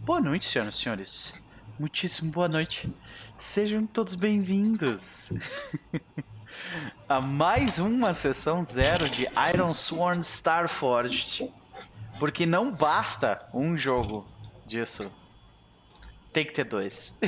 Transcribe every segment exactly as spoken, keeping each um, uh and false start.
Boa noite, senhoras e senhores. Muitíssimo boa noite. Sejam todos bem-vindos a mais uma sessão zero de Ironsworn Starforged. Porque não basta um jogo disso. Tem que ter dois.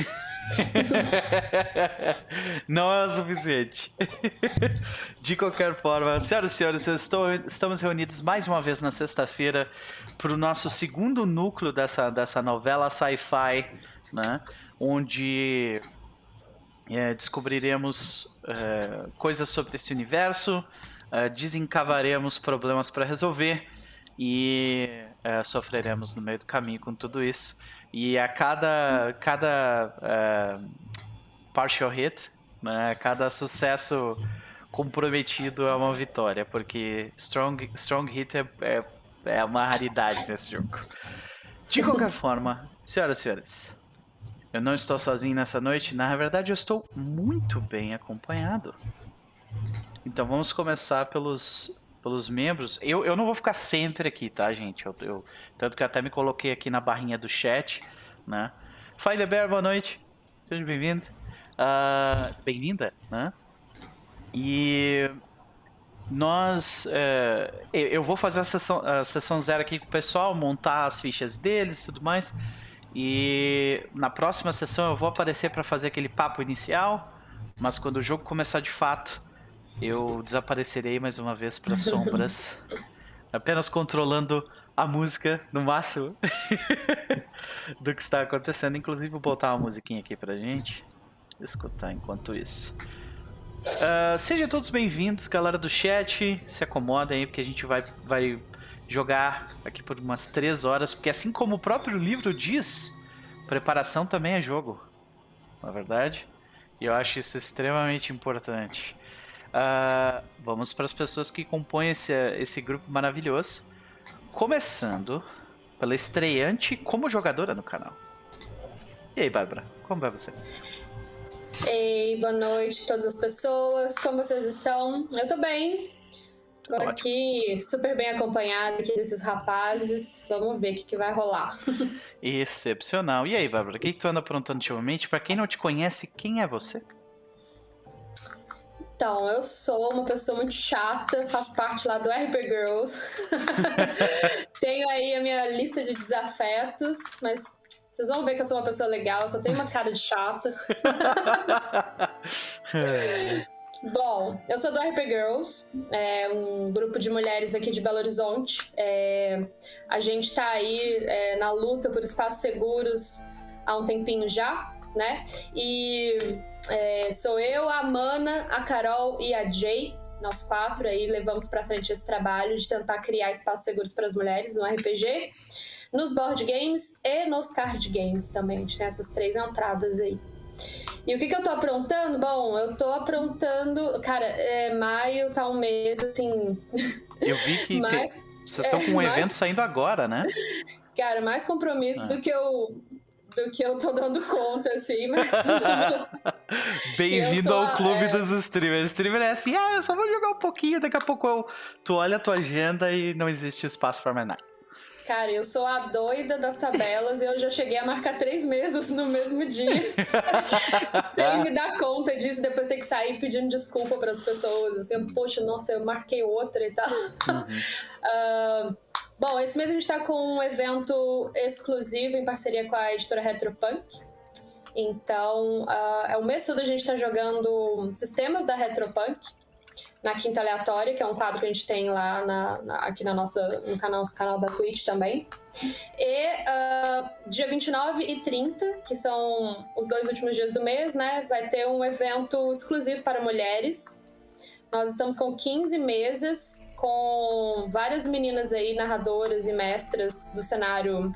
Não é o suficiente. De qualquer forma, senhoras e senhores, estou, estamos reunidos mais uma vez na sexta-feira para o nosso segundo núcleo dessa, dessa novela sci-fi, né? Onde é, descobriremos é, coisas sobre esse universo, é, desencavaremos problemas para resolver e é, sofreremos no meio do caminho com tudo isso. E a cada, cada uh, partial hit, né, cada sucesso comprometido é uma vitória, porque strong, strong hit é, é, é uma raridade nesse jogo. De qualquer forma, senhoras e senhores, eu não estou sozinho nessa noite, na verdade eu estou muito bem acompanhado. Então vamos começar pelos... pelos membros. Eu, eu não vou ficar sempre aqui, tá, gente? Eu, eu, tanto que eu até me coloquei aqui na barrinha do chat, né? Fire Bear, boa noite. Seja bem-vindo. Uh, bem-vinda, né? E nós... Uh, eu vou fazer a sessão, a sessão zero aqui com o pessoal, montar as fichas deles e tudo mais. E na próxima sessão eu vou aparecer para fazer aquele papo inicial, mas quando o jogo começar de fato... eu desaparecerei mais uma vez para as sombras, apenas controlando a música no máximo do que está acontecendo. Inclusive vou botar uma musiquinha aqui pra gente escutar enquanto isso. Uh, sejam todos bem-vindos, galera do chat. Se acomodem aí, porque a gente vai, vai jogar aqui por umas três horas, porque assim como o próprio livro diz, preparação também é jogo, na verdade. E eu acho isso extremamente importante. Uh, vamos para as pessoas que compõem esse, esse grupo maravilhoso. Começando pela estreante como jogadora no canal. E aí, Bárbara, como vai você? Ei, boa noite a todas as pessoas. Como vocês estão? Eu tô bem. Tô Ótimo. Aqui super bem acompanhada aqui desses rapazes. Vamos ver o que, que vai rolar. Excepcional. E aí, Bárbara, o que, que tu anda aprontando ultimamente? Para quem não te conhece, quem é você? Então, eu sou uma pessoa muito chata, faço parte lá do R P Girls. Tenho aí a minha lista de desafetos, mas vocês vão ver que eu sou uma pessoa legal, eu só tenho uma cara de chata. Bom, eu sou do R P Girls, é um grupo de mulheres aqui de Belo Horizonte. É, a gente tá aí é, na luta por espaços seguros há um tempinho já, né? E... É, sou eu, a Mana, a Carol e a Jay. Nós quatro aí levamos pra frente esse trabalho de tentar criar espaços seguros para as mulheres no R P G, nos board games e nos card games também. A gente tem essas três entradas aí. E o que que eu tô aprontando? Bom, eu tô aprontando... Cara, é, maio tá um mês, assim... Eu vi que mais, tem... vocês estão com um mais, evento saindo agora, né? Cara, mais compromisso ah. do que eu... do que eu tô dando conta, assim, mas... Bem-vindo ao clube é... dos streamers. Streamer é assim, ah, eu só vou jogar um pouquinho, daqui a pouco eu... tu olha a tua agenda e não existe espaço pra mais nada. Cara, eu sou a doida das tabelas e eu já cheguei a marcar três meses no mesmo dia. Sem me dar conta disso, depois ter que sair pedindo desculpa pras pessoas, assim, poxa, nossa, eu marquei outra e tal. Uhum. uh, Bom, esse mês a gente tá com um evento exclusivo em parceria com a editora Retropunk. Então, uh, é o mês todo a gente tá jogando sistemas da Retropunk na Quinta Aleatória, que é um quadro que a gente tem lá na, na, aqui na nossa, no canal, no canal da Twitch também. E uh, dia vinte e nove e trinta, que são os dois últimos dias do mês, né? Vai ter um evento exclusivo para mulheres. Nós estamos com quinze mesas, com várias meninas aí, narradoras e mestras do cenário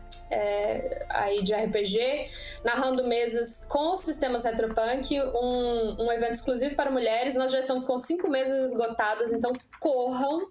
é, aí de R P G, narrando mesas com os sistemas Retropunk, um, um evento exclusivo para mulheres. Nós já estamos com cinco mesas esgotadas, então corram,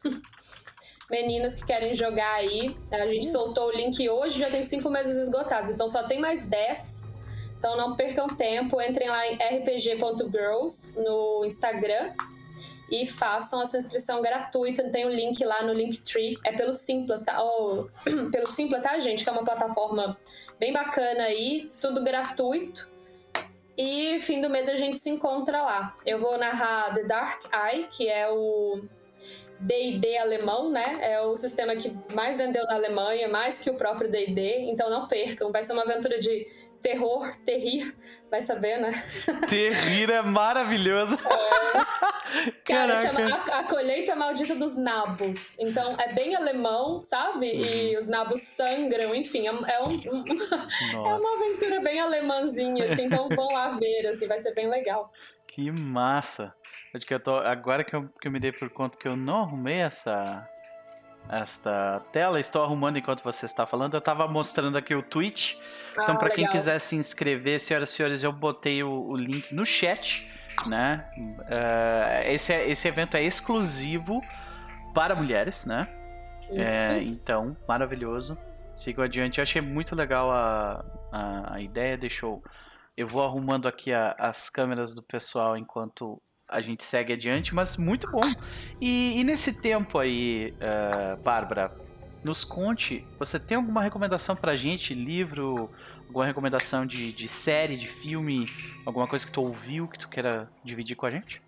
meninas que querem jogar aí. A gente soltou o link hoje, já tem cinco mesas esgotadas, então só tem mais dez. Então não percam tempo, entrem lá em r p g ponto girls no Instagram e façam a sua inscrição gratuita. Tem o um link lá no Linktree. É pelo Simpla, tá? Oh, pelo Simpla, tá, gente? Que é uma plataforma bem bacana aí, tudo gratuito. E fim do mês a gente se encontra lá. Eu vou narrar The Dark Eye, que é o D e D alemão, né? É o sistema que mais vendeu na Alemanha, mais que o próprio D e D. Então não percam, vai ser uma aventura de terror, terrir, vai saber, né? Terrir é maravilhoso. É. Cara, chama a, a Colheita Maldita dos Nabos. Então é bem alemão, sabe? E os nabos sangram, enfim, é, é, um, um, é uma aventura bem alemãzinha, assim. Então vão lá ver, assim, vai ser bem legal. Que massa! Acho que eu tô, agora que eu, que eu me dei por conta que eu não arrumei essa esta tela, estou arrumando enquanto você está falando. Eu estava mostrando aqui o Twitch. Então, ah, para quem quiser se inscrever, senhoras e senhores, eu botei o, o link no chat, né? Uh, esse, esse evento é exclusivo para mulheres, né? É, então, maravilhoso. Sigam adiante. Eu achei muito legal a, a, a ideia. Deixa eu... Eu vou arrumando aqui a, as câmeras do pessoal enquanto a gente segue adiante, mas muito bom. E, e nesse tempo aí, uh, Bárbara, nos conte, você tem alguma recomendação pra gente? Livro, alguma recomendação de, de série, de filme, alguma coisa que tu ouviu que tu queira dividir com a gente?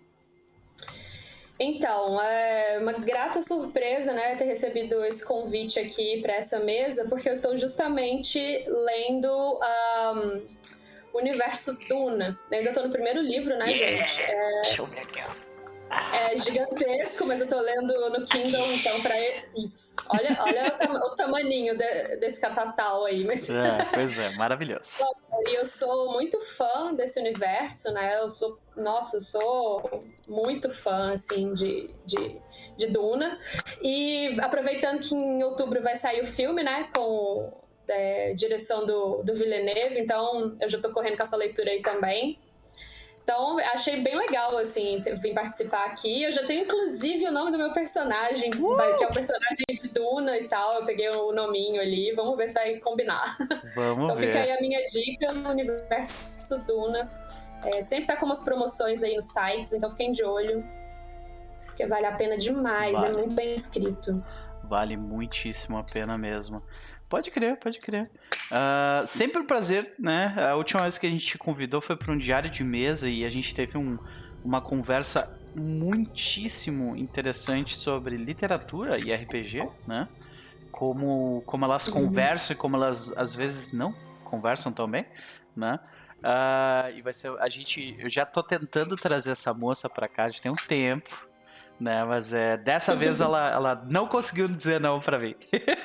Então, é uma grata surpresa, né, ter recebido esse convite aqui para essa mesa, porque eu estou justamente lendo um, o universo Duna. Eu ainda estou no primeiro livro, né, yeah. gente? É... É gigantesco, mas eu tô lendo no Kindle, então pra isso. Olha, olha o, tam o tamaninho de desse catatal aí. Mas... É, pois é, maravilhoso. E eu sou muito fã desse universo, né? Eu sou, nossa, eu sou muito fã, assim, de, de, de Duna. E aproveitando que em outubro vai sair o filme, né? Com é, direção do, do Villeneuve, então eu já tô correndo com essa leitura aí também. Então, achei bem legal, assim, vir participar aqui. Eu já tenho, inclusive, o nome do meu personagem, uh! que é o personagem de Duna e tal. Eu peguei o nominho ali. Vamos ver se vai combinar. Vamos então, ver. Fica aí a minha dica no universo Duna. É, sempre tá com umas promoções aí nos sites, então fiquem de olho. Porque vale a pena demais, vale. É muito bem escrito. Vale muitíssimo a pena mesmo. Pode crer, pode crer. Uh, sempre um prazer, né? A última vez que a gente te convidou foi para um diário de mesa e a gente teve um, uma conversa muitíssimo interessante sobre literatura e R P G, né? Como, como elas uhum. conversam e como elas às vezes não conversam também, né? Uh, e vai ser a gente. Eu já tô tentando trazer essa moça para cá já tem um tempo, né? Mas é, dessa vez ela, ela não conseguiu dizer não para mim.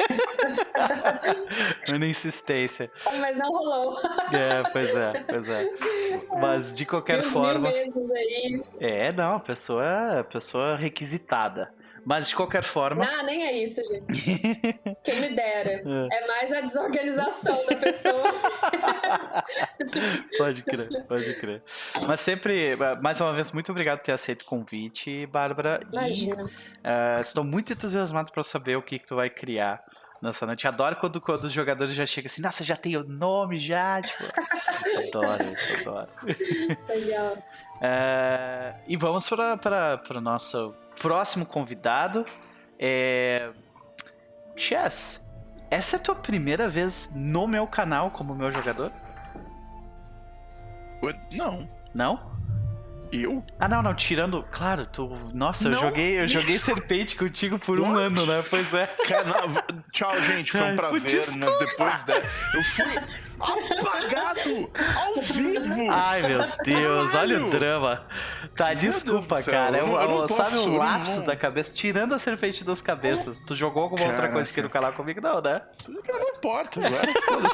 Uma insistência. Mas não rolou. É, pois é, pois é. Mas de qualquer mil, forma. Mil mesmo aí. É, não, pessoa, pessoa requisitada. Mas de qualquer forma. Não, nem é isso, gente. Quem me dera. É, é mais a desorganização da pessoa. Pode crer, pode crer. Mas sempre, mais uma vez, muito obrigado por ter aceito o convite, Bárbara. Imagina. E, uh, estou muito entusiasmado para saber o que, que tu vai criar nessa noite. Adoro quando, quando os jogadores já chegam assim, nossa, já tem o nome, já. Tipo, adoro isso, adoro. Legal. Uh, e vamos para o nosso próximo convidado. É... Chess, essa é a tua primeira vez no meu canal como meu jogador? Não. Não? Eu? Ah, não, não, tirando... Claro, tu... Nossa, não. eu joguei, eu joguei Serpente contigo por um What? ano, né? Pois é. Cara, não, tchau, gente, foi um prazer, desculpa. mas depois da... Eu fui apagado ao vivo! Ai, meu Deus, Caralho. Olha o drama. Tá, meu desculpa, cara. Eu, eu, eu sabe o lapso da cabeça? Tirando a Serpente das Cabeças, tu jogou alguma Caraca. outra coisa aqui no canal comigo? Não, né? Não importa, agora.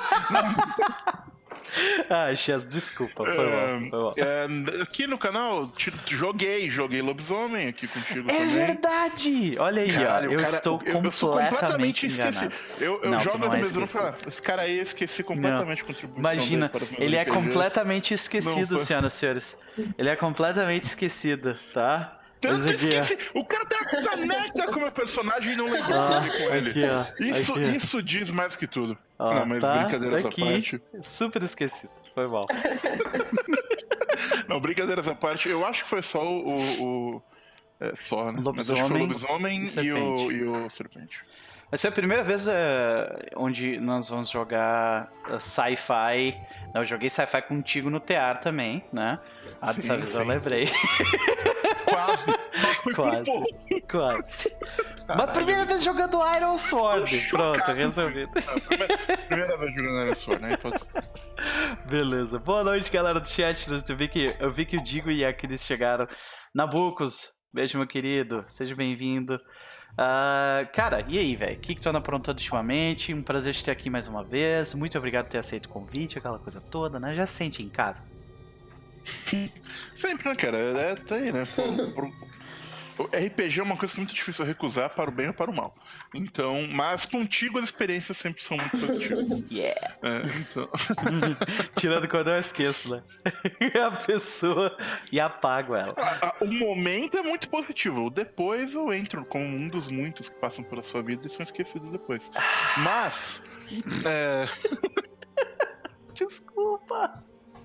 Ah, Chess, desculpa, foi um, mal, foi mal. É, aqui no canal, te, joguei, joguei Lobisomem aqui contigo é também. É verdade! Olha aí, Caralho, ó, eu cara, estou eu, completamente, eu completamente enganado. Eu, eu não, jogo as mesmas, não falar, esse cara aí, eu esqueci completamente a contribuição Imagina, dele para os ele é R P Gs. Completamente esquecido, senhoras e senhores. Ele é completamente esquecido, tá? Tanto aqui, esqueci. O cara tem uma caneca com o meu personagem e não lembrou ah, com ele. Aqui, ó, isso, aqui, isso diz mais que tudo. Ó, não, mas tá brincadeiras aqui, à parte. Super esquecido. Foi mal. Não, brincadeiras à parte. Eu acho que foi só o, o, É, só, né? Lobisomem Mas acho que foi o lobisomem e e, serpente. o, e o serpente. Vai ser a primeira vez é, onde nós vamos jogar uh, sci-fi. Eu joguei sci-fi contigo no T A R também, né? Ah, dessa Sim, vez sim. eu lembrei. Quase. Mas foi por Quase. pouco. Quase. Mas primeira vez jogando Iron Sword. Pronto, resolvido. Não, primeira, primeira vez jogando Iron Sword, né? Pode... Beleza. Boa noite, galera do chat. Eu vi que, eu vi que o Digo e a Cris chegaram. Nabucos, beijo, meu querido. Seja bem-vindo. Uh, cara, e aí, velho? O que, que tu anda aprontando ultimamente? Um prazer te ter aqui mais uma vez. Muito obrigado por ter aceito o convite, aquela coisa toda, né? Já se sente em casa. Sempre, né, cara? É, tá aí, né? Por, por... O R P G é uma coisa que é muito difícil recusar para o bem ou para o mal. Então, mas contigo as experiências sempre são muito positivas. Yeah! É, então... Tirando quando eu esqueço, né? A pessoa e apago ela. A, a, o momento é muito positivo. O depois eu entro como um dos muitos que passam pela sua vida e são esquecidos depois. Mas... É... Desculpa!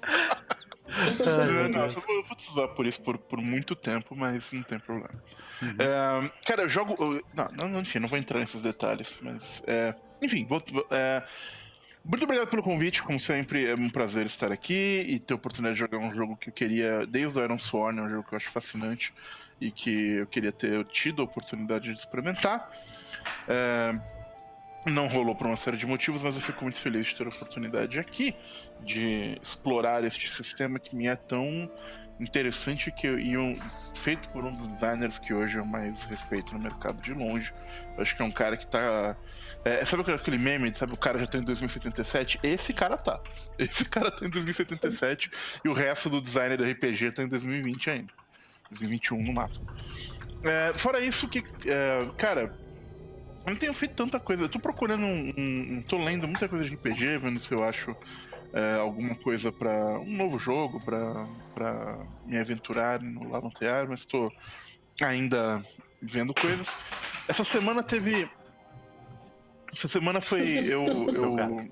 Ai, não, eu vou, eu vou te zoar por isso por, por muito tempo, mas não tem problema. Uhum. É, cara, eu jogo. Não, não, enfim, não vou entrar nesses detalhes, mas. É, enfim, vou, é, muito obrigado pelo convite, como sempre, é um prazer estar aqui e ter a oportunidade de jogar um jogo que eu queria desde o Iron Sword, é um jogo que eu acho fascinante e que eu queria ter tido a oportunidade de experimentar. É, não rolou por uma série de motivos, mas eu fico muito feliz de ter a oportunidade aqui de explorar este sistema que me é tão interessante que eu, e um, feito por um dos designers que hoje eu mais respeito no mercado de longe. Eu acho que é um cara que tá... É, sabe aquele meme, sabe? O cara já tá em dois mil e setenta e sete? Esse cara tá. Esse cara tá em dois mil e setenta e sete e o resto do design do R P G tá em dois mil e vinte ainda. dois mil e vinte e um no máximo. É, fora isso que... É, cara... Eu não tenho feito tanta coisa. Eu tô procurando um, um, tô lendo muita coisa de R P G, vendo se eu acho é, alguma coisa pra um novo jogo, pra, pra me aventurar no, lá no T A R, mas tô ainda vendo coisas. Essa semana teve... Essa semana foi... Eu, eu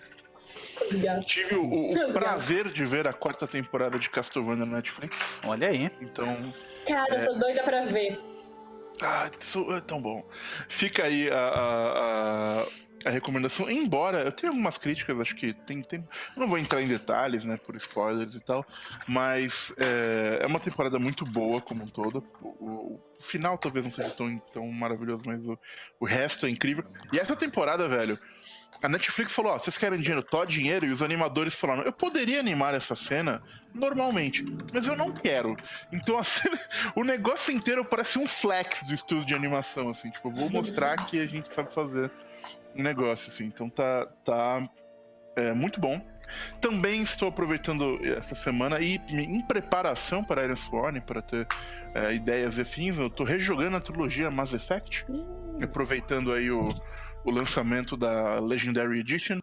tive o, o prazer de ver a quarta temporada de Castlevania na Netflix. Olha aí. Então... Cara, eu tô doida pra ver. Ah, isso é tão bom. Fica aí a, a, a, a recomendação. Embora eu tenha algumas críticas, acho que tem, tem. Eu não vou entrar em detalhes, né, por spoilers e tal. Mas é, é uma temporada muito boa como um todo. O, o, o final talvez não seja tão, tão maravilhoso, mas o, o resto é incrível. E essa temporada, velho. A Netflix falou, ó, vocês querem dinheiro? Tó dinheiro. E os animadores falaram, eu poderia animar essa cena normalmente, mas eu não quero. Então a cena, o negócio inteiro parece um flex do estúdio de animação, assim. Tipo, eu vou mostrar que a gente sabe fazer um negócio, assim. Então tá, tá é, muito bom. Também estou aproveitando essa semana e em preparação para Iron Sworn, para ter é, ideias e afins, eu tô rejogando a trilogia Mass Effect, aproveitando aí o o lançamento da Legendary Edition.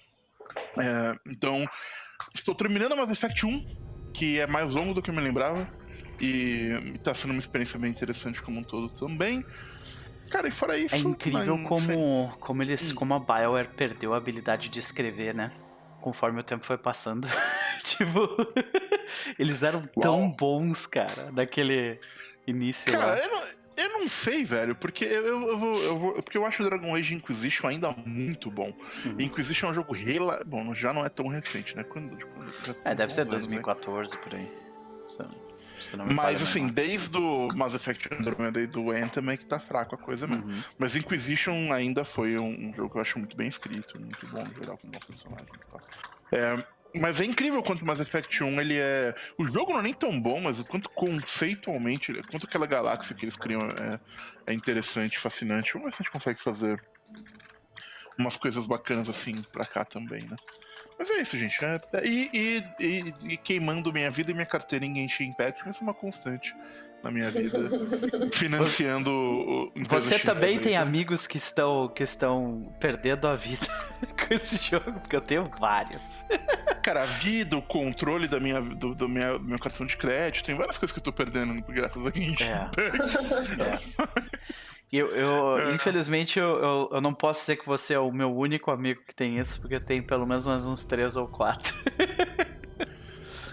É, então, estou terminando a Mass Effect um, que é mais longo do que eu me lembrava, e está sendo uma experiência bem interessante como um todo também. Cara, e fora isso... É incrível como, como, eles, como a BioWare perdeu a habilidade de escrever, né? Conforme o tempo foi passando. Tipo, eles eram tão Uau. bons, cara, naquele início cara, lá. Eu não... Eu não sei, velho, porque eu, eu, eu, vou, eu vou. Porque eu acho o Dragon Age Inquisition ainda muito bom. Uhum. Inquisition é um jogo rela... Bom, já não é tão recente, né? Quando, quando é, deve ser dois mil e quatorze, por aí. Se, se não me Mas assim, mesmo. Desde o Mass Effect Andromeda e do Anthem é que tá fraco a coisa mesmo. Uhum. Mas Inquisition ainda foi um, um jogo que eu acho muito bem escrito, muito bom no geral, com bons personagens e tal. É. Mas é incrível quanto o Mass Effect um, ele é... O jogo não é nem tão bom, mas quanto conceitualmente, quanto aquela galáxia que eles criam é, é interessante, fascinante. Vamos ver se a gente consegue fazer umas coisas bacanas assim pra cá também, né? Mas é isso, gente. É, e, e, e, e queimando minha vida e minha carteira em Genshin Impact, isso é uma constante na minha vida, financiando o... Você também tem amigos que estão, que estão perdendo a vida com esse jogo, porque eu tenho vários. Cara, a vida, o controle da minha, do, do, minha, do meu cartão de crédito, tem várias coisas que eu tô perdendo graças a Genshin Impact. É. é. Eu, eu é. Infelizmente, eu, eu, eu não posso dizer que você é o meu único amigo que tem isso, porque tem pelo menos mais uns três ou quatro.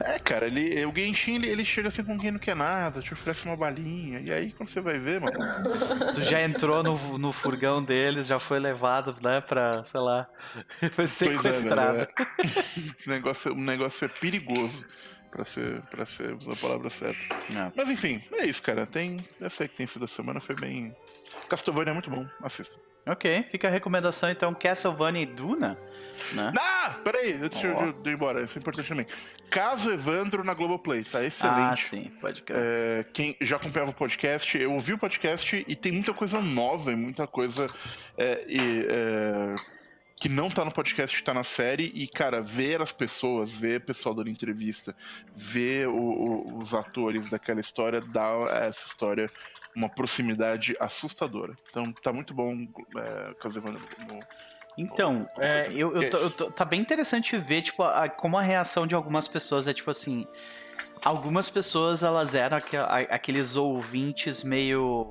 É, cara, ele, o Genshin, ele, ele chega assim com quem não quer nada, te oferece uma balinha, e aí quando você vai ver, mano... Tu já entrou no, no furgão deles, já foi levado, né, pra, sei lá, foi sequestrado. Pois é, né? o, negócio, o negócio é perigoso, pra ser, pra ser usar a palavra certa. Não. Mas enfim, é isso, cara, tem, eu sei que tem sido a semana, foi bem... Castlevania é muito bom, assista. Ok, fica a recomendação então, Castlevania e Duna, né? Ah, peraí, antes de eu ir embora, isso é importante também. Caso Evandro na Globoplay, tá excelente. Ah, sim, pode crer. É, quem já acompanhava o podcast, eu ouvi o podcast e tem muita coisa nova e muita coisa é, e, é, que não tá no podcast, tá na série. E, cara, ver as pessoas, ver o pessoal dando entrevista, ver o, o, os atores daquela história, dá a essa história uma proximidade assustadora. Então tá muito bom é, Caso Evandro no... Então, é, eu, eu, tô, eu tô, tá bem interessante ver, tipo, a, como a reação de algumas pessoas é, tipo assim... Algumas pessoas, elas eram aqu, a, aqueles ouvintes meio...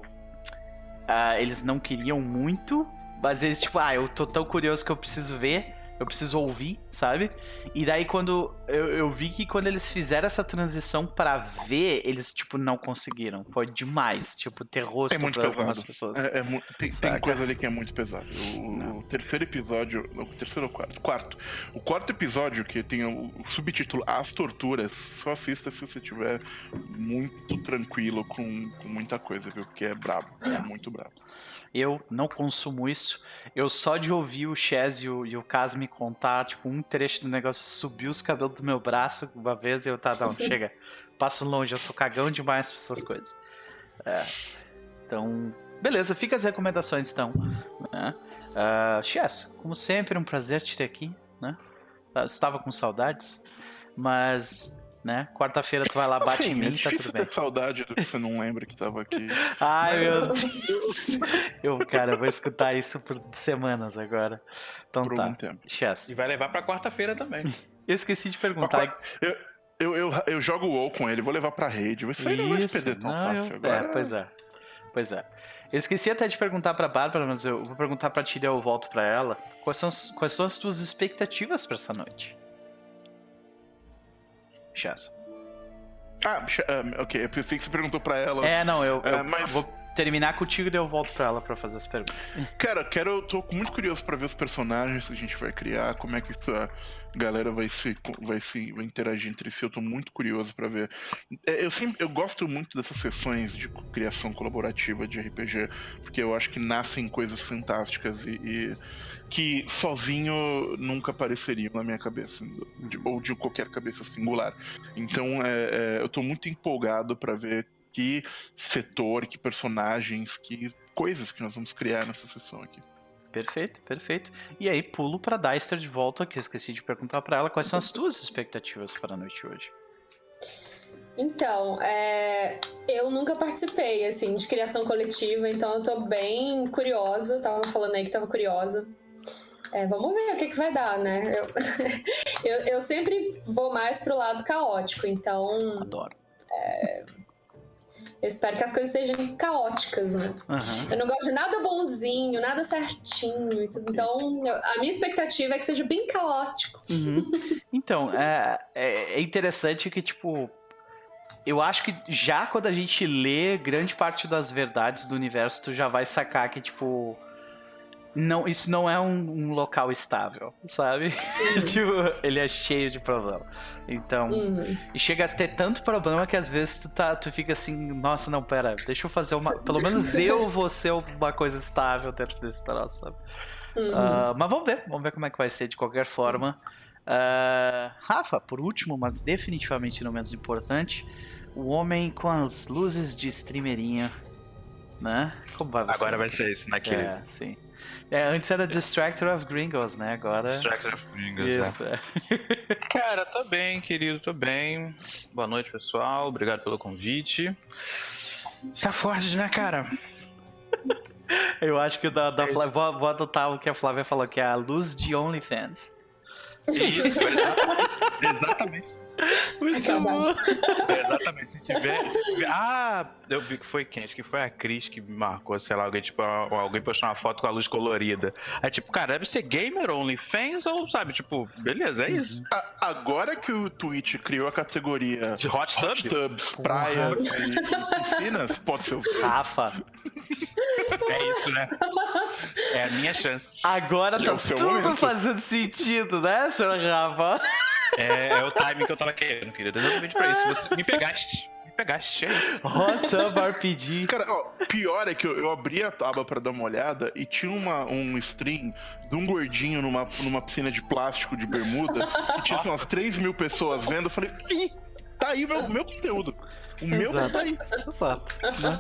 Uh, eles não queriam muito, mas eles, tipo, ah, eu tô tão curioso que eu preciso ver, eu preciso ouvir, sabe? E daí, quando... Eu, eu vi que quando eles fizeram essa transição pra ver, eles, tipo, não conseguiram. Foi demais, tipo, ter rosto é muito pra pesado. algumas pessoas. É, é, tem, tem coisa ali que é muito pesada. O, o terceiro episódio... O terceiro ou quarto? Quarto. O quarto episódio, que tem o, o subtítulo As Torturas, só assista se você estiver muito tranquilo com, com muita coisa, viu? Porque é brabo. É muito brabo. Eu não consumo isso. Eu só de ouvir o Chaz e o, e o Cas me contar, tipo, um trecho do negócio, subiu os cabelos do meu braço uma vez e eu, tá, não, chega. Passo longe, eu sou cagão demais pra essas coisas. É, então, beleza, fica as recomendações então. Né? Uh, Chaz, como sempre, um prazer te ter aqui, né? Eu estava com saudades, mas... Né? Quarta-feira tu vai lá, bate assim, em mim, é tá difícil tudo ter bem. saudade do que você não lembra que tava aqui. Ai, meu Deus. Eu, cara, vou escutar isso por semanas agora. Então por tá. algum tempo. Chess. E vai levar pra quarta-feira também. Eu esqueci de perguntar. Eu, eu, eu, eu jogo o WoW com ele, vou levar pra rede. Isso aí não vai se perder tão não, fácil eu... agora. É, pois é. Pois é. Eu esqueci até de perguntar pra Bárbara, mas eu vou perguntar pra ti e eu volto pra ela. Quais são, quais são as tuas expectativas pra essa noite? Chess. Ah, um, ok, eu pensei que você perguntou pra ela. É, não, eu, eu uh, mas... vou terminar contigo e daí eu volto pra ela pra fazer as perguntas. Cara, quero, eu tô muito curioso pra ver os personagens que a gente vai criar, como é que essa galera vai se, vai se vai interagir entre si. Eu tô muito curioso pra ver. Eu sempre, eu gosto muito dessas sessões de criação colaborativa de R P G, porque eu acho que nascem coisas fantásticas e, e que sozinho nunca apareceriam na minha cabeça, de, ou de qualquer cabeça singular. Então, é, é, eu tô muito empolgado pra ver que setor, que personagens, que coisas que nós vamos criar nessa sessão aqui. Perfeito, perfeito. E aí, pulo pra Daister de volta, que eu esqueci de perguntar pra ela quais são as tuas expectativas para a noite hoje. Então, é, eu nunca participei, assim, de criação coletiva, então eu tô bem curiosa, tava falando aí que tava curiosa. É, vamos ver o que que vai dar, né? Eu, eu, eu sempre vou mais pro lado caótico, então... Adoro. É, eu espero que as coisas sejam caóticas, né? Uhum. Eu não gosto de nada bonzinho, nada certinho e tudo. Então, eu, a minha expectativa é que seja bem caótico. Uhum. Então, é, é interessante que, tipo... Eu acho que já quando a gente lê grande parte das verdades do universo, tu já vai sacar que, tipo... Não, isso não é um, um local estável, sabe? Uhum. Tipo, ele é cheio de problema. Então, uhum. E chega a ter tanto problema que às vezes tu, tá, tu fica assim, nossa, não, pera, deixa eu fazer uma... Pelo menos eu vou ser uma coisa estável dentro desse troço, sabe? Uhum. Uh, mas vamos ver, vamos ver como é que vai ser de qualquer forma. Uh, Rafa, por último, mas definitivamente não menos importante, o homem com as luzes de streamerinha, né? Como vai você? Agora vai ser isso, né, querido? É, sim. É, antes era Distractor of Gringos, né? Agora... Distractor of Gringos, isso, é. é. Cara, tô bem, querido, tô bem. Boa noite, pessoal. Obrigado pelo convite. Tá forte, né, cara? Eu acho que o da, da Flávia... Vou, vou adotar o que a Flávia falou, que é a luz de OnlyFans. Isso, exatamente. Exatamente. Sacanagem. É, exatamente. Se tiver, se tiver. Ah, eu vi que foi quem? Acho que foi a Cris que me marcou, sei lá, alguém, tipo, alguém postou uma foto com a luz colorida. Aí, tipo, cara, deve ser gamer, OnlyFans ou, sabe, tipo, beleza, é isso. A- agora que o Twitch criou a categoria De hot tub? hot tubs, praias e, e piscinas, pode ser os dois. Rafa, É isso, né? É a minha chance. agora É tá o seu tudo momento. fazendo sentido, né, senhor Rafa? É, é o timing que eu tava querendo, querido. Exatamente pra isso. Você me pegaste. Me pegaste. É isso. Hot Tub R P G. Cara, ó, pior é que eu, eu abri a aba pra dar uma olhada e tinha uma, um stream de um gordinho numa, numa piscina de plástico de bermuda e tinha assim, umas três mil pessoas vendo. Eu falei, ih, tá aí meu, meu conteúdo. O meu Exato. tá aí. Exato. Né?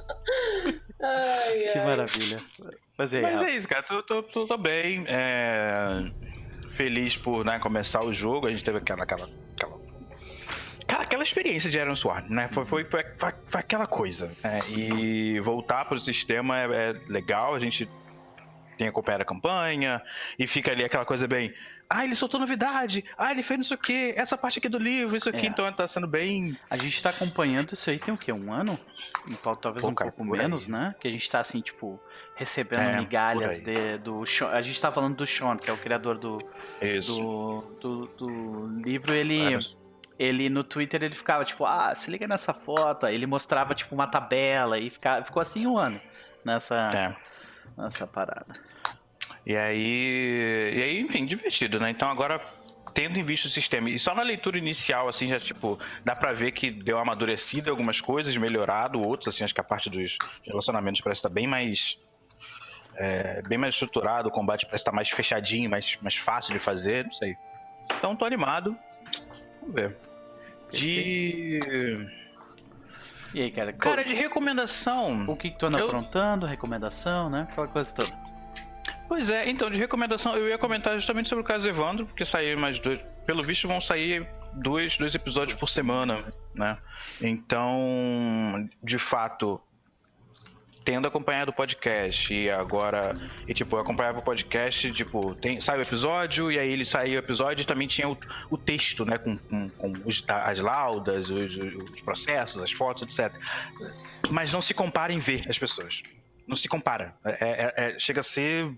Ai, Que ai. maravilha. Mas aí, Mas Rafa. é isso, cara. Tô, tô, tô, tô bem. É... Feliz por, né, começar o jogo. A gente teve aquela. aquela, aquela... Cara, aquela experiência de Iron Sword, né? Foi, foi, foi, foi, foi aquela coisa. Né? E voltar pro sistema é, é legal. A gente tem acompanhado a campanha e fica ali aquela coisa bem. Ah, ele soltou novidade. Ah, ele fez não sei o quê. Essa parte aqui do livro, isso aqui. É. Então tá sendo bem. A gente tá acompanhando isso aí tem o quê? Um ano? Tal- Talvez Pô, um cara, pouco por aí. menos, né? Que a gente tá assim, tipo, recebendo É, migalhas por aí. de, do Sean. A gente tá falando do Sean, que é o criador do, Isso. do, do, do livro. Ele, Claro. ele no Twitter ele ficava tipo, ah, se liga nessa foto. Aí ele mostrava tipo uma tabela e fica, ficou assim um ano nessa, É. nessa parada. E aí, e aí, enfim, divertido, né? Então agora, tendo em vista o sistema, e só na leitura inicial, assim, já, tipo, dá pra ver que deu amadurecido algumas coisas, melhorado outros, assim, acho que a parte dos relacionamentos parece estar bem mais, é, bem mais estruturado, o combate parece estar mais fechadinho, mais, mais fácil de fazer, não sei. Então tô animado, vamos ver. De... E aí, cara? Cara, de recomendação... o que, que tu anda eu- aprontando? Recomendação, né? Aquela coisa toda. Pois é, então, de recomendação, eu ia comentar justamente sobre o caso Evandro, porque saiu mais dois. Pelo visto, vão sair dois, dois episódios por semana, né? Então, de fato, tendo acompanhado o podcast e agora. E tipo, eu acompanhava o podcast, tipo, tem, sai o episódio, e aí ele saiu o episódio e também tinha o, o texto, né? Com, com, com os- as laudas, os, os processos, as fotos, etcétera. Mas não se compara em ver as pessoas. Não se compara. É, é- é- chega a ser.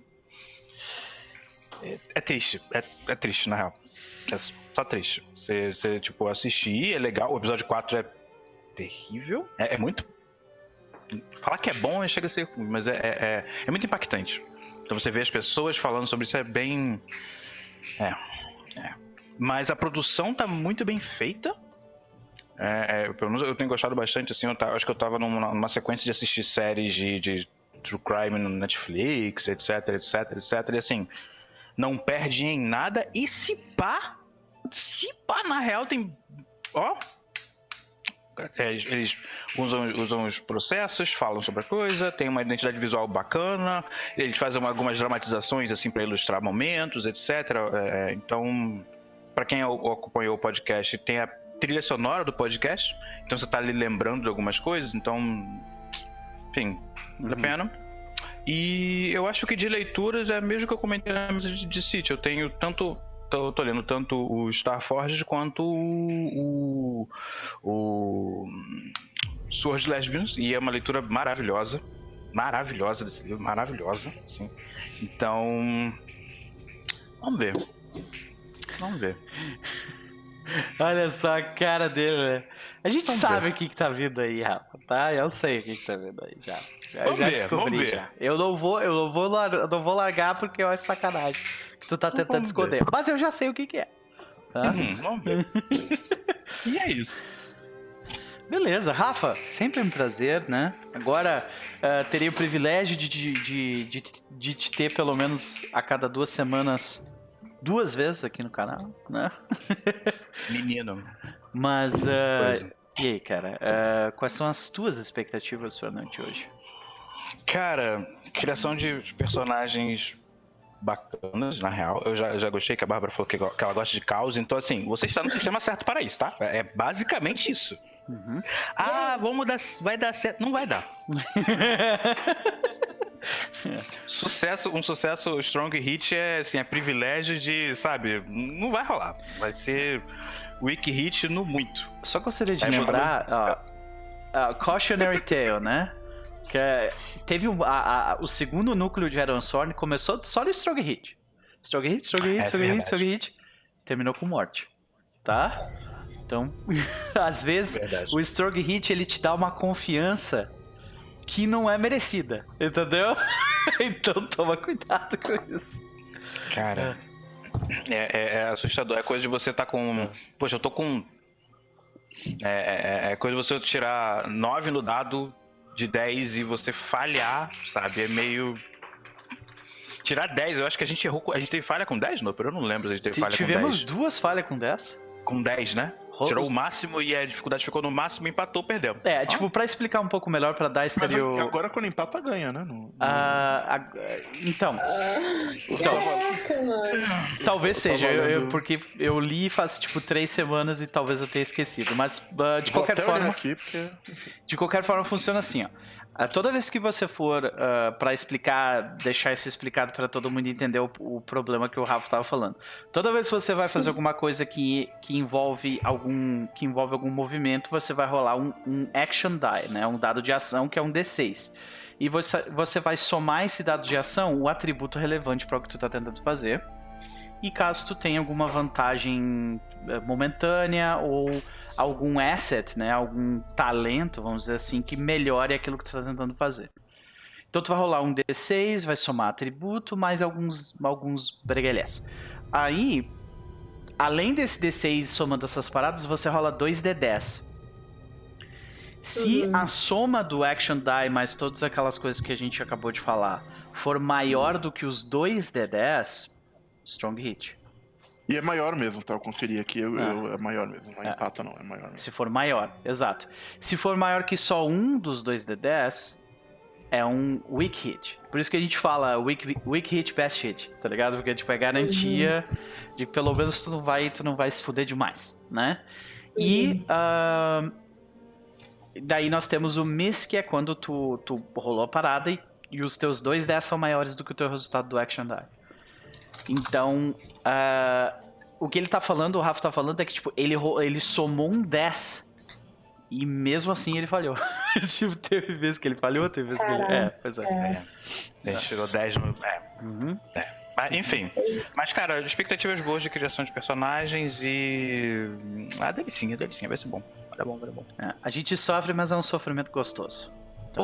É, é triste. É, é triste, na real. É só triste. Você, você, tipo, assistir é legal. O episódio quatro é terrível. É, é muito. Falar que é bom chega a ser ruim, mas é, é, é, é muito impactante. Então você vê as pessoas falando sobre isso, é bem. É. é. Mas a produção tá muito bem feita. É, é, pelo menos eu tenho gostado bastante, assim, eu tava- acho que eu tava numa, numa sequência de assistir séries de, de True Crime no Netflix, etc, etc, etc, e assim, não perde em nada, e se pá, se pá, na real tem, ó, é, eles usam, usam os processos, falam sobre a coisa, tem uma identidade visual bacana, eles fazem algumas dramatizações, assim, pra ilustrar momentos, etc, é, então, pra quem acompanhou o podcast, tem a trilha sonora do podcast, então você tá ali lembrando de algumas coisas, então, enfim, vale a pena. E eu acho que de leituras é mesmo que eu comentei na mesa de, de City, eu tenho tanto, tô, tô lendo tanto o Starforged quanto o, o, o Sword Lesbians, e é uma leitura maravilhosa, maravilhosa desse livro, maravilhosa, assim. Então, vamos ver, vamos ver. Olha só a cara dele, né? A gente Vamos sabe ver. o que, que tá vindo aí, Rafa, tá? Eu sei o que, que tá vindo aí já. Já, Vamos já ver, descobri vamos ver. já. Eu não vou, eu não vou, lar- eu não vou largar porque eu acho sacanagem que tu tá tentando vamos esconder. Mas eu já sei o que, que é. Tá? Hum, vamos ver. E é isso. Beleza, Rafa, sempre um prazer, né? Agora eh, terei o privilégio de, de, de, de, de te ter pelo menos a cada duas semanas, duas vezes aqui no canal, né? Menino. Mas, eh, Pois é. e aí, cara, eh, quais são as tuas expectativas para a noite hoje? Cara, criação de personagens bacanas, na real. Eu já, eu já gostei que a Bárbara falou que, go- que ela gosta de caos, então assim, você está no sistema certo para isso, tá? É basicamente isso. Uhum. Ah, vamos dar. Vai dar certo. Não vai dar. Sucesso, um sucesso strong hit é, assim, é privilégio de, sabe, não vai rolar. Vai ser weak hit no muito. Só gostaria de É, lembrar, ó, a Cautionary Tale, né? Que é, teve o, a, a, o segundo núcleo de Heronsworn, começou só no strong hit. Strong hit, strong hit, É strong hit, verdade. strong hit. Terminou com morte, tá? Então, às vezes, Verdade. o strong hit, ele te dá uma confiança que não é merecida, entendeu? Então toma cuidado com isso. Cara, é, é, é assustador. É coisa de você tá com... Poxa, eu tô com... É, é, é coisa de você tirar nove no dado de dez e você falhar, sabe? É meio... Tirar dez, eu acho que a gente errou... com- A gente teve falha com dez, não? Eu não lembro se a gente teve T- falha Tivemos com dez. duas falhas com dez. Com dez, né? Ro- Tirou o máximo e a dificuldade ficou no máximo, empatou, perdeu. É, tipo, pra explicar um pouco melhor, pra dar Mas estereo... agora quando empata, ganha, né? No, no- Ah, ag- então, então, Caraca, mano. talvez eu seja, tava eu- eu- lendo- porque eu li faz tipo três semanas e talvez eu tenha esquecido. Mas ah, de Vou qualquer até olhar forma, aqui, porque... de qualquer forma funciona assim, ó. Ah, toda vez que você for ah, pra explicar, deixar isso explicado pra todo mundo entender o, o problema que o Rafa tava falando. Toda vez que você vai fazer alguma coisa que, que envolve algum que envolve algum movimento, você vai rolar um, um action die, né? Um dado de ação que é um D seis. E você, você vai somar esse dado de ação, o atributo relevante para o que tu tá tentando fazer. E caso tu tenha alguma vantagem eh, momentânea ou algum asset, né, algum talento, vamos dizer assim, que melhore aquilo que tu tá tentando fazer. Então tu vai rolar um D seis, vai somar atributo, mais alguns, alguns breguelhés. Aí, além desse D seis somando essas paradas, você rola dois D dez. Se Uhum. a soma do action die mais todas aquelas coisas que a gente acabou de falar for maior do que os dois D dez, strong hit. E é maior mesmo, tá? Eu conferi aqui, eu, Ah. eu- é maior mesmo. Não É. empata não, é maior mesmo. Se for maior, exato. Se for maior que só um dos dois D dez, é um weak hit. Por isso que a gente fala weak, weak hit, best hit, tá ligado? Porque tipo, é garantia de que pelo menos tu não vai, tu não vai se fuder demais, né? E ahn, daí nós temos o miss, que é quando tu, tu rolou a parada e, e os teus dois dez são maiores do que o teu resultado do action die. Então, ah, o que ele tá falando, o Rafa tá falando, é que tipo, ele, ro- ele somou um dez e mesmo assim ele falhou. Tipo, teve vezes que ele falhou, teve vezes que ele... Caralho. É, pois é. É. A gente chegou dez no... É. Uhum. Mas, enfim. Mas, cara, expectativas boas de criação de personagens e... Ah, delicinha, delicinha. Vai ser bom. Vai dar bom, vai dar bom. É, a gente sofre, mas é um sofrimento gostoso. Tá?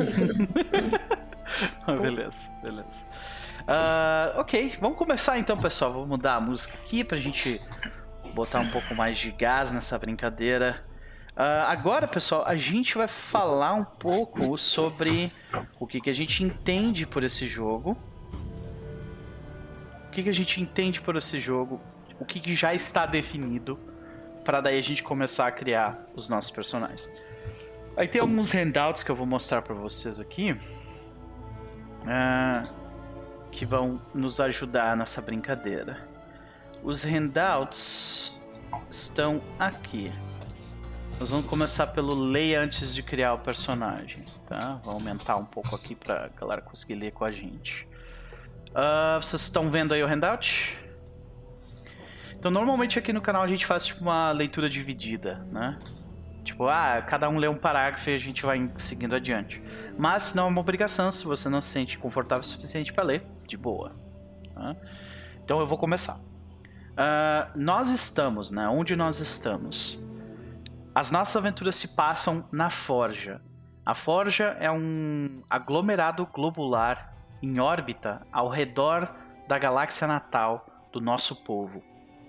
beleza, beleza. Ah, ok, vamos começar então, pessoal. Vou mudar a música aqui pra gente botar um pouco mais de gás nessa brincadeira. Ah, agora, pessoal, a gente vai falar um pouco sobre o que, que a gente entende por esse jogo. O que, que a gente entende por esse jogo. O que, que já está definido. Para daí a gente começar a criar os nossos personagens. Aí tem alguns handouts que eu vou mostrar para vocês aqui. ah, que vão nos ajudar nessa brincadeira. Os handouts estão aqui. Nós vamos começar pelo ler antes de criar o personagem, tá? Vou aumentar um pouco aqui pra galera conseguir ler com a gente. Ah, vocês estão vendo aí o handout? Então, normalmente aqui no canal a gente faz tipo uma leitura dividida, né? Tipo, ah, cada um lê um parágrafo e a gente vai seguindo adiante. Mas não é uma obrigação, se você não se sente confortável o suficiente para ler, de boa. Tá? Então eu vou começar. Ah, nós estamos, né? Onde nós estamos? As nossas aventuras se passam na Forja. A Forja é um aglomerado globular em órbita ao redor da galáxia natal do nosso povo.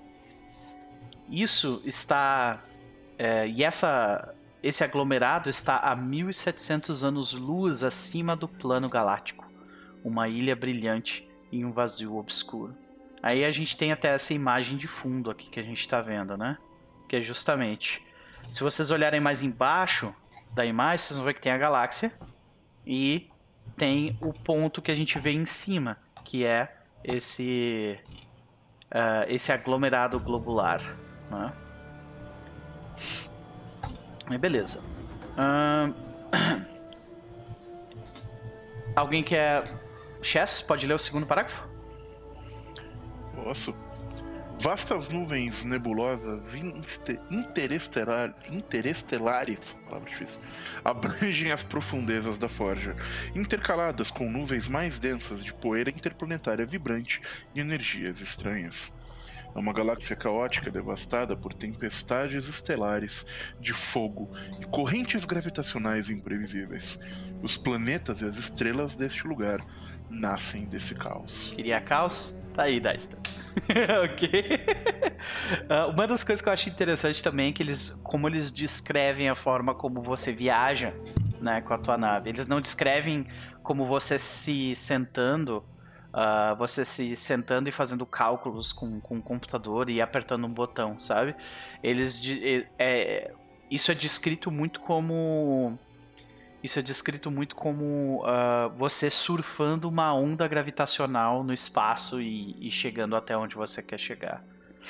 Isso está... É, e essa, esse aglomerado está a mil e setecentos anos-luz acima do plano galáctico. Uma ilha brilhante em um vazio obscuro. Aí a gente tem até essa imagem de fundo aqui que a gente está vendo, né? Que é justamente... Se vocês olharem mais embaixo da imagem, vocês vão ver que tem a galáxia. E tem o ponto que a gente vê em cima, que é esse, uh, esse aglomerado globular, né? E beleza. Ahn, Alguém quer Chess, pode ler o segundo parágrafo? Posso. Vastas nuvens nebulosas interestelar, interestelares palavra difícil, abrangem as profundezas da forja, intercaladas com nuvens mais densas de poeira interplanetária vibrante e energias estranhas. É uma galáxia caótica devastada por tempestades estelares de fogo e correntes gravitacionais imprevisíveis. Os planetas e as estrelas deste lugar nascem desse caos. Queria caos? Tá aí, Daister. Ok. Uh, uma das coisas que eu acho interessante também é que eles, como eles descrevem a forma como você viaja, né, com a tua nave. Eles não descrevem como você se sentando, uh, você se sentando e fazendo cálculos com, com o computador e apertando um botão, sabe? Eles, é, é, isso é descrito muito como... Isso é descrito muito como uh, você surfando uma onda gravitacional no espaço e, e chegando até onde você quer chegar.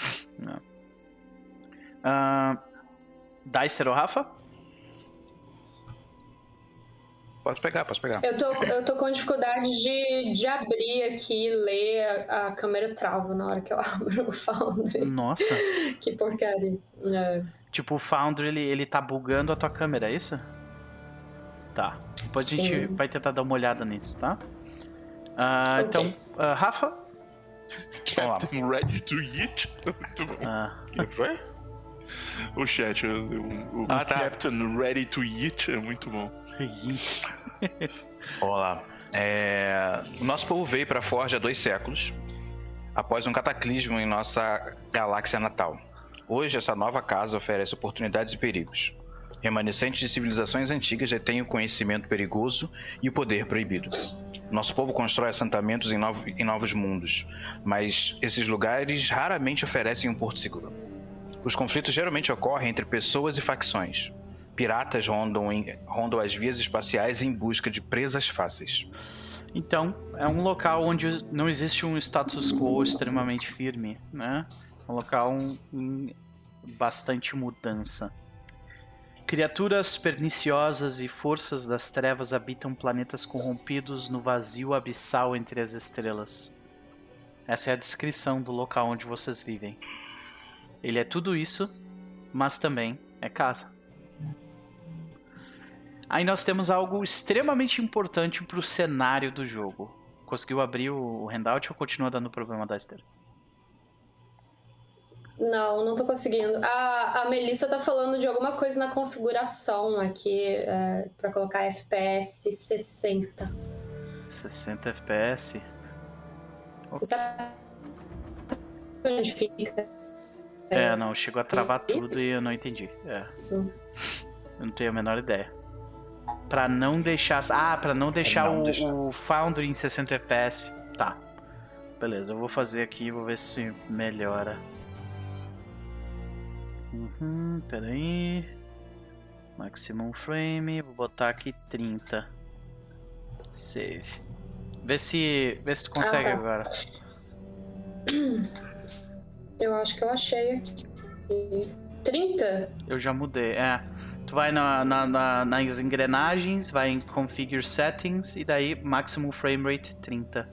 Uh, Daister ou Rafa? Pode pegar, pode pegar. Eu tô, eu tô com dificuldade de, de abrir aqui e ler, a, a câmera trava na hora que eu abro o Foundry. Nossa. Que porcaria. É. Tipo, o Foundry, ele, ele tá bugando a tua câmera, é isso? Tá. Depois Sim. a gente vai tentar dar uma olhada nisso, tá? Uh, Okay. Então, uh, Rafa? Captain Ready to Eat? Muito bom. Uh, O que foi? O chat, o, o Ah, tá. Captain Ready to Eat é muito bom. Olá. É... O nosso povo veio para a Forja há dois séculos, após um cataclismo em nossa galáxia natal. Hoje, essa nova casa oferece oportunidades e perigos. Remanescentes de civilizações antigas detêm o conhecimento perigoso e o poder proibido. Nosso povo constrói assentamentos em, novo, em novos mundos, mas esses lugares raramente oferecem um porto seguro. Os conflitos geralmente ocorrem entre pessoas e facções. Piratas rondam, em, rondam as vias espaciais em busca de presas fáceis. Então, é um local onde não existe um status quo extremamente firme, né? É um local em bastante mudança. Criaturas perniciosas e forças das trevas habitam planetas corrompidos no vazio abissal entre as estrelas. Essa é a descrição do local onde vocês vivem. Ele é tudo isso, mas também é casa. Aí nós temos algo extremamente importante para o cenário do jogo. Conseguiu abrir o handout ou continua dando problema da Esther? Não, não tô conseguindo. A, a Melissa tá falando de alguma coisa na configuração aqui, é, pra colocar F P S sessenta. sessenta F P S? Você sabe onde fica? É, não, chegou a travar tudo e eu não entendi. É, Isso. eu não tenho a menor ideia. Pra não deixar... Ah, pra não deixar, não o, deixar. o Foundry em sessenta F P S. Tá. Beleza, eu vou fazer aqui e vou ver se melhora. Uhum, peraí. Maximum frame, vou botar aqui trinta. Save. Vê se, vê se tu consegue Ah, tá. agora. Eu acho que eu achei aqui. trinta? Eu já mudei, é. Tu vai na, na, na, nas engrenagens, vai em Configure Settings e daí Maximum Frame Rate trinta.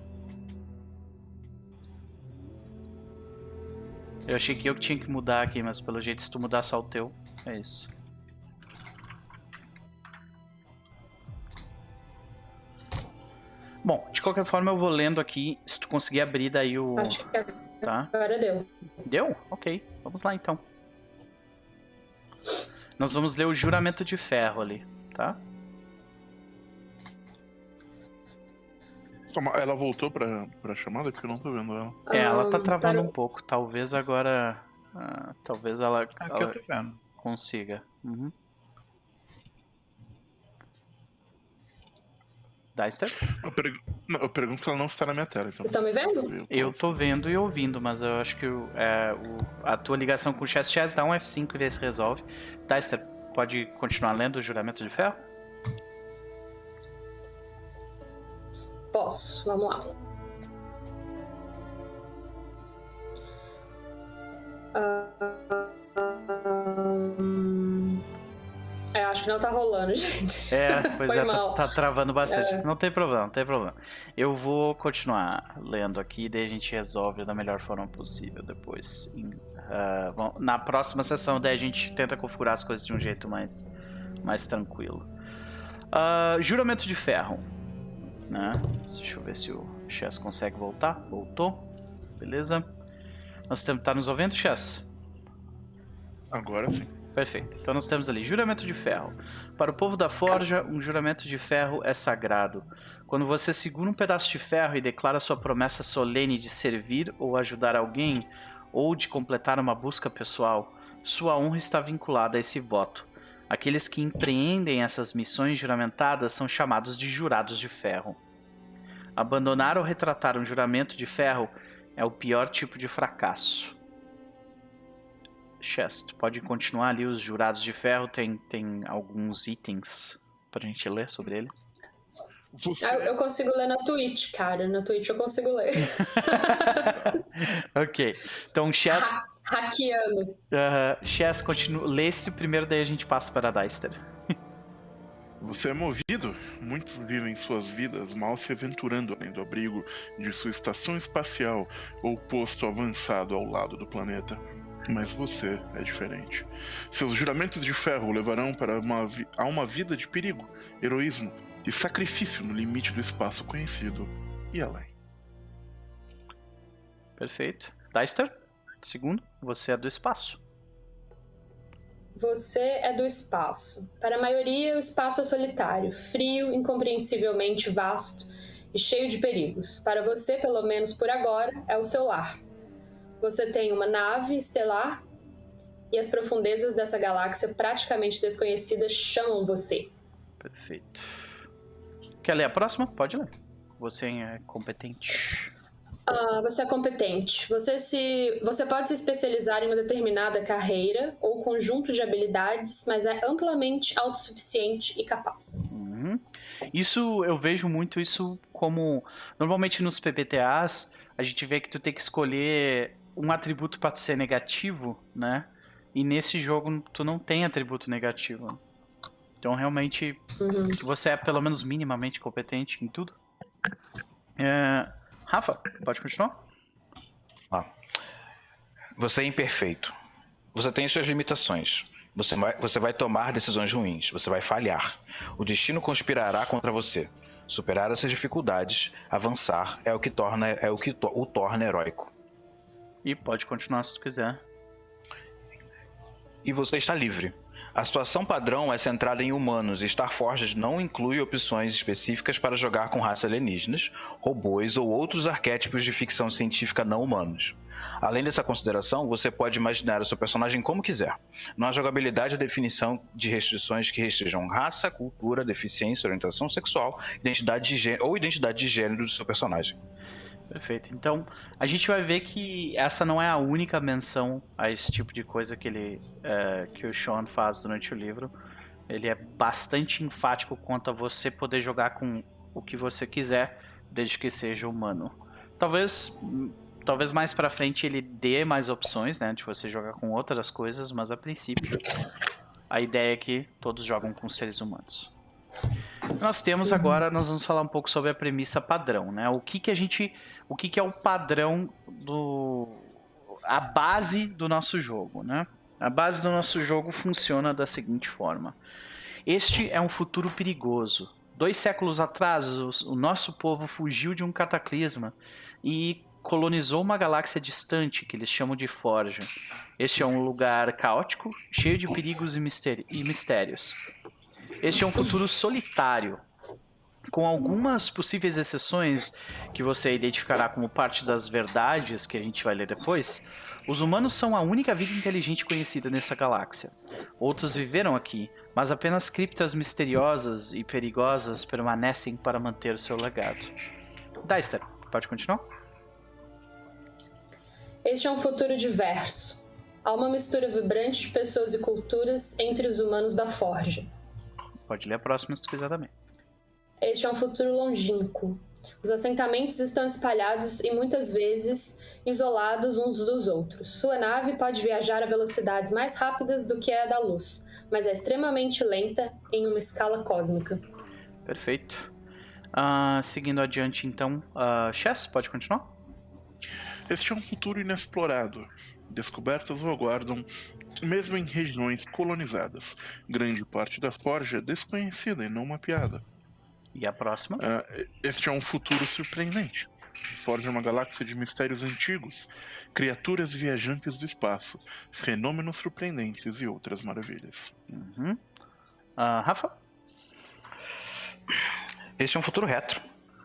Eu achei que eu que tinha que mudar aqui, mas pelo jeito se tu mudar só o teu, é isso. Bom, de qualquer forma eu vou lendo aqui, se tu conseguir abrir daí o... Acho que Tá? agora deu. Deu? Ok, vamos lá então. Nós vamos ler o Juramento de Ferro ali, tá? Ela voltou pra, pra chamada? Porque eu não tô vendo ela. É, ela tá Ah, travando parou. um pouco, talvez agora... ah, talvez ela, Aqui ela eu tô vendo. consiga. Uhum. Daister? Eu, pergu- não, eu pergunto se ela não está na minha tela. Então Vocês estão me vendo? Eu tô vendo e ouvindo, mas eu acho que o, é, o, a tua ligação com o Chess Chess dá um F cinco e vê se resolve. Daister, pode continuar lendo o Juramento de Ferro? Posso, vamos lá. Ahn, Eu acho acho que não tá rolando, gente. É, pois Foi é, tá, mal. tá travando bastante. É. Não tem problema, não tem problema. Eu vou continuar lendo aqui, daí a gente resolve da melhor forma possível depois. Em, uh, bom, na próxima sessão, daí a gente tenta configurar as coisas de um jeito mais, mais tranquilo. Uh, juramento de ferro. Né? Deixa eu ver se o Chess consegue voltar. Voltou. Beleza. Nós temos. Tá nos ouvindo, Chess? Agora sim. Perfeito. Então nós temos ali juramento de ferro. Para o povo da forja, um juramento de ferro é sagrado. Quando você segura um pedaço de ferro e declara sua promessa solene de servir ou ajudar alguém, ou de completar uma busca pessoal, sua honra está vinculada a esse voto. Aqueles que empreendem essas missões juramentadas são chamados de jurados de ferro. Abandonar ou retratar um juramento de ferro é o pior tipo de fracasso. Chest, pode continuar ali, os jurados de ferro tem, tem alguns itens pra gente ler sobre ele. Você... Ah, eu consigo ler na Twitch, cara. Na Twitch eu consigo ler. Ok, então Chess... Ha hackeando. Uh, Chess, continua, lê esse primeiro, daí a gente passa para a Deister. Você é movido. Muitos vivem suas vidas mal se aventurando além do abrigo de sua estação espacial ou posto avançado ao lado do planeta. Mas você é diferente. Seus juramentos de ferro levarão para uma vi- a uma vida de perigo, heroísmo e sacrifício no limite do espaço conhecido e além. Perfeito. Deister, segundo, você é do espaço. Você é do espaço. Para a maioria, o espaço é solitário, frio, incompreensivelmente vasto e cheio de perigos. Para você, pelo menos por agora, é o seu lar. Você tem uma nave estelar e as profundezas dessa galáxia praticamente desconhecida chamam você. Perfeito. Quer ler a próxima? Pode ler. Você é competente. Ah, você é competente. Você, se, você pode se especializar em uma determinada carreira ou conjunto de habilidades, mas é amplamente autossuficiente e capaz. Uhum. Isso, eu vejo muito isso como... Normalmente nos P B T As, a gente vê que tu tem que escolher um atributo para tu ser negativo, né? E nesse jogo tu não tem atributo negativo. Então realmente Uhum. você é pelo menos minimamente competente em tudo. É... Rafa, pode continuar? Ah. Você é imperfeito. Você tem suas limitações. Você vai, você vai tomar decisões ruins. Você vai falhar. O destino conspirará contra você. Superar essas dificuldades, avançar, é o que torna, é o, que to, o torna heróico. E pode continuar se tu quiser. E você está livre. A situação padrão é centrada em humanos e Starforged não inclui opções específicas para jogar com raças alienígenas, robôs ou outros arquétipos de ficção científica não humanos. Além dessa consideração, você pode imaginar o seu personagem como quiser. Não há jogabilidade ou definição de restrições que restringam raça, cultura, deficiência, orientação sexual, identidade de gênero, ou identidade de gênero do seu personagem. Perfeito. Então, a gente vai ver que essa não é a única menção a esse tipo de coisa que, ele, é, que o Sean faz durante o livro. Ele é bastante enfático quanto a você poder jogar com o que você quiser, desde que seja humano. Talvez, talvez mais pra frente ele dê mais opções, né, de você jogar com outras coisas, mas a princípio a ideia é que todos jogam com seres humanos. Nós temos agora, nós vamos falar um pouco sobre a premissa padrão, né? O que que a gente, o que que é o padrão do, a base do nosso jogo, né? A base do nosso jogo funciona da seguinte forma: este é um futuro perigoso. Dois séculos atrás, o, o nosso povo fugiu de um cataclisma e colonizou uma galáxia distante que eles chamam de Forja. Este é um lugar caótico, cheio de perigos e, misteri- e mistérios. Este é um futuro solitário, com algumas possíveis exceções que você identificará como parte das verdades que a gente vai ler depois. Os humanos são a única vida inteligente conhecida nessa galáxia. Outros viveram aqui, mas apenas criptas misteriosas e perigosas permanecem para manter o seu legado. Deister, pode continuar? Este é um futuro diverso. Há uma mistura vibrante de pessoas e culturas entre os humanos da Forja. Pode ler a próxima se tu quiser também. Este é um futuro longínquo. Os assentamentos estão espalhados e muitas vezes isolados uns dos outros. Sua nave pode viajar a velocidades mais rápidas do que a da luz, mas é extremamente lenta em uma escala cósmica. Perfeito. Uh, seguindo adiante, então, uh, Chess, pode continuar? Este é um futuro inexplorado. Descobertas o aguardam, mesmo em regiões colonizadas. Grande parte da forja é desconhecida e não mapeada. E a próxima? Uh, este é um futuro surpreendente. Forja é uma galáxia de mistérios antigos, criaturas viajantes do espaço, fenômenos surpreendentes e outras maravilhas. Uhum. Uh, Rafa? Este é um futuro retro.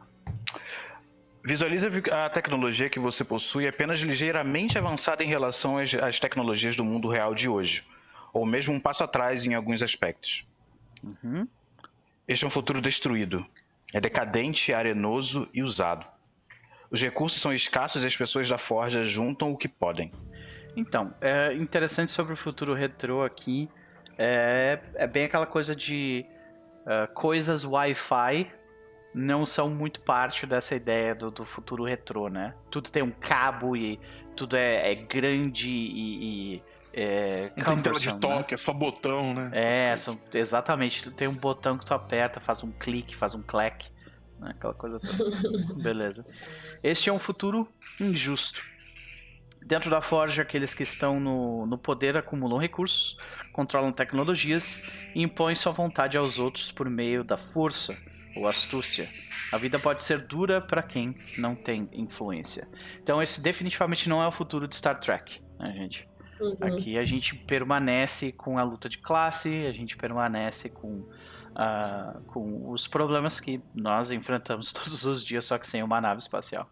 Visualize a tecnologia que você possui apenas ligeiramente avançada em relação às, às tecnologias do mundo real de hoje, ou mesmo um passo atrás em alguns aspectos. Uhum. Este é um futuro destruído. É decadente, arenoso e usado. Os recursos são escassos e as pessoas da Forja juntam o que podem. Então, é interessante sobre o futuro retrô aqui. É, é bem aquela coisa de uh, coisas Wi-Fi não são muito parte dessa ideia do, do futuro retrô, né? Tudo tem um cabo e tudo é, é grande e... e é, não tem tela de toque, né? É só botão, né? É, são, exatamente. Tem um botão que tu aperta, faz um clique, faz um clack, né? Aquela coisa toda. Beleza. Este é um futuro injusto. Dentro da Forja, aqueles que estão no, no poder acumulam recursos, controlam tecnologias e impõem sua vontade aos outros por meio da força ou astúcia. A vida pode ser dura para quem não tem influência. Então esse definitivamente não é o futuro de Star Trek, né, gente? Uhum. Aqui a gente permanece com a luta de classe, a gente permanece com, uh, com os problemas que nós enfrentamos todos os dias, só que sem uma nave espacial.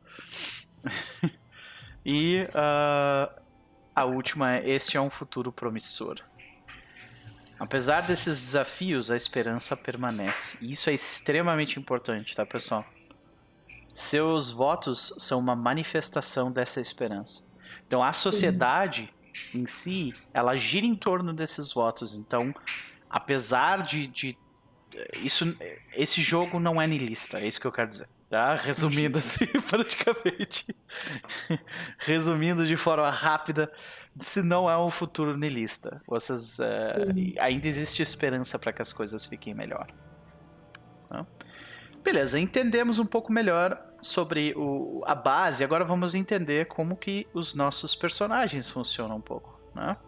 E uh, a última é: este é um futuro promissor. Apesar desses desafios, a esperança permanece. E isso é extremamente importante, tá, pessoal? Seus votos são uma manifestação dessa esperança. Então a sociedade em si, ela gira em torno desses votos. Então, apesar de, de isso, esse jogo não é niilista, é isso que eu quero dizer, tá? Resumindo assim, praticamente, resumindo de forma rápida, se não é um futuro niilista, vocês, uh, uhum. ainda existe esperança para que as coisas fiquem melhor. Tá? Beleza, entendemos um pouco melhor sobre o, a base. Agora vamos entender como que os nossos personagens funcionam um pouco, né?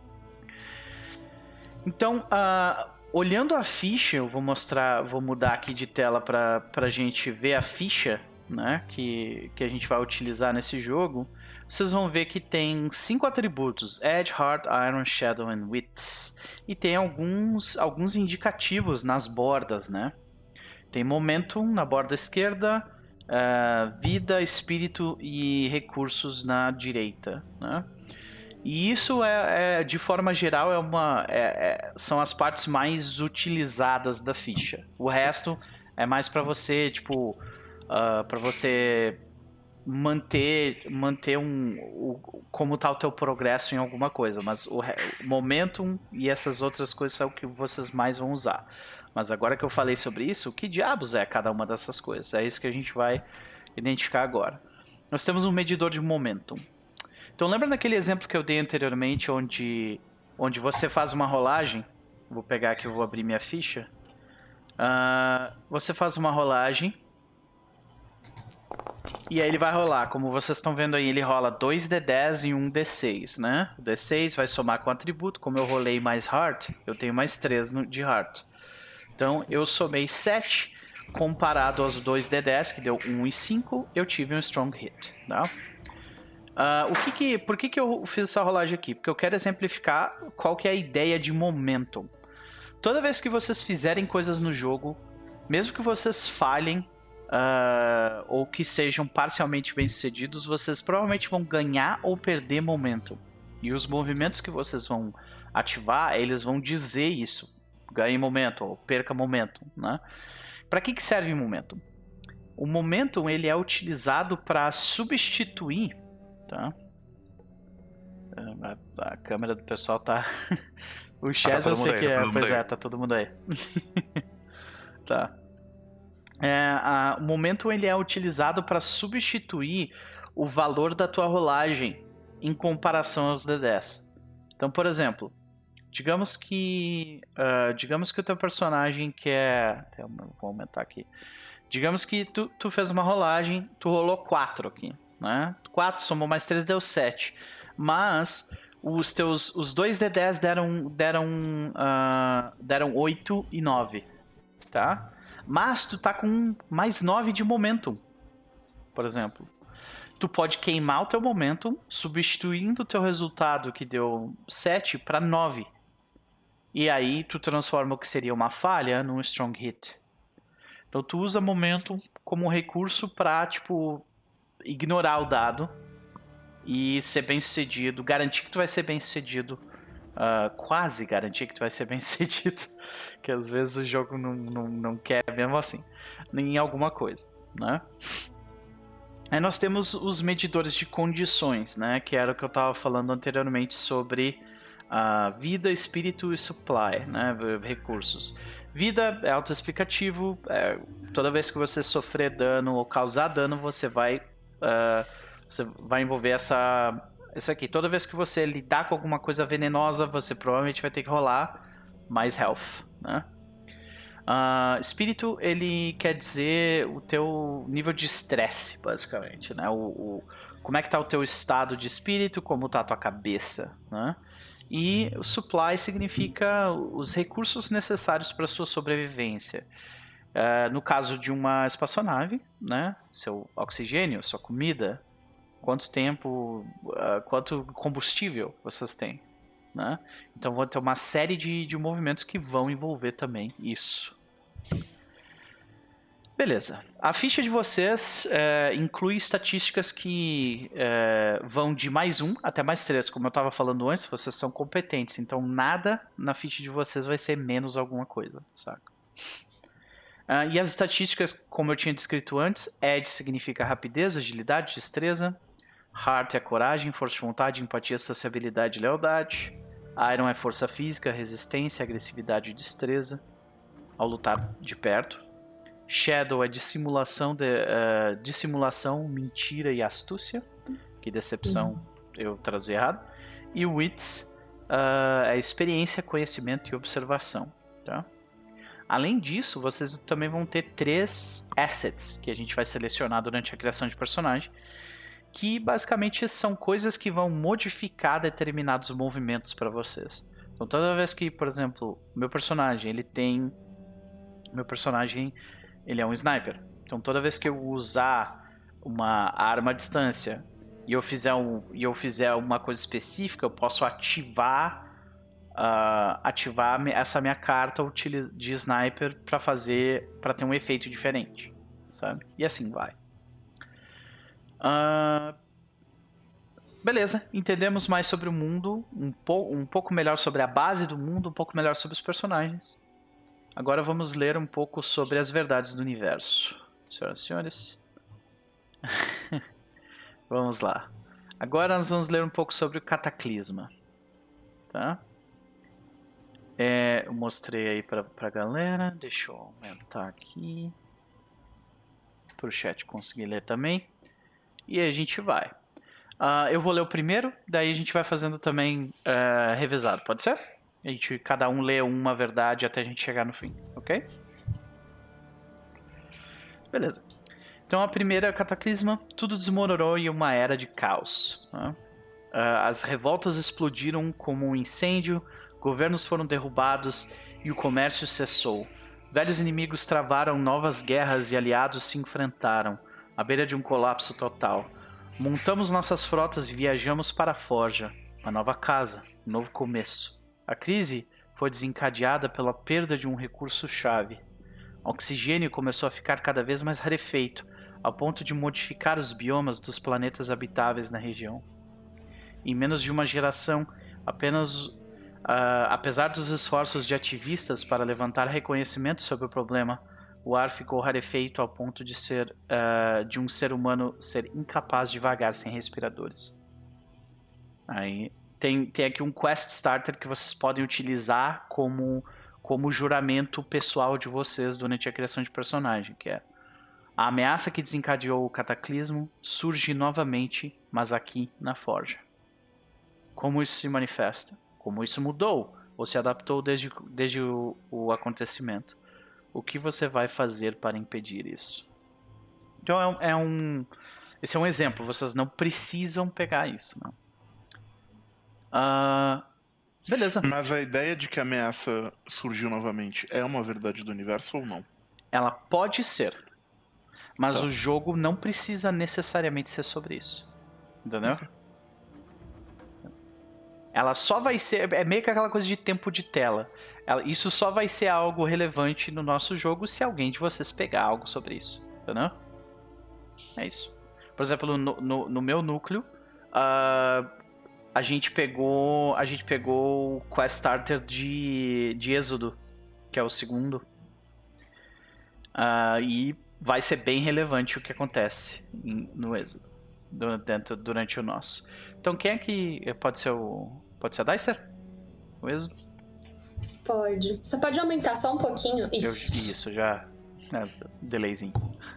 Então, uh, olhando a ficha, eu vou mostrar, vou mudar aqui de tela para a gente ver a ficha, né, que, que a gente vai utilizar nesse jogo. Vocês vão ver que tem cinco atributos: Edge, Heart, Iron, Shadow e Wits. E tem alguns, alguns indicativos nas bordas, né? Tem Momentum na borda esquerda, uh, Vida, Espírito e Recursos na direita, né? E isso, é, é de forma geral, é uma, é, é, são as partes mais utilizadas da ficha. O resto é mais para você, tipo, uh, para você manter, manter um, o, como tá o teu progresso em alguma coisa. Mas o, o Momentum e essas outras coisas são o que vocês mais vão usar. Mas agora que eu falei sobre isso, o que diabos é cada uma dessas coisas? É isso que a gente vai identificar agora. Nós temos um medidor de Momentum. Então lembra daquele exemplo que eu dei anteriormente, onde, onde você faz uma rolagem? Vou pegar aqui, eu vou abrir minha ficha. Uh, você faz uma rolagem e aí ele vai rolar. Como vocês estão vendo aí, ele rola dois D dez e um D seis, né? O D seis vai somar com o atributo. Como eu rolei mais Heart, eu tenho mais três no, de Heart. Então eu somei sete, comparado aos dois D dez, que deu um e cinco, eu tive um Strong Hit, tá? Uh, o que que, por que que eu fiz essa rolagem aqui? Porque eu quero exemplificar qual que é a ideia de Momentum. Toda vez que vocês fizerem coisas no jogo, mesmo que vocês falhem, uh, ou que sejam parcialmente bem-sucedidos, vocês provavelmente vão ganhar ou perder Momentum. E os movimentos que vocês vão ativar, eles vão dizer isso. Ganhe Momentum ou perca Momentum, né? Para que que serve Momentum? O Momentum, ele é utilizado para substituir, tá? A, a câmera do pessoal tá... O Chaz, ah, tá eu sei aí, que é, pois aí. É, tá todo mundo aí. Tá. é, a, o momento ele é utilizado para substituir o valor da tua rolagem em comparação aos D dez. Então, por exemplo, digamos que uh, digamos que o teu personagem quer... Vou aumentar aqui. Digamos que tu, tu fez uma rolagem, tu rolou quatro aqui, né? quatro somou mais três deu sete. Mas os teus os dois D dez deram deram uh, deram oito e nove, tá? Mas tu tá com mais nove de momentum, por exemplo. Tu pode queimar o teu momentum, substituindo o teu resultado que deu sete para nove. E aí tu transforma o que seria uma falha num strong hit. Então tu usa momentum como um recurso para, tipo, ignorar o dado e ser bem sucedido, garantir que tu vai ser bem sucedido, uh, quase garantir que tu vai ser bem sucedido, que às vezes o jogo não, não, não quer mesmo assim, em alguma coisa, né? Aí nós temos os medidores de condições, né? Que era o que eu estava falando anteriormente sobre a uh, vida, espírito e supply, né? Recursos. Vida é autoexplicativo, é, toda vez que você sofrer dano ou causar dano, você vai, uh, você vai envolver essa, isso aqui. Toda vez que você lidar com alguma coisa venenosa, você provavelmente vai ter que rolar mais health, né? Uh, espírito, ele quer dizer o teu nível de estresse, basicamente, né? O, o, como é que tá o teu estado de espírito, como tá a tua cabeça, né? E o supply significa os recursos necessários para sua sobrevivência. Uh, no caso de uma espaçonave, né? Seu oxigênio, sua comida, quanto tempo, uh, quanto combustível vocês têm, né? Então vão ter uma série de, de movimentos que vão envolver também isso. Beleza. A ficha de vocês é, inclui estatísticas que é, vão de mais um até mais três. Como eu estava falando antes, vocês são competentes. Então nada na ficha de vocês vai ser menos alguma coisa, saca? Ah, e as estatísticas, como eu tinha descrito antes, Edge significa rapidez, agilidade, destreza. Heart é coragem, força de vontade, empatia, sociabilidade e lealdade. Iron é força física, resistência, agressividade e destreza ao lutar de perto. Shadow é dissimulação, de, uh, dissimulação, mentira e astúcia. Que decepção, uhum. Eu traduzi errado. E Wits uh, é experiência, conhecimento e observação. Tá? Além disso, vocês também vão ter três assets que a gente vai selecionar durante a criação de personagem. Que basicamente são coisas que vão modificar determinados movimentos para vocês. Então toda vez que, por exemplo, meu personagem, ele tem... Meu personagem... Ele é um sniper. Então toda vez que eu usar uma arma à distância e eu fizer, um, e eu fizer uma coisa específica, eu posso ativar, uh, ativar essa minha carta de sniper para fazer, para ter um efeito diferente, sabe? E assim vai. Uh, beleza, entendemos mais sobre o mundo, um, po um pouco melhor sobre a base do mundo, um pouco melhor sobre os personagens. Agora vamos ler um pouco sobre as verdades do universo. Senhoras e senhores. Vamos lá. Agora nós vamos ler um pouco sobre o cataclisma. Tá? É, eu mostrei aí pra, pra galera. Deixa eu aumentar aqui. Para o chat conseguir ler também. E aí a gente vai. Uh, eu vou ler o primeiro, daí a gente vai fazendo também uh, revezado. Pode ser? A gente, cada um lê uma verdade até a gente chegar no fim, ok? Beleza. Então a primeira cataclisma, tudo desmoronou em uma era de caos. Né? As revoltas explodiram como um incêndio, governos foram derrubados e o comércio cessou. Velhos inimigos travaram novas guerras e aliados se enfrentaram, à beira de um colapso total. Montamos nossas frotas e viajamos para a Forja, uma nova casa, um novo começo. A crise foi desencadeada pela perda de um recurso-chave. O oxigênio começou a ficar cada vez mais rarefeito, ao ponto de modificar os biomas dos planetas habitáveis na região. Em menos de uma geração, apenas, uh, apesar dos esforços de ativistas para levantar reconhecimento sobre o problema, o ar ficou rarefeito ao ponto de, ser, uh, de um ser humano ser incapaz de vagar sem respiradores. Aí... Tem, tem aqui um quest starter que vocês podem utilizar como, como juramento pessoal de vocês durante a criação de personagem, que é: a ameaça que desencadeou o cataclismo surge novamente, mas aqui na Forja. Como isso se manifesta? Como isso mudou ou se adaptou desde, desde o, o acontecimento? O que você vai fazer para impedir isso? Então é um, é um... Esse é um exemplo. Vocês não precisam pegar isso, não. Uh, beleza. Mas a ideia de que a ameaça surgiu novamente é uma verdade do universo ou não? Ela pode ser. Mas Tá. o jogo não precisa necessariamente ser sobre isso. Entendeu? Ok. Ela só vai ser... É meio que aquela coisa de tempo de tela. Ela, isso só vai ser algo relevante no nosso jogo se alguém de vocês pegar algo sobre isso. Entendeu? É isso. Por exemplo, no, no, no meu núcleo, uh, a gente pegou a gente pegou o Quest Starter de, de Êxodo, que é o segundo. Uh, e vai ser bem relevante o que acontece em, no Êxodo, dentro, durante o nosso. Então quem é que... Pode ser o... Pode ser a Deister? O Êxodo? Pode. Você pode aumentar só um pouquinho? Isso. Eu, isso, já... É, delayzinho.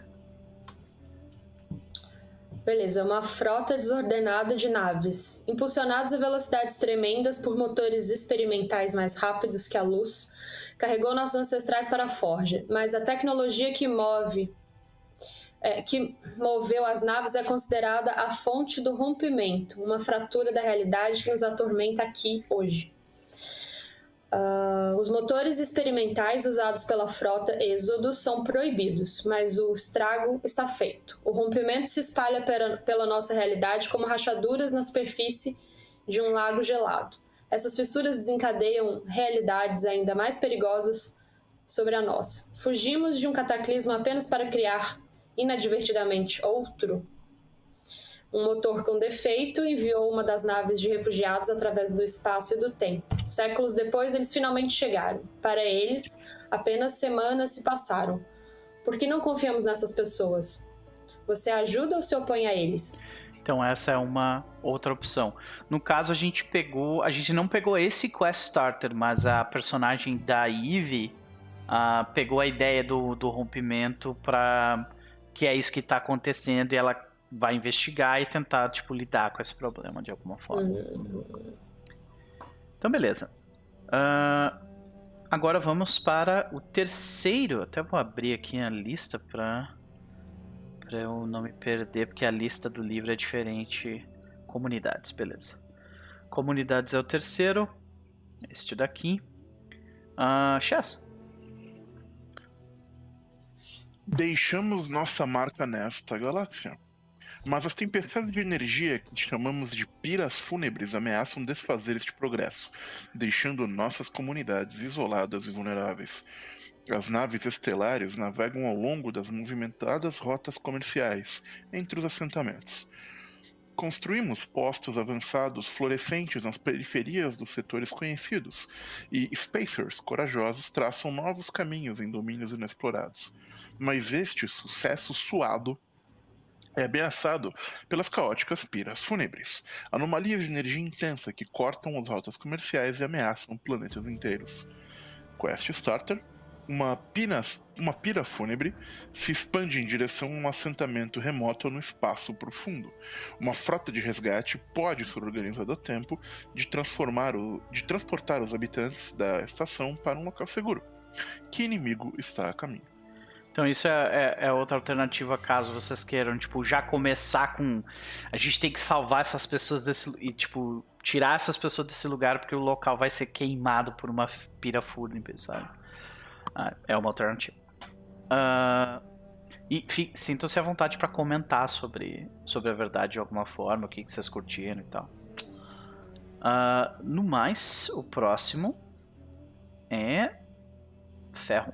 Beleza, uma frota desordenada de naves, impulsionados a velocidades tremendas por motores experimentais mais rápidos que a luz, carregou nossos ancestrais para a Forja, mas a tecnologia que move, é, que moveu as naves é considerada a fonte do rompimento, uma fratura da realidade que nos atormenta aqui hoje. Uh, os motores experimentais usados pela frota Êxodo são proibidos, mas o estrago está feito. O rompimento se espalha pela, pela nossa realidade como rachaduras na superfície de um lago gelado. Essas fissuras desencadeiam realidades ainda mais perigosas sobre a nossa. Fugimos de um cataclismo apenas para criar, inadvertidamente, outro. Um motor com defeito enviou uma das naves de refugiados através do espaço e do tempo. Séculos depois, eles finalmente chegaram. Para eles, apenas semanas se passaram. Por que não confiamos nessas pessoas? Você ajuda ou se opõe a eles? Então essa é uma outra opção. No caso, a gente pegou... A gente não pegou esse Quest Starter, mas a personagem da Eve uh, pegou a ideia do, do rompimento para... Que é isso que está acontecendo e ela... vai investigar e tentar, tipo, lidar com esse problema de alguma forma. Uhum. Então, beleza. Uh, agora vamos para o terceiro. Até vou abrir aqui a lista para para eu não me perder, porque a lista do livro é diferente. Comunidades, beleza. Comunidades é o terceiro. Este daqui. Uh, Chess. Deixamos nossa marca nesta galáxia. Mas as tempestades de energia que chamamos de piras fúnebres ameaçam desfazer este progresso, deixando nossas comunidades isoladas e vulneráveis. As naves estelares navegam ao longo das movimentadas rotas comerciais entre os assentamentos. Construímos postos avançados florescentes nas periferias dos setores conhecidos, e spacers corajosos traçam novos caminhos em domínios inexplorados. Mas este sucesso suado é ameaçado pelas caóticas piras fúnebres, anomalias de energia intensa que cortam as rotas comerciais e ameaçam planetas inteiros. Quest Starter, uma, pinas, uma pira fúnebre, se expande em direção a um assentamento remoto no espaço profundo. Uma frota de resgate pode ser organizada a tempo de, transformar o, de transportar os habitantes da estação para um local seguro. Que inimigo está a caminho? Então isso é, é, é outra alternativa caso vocês queiram, tipo, já começar com... A gente tem que salvar essas pessoas desse... E, tipo, tirar essas pessoas desse lugar porque o local vai ser queimado por uma pira fúnebre, sabe? Ah, é uma alternativa. Uh, e sintam-se à vontade para comentar sobre, sobre a verdade de alguma forma, o que, que vocês curtiram e tal. Uh, no mais, o próximo é... Ferro.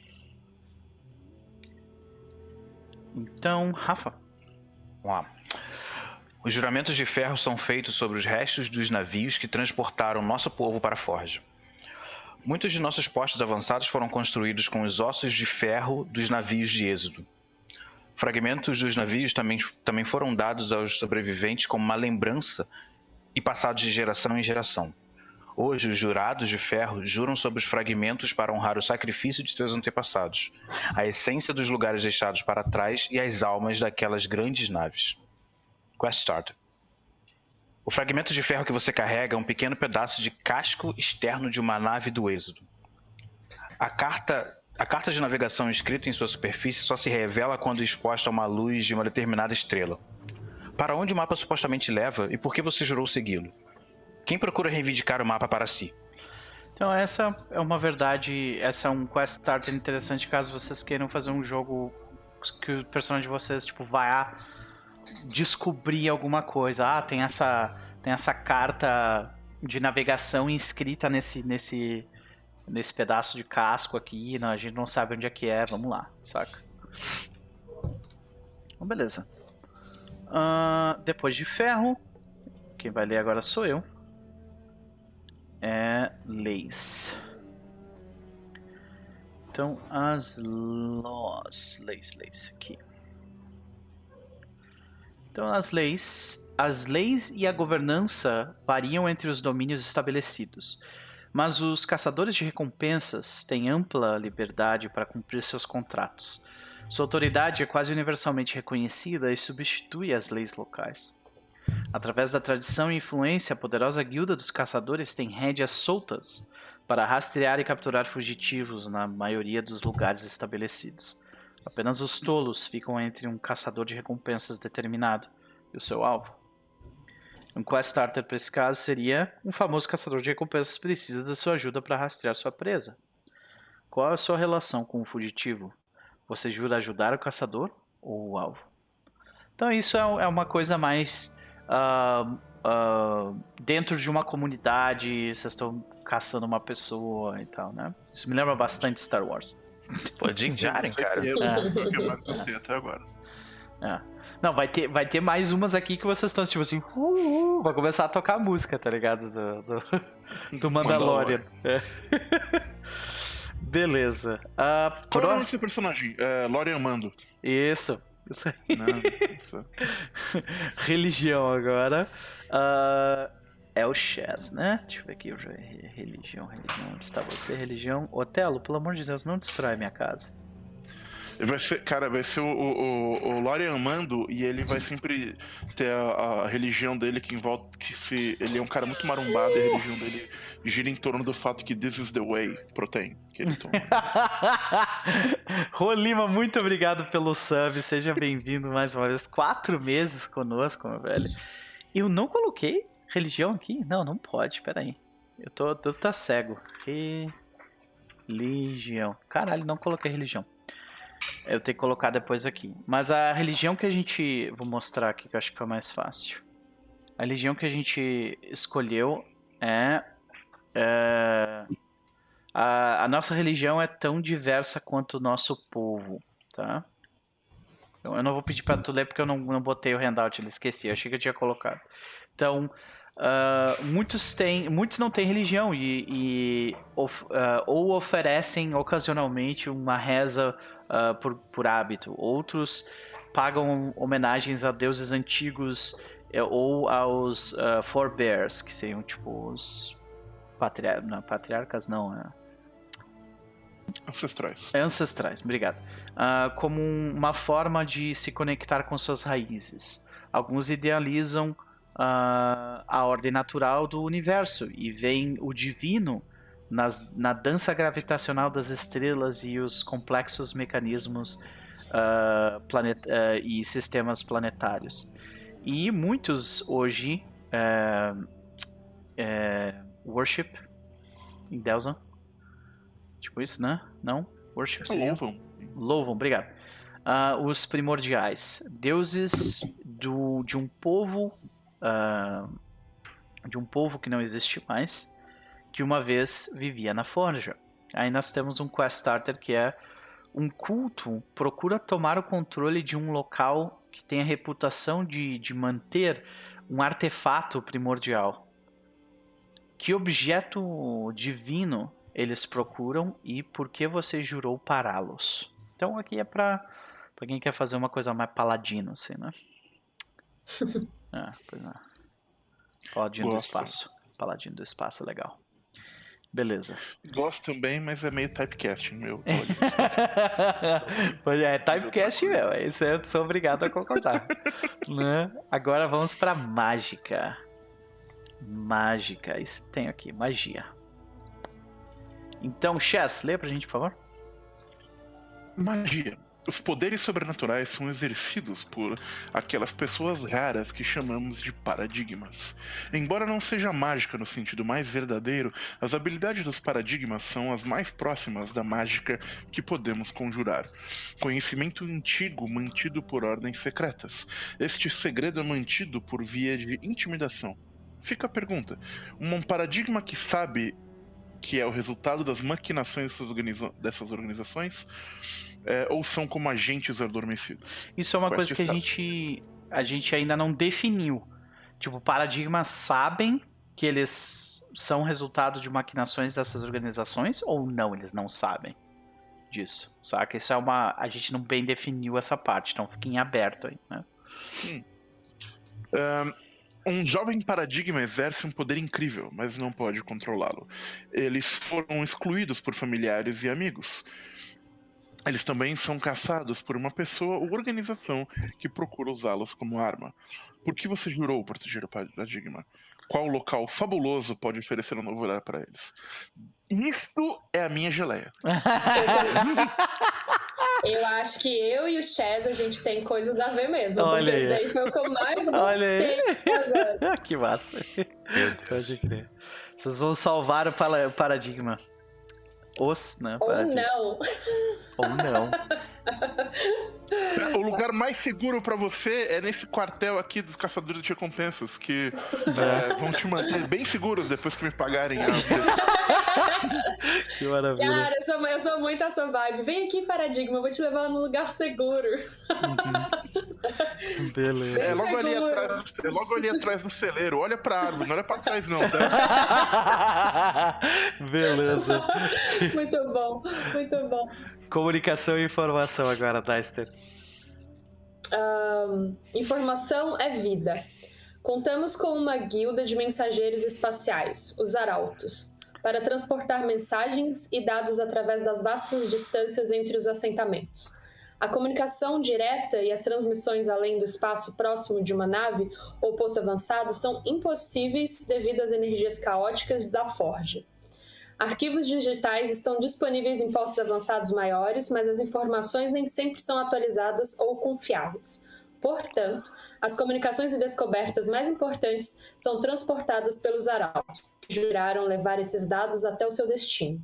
Então, Rafa. Vamos lá. Os juramentos de ferro são feitos sobre os restos dos navios que transportaram nosso povo para a Forja. Muitos de nossos postos avançados foram construídos com os ossos de ferro dos navios de Êxodo. Fragmentos dos navios também, também foram dados aos sobreviventes como uma lembrança e passados de geração em geração. Hoje, os jurados de ferro juram sobre os fragmentos para honrar o sacrifício de seus antepassados, a essência dos lugares deixados para trás e as almas daquelas grandes naves. Quest Starter. O fragmento de ferro que você carrega é um pequeno pedaço de casco externo de uma nave do Êxodo. A carta, a carta de navegação escrita em sua superfície só se revela quando exposta a uma luz de uma determinada estrela. Para onde o mapa supostamente leva e por que você jurou segui-lo? Quem procura reivindicar o mapa para si? Então essa é uma verdade, essa é um quest starter interessante caso vocês queiram fazer um jogo que o personagem de vocês tipo vai a descobrir alguma coisa. Ah, tem essa tem essa carta de navegação inscrita nesse nesse nesse pedaço de casco aqui, não, a gente não sabe onde é que é, vamos lá, saca? Então, beleza. Uh, depois de ferro, quem vai ler agora sou eu. É leis. Então as laws, leis, leis aqui. Então as leis, as leis e a governança variam entre os domínios estabelecidos, mas os caçadores de recompensas têm ampla liberdade para cumprir seus contratos. Sua autoridade é quase universalmente reconhecida e substitui as leis locais. Através da tradição e influência, a poderosa guilda dos caçadores tem rédeas soltas para rastrear e capturar fugitivos na maioria dos lugares estabelecidos. Apenas os tolos ficam entre um caçador de recompensas determinado e o seu alvo. Um quest starter para esse caso seria: um famoso caçador de recompensas precisa da sua ajuda para rastrear sua presa. Qual é a sua relação com o fugitivo? Você jura ajudar o caçador ou o alvo? Então isso é uma coisa mais uh, uh, dentro de uma comunidade, vocês estão caçando uma pessoa e tal, né? Isso me lembra bastante Star Wars. Pô, Din Djarin, cara. É o É. que eu mais gostei até agora. É. Não, vai ter, vai ter mais umas aqui que vocês estão tipo assim, uh, uh, vai começar a tocar a música, tá ligado? Do, do, do Mandalorian. É. Beleza. Uh, Qual é o nome próximo... do seu personagem? É, Lorian Mando. Isso, isso aí. Não, isso. Religião agora. Uh, é o Chaz, né? Deixa eu ver aqui. Religião, religião. Onde está você, religião? Otelo, pelo amor de Deus, não destrói minha casa. Vai ser, cara, vai ser o, o, o Lorian Mando e ele vai sempre ter a, a religião dele que envolve. Que se, ele é um cara muito marumbado e a religião dele gira em torno do fato que this is the way, protein, que ele toma. Rolima, muito obrigado pelo sub. Seja bem-vindo mais uma vez. Quatro meses conosco, meu velho. Eu não coloquei religião aqui? Não, não pode, peraí. Eu tô, tô tá cego. Religião. Caralho, não coloquei religião. Eu tenho que colocar depois aqui. Mas a religião que a gente... Vou mostrar aqui que eu acho que é mais fácil. A religião que a gente escolheu é... é a, a nossa religião é tão diversa quanto o nosso povo, tá? Então, eu não vou pedir para tu ler porque eu não, não botei o handout, eu esqueci. Eu achei que eu tinha colocado. Então... Uh, muitos, têm, muitos não têm religião e, e of, uh, ou oferecem ocasionalmente uma reza uh, por, por hábito. Outros pagam homenagens a deuses antigos eh, ou aos uh, forebears, que seriam tipo os patriar não, patriarcas, não, é... Ancestrais. Ancestrais, obrigado. Uh, como uma forma de se conectar com suas raízes. Alguns idealizam Uh, a ordem natural do universo e veem o divino nas, na dança gravitacional das estrelas e os complexos mecanismos uh, planet, uh, e sistemas planetários. E muitos hoje uh, uh, worship, endeusam, tipo isso, né? Não? Worship seria? Louvam. Louvam, obrigado. Uh, os primordiais, deuses do, de um povo Uh, de um povo que não existe mais, que uma vez vivia na Forja. Aí nós temos um quest starter que é um culto procura tomar o controle de um local que tem a reputação de, de manter um artefato primordial. Que objeto divino eles procuram e por que você jurou pará-los? Então aqui é pra, pra quem quer fazer uma coisa mais paladino, assim, né? Ah, pois é. Paladino do espaço. Paladino do espaço é legal. Beleza. Gosto também, mas é meio typecasting, meu. Pois é, typecast meu. Isso eu sou obrigado a concordar. Né? Agora vamos pra mágica. Mágica. Isso tem aqui, magia. Então, Chess, lê pra gente, por favor. Magia. Os poderes sobrenaturais são exercidos por aquelas pessoas raras que chamamos de paradigmas. Embora não seja mágica no sentido mais verdadeiro, as habilidades dos paradigmas são as mais próximas da mágica que podemos conjurar. Conhecimento antigo mantido por ordens secretas. Este segredo é mantido por via de intimidação. Fica a pergunta: um paradigma que sabe que é o resultado das maquinações dessas, organiza dessas organizações, é, ou são como agentes adormecidos? Isso é uma Quest coisa que a sabe. gente, a gente ainda não definiu. Tipo, paradigmas sabem que eles são resultado de maquinações dessas organizações ou não, eles não sabem disso, saca? Isso é uma... A gente não bem definiu essa parte, então fica em aberto aí, né? Hum. Um, Um jovem paradigma exerce um poder incrível, mas não pode controlá-lo. Eles foram excluídos por familiares e amigos. Eles também são caçados por uma pessoa ou organização que procura usá-los como arma. Por que você jurou proteger o paradigma? Qual local fabuloso pode oferecer um novo olhar para eles? Isto é a minha geleia. Eu acho que eu e o Chaz, a gente tem coisas a ver mesmo. Olha porque aí. esse daí foi o que eu mais Olha gostei agora. Que massa. Pode crer. Vocês vão salvar o pala- paradigma. Os, né? Ou paradigma. não. Ou não. O lugar mais seguro pra você é nesse quartel aqui dos caçadores de recompensas, que é, vão te manter bem seguros depois que me pagarem a... Que maravilha. Cara, eu sou, eu sou muito essa vibe. Vem aqui, paradigma, eu vou te levar num lugar seguro. Beleza. É logo ali, atrás, é logo ali atrás do celeiro. Olha pra árvore, não olha pra trás não, tá? Beleza. Muito bom, muito bom. Comunicação e informação agora, Deister. Um, informação é vida. Contamos com uma guilda de mensageiros espaciais, os Arautos, para transportar mensagens e dados através das vastas distâncias entre os assentamentos. A comunicação direta e as transmissões além do espaço próximo de uma nave ou posto avançado são impossíveis devido às energias caóticas da Forja. Arquivos digitais estão disponíveis em postos avançados maiores, mas as informações nem sempre são atualizadas ou confiáveis. Portanto, as comunicações e descobertas mais importantes são transportadas pelos Arautos, que juraram levar esses dados até o seu destino.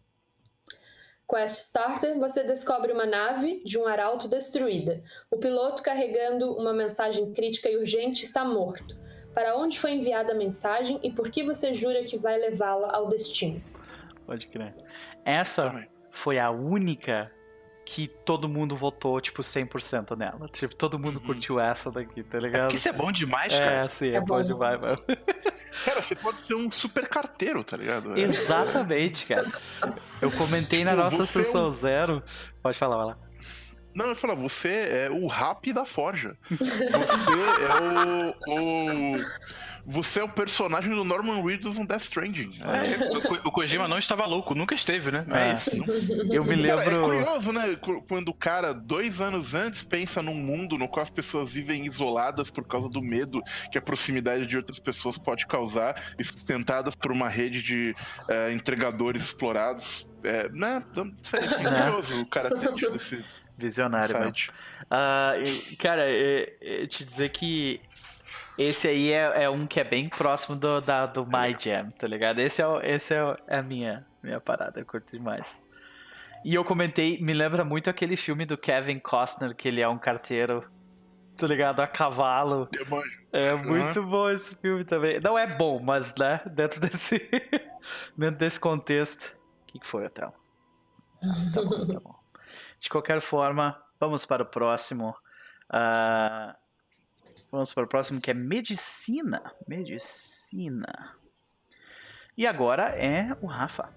Quest Starter, você descobre uma nave de um Arauto destruída. O piloto, carregando uma mensagem crítica e urgente, está morto. Para onde foi enviada a mensagem e por que você jura que vai levá-la ao destino? Pode crer. Essa foi a única que todo mundo votou, tipo, cem por cento nela. Tipo, todo mundo uhum. curtiu essa daqui, tá ligado? Porque isso é bom demais, cara. É, sim, é, é bom, bom demais, mano. Cara, você pode ser um super carteiro, tá ligado? É. Exatamente, cara. Eu comentei tipo, na nossa sessão é um... zero. Pode falar, vai lá. Não, eu ia falar, você é o rap da Forja. Você é o, o... Você é o personagem do Norman Reedus no Death Stranding. É, o, o Kojima não estava louco, nunca esteve, né? É, é isso. Eu me lembro... Cara, é curioso, né? Quando o cara, dois anos antes, pensa num mundo no qual as pessoas vivem isoladas por causa do medo que a proximidade de outras pessoas pode causar, sustentadas por uma rede de é, entregadores explorados. É, né? Não sei, é curioso o cara ter tido esse... Visionário, meu. Uh, cara, eu, eu te dizer que esse aí é, é um que é bem próximo do, da, do My Jam, tá ligado? Esse é, o, esse é, o, é a minha, minha parada, eu curto demais. E eu comentei, me lembra muito aquele filme do Kevin Costner, que ele é um carteiro, tá ligado? A cavalo. É muito uhum. bom esse filme também. Não é bom, mas, né, dentro desse, dentro desse contexto. O que, que foi, Otelo? Ah, tá bom, tá bom. De qualquer forma, vamos para o próximo. Uh, vamos para o próximo, que é medicina. Medicina. E agora é o Rafa.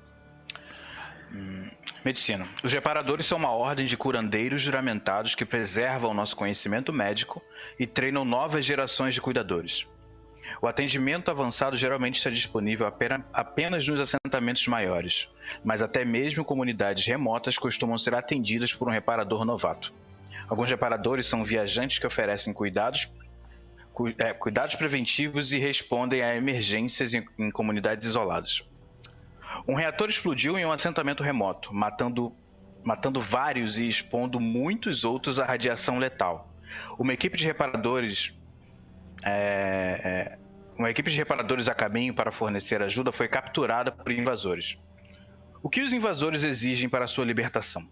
Hum, medicina. Os reparadores são uma ordem de curandeiros juramentados que preservam o nosso conhecimento médico e treinam novas gerações de cuidadores. O atendimento avançado geralmente está disponível apenas nos assentamentos maiores, mas até mesmo comunidades remotas costumam ser atendidas por um reparador novato. Alguns reparadores são viajantes que oferecem cuidados, cu, é, cuidados preventivos e respondem a emergências em, em comunidades isoladas. Um reator explodiu em um assentamento remoto, matando, matando vários e expondo muitos outros à radiação letal. Uma equipe de reparadores... É, é, uma equipe de reparadores a caminho para fornecer ajuda foi capturada por invasores. O que os invasores exigem para sua libertação?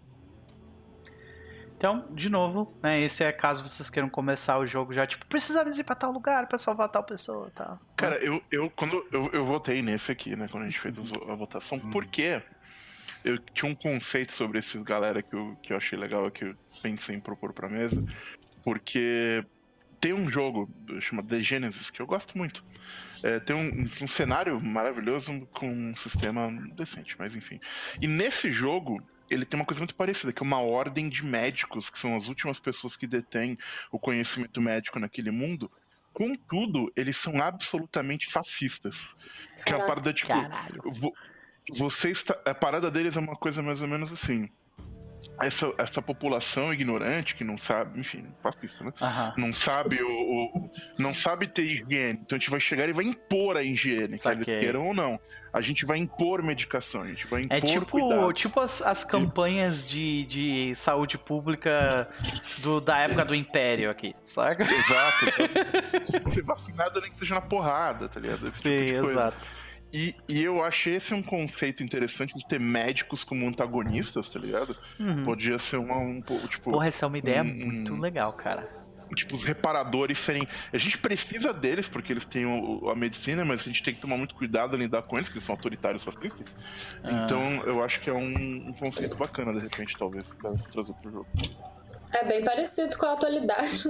Então, de novo, né, esse é caso vocês queiram começar o jogo já, tipo, precisamos ir pra tal lugar pra salvar tal pessoa e tal. Cara, eu, eu quando eu, eu votei nesse aqui, né, quando a gente fez a votação, Hum. porque eu tinha um conceito sobre esses galera que eu, que eu achei legal, que eu pensei em propor pra mesa, porque tem um jogo chamado The Genesis, que eu gosto muito. É, tem um, um cenário maravilhoso com um sistema decente, mas enfim. E nesse jogo, ele tem uma coisa muito parecida, que é uma ordem de médicos, que são as últimas pessoas que detêm o conhecimento médico naquele mundo. Contudo, eles são absolutamente fascistas. Que é a parada, tipo, vo, você está, a parada deles é uma coisa mais ou menos assim. Essa, essa população ignorante que não sabe, enfim, fascista, né? Aham. Não sabe o, o- não sabe ter higiene. Então a gente vai chegar e vai impor a higiene, quer Saquei. eles queiram ou não. A gente vai impor medicação, a gente vai impor É tipo, cuidados. tipo as, as campanhas de, de saúde pública do, da época do Império aqui, saca? Exato. Ser vacinado nem que seja na porrada, tá ligado? Esse Sim, tipo de coisa. exato. E, e eu achei esse um conceito interessante de ter médicos como antagonistas, tá ligado? Uhum. Podia ser uma, um pouco, tipo... Porra, essa é uma ideia um- muito um- legal, cara. Tipo, os reparadores serem... A gente precisa deles, porque eles têm o- a medicina, mas a gente tem que tomar muito cuidado em lidar com eles, porque eles são autoritários fascistas. Ah. Então, eu acho que é um, um conceito bacana, de repente, talvez, pra trazer pro jogo. É bem parecido com a atualidade.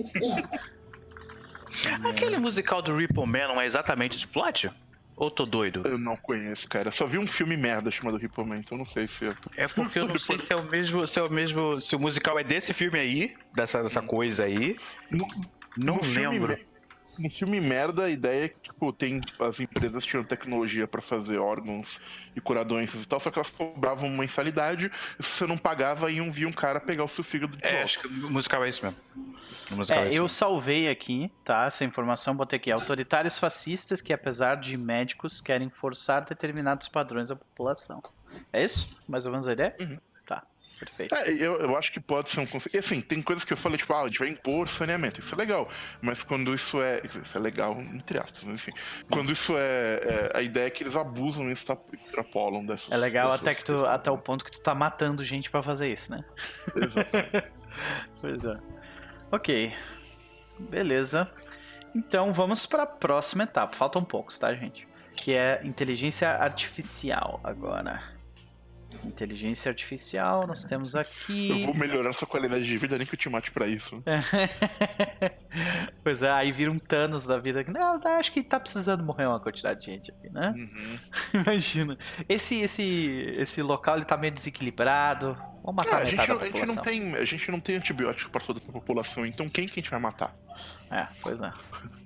Aquele musical do Ripple Man não é exatamente esse plot? Ou tô doido? Eu não conheço, cara. Só vi um filme merda chamado Ripple Man, então não sei se... É porque eu não sei se é o mesmo, se é o mesmo, se o musical é desse filme aí, dessa, dessa coisa aí. No, Não no filme lembro. me- No filme merda, a ideia é que, tipo, tem as empresas tinham tecnologia pra fazer órgãos e curar doenças e tal, só que elas cobravam uma mensalidade, e se você não pagava, iam vir um cara pegar o seu fígado de É, volta. acho que o musical é isso mesmo. O musical é, É, isso eu mesmo. salvei aqui, tá? Essa informação, botei aqui. Autoritários fascistas que, apesar de médicos, querem forçar determinados padrões da população. É isso? Mais ou menos a ideia? Uhum. Tá, perfeito. É, eu, eu acho que pode ser um conceito. E assim, tem coisas que eu falei, tipo, ah, a gente vai impor saneamento. Isso é legal. Mas quando isso é. quer dizer, Isso é legal, entre aspas, mas enfim. Quando isso é. é- a ideia é que eles abusam e extra- extrapolam dessas. É legal dessas até, que tu, questões, até o né? ponto que tu tá matando gente pra fazer isso, né? Exato. Pois é. Ok. Beleza. Então vamos pra próxima etapa. Faltam poucos, tá, gente? Que é inteligência artificial agora. Inteligência artificial, nós temos aqui. Eu vou melhorar sua qualidade de vida, nem que eu te mate pra isso. Pois é, aí vira um Thanos da vida. Não, acho que tá precisando morrer uma quantidade de gente aqui, né? Uhum. Imagina. Esse, esse, esse local ele tá meio desequilibrado. Vamos matar Ah, a, gente metade não, da a, gente população. não tem, a gente não tem antibiótico pra toda a população, então quem que a gente vai matar? É, pois é.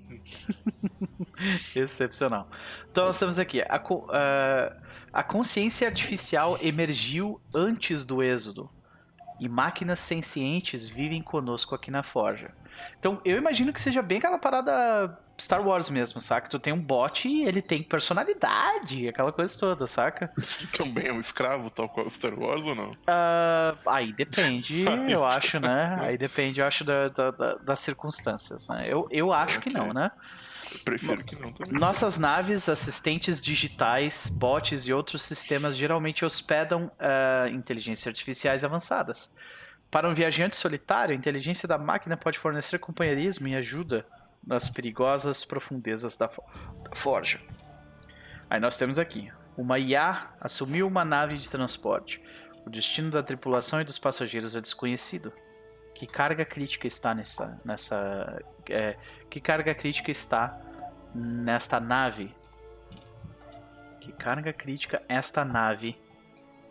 Excepcional. Então nós temos aqui. A, co- ah, a consciência artificial emergiu antes do êxodo. E máquinas sencientes vivem conosco aqui na Forja. Então eu imagino que seja bem aquela parada Star Wars mesmo, saca? Tu tem um bot e ele tem personalidade, aquela coisa toda, saca? Também é um escravo, tal qual o Star Wars ou não? Ah, aí depende, Ah, eu acho, né? Aí depende, eu acho, da, da- da- das circunstâncias, né? Eu, eu acho que Ok. não, né? Eu prefiro que não também. Nossas naves, assistentes digitais, bots e outros sistemas geralmente hospedam ah, inteligências artificiais avançadas. Para um viajante solitário, a inteligência da máquina pode fornecer companheirismo e ajuda nas perigosas profundezas da, fo- da forja. Aí nós temos aqui, uma I A assumiu uma nave de transporte. O destino da tripulação e dos passageiros é desconhecido. Que carga crítica está nessa... nessa é, que carga crítica está nesta nave? Que carga crítica esta nave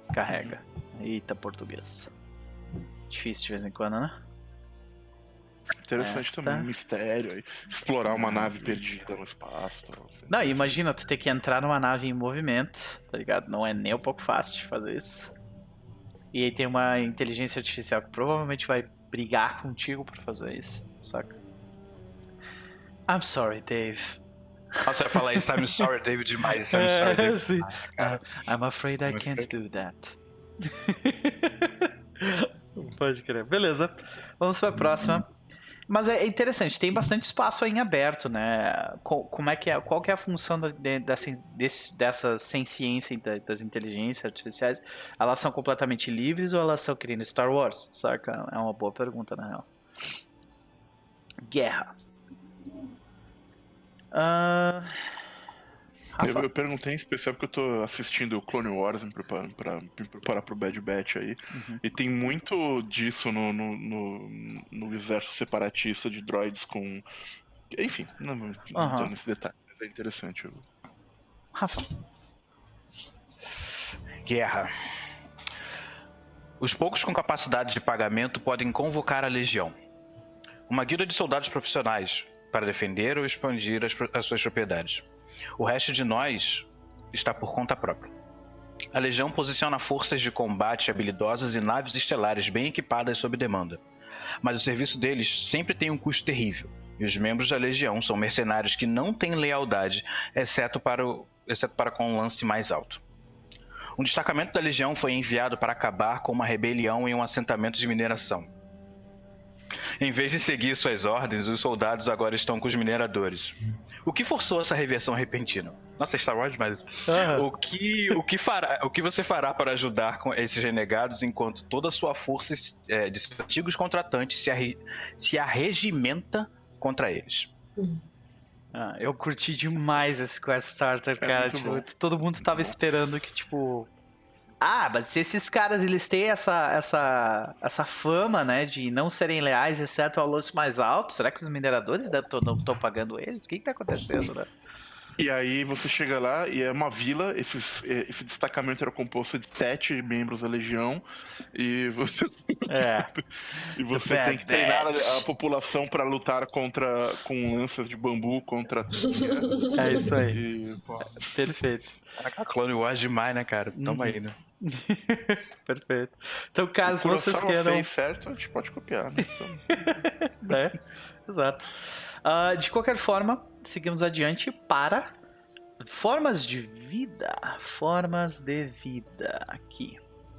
carrega? Eita, português. Difícil de vez em quando, né? Interessante Esta. também, mistério aí. Explorar uma nave perdida no espaço. Tal. Não, imagina, tu ter que entrar numa nave em movimento, tá ligado? Não é nem um pouco fácil de fazer isso. E aí tem uma inteligência artificial que provavelmente vai brigar contigo pra fazer isso, saca? I'm sorry, Dave. Nossa, você vai falar isso, I'm sorry, David, demais. I'm sorry, David. Sim. Cara. I'm afraid I I'm can't afraid. do that. Pode crer. Beleza. Vamos pra próxima. Mas é interessante, tem bastante espaço aí em aberto, né? Como é que é, qual que é a função da, dessa, desse, dessa ciência das inteligências artificiais? Elas são completamente livres ou elas são criando Star Wars? Saca? É uma boa pergunta, na real. Guerra. Uh... Eu, eu perguntei em especial porque eu tô assistindo o Clone Wars, me preparando pra, me preparar pro Bad Batch aí. Uhum. E tem muito disso no, no, no, no exército separatista de droids com... Enfim, não, não uhum. tô nesse detalhe, mas é interessante. Eu... Rafa. Guerra. Os poucos com capacidade de pagamento podem convocar a Legião. Uma guilda de soldados profissionais para defender ou expandir as, as suas propriedades. O resto de nós está por conta própria. A Legião posiciona forças de combate habilidosas e naves estelares bem equipadas sob demanda. Mas o serviço deles sempre tem um custo terrível, e os membros da Legião são mercenários que não têm lealdade, exceto para, o, exceto para com um lance mais alto. Um destacamento da Legião foi enviado para acabar com uma rebelião em um assentamento de mineração. Em vez de seguir suas ordens, os soldados agora estão com os mineradores. O que forçou essa reversão repentina? Nossa, Star Wars, mas... Uhum. O, que, o, que fará, o que você fará para ajudar com esses renegados enquanto toda a sua força é, de seus antigos contratantes se, arre, se arregimenta contra eles? Uhum. Ah, eu curti demais esse Quest Starter, cara. É tipo, todo mundo estava esperando que, tipo... Ah, mas se esses caras, eles têm essa, essa, essa fama, né, de não serem leais, exceto ao lance mais alto, será que os mineradores não estão pagando eles? O que que tá acontecendo, né? E aí você chega lá e é uma vila, esses, esse destacamento era composto de sete membros da Legião, e você, é. e você tem que treinar a, a população para lutar contra, com lanças de bambu contra... É isso aí. E, perfeito. Caraca, Clone Wars demais, né, cara? Tamo aí, né? Perfeito. Então, caso vocês queiram... fez certo, a gente pode copiar, né? Então... é, exato. Uh, de qualquer forma, seguimos adiante para formas de vida. Formas de vida aqui.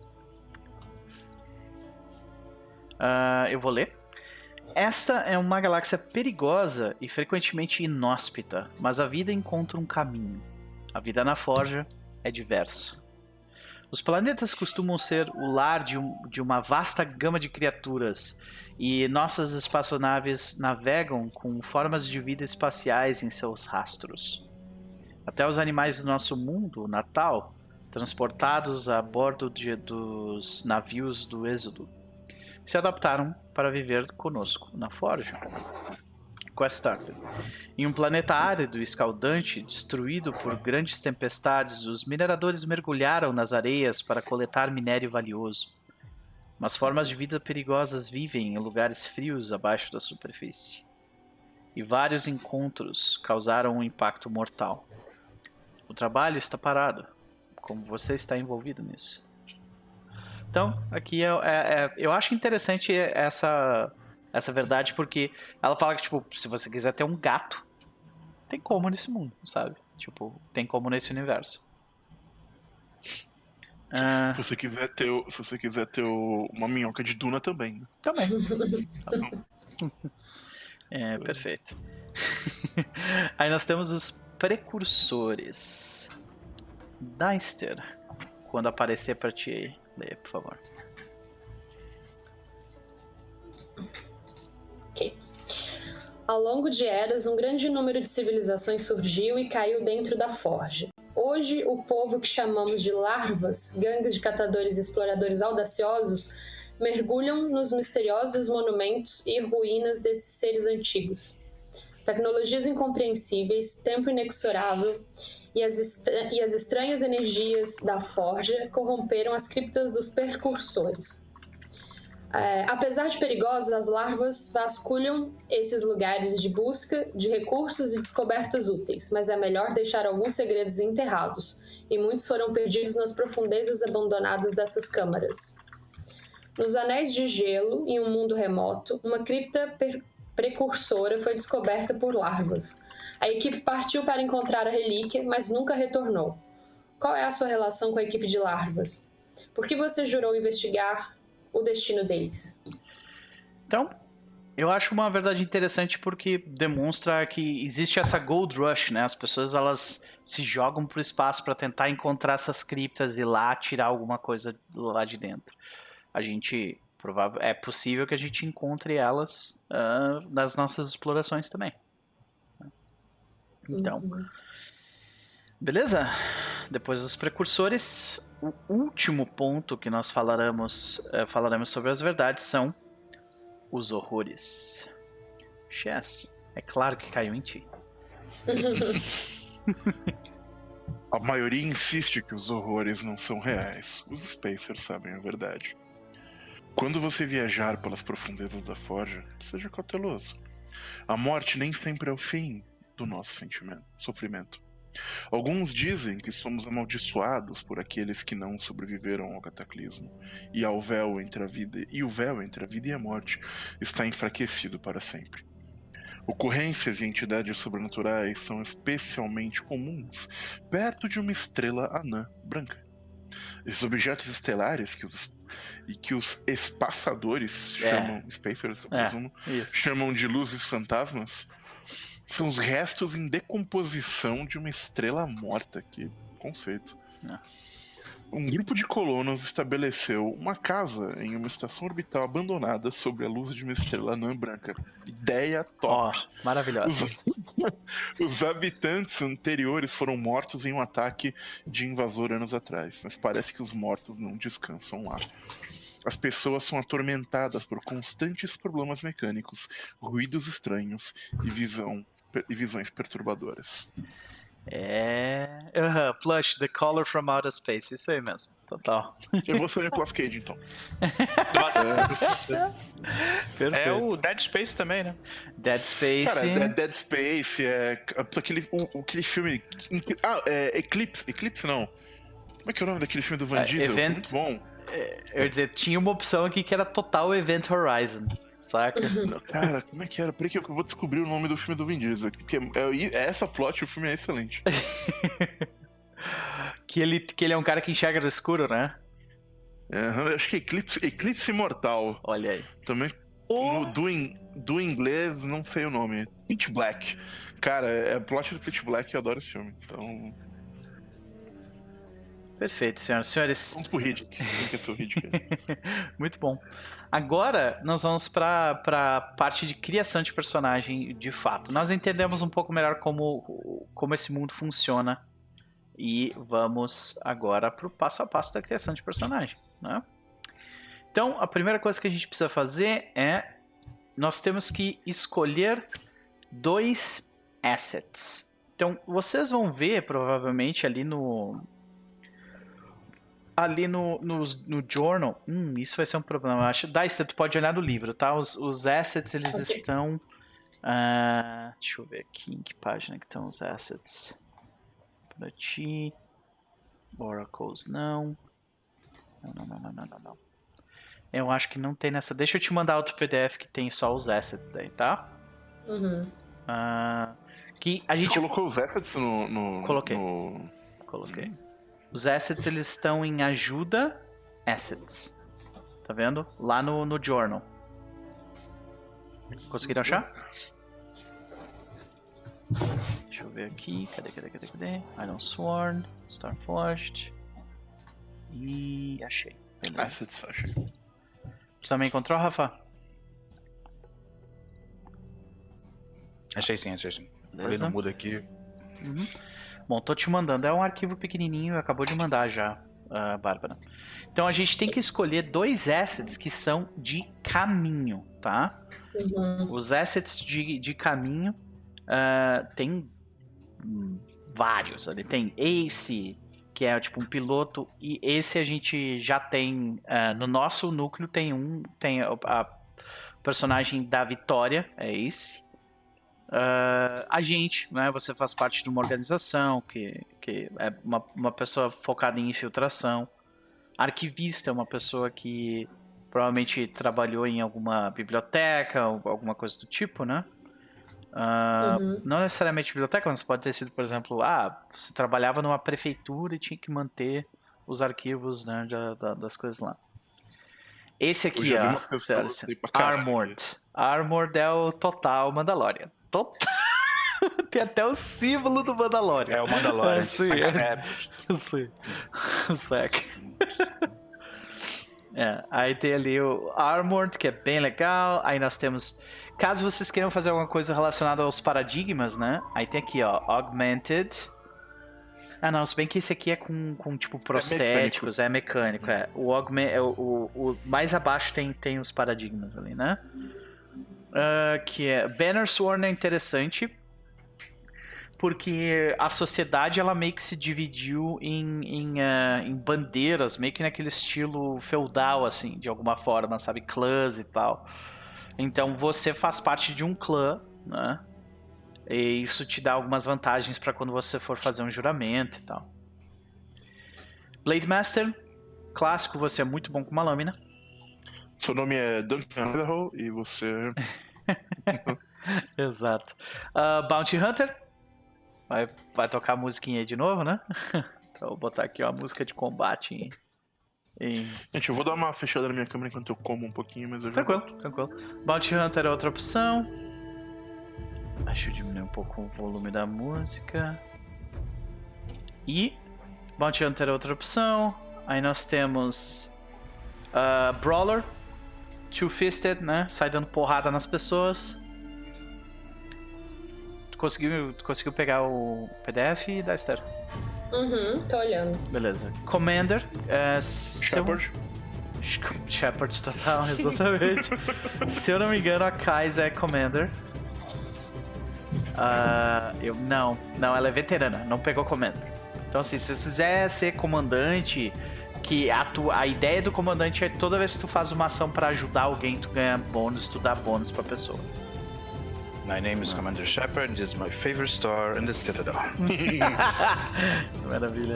Uh, eu vou ler. Esta é uma galáxia perigosa e frequentemente inóspita, mas a vida encontra um caminho. A vida na Forja é diversa. Os planetas costumam ser o lar de, um, de uma vasta gama de criaturas, e nossas espaçonaves navegam com formas de vida espaciais em seus rastros. Até os animais do nosso mundo natal, transportados a bordo de, dos navios do Êxodo, se adaptaram para viver conosco na Forja. Quest Starter. Em um planeta árido e escaldante, destruído por grandes tempestades, os mineradores mergulharam nas areias para coletar minério valioso. Mas formas de vida perigosas vivem em lugares frios abaixo da superfície. E vários encontros causaram um impacto mortal. O trabalho está parado, como você está envolvido nisso. Então, aqui é, é, é, eu acho interessante essa... Essa verdade, porque ela fala que, tipo, se você quiser ter um gato, tem como nesse mundo, sabe? Tipo, tem como nesse universo. Uh... Se você quiser ter, se você quiser ter uma minhoca de Duna também. Né? Também. É, perfeito. Aí nós temos os precursores. Deister, quando aparecer pra ti aí, leia, por favor. Ok. Ao longo de eras, um grande número de civilizações surgiu e caiu dentro da Forja. Hoje, o povo que chamamos de larvas, gangues de catadores e exploradores audaciosos, mergulham nos misteriosos monumentos e ruínas desses seres antigos. Tecnologias incompreensíveis, tempo inexorável e as, estra- e as estranhas energias da Forja corromperam as criptas dos precursores. É, apesar de perigosas, as larvas vasculham esses lugares de busca de recursos e descobertas úteis, mas é melhor deixar alguns segredos enterrados, e muitos foram perdidos nas profundezas abandonadas dessas câmaras. Nos Anéis de Gelo, em um mundo remoto, uma cripta precursora foi descoberta por larvas. A equipe partiu para encontrar a relíquia, mas nunca retornou. Qual é a sua relação com a equipe de larvas? Por que você jurou investigar o destino deles? Então, eu acho uma verdade interessante porque demonstra que existe essa gold rush, né? As pessoas, elas se jogam pro espaço para tentar encontrar essas criptas e lá tirar alguma coisa lá de dentro. A gente, provável, é possível que a gente encontre elas uh, nas nossas explorações também. Então, uhum. Beleza? Depois dos precursores, o último ponto que nós falaremos, uh, falaremos sobre as verdades são os horrores. Chess, é claro que caiu em ti. A maioria insiste que os horrores não são reais. Os Spacers sabem a verdade. Quando você viajar pelas profundezas da forja, seja cauteloso. A morte nem sempre é o fim do nosso sentimento, sofrimento. Alguns dizem que somos amaldiçoados por aqueles que não sobreviveram ao cataclismo, e ao véu entre a vida e o véu entre a vida e a morte está enfraquecido para sempre. Ocorrências e entidades sobrenaturais são especialmente comuns perto de uma estrela anã branca. Esses objetos estelares que os e que os espaçadores é. chamam, Spacers, eu presumo, é, chamam de luzes fantasmas, são os restos em decomposição de uma estrela morta. Que conceito. É. Um grupo de colonos estabeleceu uma casa em uma estação orbital abandonada sobre a luz de uma estrela anã branca. Ideia top. Oh, maravilhosa. Os, os habitantes anteriores foram mortos em um ataque de invasor anos atrás, mas parece que os mortos não descansam lá. As pessoas são atormentadas por constantes problemas mecânicos, ruídos estranhos e, visão, e visões perturbadoras. É... Uh-huh. Plush, The Caller from Outer Space. Isso aí mesmo. Total. Eu vou ser o Nicolas Cage, então. É o Dead Space também, né? Dead Space. Cara, é Dead Space, é aquele, o, aquele filme... Ah, é Eclipse. Eclipse, não. Como é que é o nome daquele filme do Van Diesel? Uh, event... Muito bom. Eu ia dizer, tinha uma opção aqui que era Total Event Horizon. Saca? Cara, como é que era? Peraí que eu vou descobrir o nome do filme do Vin Diesel aqui, porque é, é essa plot, o filme é excelente. que, ele, que ele é um cara que enxerga no escuro, né? É, eu acho que é Eclipse, Eclipse Imortal. Olha aí. Também, oh. no, do, in, do inglês, não sei o nome. Pitch Black. Cara, é a plot do Pitch Black, eu adoro esse filme, então... Perfeito, senhoras e senhores. Vamos pro Riddick. Quem quer ser o Riddick? Muito bom. Agora nós vamos para a parte de criação de personagem de fato. Nós entendemos um pouco melhor como, como esse mundo funciona e vamos agora para o passo a passo da criação de personagem, né? Então, a primeira coisa que a gente precisa fazer é nós temos que escolher dois assets. Então, vocês vão ver provavelmente ali no... Ali no, no, no journal, hum, isso vai ser um problema, eu acho. Daí tu pode olhar no livro, tá? Os, os assets, eles okay. estão... Uh, deixa eu ver aqui em que página que estão os assets. Pra ti... Oracles, não. Não, não, não, não, não, não. Eu acho que não tem nessa... Deixa eu te mandar outro P D F que tem só os assets daí, tá? Uhum. Uh, que a gente... Você colocou os assets no... no Coloquei. No... Coloquei. Os assets, eles estão em ajuda assets. Tá vendo? Lá no, no journal. Conseguiram achar? Deixa eu ver aqui. Cadê, cadê, cadê, cadê? Iron Sworn, Starforged. E achei. Beleza. Assets, achei. Tu também encontrou, Rafa? Achei sim, achei sim. Ele não muda aqui. Uhum. Bom, tô te mandando. É um arquivo pequenininho, acabou de mandar já, uh, Bárbara. Então a gente tem que escolher dois assets que são de caminho, tá? Uhum. Os assets de, de caminho uh, tem vários. Ali tem Ace, que que é tipo um piloto, e esse a gente já tem, uh, no nosso núcleo tem um, tem a, a personagem da Vitória, é esse. Uh, agente, né? Você faz parte de uma organização que, que é uma, uma pessoa focada em infiltração. Arquivista é uma pessoa que provavelmente trabalhou em alguma biblioteca ou alguma coisa do tipo, né? Uh, Uhum. Não necessariamente biblioteca, mas pode ter sido, por exemplo, ah, você trabalhava numa prefeitura e tinha que manter os arquivos, né, da, da, das coisas lá. Esse aqui, Eu já vi ó, umas coisas sério, que eu gostei pra caralho. Armored. Armored é o total Mandalorian. Total. Tem até o símbolo do Mandalorian. É o Mandalorian. Ah, sim, É. sim. Saca. É, aí tem ali o Armored, que é bem legal. Aí nós temos... Caso vocês queiram fazer alguma coisa relacionada aos paradigmas, né? Aí tem aqui, ó, Augmented. Ah, não, se bem que esse aqui é com, com tipo, prostéticos, é mecânico. É, mecânico, é. O, augment, é o, o, o mais abaixo tem, tem os paradigmas ali, né? Uh, que é... Banner Sworn é interessante, porque a sociedade, ela meio que se dividiu em, em, uh, em bandeiras, meio que naquele estilo feudal, assim, de alguma forma, sabe? Clãs e tal. Então você faz parte de um clã, né? E isso te dá algumas vantagens para quando você for fazer um juramento e tal. Blade Master, clássico, você é muito bom com uma lâmina. Seu nome é Duncan Idaho e você... Exato. Uh, Bounty Hunter. Vai, vai tocar a musiquinha aí de novo, né? Então, vou botar aqui uma música de combate em... em... Gente, eu vou dar uma fechada na minha câmera enquanto eu como um pouquinho, mas eu já Tranquilo, volto. tranquilo. Bounty Hunter é outra opção. Deixa eu diminuir um pouco o volume da música. E Bounty Hunter é outra opção. Aí nós temos uh, Brawler, Two-Fisted, né? Sai dando porrada nas pessoas. Tu conseguiu, tu conseguiu pegar o P D F, Daster? Uhum, tô olhando. Beleza. Commander. É, Shepard. Seu... Shepard total, exatamente. Se eu não me engano, a Kaiser é Commander. Uh, eu não, não, ela é veterana, não pegou Commander. Então assim, se você quiser ser comandante, que a, tu, a ideia do comandante é toda vez que tu faz uma ação pra ajudar alguém, tu ganha bônus, tu dá bônus pra pessoa. My name is Commander Shepard, this is my favorite star in the Citadel. Maravilha.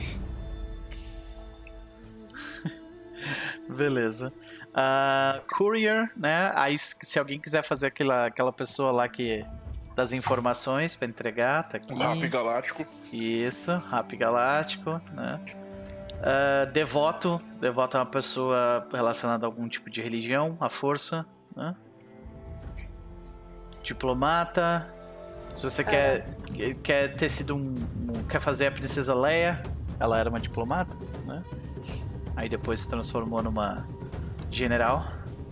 Beleza. Uh, Courier, né? Aí se alguém quiser fazer aquela, aquela pessoa lá que das informações pra entregar, tá aqui. Um Rap Galáctico. Isso, Rap Galáctico, né? Uh, devoto. Devoto é uma pessoa relacionada a algum tipo de religião, a força, né? Diplomata. Se você quer, quer ter sido um, um... Quer fazer a Princesa Leia, ela era uma diplomata, né? Aí depois se transformou numa general.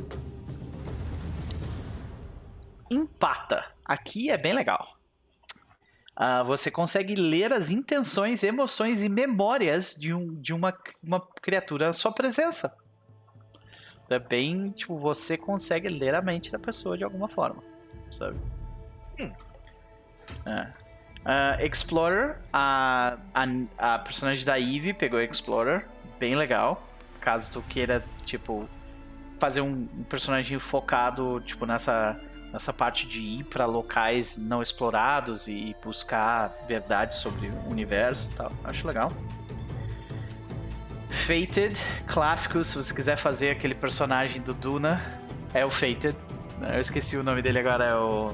Empata. Aqui é bem legal. Uh, você consegue ler as intenções, emoções e memórias de, um, de uma, uma criatura à sua presença. É bem, tipo, você consegue ler a mente da pessoa de alguma forma, sabe? Hum. É. Uh, Explorer, a, a, a personagem da Eve pegou Explorer, bem legal. Caso tu queira, tipo, fazer um, um personagem focado, tipo, nessa... Nessa parte de ir para locais não explorados e buscar verdade sobre o universo e tal. Acho legal. Fated, clássico, se você quiser fazer aquele personagem do Duna, é o Fated. Eu esqueci o nome dele agora, é o...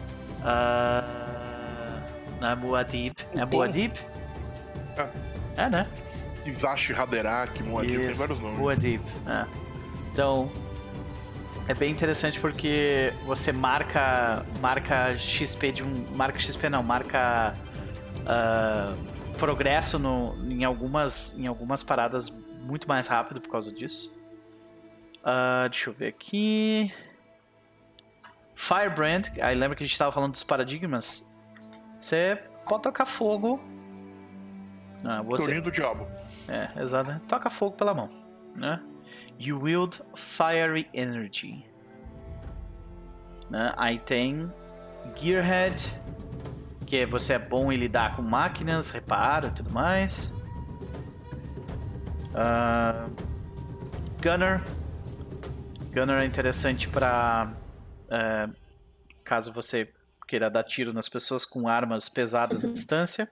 Uh, não é Muad'Dib. É Muad'Dib? É. É, né? Izashi Haderach, Muad'Dib, tem vários nomes. Muad'Dib, é. Então... É bem interessante porque você marca marca X P de um... Marca X P não, marca uh, progresso no, em, algumas, em algumas paradas muito mais rápido por causa disso. Uh, deixa eu ver aqui... Firebrand, aí lembra que a gente estava falando dos paradigmas? Você pode tocar fogo... Ah, você... Torninho do diabo. É, exato. Toca fogo pela mão, né? You wield fiery energy. Né? Aí tem Gearhead, que você é bom em lidar com máquinas, reparo e tudo mais. Uh, Gunner. Gunner é interessante para uh, caso você queira dar tiro nas pessoas com armas pesadas à distância.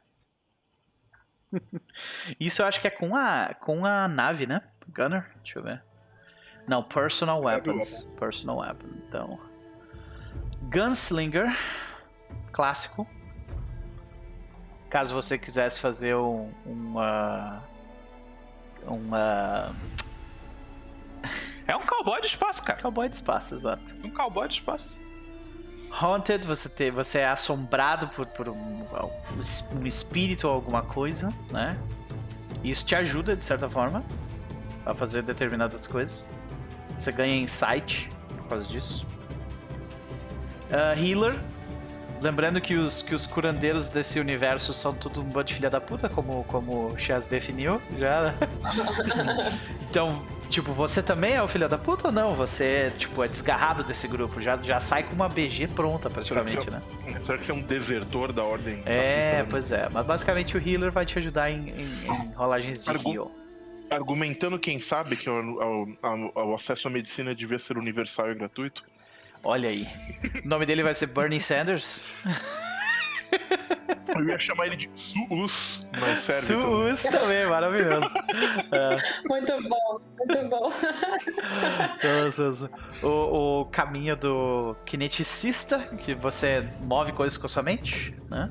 Isso eu acho que é com a, com a nave, né? Gunner? Deixa eu ver. Não, Personal Weapons. Personal Weapon. Então. Gunslinger. Clássico. Caso você quisesse fazer um, uma. Uma. É um cowboy de espaço, cara. Cowboy de espaço, exato. Um cowboy de espaço. Haunted, você, te, você é assombrado por, por um, um espírito ou alguma coisa, né? Isso te ajuda, de certa forma, a fazer determinadas coisas. Você ganha insight por causa disso. Uh, healer. Lembrando que os, que os curandeiros desse universo são tudo um bando de filha da puta, como, como o Chaz definiu já. Então, tipo, você também é o filho da puta ou não? Você, tipo, é desgarrado desse grupo, já, já sai com uma B G pronta praticamente, será né? É, será que você é um desertor da ordem? É, pois é. Mas basicamente o healer vai te ajudar em, em, em rolagens de Argu heal. Argumentando, quem sabe, que o, o, o acesso à medicina devia ser universal e gratuito. Olha aí. O nome dele vai ser Bernie Sanders? Eu ia chamar ele de Suus, mas serve Suus também, também maravilhoso. É. Muito bom, muito bom. Nossa, o, o caminho do kineticista, que você move coisas com a sua mente, né?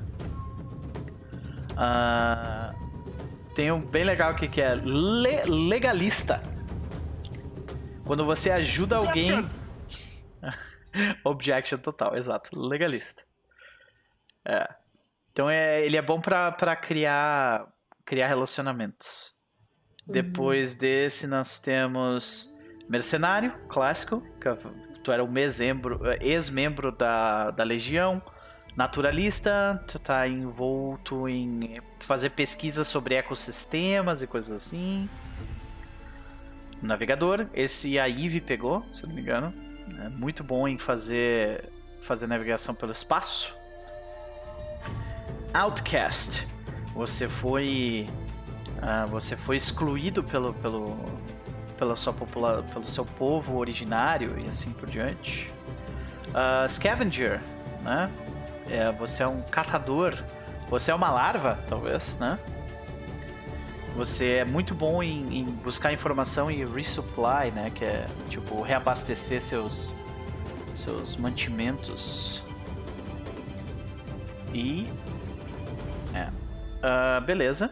Uh, tem um bem legal aqui que é le legalista. Quando você ajuda alguém... Objection total, exato. Legalista. É. Então é, ele é bom pra, pra criar, criar relacionamentos. Uhum. Depois desse nós temos Mercenário, clássico. Que tu era um ex-membro da, da Legião. Naturalista, tu tá envolto em fazer pesquisas sobre ecossistemas e coisas assim. Navegador, esse a Eve pegou, se eu não me engano. É muito bom em fazer, fazer navegação pelo espaço. Outcast. Você foi uh, você foi excluído pelo, pelo, pela sua popula pelo seu povo originário e assim por diante. Uh, Scavenger, né? É, você é um catador. Você é uma larva, talvez, né? Você é muito bom em, em buscar informação e resupply, né? Que é tipo reabastecer seus seus mantimentos. E é, uh, beleza.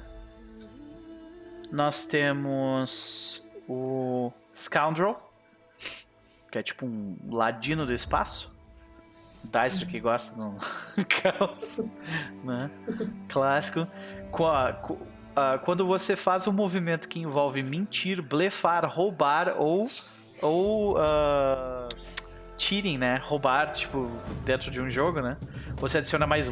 Nós temos o Scoundrel, que é tipo um ladino do espaço. Dystro que gosta do caos, né? Clássico. Uh, quando você faz um movimento que envolve mentir, blefar, roubar ou ou uh, cheating, né? Roubar, tipo, dentro de um jogo, né? Você adiciona mais um.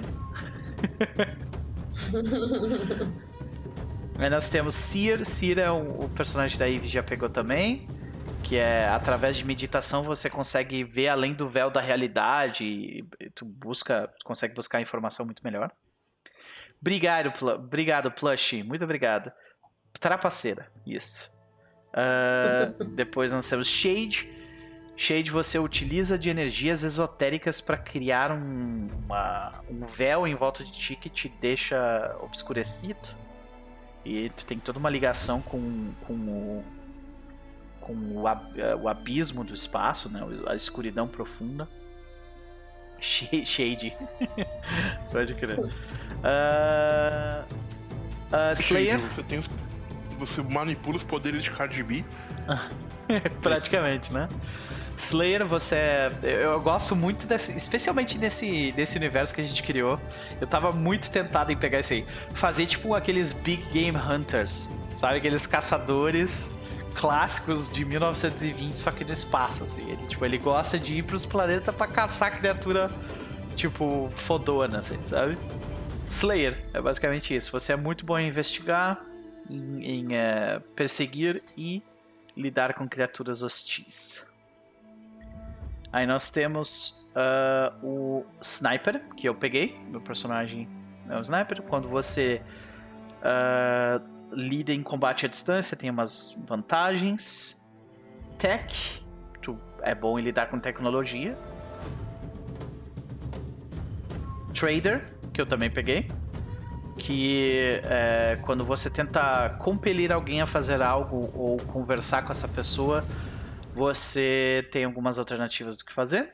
Aí nós temos Seer. Seer é um, o personagem da Eve já pegou também. Que é, através de meditação, você consegue ver além do véu da realidade. E tu busca, tu consegue buscar informação muito melhor. Obrigado, Pl obrigado Plush. Muito obrigado. Trapaceira, isso. Uh, depois nós temos Shade. Shade você utiliza de energias esotéricas para criar um, uma, um véu em volta de ti que te deixa obscurecido. E tu tem toda uma ligação com, com, o, com o, ab, o abismo do espaço, né? A escuridão profunda. Shade. Pode crer. Uh, uh, Slayer. Shade, você, tem, você manipula os poderes de Cardi B. Praticamente, né? Slayer, você é... Eu gosto muito, desse, especialmente nesse, nesse universo que a gente criou. Eu tava muito tentado em pegar esse aí. Fazer tipo aqueles Big Game Hunters, sabe? Aqueles caçadores clássicos de mil novecentos e vinte, só que no espaço, assim. Ele, tipo, ele gosta de ir pros planetas pra caçar criatura, tipo, fodona, assim, sabe? Slayer, é basicamente isso. Você é muito bom em investigar, em, em é, perseguir e lidar com criaturas hostis. Aí nós temos uh, o Sniper, que eu peguei. Meu personagem é o Sniper. Quando você uh, lida em combate à distância, tem umas vantagens. Tech, tu é bom em lidar com tecnologia. Trader, que eu também peguei, que é, quando você tenta compelir alguém a fazer algo ou conversar com essa pessoa, você tem algumas alternativas do que fazer.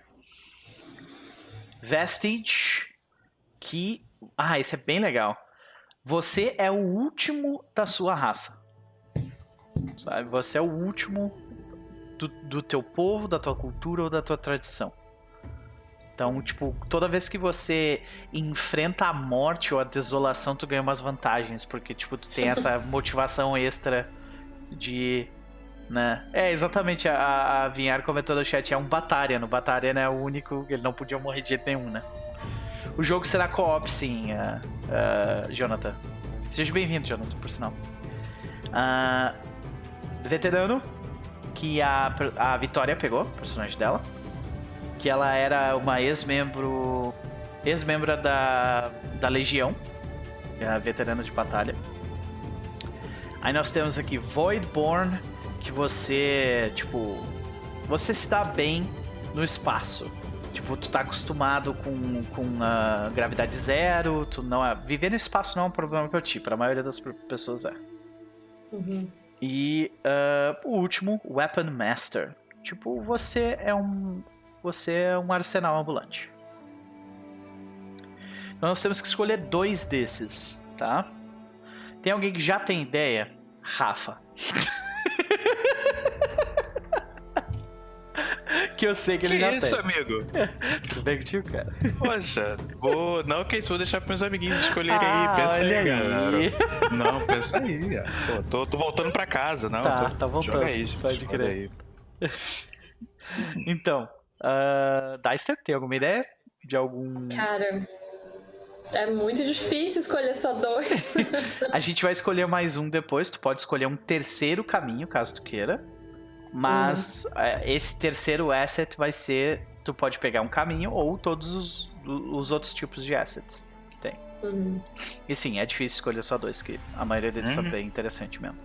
Vestige, que... Ah, esse é bem legal. Você é o último da sua raça. Sabe? Você é o último do, do teu povo, da tua cultura ou da tua tradição. Então, tipo, toda vez que você enfrenta a morte ou a desolação, tu ganha umas vantagens, porque, tipo, tu tem essa motivação extra de, né? É, exatamente, a, a Vinhar comentou no chat, é um Batarian. O Batarian é o único, ele não podia morrer de jeito nenhum, né? O jogo será co-op, sim, uh, uh, Jonathan. Seja bem-vindo, Jonathan, por sinal. Uh, veterano, que a, a Vitória pegou, o personagem dela. Que ela era uma ex-membro ex-membra da, da Legião, que é a veterana de batalha. Aí nós temos aqui Voidborn, que você, tipo, você se dá bem no espaço. Tipo, tu tá acostumado com, com a gravidade zero, tu não é, viver no espaço não é um problema pra ti, pra maioria das pessoas é. Uhum. E uh, o último, Weapon Master. Tipo, você é um... Você é um arsenal ambulante. Então nós temos que escolher dois desses, tá? Tem alguém que já tem ideia? Rafa. Que eu sei que, que ele já isso, tem. Amigo? Tudo bem contigo, cara? Poxa, vou... não que isso vou deixar pros meus amiguinhos escolherem ah, aí. Pensa olha aí, galera. aí. Não, pensa aí. Pô, tô, tô voltando pra casa, não? Tá, tô... tá voltando. Joga aí, pode crer. Então, uh, Deister, tem alguma ideia de algum... Cara, é muito difícil escolher só dois. A gente vai escolher mais um depois. Tu pode escolher um terceiro caminho, caso tu queira. Mas uhum. esse terceiro asset vai ser... Tu pode pegar um caminho ou todos os, os outros tipos de assets que tem. Uhum. E sim, é difícil escolher só dois, que a maioria deles uhum. são bem interessante mesmo.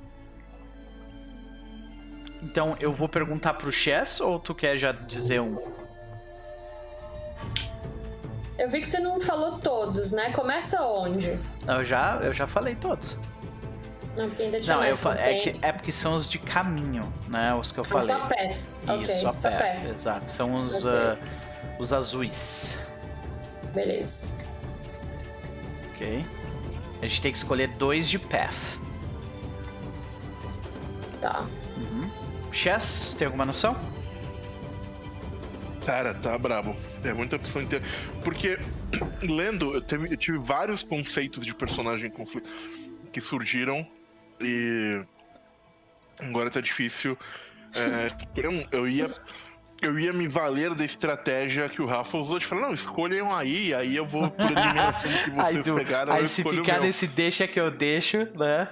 Então, eu vou perguntar pro Chess ou tu quer já dizer um? Eu vi que você não falou todos, né? Começa onde? Eu já, eu já falei todos. Não, porque ainda tinha Não, mais eu fa- é, que, é porque são os de caminho, né? Os que eu falei. Só path. Isso, Ok, só só path, path. exato. São os, Ok. uh, os azuis. Beleza. Ok. A gente tem que escolher dois de path. Tá. Uhum. Chess, tem alguma noção? Cara, tá brabo. É muita opção inteira. Porque, lendo, eu, teve, eu tive vários conceitos de personagem em conflito que surgiram e agora tá difícil. É, eu, eu, ia, eu ia me valer da estratégia que o Rafa usou de falar, não, escolham aí, aí eu vou por eliminação que vocês aí tu, pegaram. Aí eu se escolho ficar o meu. nesse deixa que eu deixo, né?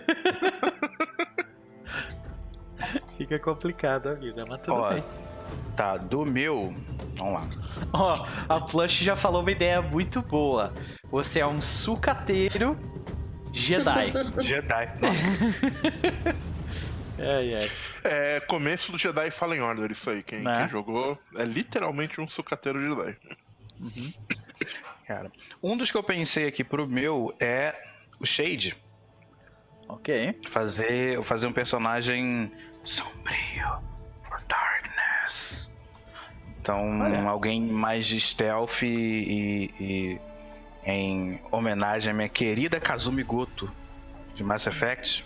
Fica complicado a vida, mas tudo Ó, bem. Tá, do meu... Vamos lá. Ó, a Plush já falou uma ideia muito boa. Você é um sucateiro Jedi. Jedi. Nossa. Ai, ai. É começo do Jedi Fallen Order, isso aí. Quem, Né? quem jogou é literalmente um sucateiro Jedi. Uhum. Cara, um dos que eu pensei aqui pro meu é o Shade. Ok. Fazer, fazer um personagem sombrio, for darkness. Então, Olha. alguém mais de stealth e, e, e em homenagem à minha querida Kazumi Goto de Mass Effect.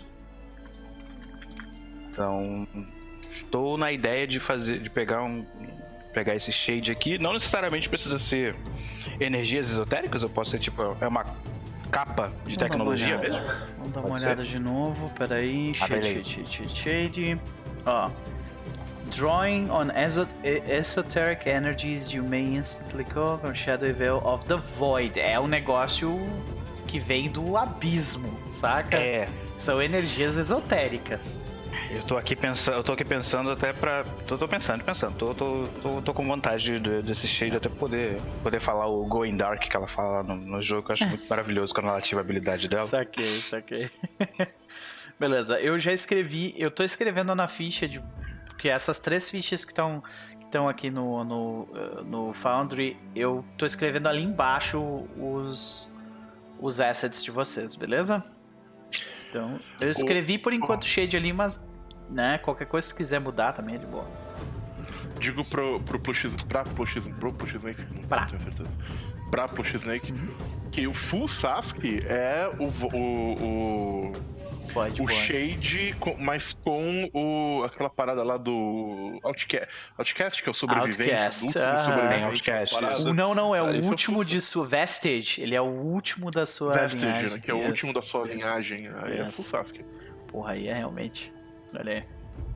Então, estou na ideia de fazer, de pegar um, pegar esse shade aqui. Não necessariamente precisa ser energias esotéricas. Eu posso ser tipo é uma capa de Vamos tecnologia dar uma mesmo. olhada. Vamos dar uma Pode olhada ser? de novo. Peraí. Ah, Shade, beleza. shade, shade, shade. Ó. Drawing on exo esoteric energies, you may instantly call from Shadow Veil of the Void. É um negócio que vem do abismo, saca? É. São energias esotéricas. Eu tô aqui pensando, eu tô aqui pensando até pra. Tô, tô pensando, pensando. Tô, tô, tô, tô com vontade de, desse shade até poder, poder falar o Going Dark que ela fala no, no jogo, que eu acho muito maravilhoso quando ela ativa a habilidade dela. Saquei, saquei. Beleza, eu já escrevi, eu tô escrevendo na ficha de. Porque essas três fichas que estão estão aqui no, no, no Foundry, eu tô escrevendo ali embaixo os, os assets de vocês, beleza? Então, eu escrevi por enquanto shade ali, mas né, qualquer coisa se quiser mudar também é de boa. Digo pro, pro Plush, pra Plush, pro Plush Snake, não pra. tenho certeza. Pra Plush Snake, uhum. que o Full Sasuke é o, o, o, pode, o pode. shade, com, mas com o, aquela parada lá do Outcast, Outcast que é o sobrevivente. Outcast, último ah, sobrevivente Outcast, o, não, não, é o ah, último de sua Vestige, ele é o último da sua Vestige, linhagem. Né, que é o yes. último da sua linhagem, aí yes. é Full Sasuke. Porra, aí é realmente, olha aí.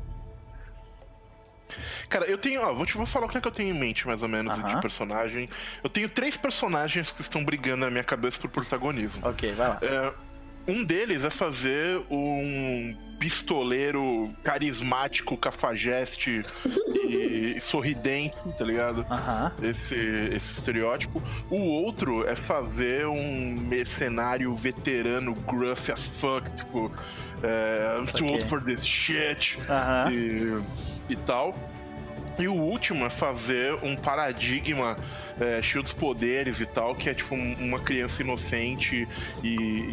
Cara, eu tenho, ó, vou te vou falar o que é que eu tenho em mente, mais ou menos, uh-huh. de personagem. Eu tenho três personagens que estão brigando na minha cabeça por protagonismo. Ok, vai lá. É, um deles é fazer um pistoleiro carismático, cafajeste e sorridente, tá ligado? Uh-huh. Esse, esse estereótipo. O outro é fazer um mercenário veterano, gruff as fuck, tipo, é, I'm too old for this shit. Uh-huh. E... e tal. E o último é fazer um paradigma é, cheio dos poderes e tal, que é tipo um, uma criança inocente e,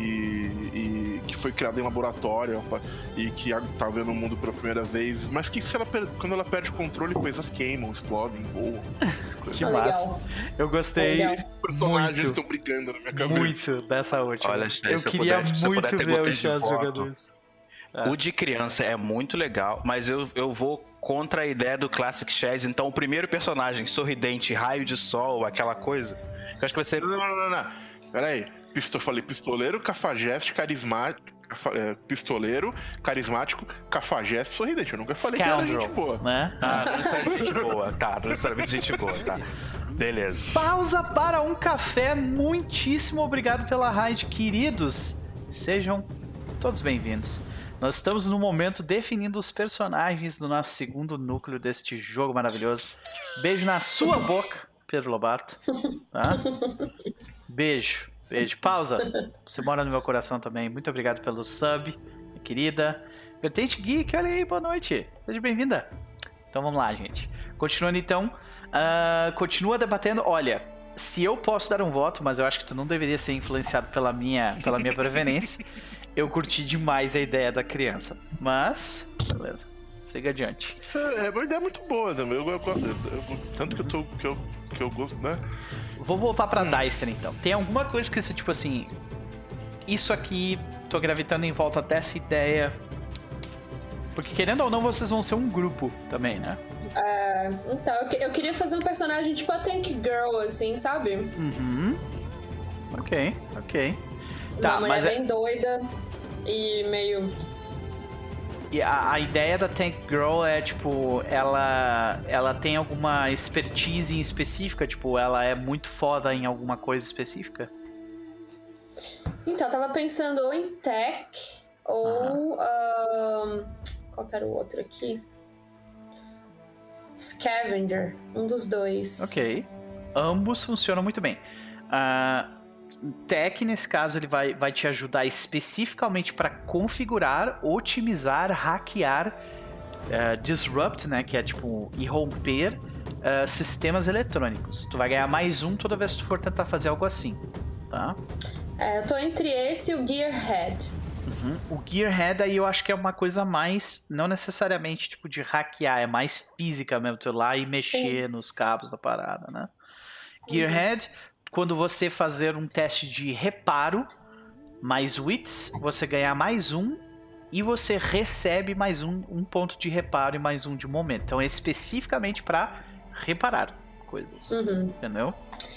e, e que foi criada em laboratório opa, e que tá vendo o mundo pela primeira vez, mas que se ela, quando ela perde o controle, coisas queimam, explodem, voam. Que massa. Legal. Eu gostei. Os personagens estão brigando na minha cabeça. Muito dessa última. Olha, eu se queria eu puder, muito se eu ver os chats jogando isso. É. O de criança é muito legal, mas eu, eu vou contra a ideia do Classic Chess. Então, o primeiro personagem, sorridente, raio de sol, aquela coisa, eu acho que vai ser... Não, não, não, não. Pera aí. Pisto, eu falei pistoleiro, cafajeste, carismático... É, pistoleiro, carismático, cafajeste, sorridente. Eu nunca falei Scoundrel, que era gente boa. Né? Ah, não necessariamente gente boa. Tá, não necessariamente gente boa, tá. Beleza. Pausa para um café. Muitíssimo obrigado pela raid, queridos. Sejam todos bem-vindos. Nós estamos no momento definindo os personagens do nosso segundo núcleo deste jogo maravilhoso. Beijo na sua boca, Pedro Lobato. Tá? Beijo, beijo. Pausa. Você mora no meu coração também. Muito obrigado pelo sub, minha querida. Vertente Geek, olha aí, boa noite. Seja bem-vinda. Então vamos lá, gente. Continuando então. Uh, continua debatendo. Olha, se eu posso dar um voto, mas eu acho que tu não deveria ser influenciado pela minha, pela minha preferência. Eu curti demais a ideia da criança. Mas, beleza. Siga adiante. Isso é uma ideia muito boa também. Eu gosto. Eu, tanto que eu, tô, que, eu, que eu gosto, né? Vou voltar pra hum. Deister, então. Tem alguma coisa que isso, tipo assim... Isso aqui, tô gravitando em volta dessa ideia. Porque, querendo ou não, vocês vão ser um grupo também, né? É, então, eu, eu queria fazer um personagem tipo a Tank Girl, assim, sabe? Uhum. Ok, ok. Tá, uma mulher mas bem é... doida e meio... E a, a ideia da Tank Girl é, tipo, ela, ela tem alguma expertise específica? Tipo, ela é muito foda em alguma coisa específica? Então, eu tava pensando ou em tech, ou... Um, qual que era o outro aqui? Scavenger, um dos dois. Ok. Ambos funcionam muito bem. Uh, Tech, nesse caso, ele vai, vai te ajudar especificamente para configurar, otimizar, hackear, uh, disrupt, né, que é tipo irromper uh, sistemas eletrônicos. Tu vai ganhar mais um toda vez que tu for tentar fazer algo assim, tá? É, eu tô entre esse e o Gearhead. Uhum. O Gearhead aí eu acho que é uma coisa mais, não necessariamente tipo de hackear, é mais física mesmo, tu ir lá e mexer Sim. nos cabos da parada, né? Gearhead, uhum. Quando você fazer um teste de reparo, mais wits, você ganha mais um e você recebe mais um, um ponto de reparo e mais um de momento. Então é especificamente para reparar coisas, uhum. entendeu?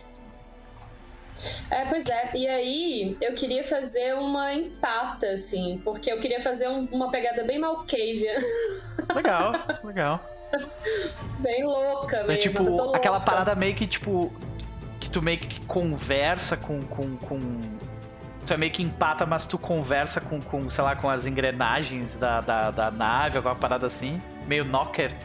É, pois é. E aí, eu queria fazer uma empata, assim, porque eu queria fazer um, uma pegada bem Malkavian. Legal, legal. Bem louca mesmo, é, tipo, uma pessoa louca. Aquela parada meio que, tipo... que tu meio que conversa com, com, com tu é meio que empata, mas tu conversa com, com sei lá, com as engrenagens da, da, da nave, alguma parada assim. Meio knocker.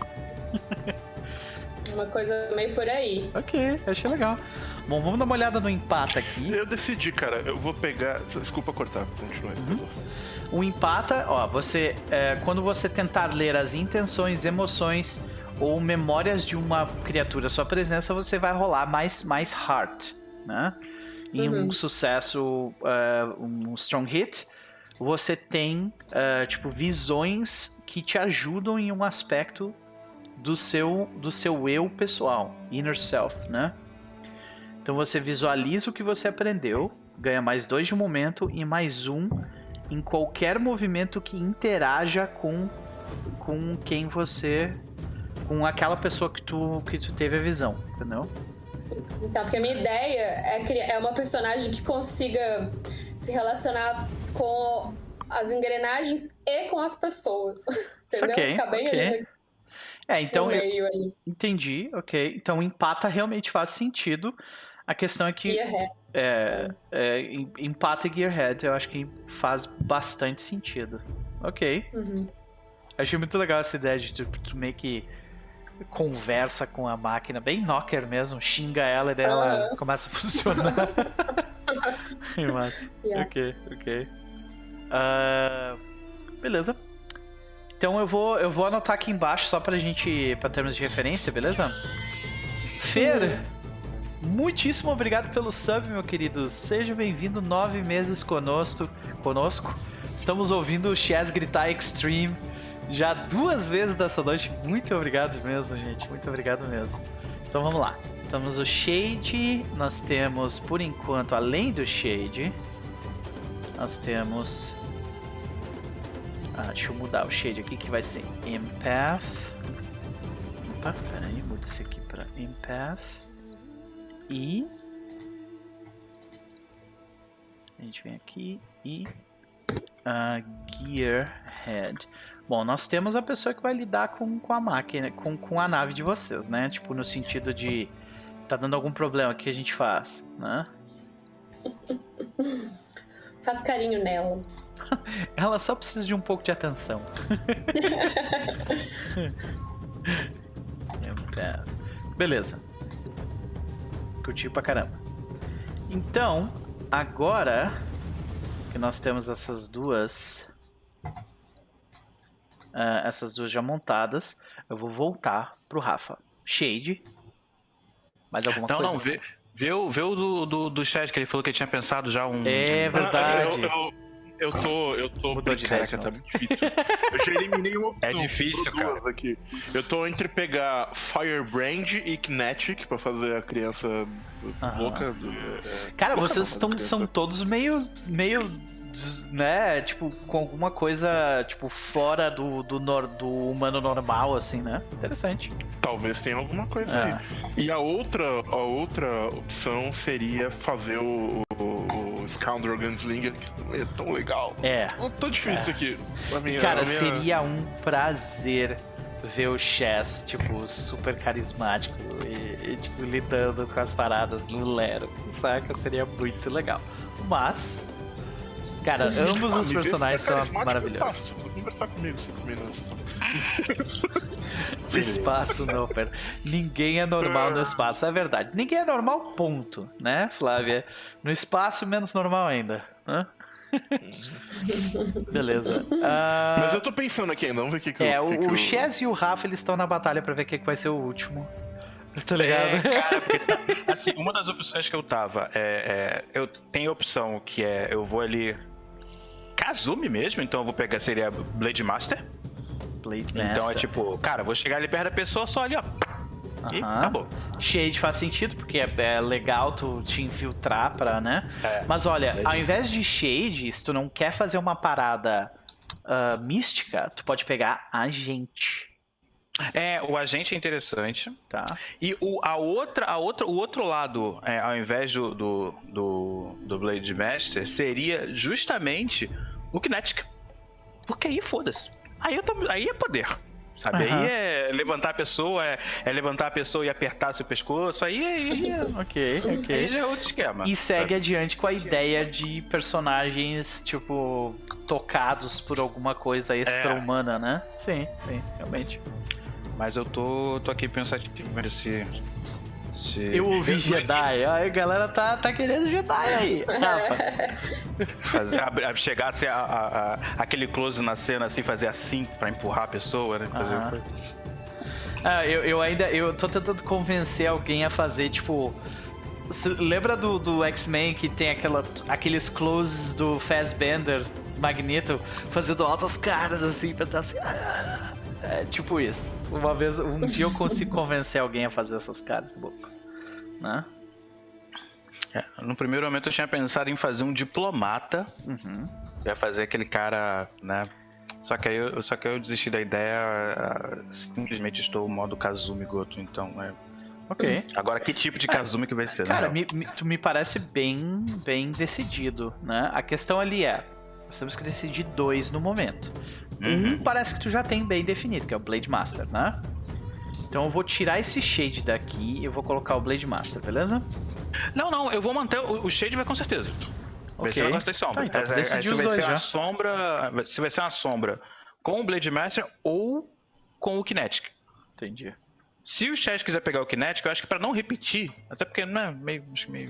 Uma coisa meio por aí. Ok, achei legal. Bom, vamos dar uma olhada no empata aqui. Eu decidi, cara, eu vou pegar... Desculpa cortar, continua aí. Uhum. O empata, ó, você... É, quando você tentar ler as intenções, emoções ou memórias de uma criatura à sua presença, você vai rolar mais, mais heart, né? Em Uhum. um sucesso, uh, um strong hit, você tem, uh, tipo, visões que te ajudam em um aspecto do seu, do seu eu pessoal, inner self, né? Então você visualiza o que você aprendeu, ganha mais dois de momento e mais um em qualquer movimento que interaja com, com quem você... com aquela pessoa que tu, que tu teve a visão, entendeu? Então, porque a minha ideia é criar é uma personagem que consiga se relacionar com as engrenagens e com as pessoas. Entendeu? Saquei, Ficar bem ok. ali É, então no eu meio ali. entendi, ok. Então empata realmente faz sentido. A questão é que Gearhead. é, é, em- empata e Gearhead eu acho que faz bastante sentido. Ok. Uhum. Achei muito legal essa ideia de tu, tu meio que conversa com a máquina, bem knocker mesmo, xinga ela e daí ela Aham. começa a funcionar. Que massa. Yeah. Ok, ok. Ah, beleza. Então eu vou, eu vou anotar aqui embaixo só pra gente, pra termos de referência, beleza? Fer, muitíssimo obrigado pelo sub, meu querido. Seja bem-vindo, nove meses conosco. conosco. Estamos ouvindo o Chaz gritar Extreme já duas vezes dessa noite. Muito obrigado mesmo, gente. Muito obrigado mesmo. Então vamos lá. Temos o Shade. Nós temos, por enquanto, além do Shade, nós temos... Ah, deixa eu mudar o Shade aqui, que vai ser Empath. Opa, peraí, muda esse aqui pra Empath. E... a gente vem aqui e... Uh, Gearhead. Bom, nós temos a pessoa que vai lidar com, com a máquina, com, com a nave de vocês, né? Tipo, no sentido de... tá dando algum problema, o que a gente faz, né? Faz carinho nela. Ela só precisa de um pouco de atenção. Beleza. Curtiu pra caramba. Então, agora que nós temos essas duas... Uh, essas duas já montadas, eu vou voltar pro Rafa. Shade. Mais alguma Não, coisa? não, vê, vê, o, vê o do, do, do chat que ele falou que ele tinha pensado já um... É verdade. Eu, eu, eu tô. Eu tô. Mudou de Caraca, ideia, tá muito difícil. Eu já eliminei uma opção. É difícil, sobrou duas aqui. Eu tô entre pegar Firebrand e Kinetic pra fazer a criança Aham. louca. Do, é, Cara, louca vocês não, estão, mas são criança- todos meio, meio, des- né, tipo, com alguma coisa, tipo, fora do, do, nor- do humano normal, assim, né? Interessante. Talvez tenha alguma coisa É. aí. E a outra, a outra opção seria fazer o, o, o Scoundrel Gunslinger, que é tão legal. É. Não tão difícil aqui. A minha, Cara, a minha... seria um prazer ver o Chess, tipo, super carismático e, e, tipo, lidando com as paradas no Lero, saca? Seria muito legal. Mas, cara, ambos Ah, os me vê personagens super são carismático, maravilhosos. Só conversar comigo cinco minutos. O espaço não, pera. Ninguém é normal no espaço, é verdade. Ninguém é normal, ponto, né, Flávia? No espaço, menos normal ainda, né? Beleza. Ah, Mas eu tô pensando aqui ainda, vamos ver o que, que é, eu. o, que que o eu- Chess e o Rafa, eles estão na batalha pra ver quem que vai ser o último. Tá ligado? É, cara, porque, assim, uma das opções que eu tava é, é, eu tenho a opção que é eu vou ali Kazumi mesmo, então eu vou pegar seria Blade Master. Blade Então é Master. tipo, cara, vou chegar ali perto da pessoa só ali, ó. E Aham. acabou. Shade faz sentido, porque é, é legal tu te infiltrar pra, né? É. Mas olha, ao invés de Shade, se tu não quer fazer uma parada ah, mística, tu pode pegar agente, É, o agente é interessante. tá? E o, a outra, a outra, o outro lado, é, ao invés do, do, do, do Blade Master, seria justamente o Kinetic. Porque aí foda-se. Aí, eu tô, aí é poder. Sabe? Aham. Aí é levantar a pessoa, é, é levantar a pessoa e apertar seu pescoço, aí, aí, é- Ok, aí ok. já é outro esquema. E segue sabe? adiante com a ideia de personagens, tipo, tocados por alguma coisa extra-humana, né? Sim, sim, realmente. Mas eu tô, tô aqui pensativo se... se... Eu ouvi Jedi, aí a galera tá, tá querendo Jedi aí. Rafa. Fazer, a- a- chegar assim, a, a- a- aquele close na cena, assim, fazer assim pra empurrar a pessoa, né? Fazer Aham. coisa. Ah, eu, eu ainda. Eu tô tentando convencer alguém a fazer, tipo. se- Lembra do, do X-Men que tem aquela, aqueles closes do Fassbender, Magneto, fazendo altas caras assim, pra estar assim. ah, É tipo isso. Uma vez, um dia eu consigo convencer alguém a fazer essas caras bocas. Né? É, no primeiro momento eu tinha pensado em fazer um diplomata. Uhum. Ia fazer aquele cara, né? Só que aí eu, só que aí eu desisti da ideia. ah, Simplesmente estou no modo Kazumi Goto, então é. Ok. Agora, que tipo de Kazumi que vai ser, né? Cara, me, me- tu me parece bem, bem decidido, né? A questão ali é, nós temos que decidir dois no momento. Um Uhum. parece que tu já tem bem definido, que é o Blade Master, né? Então eu vou tirar esse shade daqui e eu vou colocar o Blade Master, beleza? Não, não, eu vou manter. O, o Shade vai com certeza. Vai Ok. ser o negócio das sombras. Tá, então Aí- aí decidiu se os vai dois ser já. uma sombra. vai- Se vai ser uma sombra com o Blade Master ou com o Kinetic. Entendi. Se o chat quiser pegar o Kinetic, eu acho que pra não repetir, até porque não é meio. Acho que meio.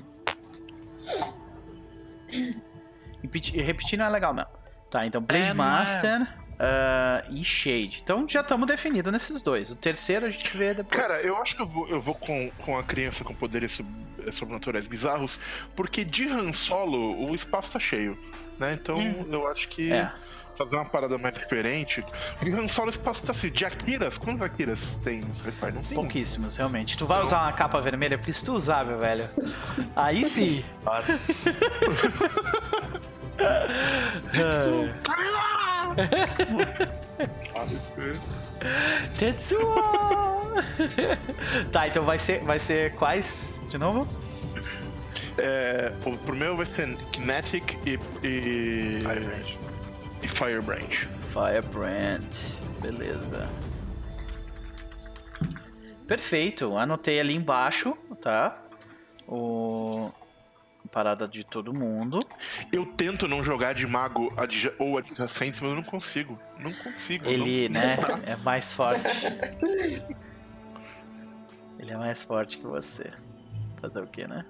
Repetir, repetir não é legal mesmo. Tá, então Blade É, não é. Master ah, e Shade. Então já estamos definidos nesses dois. O terceiro a gente vê depois. Cara, eu acho que eu vou, eu vou com, com a criança com poderes sob- sobrenaturais bizarros, porque de Han Solo o espaço tá cheio, né? Então Hum. eu acho que É. fazer uma parada mais diferente. De Han Solo o espaço tá assim. De Akiras, quantos Akiras tem no Sci-Fi? Não tem. Pouquíssimos, realmente. Tu vai usar uma capa vermelha? Porque se tu usar, meu velho. Aí sim. Nossa. Tetsuo! Tá, então vai ser, vai ser quais de novo? É, o primeiro vai ser Kinetic e. e... Firebrand. E Firebrand. Firebrand. Beleza. Perfeito. Anotei ali embaixo, tá? O... a parada de todo mundo. Eu tento não jogar de mago adja- ou adjacentes, mas eu não consigo. Não consigo. Ele, não, né, não dá. é mais forte. Ele é mais forte que você. Fazer o quê, né?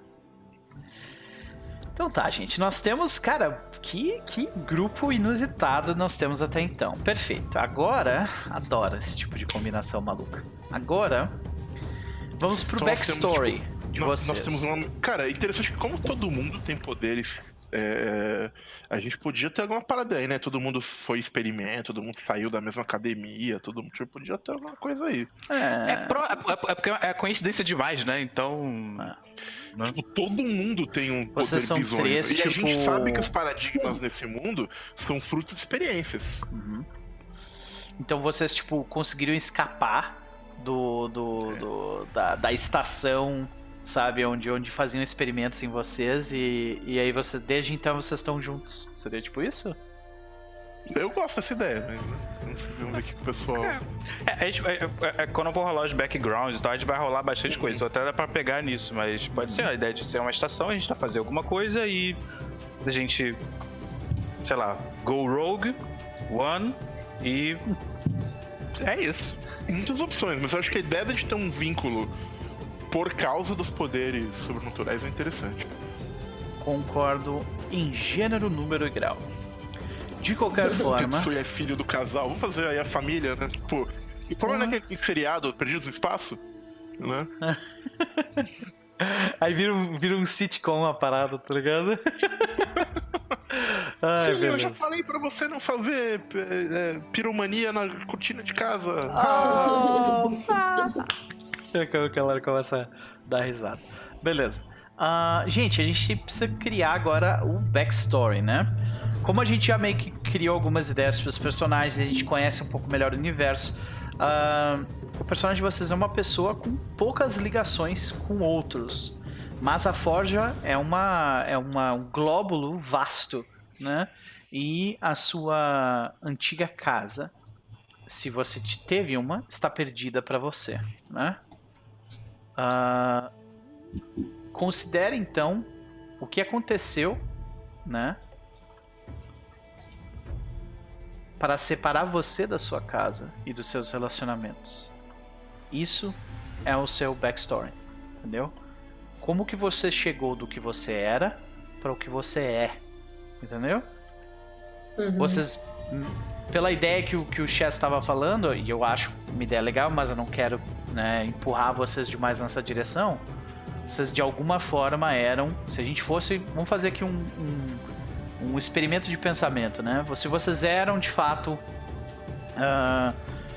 Então tá, gente. Nós temos, cara, que, que grupo inusitado nós temos até então. Perfeito. Agora, adoro esse tipo de combinação maluca. Agora, vamos pro Então nós temos, backstory tipo, de nós, vocês. nós temos uma. Cara, é interessante que como todo mundo tem poderes. é, a gente podia ter alguma parada aí, né? Todo mundo foi experimento, todo mundo saiu da mesma academia, todo mundo tipo, podia ter alguma coisa aí. É, É, pro- é- é porque é coincidência demais, né? Então. Tipo, todo mundo tem um poder Vocês são bizonho. três, E a tipo- gente sabe que os paradigmas nesse mundo são frutos de experiências. Então vocês, tipo, conseguiram escapar do, do, do- da, da estação, sabe? Onde, onde faziam experimentos em vocês e, e aí vocês, desde então vocês estão juntos. Seria tipo isso? Eu gosto dessa ideia, mas né? Não sei, vamos ver o que o pessoal. É, a gente- é- é- é- quando eu vou rolar os backgrounds e tal, a gente vai rolar bastante coisa. Então até dá pra pegar nisso, mas pode ser a ideia de ser uma estação, a gente tá fazendo alguma coisa e a gente, sei lá, go rogue, one e é isso. Muitas opções, mas eu acho que a ideia de ter um vínculo por causa dos poderes sobrenaturais é interessante. Concordo em gênero, número e grau. De qualquer forma. Tetsuya é filho do casal, vamos fazer aí a família, né? Tipo, e como é naquele seriado Perdidos no Espaço, né? Aí vira um, vira um sitcom a parada, tá ligado? Ai, Sim, eu beleza. já falei pra você não fazer é, é, piromania na cortina de casa. É que a galera começa a dar risada. Beleza. Ah, gente, a gente precisa criar agora o backstory, né? Como a gente já meio que criou algumas ideias para os personagens, a gente conhece um pouco melhor o universo. ah, o personagem de vocês é uma pessoa com poucas ligações com outros. Mas a Forja é, uma, é uma, um glóbulo vasto, né? E a sua antiga casa se você teve uma, está perdida para você, né? Uh, considere então o que aconteceu, né? Para separar você da sua casa e dos seus relacionamentos. Isso é o seu backstory, entendeu? Como que você chegou do que você era para o que você é, entendeu? Uhum. Vocês, pela ideia que o, que o Chess estava falando, e eu acho uma ideia legal, mas eu não quero, né, empurrar vocês demais nessa direção, vocês de alguma forma eram, se a gente fosse, vamos fazer aqui um, um, um experimento de pensamento, né? Se vocês eram de fato uh,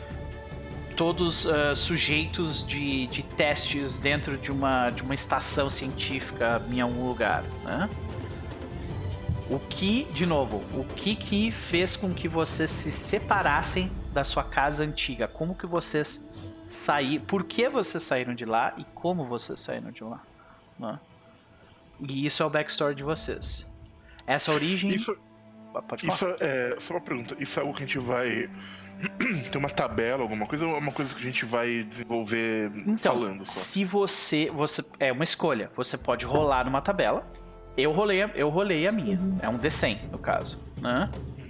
todos uh, sujeitos de, de testes dentro de uma, de uma estação científica em algum lugar, né? O que, de novo, o que que fez com que vocês se separassem da sua casa antiga? Como que vocês saíram? Por que vocês saíram de lá e como vocês saíram de lá? Né? E isso é o backstory de vocês. Essa origem... Isso, Pode falar. Isso é, só uma pergunta, isso é algo que a gente vai... Tem uma tabela, alguma coisa, ou é uma coisa que a gente vai desenvolver então, falando só? Se você, você... É uma escolha. Você pode rolar numa tabela. Eu rolei, a, eu rolei a minha. Uhum. É um D cem, no caso. Né?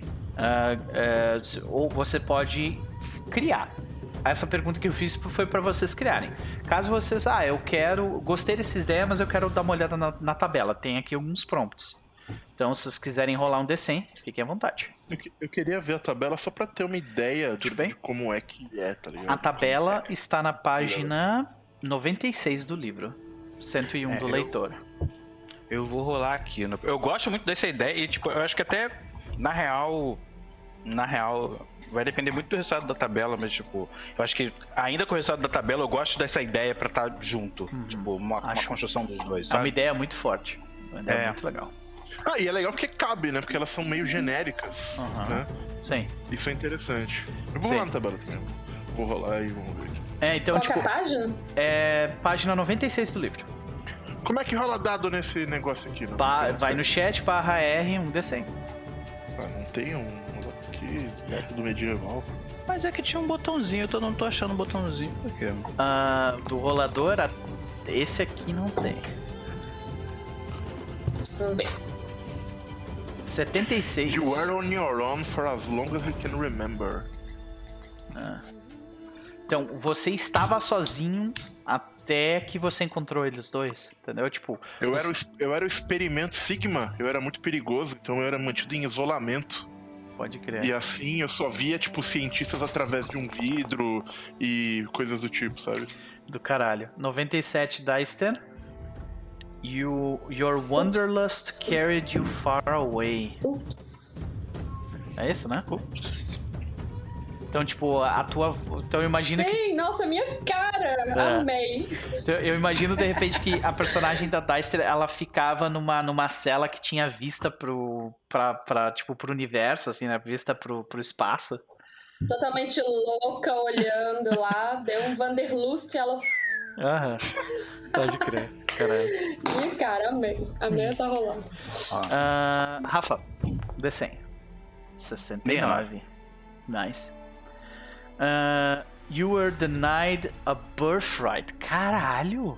Uh, uh, ou você pode criar. Essa pergunta que eu fiz foi para vocês criarem. Caso vocês... Ah, eu quero... Gostei desses ideias, mas eu quero dar uma olhada na, na tabela. Tem aqui alguns prompts. Então, se vocês quiserem rolar um D cem, fiquem à vontade. Eu, eu queria ver a tabela só pra ter uma ideia de, bem? de como é que é, tá ligado? A tabela é. está na página noventa e seis do livro. cento e um é, do eu, leitor. Eu vou rolar aqui. Eu gosto muito dessa ideia e, tipo, eu acho que até, na real... Na real, vai depender muito do resultado da tabela, mas, tipo... Eu acho que, ainda com o resultado da tabela, eu gosto dessa ideia pra estar junto. Uhum. Tipo, uma, uma construção dos dois, sabe? É uma ideia muito forte. Uma ideia é. muito legal. Ah, e é legal porque cabe, né? Porque elas são meio genéricas, uhum. né? Sim. Isso é interessante. Eu vou Sim. rolar na tabela também. Vou rolar e vamos ver aqui. É, então, Qual tipo... que é a página? É página noventa e seis do livro. Como é que rola dado nesse negócio aqui? Não? Ba vai no chat, barra R, um D cem. Ah, não tem um... aqui, método medieval. Mas é que tinha um botãozinho, eu não tô achando um botãozinho. Por quê? Uh, do rolador, esse aqui não tem. Vamos ver. setenta e seis. You are on your own for as long as you can remember. Ah. Então, você estava sozinho até que você encontrou eles dois, entendeu? Tipo... Eu, você... era, o, eu era o experimento Sigma, eu era muito perigoso, então eu era mantido em isolamento. Pode crer. E assim eu só via, tipo, cientistas através de um vidro e coisas do tipo, sabe? Do caralho. noventa e sete Deister. You, your wanderlust Ups. carried you far away. Ups. É isso, né? Ups. Então, tipo, a tua... Então eu imagino Sim, que... nossa, minha cara! É. Amei! Então, eu imagino, de repente, que a personagem da Deister, ela ficava numa, numa cela que tinha vista pro... Pra, pra, tipo, pro universo, assim, né? Vista pro, pro espaço. Totalmente louca, olhando lá. Deu um Wanderlust e ela... Aham. Pode crer. Caralho. Minha cara, amei. Amei essa rolada. Uh, Rafa, D cem. sessenta e nove. Nice. Uh, you were denied a birthright. Caralho!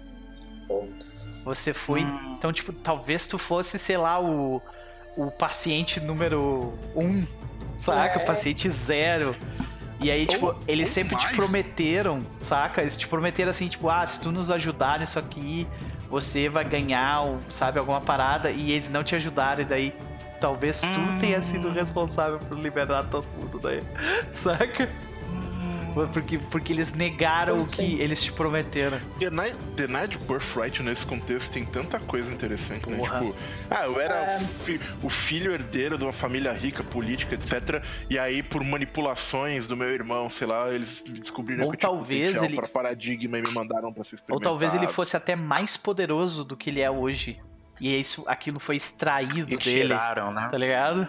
Ops. Você foi... Hum. Então, tipo, talvez tu fosse, sei lá, o, o paciente número um, saca? É. O paciente zero. E aí, tipo, ou, eles ou sempre mais. te prometeram, saca? Eles te prometeram assim, tipo, ah, se tu nos ajudar nisso aqui, você vai ganhar, sabe, alguma parada. E eles não te ajudaram, e daí talvez tu hum. tenha sido responsável por liberar todo mundo daí, saca? Porque, porque eles negaram o que eles te prometeram. Denied, denied birthright nesse contexto tem tanta coisa interessante, né? Porra. Tipo, ah, eu era é. fi, o filho herdeiro de uma família rica, política, etcétera. E aí, por manipulações do meu irmão, sei lá, eles descobriram ou que eu tinha talvez potencial ele... para paradigma e me mandaram pra ser experimentado. Ou talvez ele fosse até mais poderoso do que ele é hoje. E isso, aquilo foi extraído e dele. Tiraram, né? Tá ligado?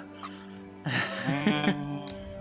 Hum.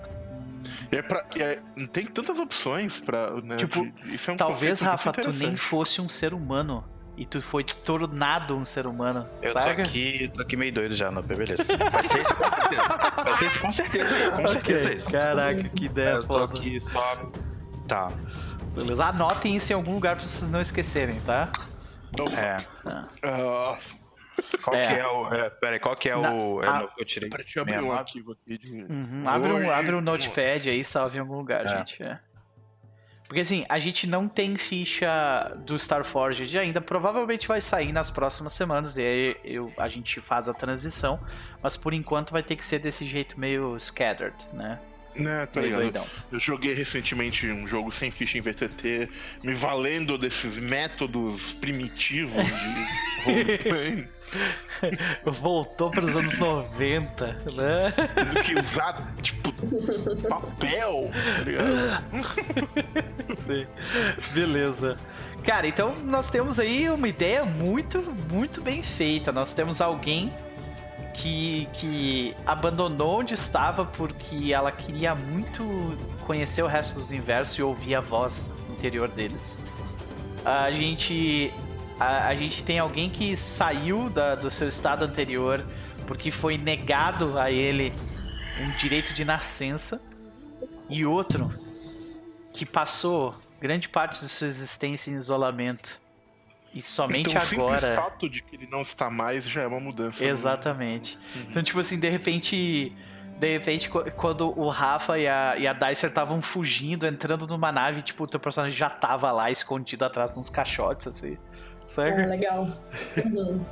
E é pra, e é, tem tantas opções pra... Né, tipo, de, isso é um talvez, Rafa, tu nem interessante. fosse um ser humano. e tu foi tornado um ser humano, Eu saca? tô aqui, tô aqui meio doido já, não, beleza. Vai ser isso com certeza. Vai ser isso com certeza aí, com certeza Ok, isso. Caraca, que ideia Eu tô foda. aqui só... Tá. Beleza, anotem isso em algum lugar pra vocês não esquecerem, tá? É. Ah, Qual É. que é o... É, pera aí, qual que é Na- o... é, a- no- eu tirei... Peraí, deixa eu abrir meia um nove. arquivo aqui de. Uhum, Abre, um, Hoje- abre um notepad aí, salve em algum lugar, É. gente. é. Porque assim, a gente não tem ficha do Starforged ainda, provavelmente vai sair nas próximas semanas, e aí eu, a gente faz a transição, mas por enquanto vai ter que ser desse jeito meio scattered, né? Né, tá Meio ligado? doidão. Eu joguei recentemente um jogo sem ficha em V T T, me valendo desses métodos primitivos de roleplay, Voltou para os anos noventa, né? tendo que usar, tipo, papel, tá ligado? Sim. Beleza. Cara, então nós temos aí uma ideia muito, muito bem feita. Nós temos alguém que, que abandonou onde estava porque ela queria muito conhecer o resto do universo e ouvir a voz interior deles. A gente, a, a gente tem alguém que saiu da, do seu estado anterior porque foi negado a ele um direito de nascença, e outro que passou grande parte de sua existência em isolamento. E somente Então, o agora. simples fato de que ele não está mais já é uma mudança. Exatamente. Então, tipo assim, de repente. De repente, qu- quando o Rafa e a, e a Dicer estavam fugindo, entrando numa nave, tipo, o teu personagem já tava lá escondido atrás de uns caixotes, assim. Ah, Sabe? legal. Uhum.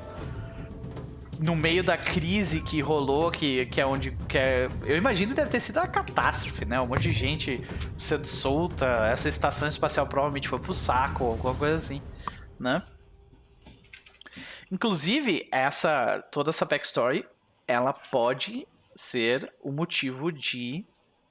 No meio da crise que rolou, que, que é onde. Que é, eu imagino que deve ter sido uma catástrofe, né? Um monte de gente sendo solta, essa estação espacial provavelmente foi pro saco, ou alguma coisa assim, né? Inclusive, essa, toda essa backstory, ela pode ser o motivo de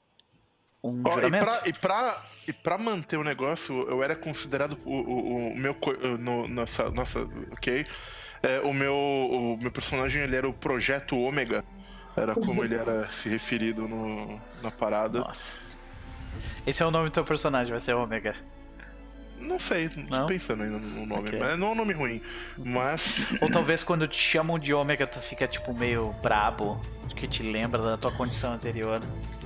um Ó, e, juramento. pra, e, pra, e pra manter o negócio, eu era considerado o, o, o meu. co- No, nossa, nossa, ok? É, o, meu, o meu personagem ele era o Projeto Ômega. Era como ele era se referido no, na parada. Nossa. Esse é o nome do teu personagem, vai ser Ômega. Não sei, Não? tô pensando ainda no nome. Ok. Mas não é um nome ruim. Mas. Ou talvez quando te chamam de Ômega, tu fica tipo meio brabo, que te lembra da tua condição anterior.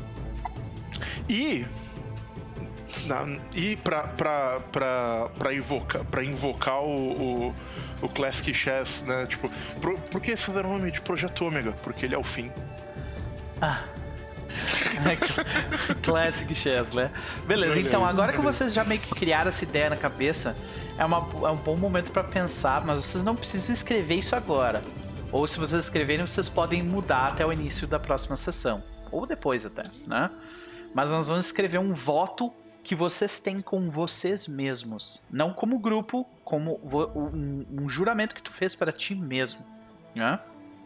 E. Na, e pra, pra, pra, pra, invocar, pra invocar o, o, o Classic Chess, né? Tipo, por, por que esse era o nome de Projeto Ômega? Porque ele é o fim. Ah. Classic Chess, né? Beleza, então agora que vocês já meio que criaram essa ideia na cabeça, é, uma, é um bom momento pra pensar, mas vocês não precisam escrever isso agora. Ou se vocês escreverem, vocês podem mudar até o início da próxima sessão. Ou depois até, né? Mas nós vamos escrever um voto que vocês têm com vocês mesmos. Não como grupo, como vo- um, um juramento que tu fez para ti mesmo, né?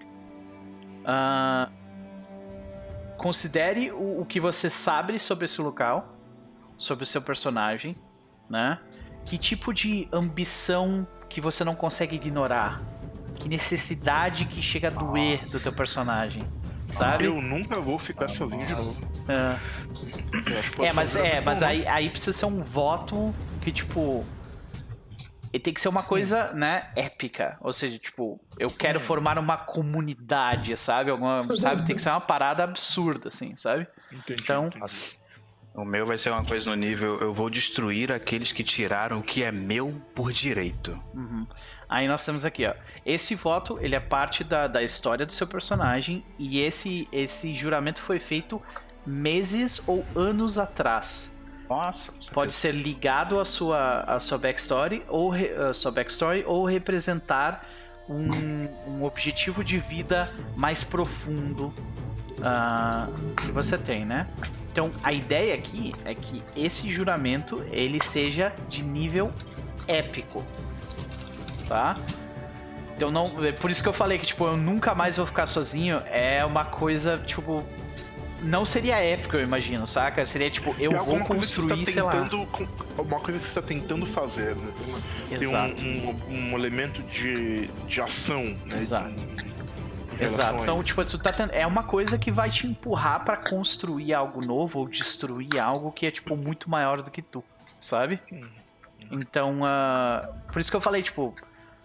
Ah... Considere o, o que você sabe sobre esse local, sobre o seu personagem, né? Que tipo de ambição que você não consegue ignorar? Que necessidade que chega a doer do teu personagem, sabe? Eu nunca vou ficar sozinho de novo. É. Eu acho que pode É, mas ser um é, juramento mas bom. aí, aí precisa ser um voto que, tipo. E tem que ser uma coisa, né, épica. Ou seja, tipo, eu quero formar uma comunidade, sabe? Alguma, sabe? Tem que ser uma parada absurda, assim, sabe? Entendi, Então, entendi. O meu vai ser uma coisa no nível: eu vou destruir aqueles que tiraram o que é meu por direito. Uhum. Aí nós temos aqui, ó. Esse voto, ele é parte da, da história do seu personagem. E esse, esse juramento foi feito meses ou anos atrás. Nossa, Pode ser ligado à sua, à sua backstory ou re- à sua backstory ou representar um, um objetivo de vida mais profundo ah, que você tem, né? Então a ideia aqui é que esse juramento ele seja de nível épico, tá? Então não, é por isso que eu falei que tipo eu nunca mais vou ficar sozinho. É uma coisa tipo não seria épico, eu imagino, saca? Seria tipo, eu É vou alguma coisa que você construir, tá sei lá. tentando, com- Uma coisa que você está tentando fazer, né? Tem, uma- Exato. tem um, um, um elemento de, de ação, né? Exato. Em- em relação Exato. a Então, isso. tipo, tu tá tendo... é uma coisa que vai te empurrar pra construir algo novo ou destruir algo que é, tipo, muito maior do que tu, sabe? Então, ah, por isso que eu falei, tipo,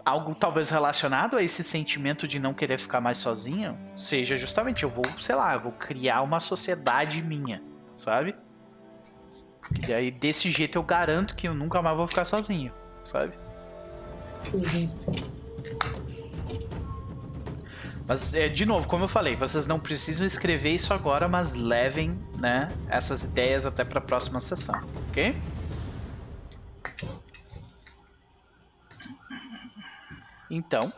algo talvez relacionado a esse sentimento de não querer ficar mais sozinho, seja justamente, eu vou, sei lá, eu vou criar uma sociedade minha, sabe? E aí, desse jeito, eu garanto que eu nunca mais vou ficar sozinho, sabe? Uhum. Mas, é, de novo, como eu falei, vocês não precisam escrever isso agora, mas levem, né, essas ideias até para a próxima sessão, ok? Então,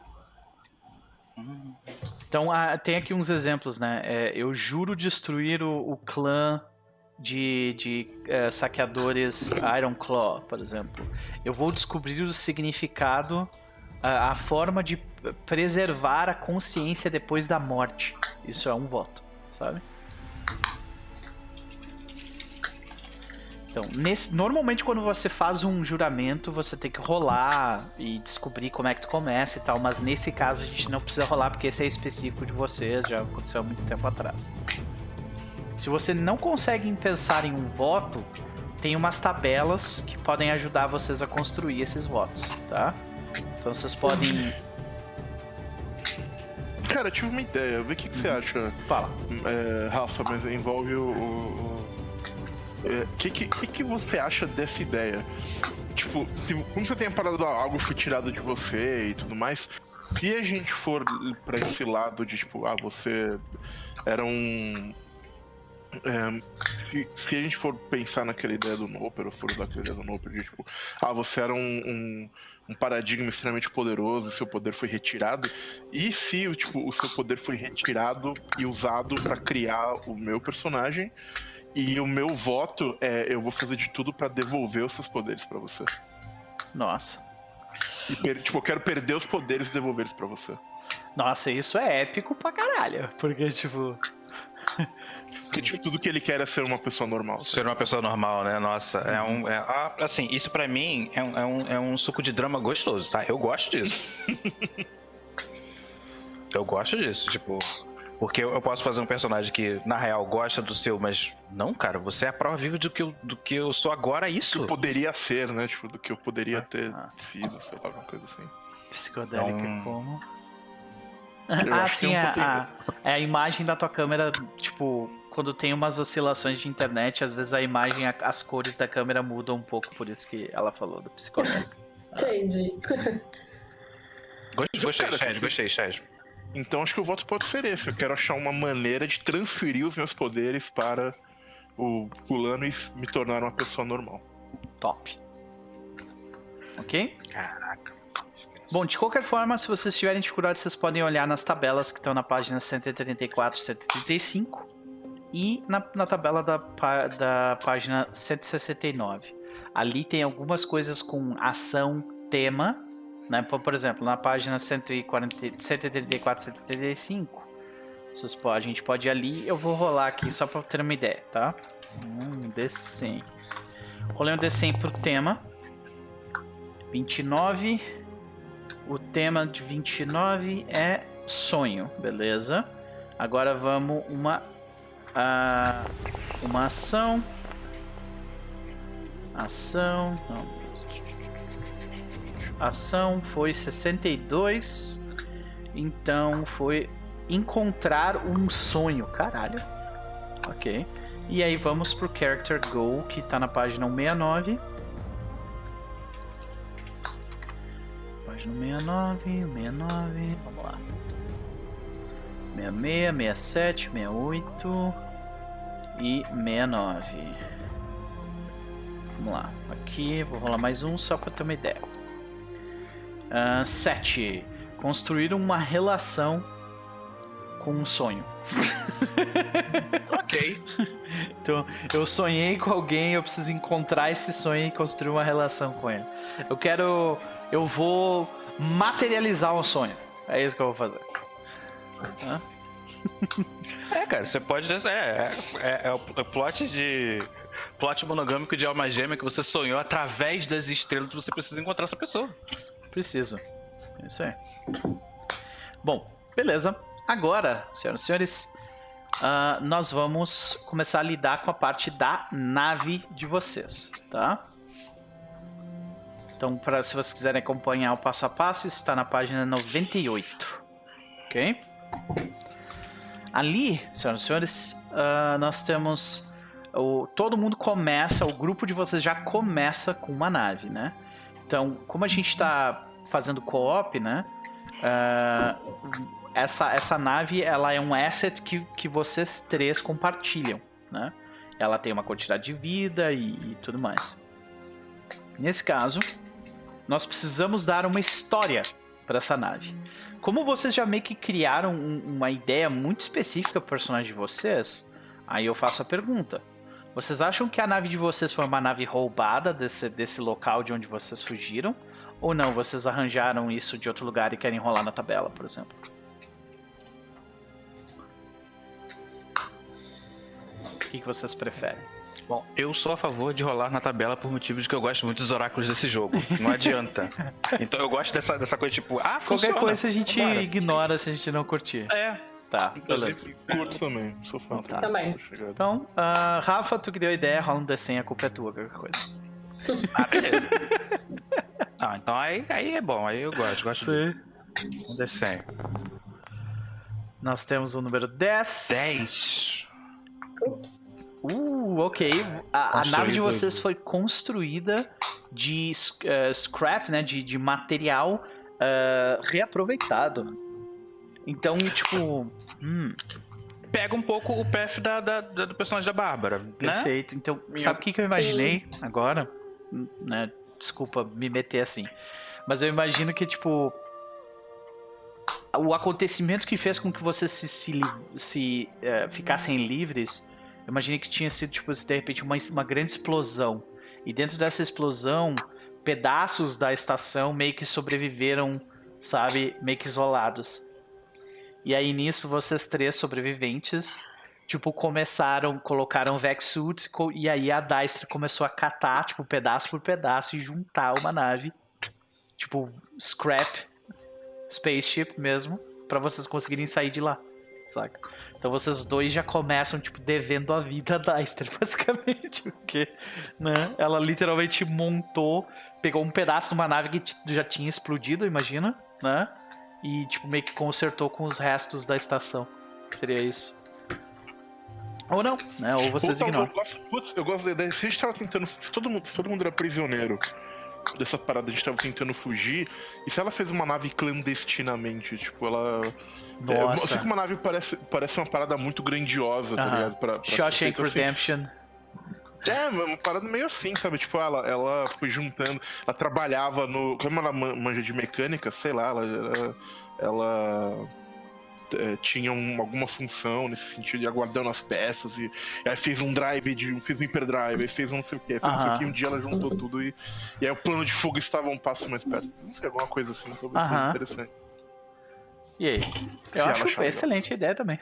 então ah, tem aqui uns exemplos, né? É, eu juro destruir o, o clã de, de uh, saqueadores Ironclaw, por exemplo. Eu vou descobrir o significado, a, a forma de preservar a consciência depois da morte. Isso é um voto, sabe? Então, nesse, normalmente quando você faz um juramento, você tem que rolar e descobrir como é que tu começa e tal, mas nesse caso a gente não precisa rolar porque esse é específico de vocês, já aconteceu há muito tempo atrás. Se você não consegue pensar em um voto, tem umas tabelas que podem ajudar vocês a construir esses votos, tá? Então vocês podem... Cara, eu tive uma ideia, vê o que, que você acha. Fala. É, Rafa, mas envolve o... o... O é, que, que, que você acha dessa ideia? Tipo, se, como você tem a parada, algo foi tirado de você e tudo mais, se a gente for pra esse lado de, tipo, ah, você era um... É, se, se a gente for pensar naquela ideia do Noper, ou for usar aquela ideia do Noper, de, tipo, ah, você era um, um, um paradigma extremamente poderoso, o seu poder foi retirado, e se tipo, o seu poder foi retirado e usado pra criar o meu personagem, e o meu voto é, eu vou fazer de tudo pra devolver os seus poderes pra você. Nossa. E per, tipo, eu quero perder os poderes e devolver eles pra você. Nossa, isso é épico pra caralho. Porque, tipo... Porque, tipo, tudo que ele quer é ser uma pessoa normal. Ser uma pessoa normal, né? Nossa, é um... É, assim, isso pra mim é um, é, um, é um suco de drama gostoso, tá? Eu gosto disso. Eu gosto disso, tipo... Porque eu posso fazer um personagem que, na real, gosta do seu, mas... Não, cara, você é a prova viva do que eu, do que eu sou agora, isso. Do que eu poderia ser, né? Tipo, do que eu poderia ah, ter ah. sido, sei lá, alguma coisa assim. Psicodélica Então... como... Eu ah, acho sim, que é um a, poder... a, é a imagem da tua câmera, tipo... Quando tem umas oscilações de internet, às vezes a imagem, a, as cores da câmera mudam um pouco, por isso que ela falou do psicodélico. Entendi. Gostei, gostei, Cara, Chad, assim, gostei, Chad. Então acho que o voto pode ser esse. Eu quero achar uma maneira de transferir os meus poderes para o fulano e me tornar uma pessoa normal. Top. Ok? Caraca. Bom, de qualquer forma, se vocês tiverem dificuldade, vocês podem olhar nas tabelas que estão na página cento e trinta e quatro e cento e trinta e cinco e na, na tabela da, da página cento e sessenta e nove. Ali tem algumas coisas com ação, tema, né? Por, por exemplo, na página cento e quarenta, cento e trinta e quatro e cento e trinta e cinco, vocês podem, a gente pode ir ali. Eu vou rolar aqui só para ter uma ideia, tá? Um D cem. Rolei um D cem pro tema. vinte e nove. O tema de vinte e nove é sonho, beleza? Agora vamos uma uh, uma ação. Ação. Não. Ação foi sessenta e dois. Então foi encontrar um sonho. Caralho. Ok. E aí vamos pro Character Goal, que tá na página cento e sessenta e nove. Página sessenta e nove, sessenta e nove, vamos lá. sessenta e seis, sessenta e sete, sessenta e oito e sessenta e nove. Vamos lá. Aqui, vou rolar mais um só para ter uma ideia. Uh, sete. Construir uma relação com um sonho. Ok. Então, eu sonhei com alguém, eu preciso encontrar esse sonho e construir uma relação com ele. Eu quero... Eu vou materializar um sonho. É isso que eu vou fazer. Hã? É, cara, você pode... É, é, é, é o plot de... Plot monogâmico de alma gêmea que você sonhou através das estrelas que você precisa encontrar essa pessoa. Preciso. Isso aí. Bom, beleza. Agora, senhoras e senhores, uh, nós vamos começar a lidar com a parte da nave de vocês, tá? Então, pra, se vocês quiserem acompanhar o passo a passo, isso está na página noventa e oito. Ok? Ali, senhoras e senhores, uh, nós temos... O, todo mundo começa, o grupo de vocês já começa com uma nave, né? Então, como a gente está fazendo co-op, né? Uh, essa, essa nave, ela é um asset que, que vocês três compartilham, né? Ela tem uma quantidade de vida e, e tudo mais. Nesse caso, nós precisamos dar uma história para essa nave. Como vocês já meio que criaram um, uma ideia muito específica para o personagem de vocês, aí eu faço a pergunta. Vocês acham que a nave de vocês foi uma nave roubada desse, desse local de onde vocês fugiram? Ou não, vocês arranjaram isso de outro lugar e querem rolar na tabela, por exemplo? O que, que vocês preferem? Bom, eu sou a favor de rolar na tabela por motivos de que eu gosto muito dos oráculos desse jogo. Não adianta. Então eu gosto dessa, dessa coisa tipo, ah, funciona. Qualquer coisa a gente Bora. ignora se a gente não curtir. É. Tá, beleza. Curto também, sou fã. Tá. Também. Então, uh, Rafa, tu que deu a ideia, rola um D cem, a culpa é tua, qualquer coisa. Ah, beleza. Ah, então aí, aí é bom, aí eu gosto. Gosto Sim. de um D cem. Nós temos o número dez. dez. Ups. Uh, ok. A, a nave de vocês foi construída de uh, scrap, né? De, de material uh, reaproveitado. Então, tipo... Hum, Pega um pouco o path da, da, da- do personagem da Bárbara, né? perfeito. Então, sabe o que, que eu imaginei agora? Hum, Né? Desculpa me meter assim. Mas eu imagino que, tipo... O acontecimento que fez com que vocês se, se, li- se eh, ficassem livres, eu imaginei que tinha sido, tipo, de repente, uma, uma grande explosão. E dentro dessa explosão, pedaços da estação meio que sobreviveram, sabe? Meio que isolados. E aí, nisso, vocês três sobreviventes, tipo, começaram, colocaram Vex-suits, co- e aí a Dystre começou a catar, tipo, pedaço por pedaço e juntar uma nave, tipo, scrap, spaceship mesmo, pra vocês conseguirem sair de lá, saca? Então vocês dois já começam, tipo, devendo a vida a Dystre, basicamente, porque, né, ela literalmente montou, pegou um pedaço de uma nave que t- já tinha explodido, imagina, né? E, tipo, meio que consertou com os restos da estação. Seria isso. Ou não, né? Ou vocês Puta, eu ignoram. gosto, putz, eu gosto da ideia. Se a gente tava tentando. Se todo mundo, se todo mundo era prisioneiro dessa parada, a gente tava tentando fugir. E se ela fez uma nave clandestinamente? Tipo, ela. É, eu Nossa. sei que uma nave parece, parece uma parada muito grandiosa, tá Aham. ligado? Pra, pra ser Shawshank feito assim. Redemption. É, uma parada meio assim, sabe? Tipo, ela, ela foi juntando. Ela trabalhava no. Como ela man- manja de mecânica, sei lá, ela. Ela, ela, é, tinha um- alguma função nesse sentido de aguardando as peças. E, e aí fez um drive, de, fez um hyperdrive, aí fez um não sei o que, fez não sei o que. Aham. Um dia ela juntou tudo e. E aí o plano de fuga estava um passo mais perto. Não sei, alguma coisa assim, talvez seja Aham. interessante. E aí? Se Eu ela acho achar legal. excelente a ideia também.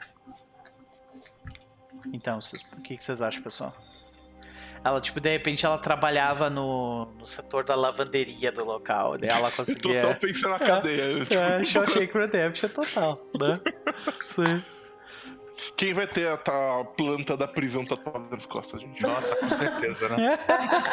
Então, vocês- o que que vocês acham, pessoal? Ela, tipo, de repente ela trabalhava no, no setor da lavanderia do local. Daí ela conseguia... Total pensando na cadeia. tipo, É, Shawshank Redemption total, né? Sim. Quem vai ter a, tá, a planta da prisão tatuada nas costas, gente? Nossa, com certeza, né?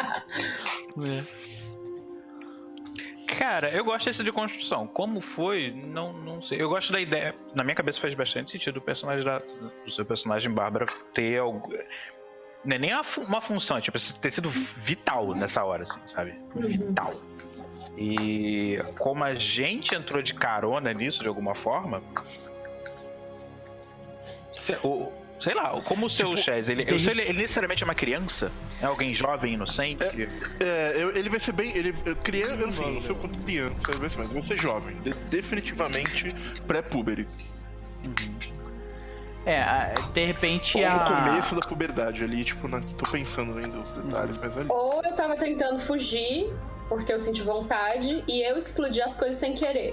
É. Cara, eu gosto desse de construção. Como foi, não, não sei. Eu gosto da ideia. Na minha cabeça faz bastante sentido o personagem da, do seu personagem Bárbara ter algo. Não é nem uma, fu- uma função, é tipo, ter sido vital nessa hora, assim, sabe? Vital. E como a gente entrou de carona nisso de alguma forma. se- o- sei lá, como o seu Tipo, Chaz, ele, tem- eu sei, ele, ele necessariamente é uma criança? É alguém jovem, inocente? É, eu- ele vai ser bem. Ele, eu- criança, assim, não sei o quanto criança, ele vai ser, mas vai ser jovem. De- definitivamente pré-puberty. É, a- de repente Ou no a... começo da puberdade ali, tipo, na, tô pensando ainda os detalhes, mas ali. Ou eu tava tentando fugir, porque eu senti vontade, e eu explodi as coisas sem querer.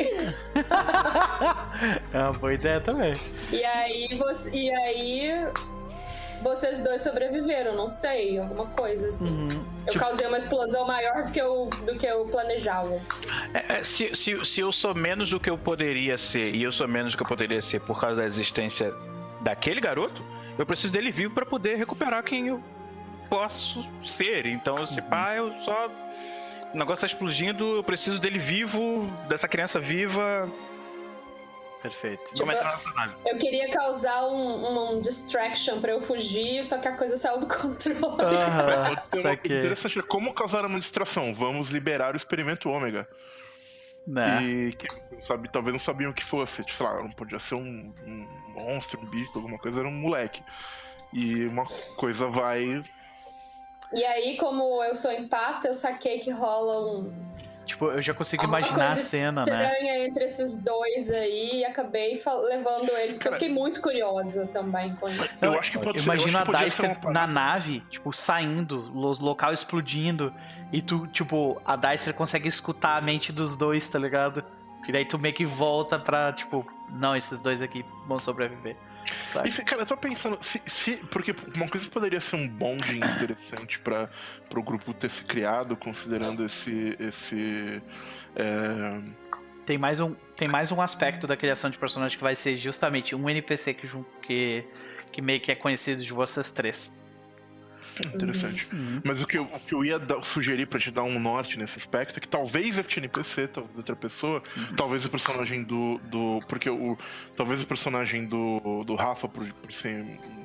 É uma boa ideia também. E aí, você, e aí vocês dois sobreviveram, não sei, alguma coisa assim. Eu Tipo- causei uma explosão maior do que eu, do que eu planejava. É, é, se, se, se eu sou menos do que eu poderia ser, e eu sou menos do que eu poderia ser por causa da existência daquele garoto, eu preciso dele vivo pra poder recuperar quem eu posso ser. Então, se pá, eu só o negócio tá explodindo, eu preciso dele vivo, dessa criança viva. Perfeito. Tipo, Como entrar nessa nave? Eu queria causar um, um distraction pra eu fugir, só que a coisa saiu do controle. Aham, Tem uma saquei. coisa interessante, como causar uma distração? Vamos liberar o experimento ômega. Né? E que, sabe, talvez não sabiam o que fosse. Tipo, sei lá, não podia ser um, um monstro, um bicho, alguma coisa, era um moleque. E uma coisa vai. E aí, como eu sou empata, eu saquei que rola um... Tipo, eu já consigo Alguma imaginar a coisa cena, né? estranha entre esses dois aí e acabei fa- levando eles, porque eu fiquei muito curiosa também com isso. Eu acho que pode ser. eu Imagina acho que a podia ser Deister uma na parada- nave, tipo, saindo, o local explodindo, e tu, tipo, a Deister consegue escutar a mente dos dois, tá ligado? E daí tu meio que volta pra, tipo, não, esses dois aqui vão sobreviver. Sabe? E se- cara, eu tô pensando, se, se- porque uma coisa que poderia ser um bonde interessante para o grupo ter se criado, considerando esse. esse é, Tem mais, um, tem mais um aspecto da criação de personagem que vai ser justamente um N P C que, jun- que, que meio que é conhecido de vocês três. interessante. Mas o que eu, o que eu ia dar- sugerir pra te dar um norte nesse aspecto é que talvez este N P C, talvez outra pessoa, talvez o personagem do. do porque o. Talvez o personagem do, do Rafa, por, por ser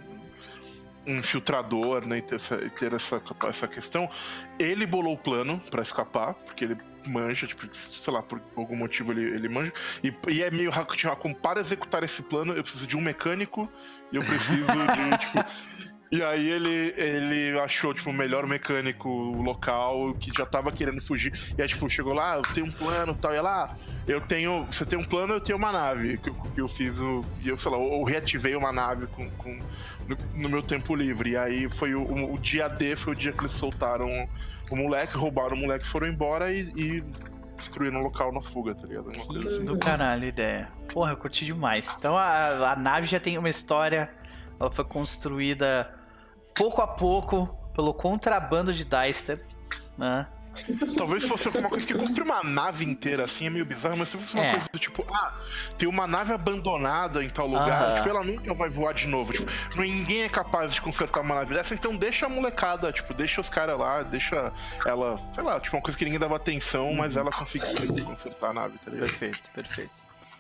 um infiltrador, né, e ter, essa, e ter essa, essa questão, ele bolou o plano pra escapar, porque ele manja, tipo, sei lá, por algum motivo ele, ele manja, e, e é meio Haku Haku, para executar esse plano eu preciso de um mecânico e eu preciso de, tipo... E aí ele, ele achou, tipo, o melhor mecânico local que já tava querendo fugir. E aí, tipo, chegou lá, eu tenho um plano e tal. E ela, ah, eu tenho... Você tem um plano, eu tenho uma nave. Que eu, que eu fiz o... E eu, sei lá, eu reativei uma nave com, com, no, no meu tempo livre. E aí foi o, o, o dia D, foi o dia que eles soltaram o moleque, roubaram o moleque, foram embora e... e destruíram o local na fuga, tá ligado? Uma coisa assim. Do caralho, ideia. Porra, eu curti demais. Então a, a nave já tem uma história, ela foi construída pouco a pouco pelo contrabando de Deister, né? Talvez fosse alguma coisa que construir uma nave inteira assim é meio bizarro, mas se fosse uma É. coisa do tipo, ah, tem uma nave abandonada em tal lugar, Aham. tipo, ela nunca vai voar de novo. Tipo, ninguém é capaz de consertar uma nave dessa, então deixa a molecada, tipo, deixa os caras lá, deixa ela, sei lá, tipo, uma coisa que ninguém dava atenção, mas ela conseguiu consertar a nave, tá ligado? Perfeito, perfeito.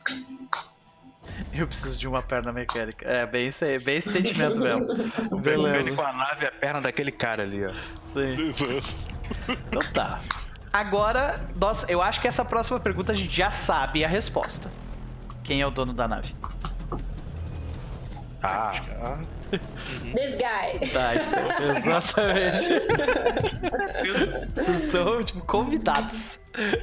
Eu preciso de uma perna mecânica. É, bem esse, aí, bem esse sentimento mesmo. Ele Beleza. com a nave e a perna daquele cara ali, ó. Sim. Então tá. Agora, nós, eu acho que essa próxima pergunta a gente já sabe a resposta. Quem é o dono da nave? Ah, Ah, This guy. Deister, exatamente. Vocês são, tipo, convidados.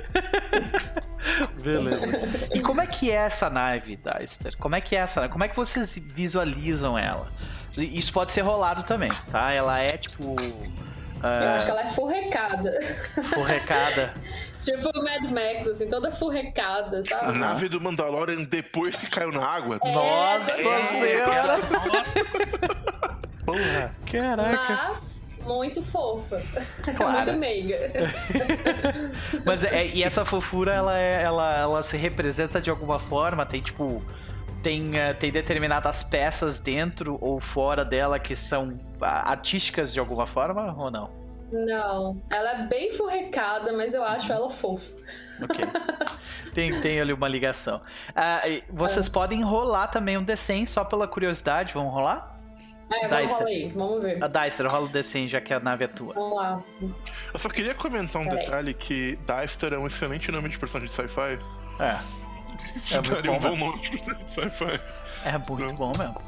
Beleza. E como é que é essa nave, Deister? Como é que é essa nave? Como é que vocês visualizam ela? Isso pode ser rolado também, tá? Ela é, tipo... Eu acho que ela é furrecada. Forrecada. Tipo o Mad Max, assim, toda furrecada, a sabe? nave do Mandalorian depois que caiu na água. Nossa é, senhora! porra. Caraca. Mas muito fofa. Claro. Muito meiga. Mas é, e essa fofura, ela, é, ela, ela se representa de alguma forma? Tem, tipo... Tem, eh, tem determinadas peças dentro ou fora dela que são ah, artísticas de alguma forma ou não? Não, ela é bem furrecada, mas eu acho ela fofa. Ok. Tem, tem ali uma ligação. Ah, e vocês podem rolar também um D cem, só pela curiosidade. Vamos rolar? É, vamos Deister. rolar aí, vamos ver. A Deister, rola o D cem, já que a nave é tua. Vamos lá. Eu só queria comentar um Peraí. detalhe que Deister é um excelente nome de personagem de sci-fi. É. É muito Daria um bom, bom nome de personagem de sci-fi. É muito bom mesmo.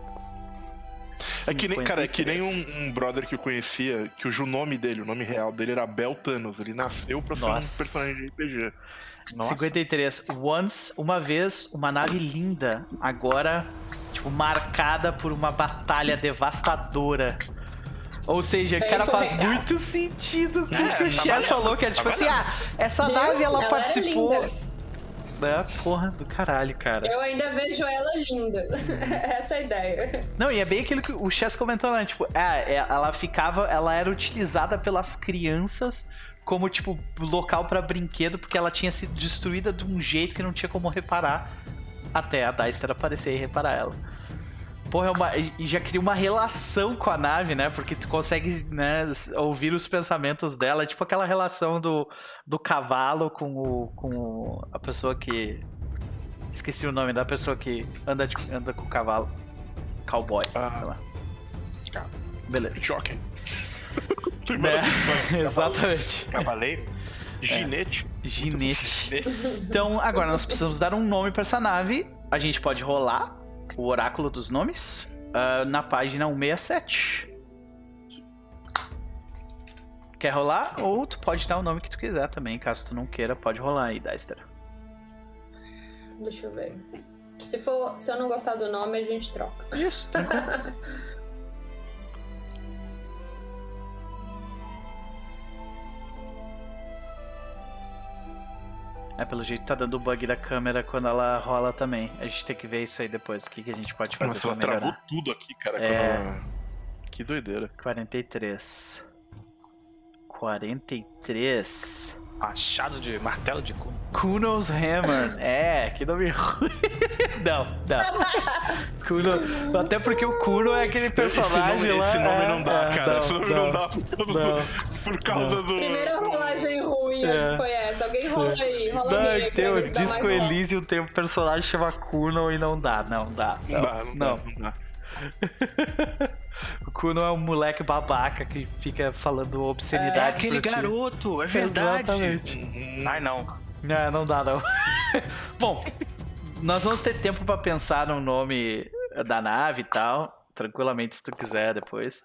É que nem, cara, é que nem cinquenta e três. um, um brother que eu conhecia, que o nome dele, o nome real dele era Bel Thanos. Ele nasceu pra ser Nossa. um personagem de R P G. Nossa. cinquenta e três. Once, uma vez, uma nave linda. Agora, tipo, marcada por uma batalha devastadora. Ou seja, Bem cara, faz forrecado. muito sentido com o É, que o tá Chess valendo, falou, que era tá tipo assim, valendo. ah, essa Viu? nave ela, Ela era participou. linda. É, porra do caralho, cara. Eu ainda vejo ela linda. Essa é a ideia. Não, e é bem aquilo que o Chess comentou, né? Tipo, é, é, ela ficava, ela era utilizada pelas crianças como, tipo, local pra brinquedo, porque ela tinha sido destruída de um jeito que não tinha como reparar até a Deister aparecer e reparar ela. Porra, é uma, e já cria uma relação com a nave, né? Porque tu consegue, né, ouvir os pensamentos dela. É tipo aquela relação do, do cavalo com, o, com o, a pessoa que... Esqueci o nome da pessoa que anda, de, anda com o cavalo. Cowboy, Ah. sei lá. Beleza. Jockey. É, exatamente. Cavaleiro. Ginete. Ginete. Então, agora nós precisamos dar um nome para essa nave. A gente pode rolar o oráculo dos nomes uh, na página cento e sessenta e sete. Quer rolar? Ou tu pode dar o nome que tu quiser também, caso tu não queira, pode rolar aí, Deister. Deixa eu ver. Se, for, se eu não gostar do nome, a gente troca. Isso, É, pelo jeito tá dando bug da câmera quando ela rola também. A gente tem que ver isso aí depois. O que, que a gente pode fazer Nossa, pra ela travou melhorar. tudo aqui, cara. É. quando ela- Que doideira. quarenta e três. quarenta e três. Machado de martelo de cu. Kuno's Hammer. É, que nome ruim. Não, não. Kuno... Até porque o Kuno é aquele personagem esse nome, lá. Esse nome é, não dá, é, cara. não, esse nome não, não, dá por causa, não. do, por causa do. Primeira rolagem ruim É. foi essa. Alguém rola aí, rola Não, aí. tem pra o ver se dá Disco mais rola. Elysium, tem um personagem que chama Kuno e não dá, não dá. Não, dá, não, dá, não dá. O Kuno é um moleque babaca que fica falando É obscenidades aquele pra ti. garoto, é verdade. Exatamente. Ai, não. Não, não dá não. Bom, nós vamos ter tempo pra pensar no nome da nave e tal. Tranquilamente, se tu quiser depois.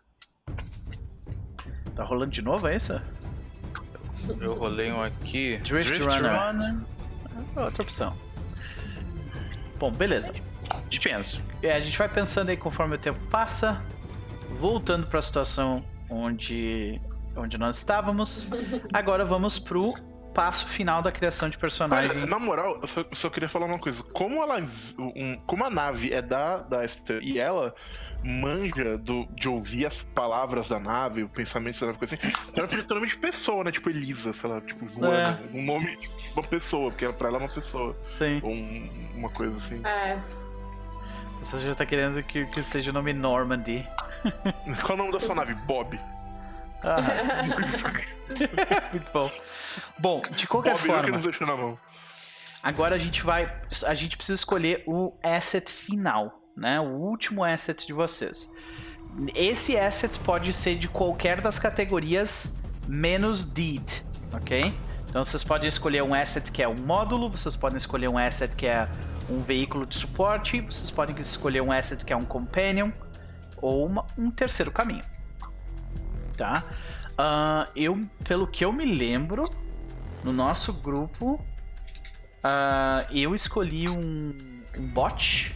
Tá rolando de novo, é isso? Eu rolei um aqui. Drift Runner. Outra opção. Bom, beleza. Dispenso. É, a gente vai pensando aí conforme o tempo passa. Voltando pra situação onde, onde nós estávamos. Agora vamos pro passo final da criação de personagem. Olha, na moral, eu só, só queria falar uma coisa. Como ela, um, como a nave é da, da Esther e ela manja do, de ouvir as palavras da nave, o pensamento da nave, coisa assim, então ela é totalmente pessoa, né? Tipo Elisa, sei lá, tipo, voando. É. Um nome de uma pessoa, porque pra ela é uma pessoa. Sim. Ou um, uma coisa assim. É. Você já tá querendo que, que seja o nome Normandy. Qual é o nome da sua nave? Bob. Ah. Muito bom. Bom, de qualquer Bob é que forma, nos deixou na mão. agora a gente vai. A gente precisa escolher o asset final, né? O último asset de vocês. Esse asset pode ser de qualquer das categorias menos deed, ok? Então vocês podem escolher um asset que é um módulo, vocês podem escolher um asset que é um veículo de suporte, vocês podem escolher um asset que é um companion ou uma, um terceiro caminho, tá? Uh, eu, pelo que eu me lembro, no nosso grupo, uh, eu escolhi um, um bot,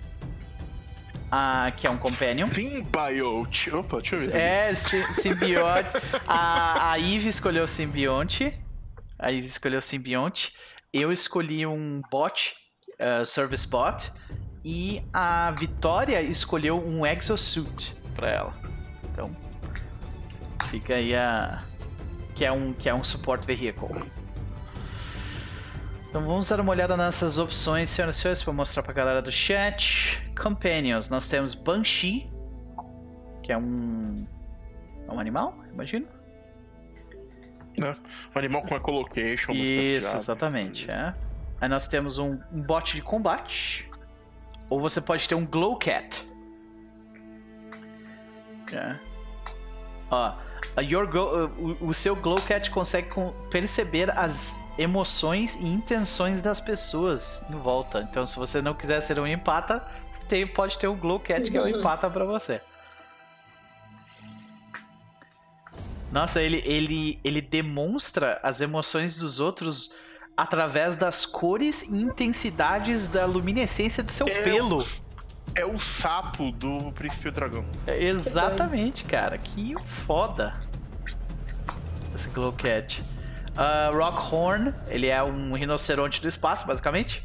uh, que é um companion. Symbiote. Opa, deixa eu ver. É, sim- simbionte. A, a Eve escolheu o simbionte. A Eve escolheu o simbionte. Eu escolhi um bot, uh, service bot. E a Vitória escolheu um exosuit pra ela. Então, fica aí a... Que é um, que é um support vehicle. Então vamos dar uma olhada nessas opções, senhoras e senhores, para mostrar pra galera do chat. Companions, nós temos Banshee, que é um... É um animal, imagino? Né? Um animal com ecolocation. uma espécie de Isso, ave. exatamente, é. Aí nós temos um, um bot de combate. Ou você pode ter um Glowcat. É. Ó, a your Glow- o, o seu Glowcat consegue com- perceber as emoções e intenções das pessoas em volta. Então, se você não quiser ser um empata, tem, pode ter um Glowcat que é um empata pra você. Nossa, ele, ele, ele demonstra as emoções dos outros através das cores e intensidades da luminescência do seu É pelo. o- É o sapo do Príncipe e o Dragão. É, exatamente, cara. Que foda. Esse Glowcat. Uh, Rockhorn, ele é um rinoceronte do espaço, basicamente.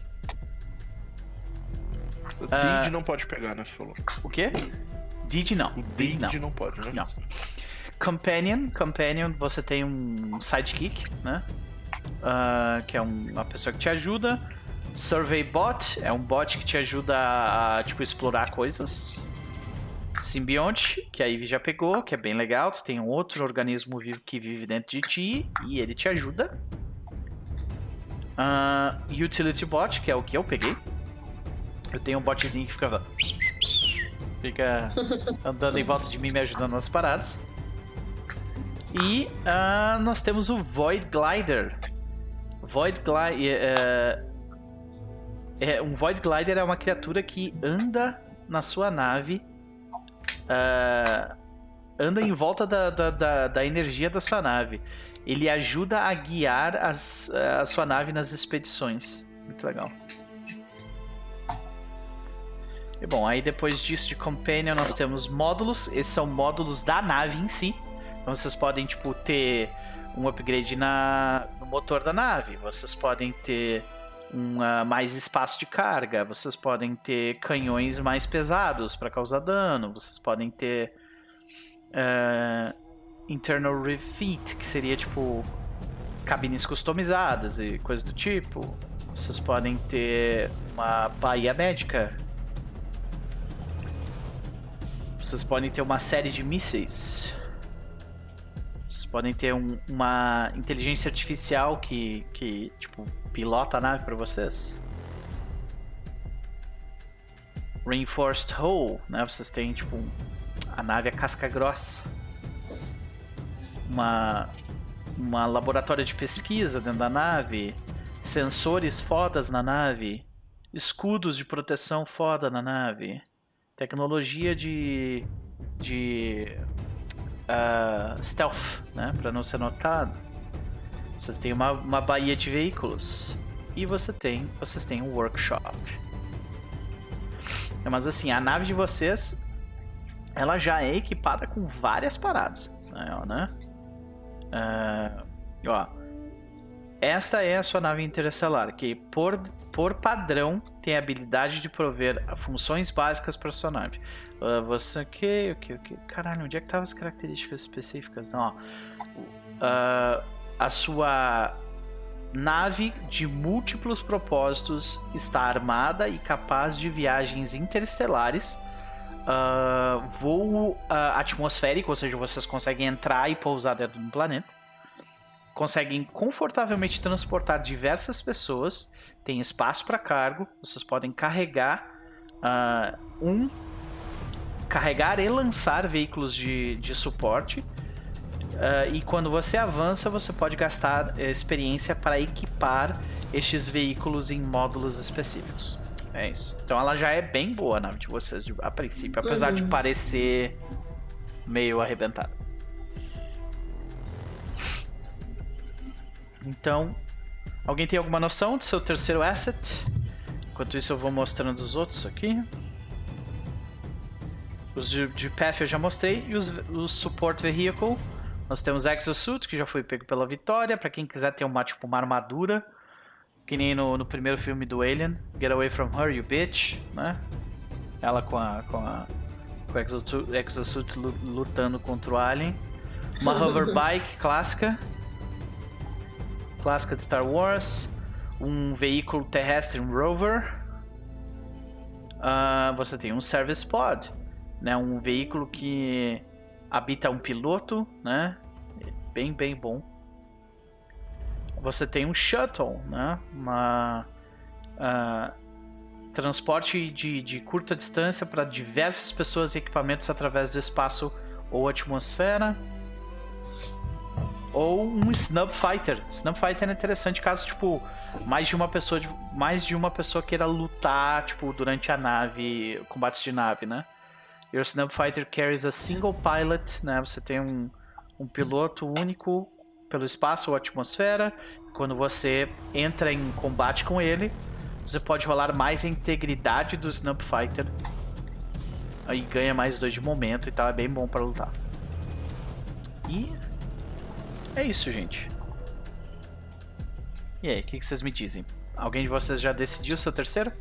O Ah. Did não pode pegar, né? Você falou. O quê? Did não. O Did Did não. não. pode, né? Não. Companion, Companion, você tem um sidekick, né? Uh, que é um- uma pessoa que te ajuda. Survey Bot é um bot que te ajuda a, tipo, explorar coisas. Symbionte, que a Ivy já pegou, que é bem legal. Tu tem um outro organismo vivo que vive dentro de ti e ele te ajuda. Uh, Utility Bot, que é o que eu peguei. Eu tenho um botzinho que fica... Fica andando em volta de mim, me ajudando nas paradas. E uh, nós temos o Void Glider. Void Glider... Uh, é, um Void Glider é uma criatura que anda na sua nave. Uh, anda em volta da, da, da, da energia da sua nave. Ele ajuda a guiar as, a sua nave nas expedições. Muito legal. E bom, aí depois disso de Companion nós temos módulos. Esses são módulos da nave em si. Então vocês podem tipo ter um upgrade na, no motor da nave. Vocês podem ter um, uh, mais espaço de carga. Vocês podem ter canhões mais pesados para causar dano. Vocês podem ter uh, internal refit, que seria tipo cabines customizadas e coisas do tipo. Vocês podem ter uma baía médica. Vocês podem ter uma série de mísseis. Vocês podem ter um, uma inteligência artificial que, que tipo, pilota a nave para vocês. Reinforced Hull, né? Vocês têm tipo a nave a casca grossa. Uma, uma laboratório de pesquisa dentro da nave. Sensores fodas na nave. Escudos de proteção foda na nave. Tecnologia de, de uh, stealth, né, para não ser notado. Vocês têm uma, uma baía de veículos e você tem, vocês têm um workshop. Mas assim, a nave de vocês, ela já é equipada com várias paradas, né? Uh, ó. Esta é a sua nave interestelar, que por, por padrão tem a habilidade de prover funções básicas para sua nave. Uh, você que, o que, o que, caralho, onde é que estavam as características específicas? Não, ó. Uh, a sua nave de múltiplos propósitos está armada e capaz de viagens interestelares, uh, voo uh, atmosférico, ou seja, vocês conseguem entrar e pousar dentro de um planeta. Conseguem confortavelmente transportar diversas pessoas, tem espaço para cargo, vocês podem carregar uh, um, carregar e lançar veículos de, de suporte, uh, e quando você avança você pode gastar experiência para equipar estes veículos em módulos específicos. É isso. Então ela já é bem boa a nave de vocês a princípio, apesar uhum. de parecer meio arrebentada. Então, alguém tem alguma noção do seu terceiro asset? Enquanto isso eu vou mostrando os outros aqui. Os de, de Path eu já mostrei. E os, os Support Vehicle. Nós temos Exosuit, que já foi pego pela Vitória. Pra quem quiser ter uma, tipo, uma armadura. Que nem no, no primeiro filme do Alien. Get away from her, you bitch. Né? Ela com a, com a com o Exosuit, Exosuit lutando contra o Alien. Uma Hover Bike clássica. Clássica de Star Wars, um veículo terrestre, um rover. Uh, você tem um service pod, né? Um veículo que habita um piloto, né? Bem, bem bom. Você tem um shuttle, né? Uma uh, transporte de, de curta distância para diversas pessoas e equipamentos através do espaço ou atmosfera. Ou um Snub Fighter. Snub Fighter é interessante caso, tipo, mais de uma pessoa, mais de uma pessoa queira lutar, tipo, durante a nave, combates de nave, né? Your Snub Fighter carries a single pilot, né? Você tem um, um piloto único pelo espaço ou atmosfera. Quando você entra em combate com ele, você pode rolar mais a integridade do Snub Fighter. Aí ganha mais dois de momento e tal, é bem bom pra lutar. E... é isso, gente. E aí, o que, que vocês me dizem? Alguém de vocês já decidiu o seu terceiro?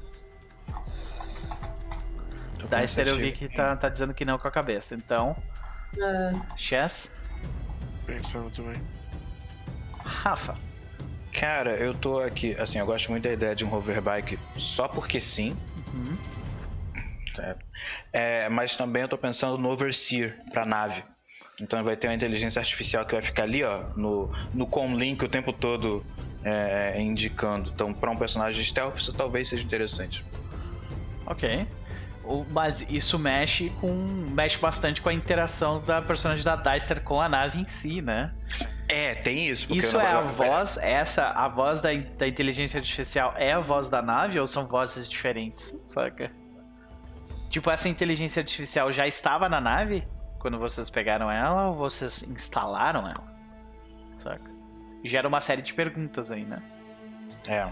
Da Esther eu vi que tá, tá dizendo que não com a cabeça. Então... Uh... Chess? Pensando também. Rafa? Cara, eu tô aqui, assim, eu gosto muito da ideia de um hoverbike só porque sim. Uhum. Certo. É, mas também eu tô pensando no overseer pra nave. Então vai ter uma inteligência artificial que vai ficar ali, ó, no, no comlink o tempo todo é, indicando. Então, pra um personagem de stealth, isso talvez seja interessante. Ok. O, mas isso mexe com. mexe bastante com a interação da personagem da Deister com a nave em si, né? É, tem isso. porque Isso eu não- é a eu- voz, essa, a voz da, da inteligência artificial é a voz da nave ou são vozes diferentes, saca? Tipo, essa inteligência artificial já estava na nave quando vocês pegaram ela ou vocês instalaram ela? Saca? Gera uma série de perguntas aí, né? É.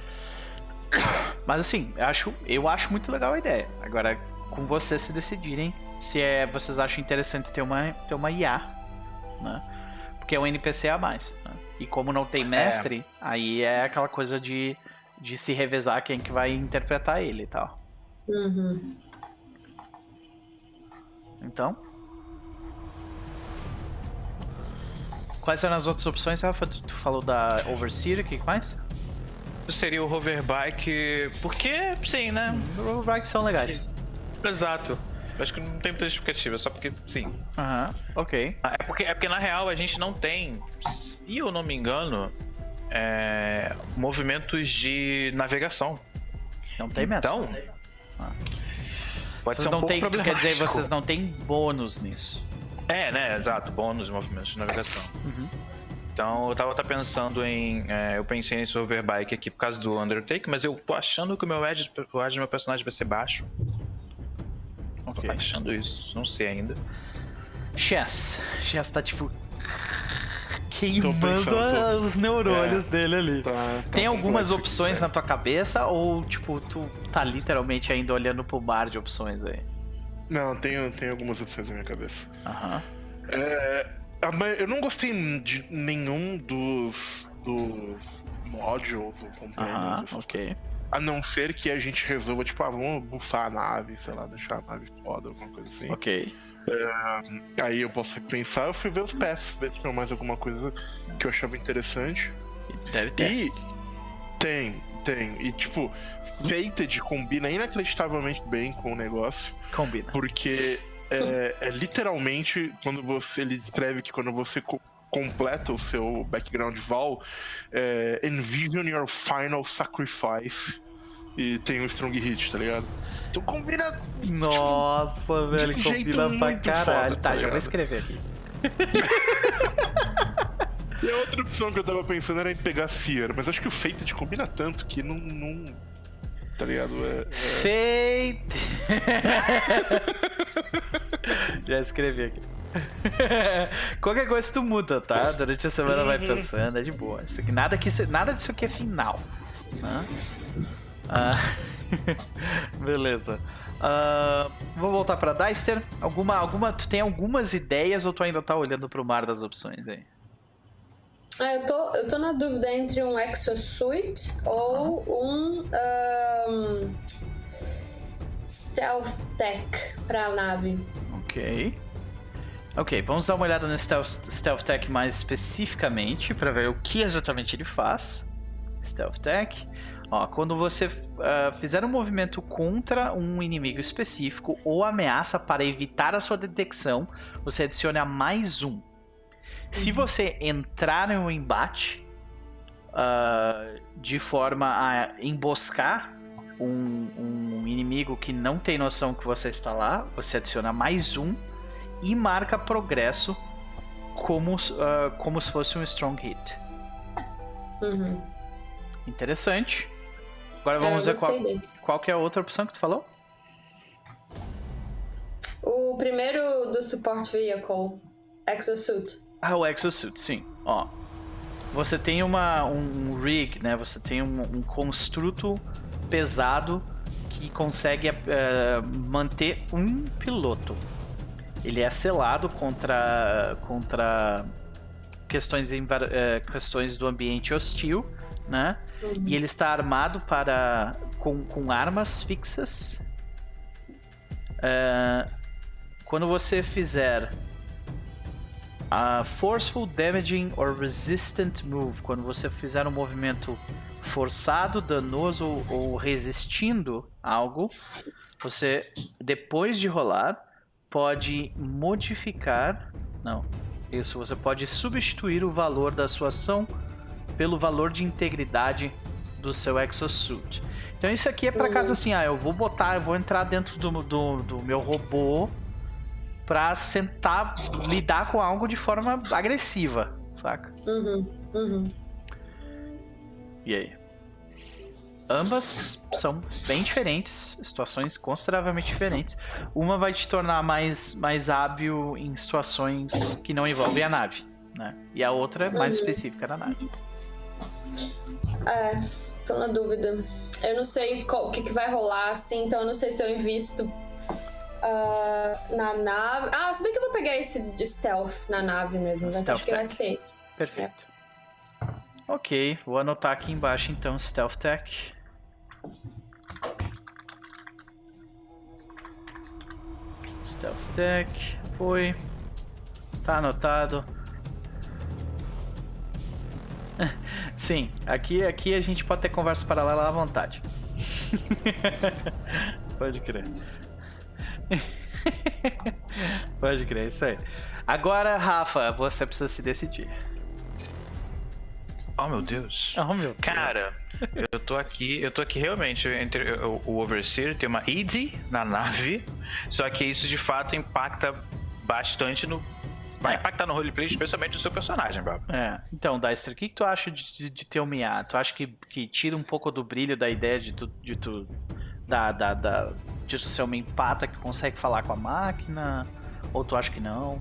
Mas assim, eu acho, eu acho muito legal a ideia. Agora, com vocês se decidirem se é, vocês acham interessante ter uma, ter uma I A, né? Porque é um N P C a mais, né? E como não tem mestre, aí é aquela coisa de, de se revezar quem que vai interpretar ele e tal. Uhum. Então... Quais eram as outras opções, Rafa? Tu, tu falou da Overseer, o que mais? Seria o hoverbike, porque sim, né? Os bikes são legais. Exato. Acho que não tem muita justificativa, só porque sim. Aham, ok. Ah, É porque, é porque na real a gente não tem, se eu não me engano, é, movimentos de navegação. Não tem mesmo. Então, Ah. pode Vocês ser um não pouco tem, tu quer dizer, problemático. vocês não tem bônus nisso. É, né? Exato, bônus de movimentos de navegação. Então eu tava tá pensando em. é, eu pensei nesse hoverbike aqui por causa do Undertake, mas eu tô achando que o meu edge, o edge do meu personagem vai ser baixo. Ok. Tô achando isso, não sei ainda. Chess. Chess tá tipo. Queimando pensando, tô- os neurônios dele ali. Tá, tá Tem algumas complexo opções aqui, na tua cabeça ou, tipo, tu tá literalmente ainda olhando pro mar de opções aí? Não, tem, tem algumas opções na minha cabeça. Aham. É, a ma- eu não gostei de nenhum dos, dos modules ou companions, Aham, essas ok. a não ser que a gente resolva, tipo, ah, vamos bufar a nave, sei lá, deixar a nave foda, alguma coisa assim. Ok. Aí eu posso pensar, eu fui ver os paths, ver se tinha mais alguma coisa que eu achava interessante. Deve ter. E tem, tem. E tipo, Fated combina inacreditavelmente bem com o negócio, Combina. porque é, é literalmente quando você. Ele descreve que quando você co- completa o seu background val, é, envision your final sacrifice. E tem um strong hit, tá ligado? Então combina. Nossa, velho, de jeito combina pra muito caralho. foda, Tá, tá já vou ligado? escrever aqui. E a outra opção que eu tava pensando era em pegar Seer, mas acho que o Fated combina tanto que não. não tá ligado? É, é... Feito! Já escrevi aqui. Qualquer coisa tu muda, tá? Durante a semana vai pensando, é de boa. Isso aqui, nada, que isso, nada disso aqui é final. Né? Ah, beleza. Ah, vou voltar pra Deister. Alguma, alguma, tu tem algumas ideias ou tu ainda tá olhando pro mar das opções aí? Ah, eu tô, eu tô na dúvida entre um exosuit ou um, um stealth tech pra nave. Ok. Ok, vamos dar uma olhada no Stealth, Stealth Tech mais especificamente para ver o que exatamente ele faz. Stealth Tech. Ó, quando você uh, fizer um movimento contra um inimigo específico ou ameaça para evitar a sua detecção, você adiciona mais um. Se você entrar em um embate uh, de forma a emboscar um, um inimigo que não tem noção que você está lá, você adiciona mais um e marca progresso como, uh, como se fosse um strong hit. Uhum. Interessante. Agora É, vamos eu ver qual, gostei desse. qual que é a outra opção que tu falou? O primeiro do support vehicle, exosuit. Ah, o exosuit, sim. Ó, você tem uma, um, um rig, né? Você tem um, um construto pesado que consegue uh, manter um piloto. Ele é selado contra, contra questões, uh, questões do ambiente hostil, né? Uhum. E ele está armado para, com, com armas fixas. Uh, quando você fizer A forceful, damaging or resistant move. Quando você fizer um movimento forçado, danoso ou, ou resistindo a algo, você, depois de rolar, pode modificar... Não, isso. Você pode substituir o valor da sua ação pelo valor de integridade do seu exosuit. Então isso aqui é para caso assim, ah, eu vou botar, eu vou entrar dentro do, do, do meu robô pra sentar, lidar com algo de forma agressiva, saca? Uhum, uhum. E aí? Ambas são bem diferentes, situações consideravelmente diferentes. Uma vai te tornar mais, mais hábil em situações que não envolvem a nave, né? E a outra é mais uhum. específica da nave. É, tô na dúvida. Eu não sei qual, o que, que vai rolar, assim, então eu não sei se eu invisto uh, na nave. Ah, se bem que eu vou pegar esse de stealth na nave mesmo, mas acho que vai ser isso. Perfeito. É. Ok, vou anotar aqui embaixo então Stealth Tech. Stealth Tech, foi. Tá anotado. Sim, aqui, aqui a gente pode ter conversa paralela à vontade. Pode crer. Pode crer, isso aí. Agora, Rafa, você precisa se decidir. Oh meu Deus. Oh meu Deus. Cara, eu tô aqui, eu tô aqui realmente entre o, o Overseer, tem uma E D na nave, só que isso de fato impacta bastante no... Vai impactar no roleplay, especialmente do seu personagem, Bob. É, então, Deister, o que, que tu acha de, de, de ter um I A? Tu acha que, que tira um pouco do brilho da ideia de tu, de tu, da, da, da, de tu ser uma empata que consegue falar com a máquina? Ou tu acha que não?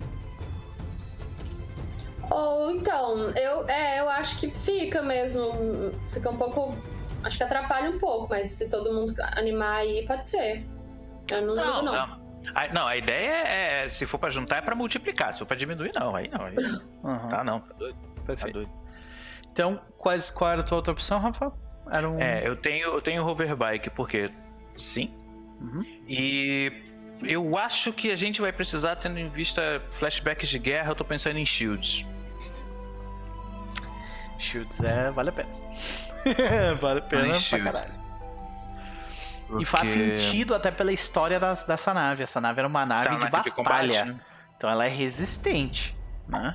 Ou então, eu, é, eu acho que fica mesmo, fica um pouco, acho que atrapalha um pouco, mas se todo mundo animar aí, pode ser. Eu não, não ligo não. não. A, não, a ideia é, é, se for pra juntar, é pra multiplicar. Se for pra diminuir, não. Aí não. Aí, uhum. Tá, não. Tá doido. Perfeito. Tá doido. Então, quais, qual era a tua outra opção, Rafa? Era um... É, eu tenho, eu tenho hoverbike, porque sim. Uhum. E eu acho que a gente vai precisar, tendo em vista flashbacks de guerra, eu tô pensando em shields. Shields é... vale a pena. Vale a pena pra caralho. Porque... E faz sentido até pela história das, dessa nave. Essa nave era uma nave Essa de nave batalha. Combate, né? Então ela é resistente, né?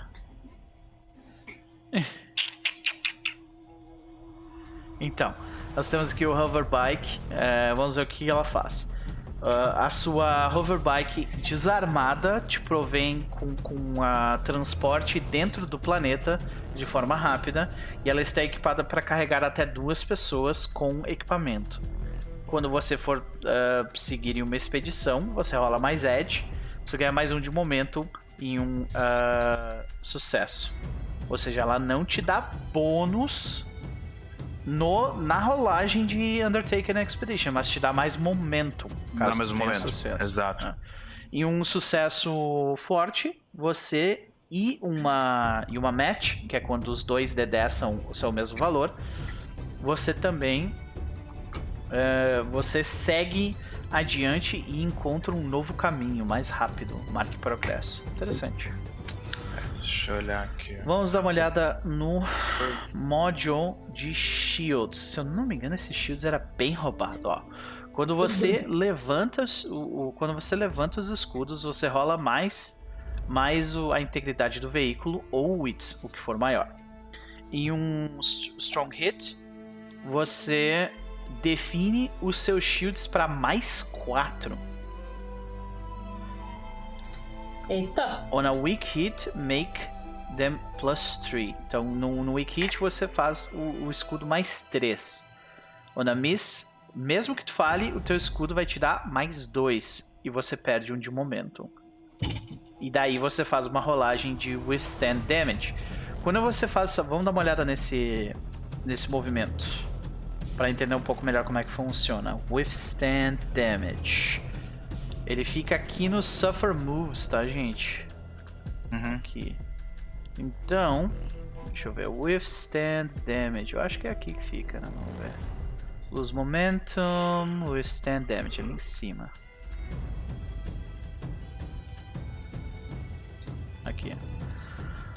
Então, nós temos aqui o Hoverbike. É, vamos ver o que ela faz. Uh, a sua Hoverbike desarmada te provém com, com a transporte dentro do planeta de forma rápida. E ela está equipada para carregar até duas pessoas com equipamento. Quando você for uh, seguir em uma expedição, você rola mais edge, você ganha mais um de momento em um uh, sucesso. Ou seja, ela não te dá bônus no, na rolagem de Undertaker Expedition, mas te dá mais momento. Dá mais um momento, sucesso, exato. Né? Em um sucesso forte, você e uma, e uma match, que é quando os dois D dez são o seu mesmo valor, você também... Uh, você segue adiante e encontra um novo caminho mais rápido. Marque progresso. Interessante. Deixa eu olhar aqui. Vamos dar uma olhada no module de shields. Se eu não me engano, esse shields era bem roubado. Ó. Quando você levanta o, o, quando você levanta os escudos, você rola mais, mais o, a integridade do veículo ou o wits, o que for maior. Em um strong hit, você define os seus shields para mais quatro. Eita! On a weak hit, make them plus three. Então, no, no weak hit, você faz o, o escudo mais três. On a miss, mesmo que tu fale, o teu escudo vai te dar mais dois. E você perde um de momento. E daí você faz uma rolagem de withstand damage. Quando você faz... Vamos dar uma olhada nesse, nesse movimento. Para entender um pouco melhor como é que funciona. Withstand Damage. Ele fica aqui no Suffer Moves, tá, gente? Uhum. Aqui. Então, deixa eu ver. Withstand Damage. Eu acho que é aqui que fica, né? Vamos ver. Lose Momentum. Withstand Damage. Ali em cima. Aqui.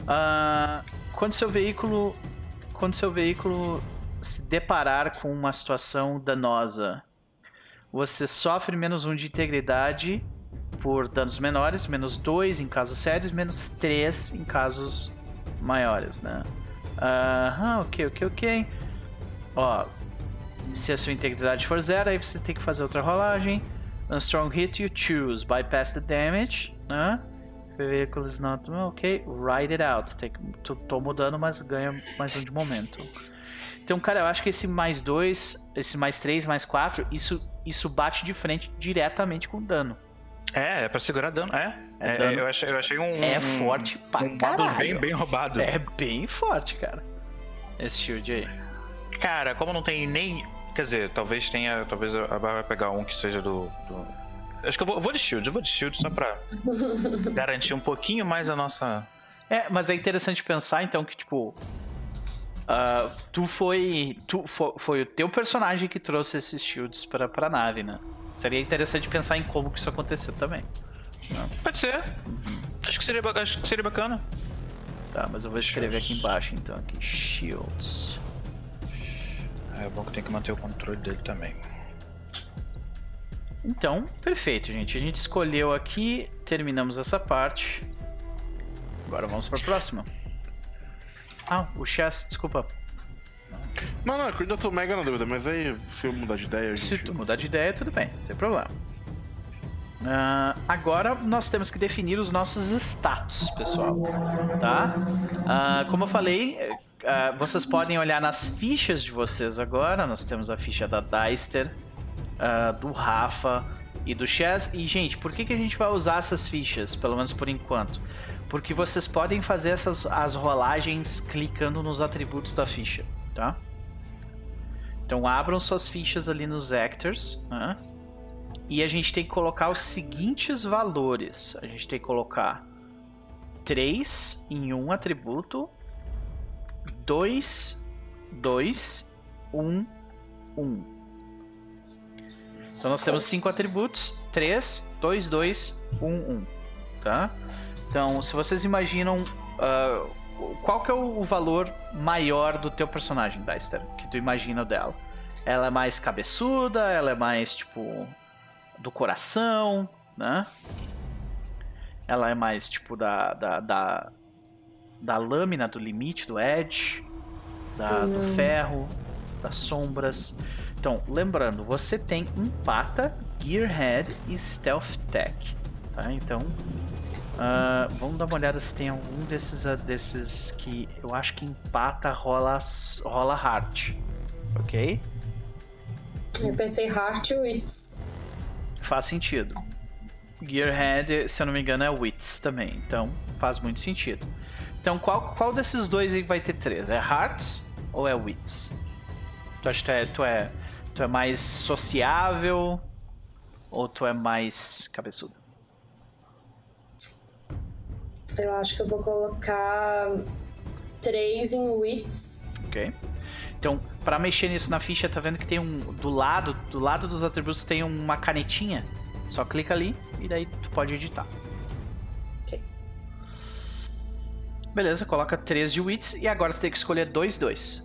Uh, quando seu veículo. Quando seu veículo se deparar com uma situação danosa, você sofre menos um de integridade por danos menores, menos dois em casos sérios, menos três em casos maiores, né? Aham, uh, ok, ok, ok. Ó, se a sua integridade for zero, aí você tem que fazer outra rolagem. A strong hit you choose, bypass the damage, né? Vehicle is not... Ok, write it out. Tem que... Tô mudando, mas ganha mais um de momento. Então, cara, eu acho que esse mais dois, esse mais três, mais quatro, isso, isso bate de frente diretamente com dano. É, é pra segurar dano, é. É é dano. Eu, achei, eu achei um... É um, forte pra um caralho. bem, bem roubado. É bem forte, cara. Esse shield aí. Cara, como não tem nem... Quer dizer, talvez tenha... Talvez a Barra vai pegar um que seja do... do... Acho que eu vou, eu vou de shield, eu vou de shield só pra garantir um pouquinho mais a nossa... É, mas é interessante pensar, então, que, tipo... Uh, tu foi... Tu, foi, foi o teu personagem que trouxe esses shields pra, pra nave, né? Seria interessante pensar em como que isso aconteceu também. Não? Pode ser. Uhum. Acho, que seria, acho que seria bacana. Tá, mas eu vou escrever aqui embaixo, então. Aqui, shields. É bom que tem que manter o controle dele também. Então, perfeito, gente. A gente escolheu aqui, terminamos essa parte. Agora vamos para a próxima. Ah, o Chess, desculpa. Não, não, eu ainda tô mega na dúvida, mas aí se eu mudar de ideia... A gente... Se tu mudar de ideia, tudo bem, não tem problema. Uh, agora nós temos que definir os nossos status, pessoal. Tá? Uh, como eu falei, uh, vocês podem olhar nas fichas de vocês agora. Nós temos a ficha da Deister, Uh, do Rafa e do Chess. E, gente, por que, que a gente vai usar essas fichas? Pelo menos por enquanto. Porque vocês podem fazer essas, as rolagens clicando nos atributos da ficha, tá? Então, abram suas fichas ali nos Actors, né? E a gente tem que colocar os seguintes valores. A gente tem que colocar três em um atributo, dois, dois, um, um. Então nós temos cinco atributos, três, dois, dois, um, um, tá? Então, se vocês imaginam, uh, qual que é o valor maior do teu personagem, Deister, que tu imagina dela? Ela é mais cabeçuda, ela é mais, tipo, do coração, né? Ela é mais, tipo, da, da, da, da lâmina, do limite, do edge, da, do ferro, das sombras... Então, lembrando, você tem empata, Gearhead e Stealth Tech, tá? Então, uh, vamos dar uma olhada se tem algum desses, uh, desses que eu acho que empata, rola, rola Heart, ok? Eu pensei Heart e Wits. Faz sentido. Gearhead, se eu não me engano, é Wits também, então faz muito sentido. Então, qual, qual desses dois aí vai ter três? É Hearts ou é Wits? Tu acha que tu é... Tu é Tu é mais sociável ou tu é mais cabeçudo? Eu acho que eu vou colocar três em Wits. Ok. Então, para mexer nisso na ficha, tá vendo que tem um... Do lado, do lado dos atributos tem uma canetinha. Só clica ali e daí tu pode editar. Ok. Beleza, coloca três de Wits e agora tu tem que escolher dois, dois.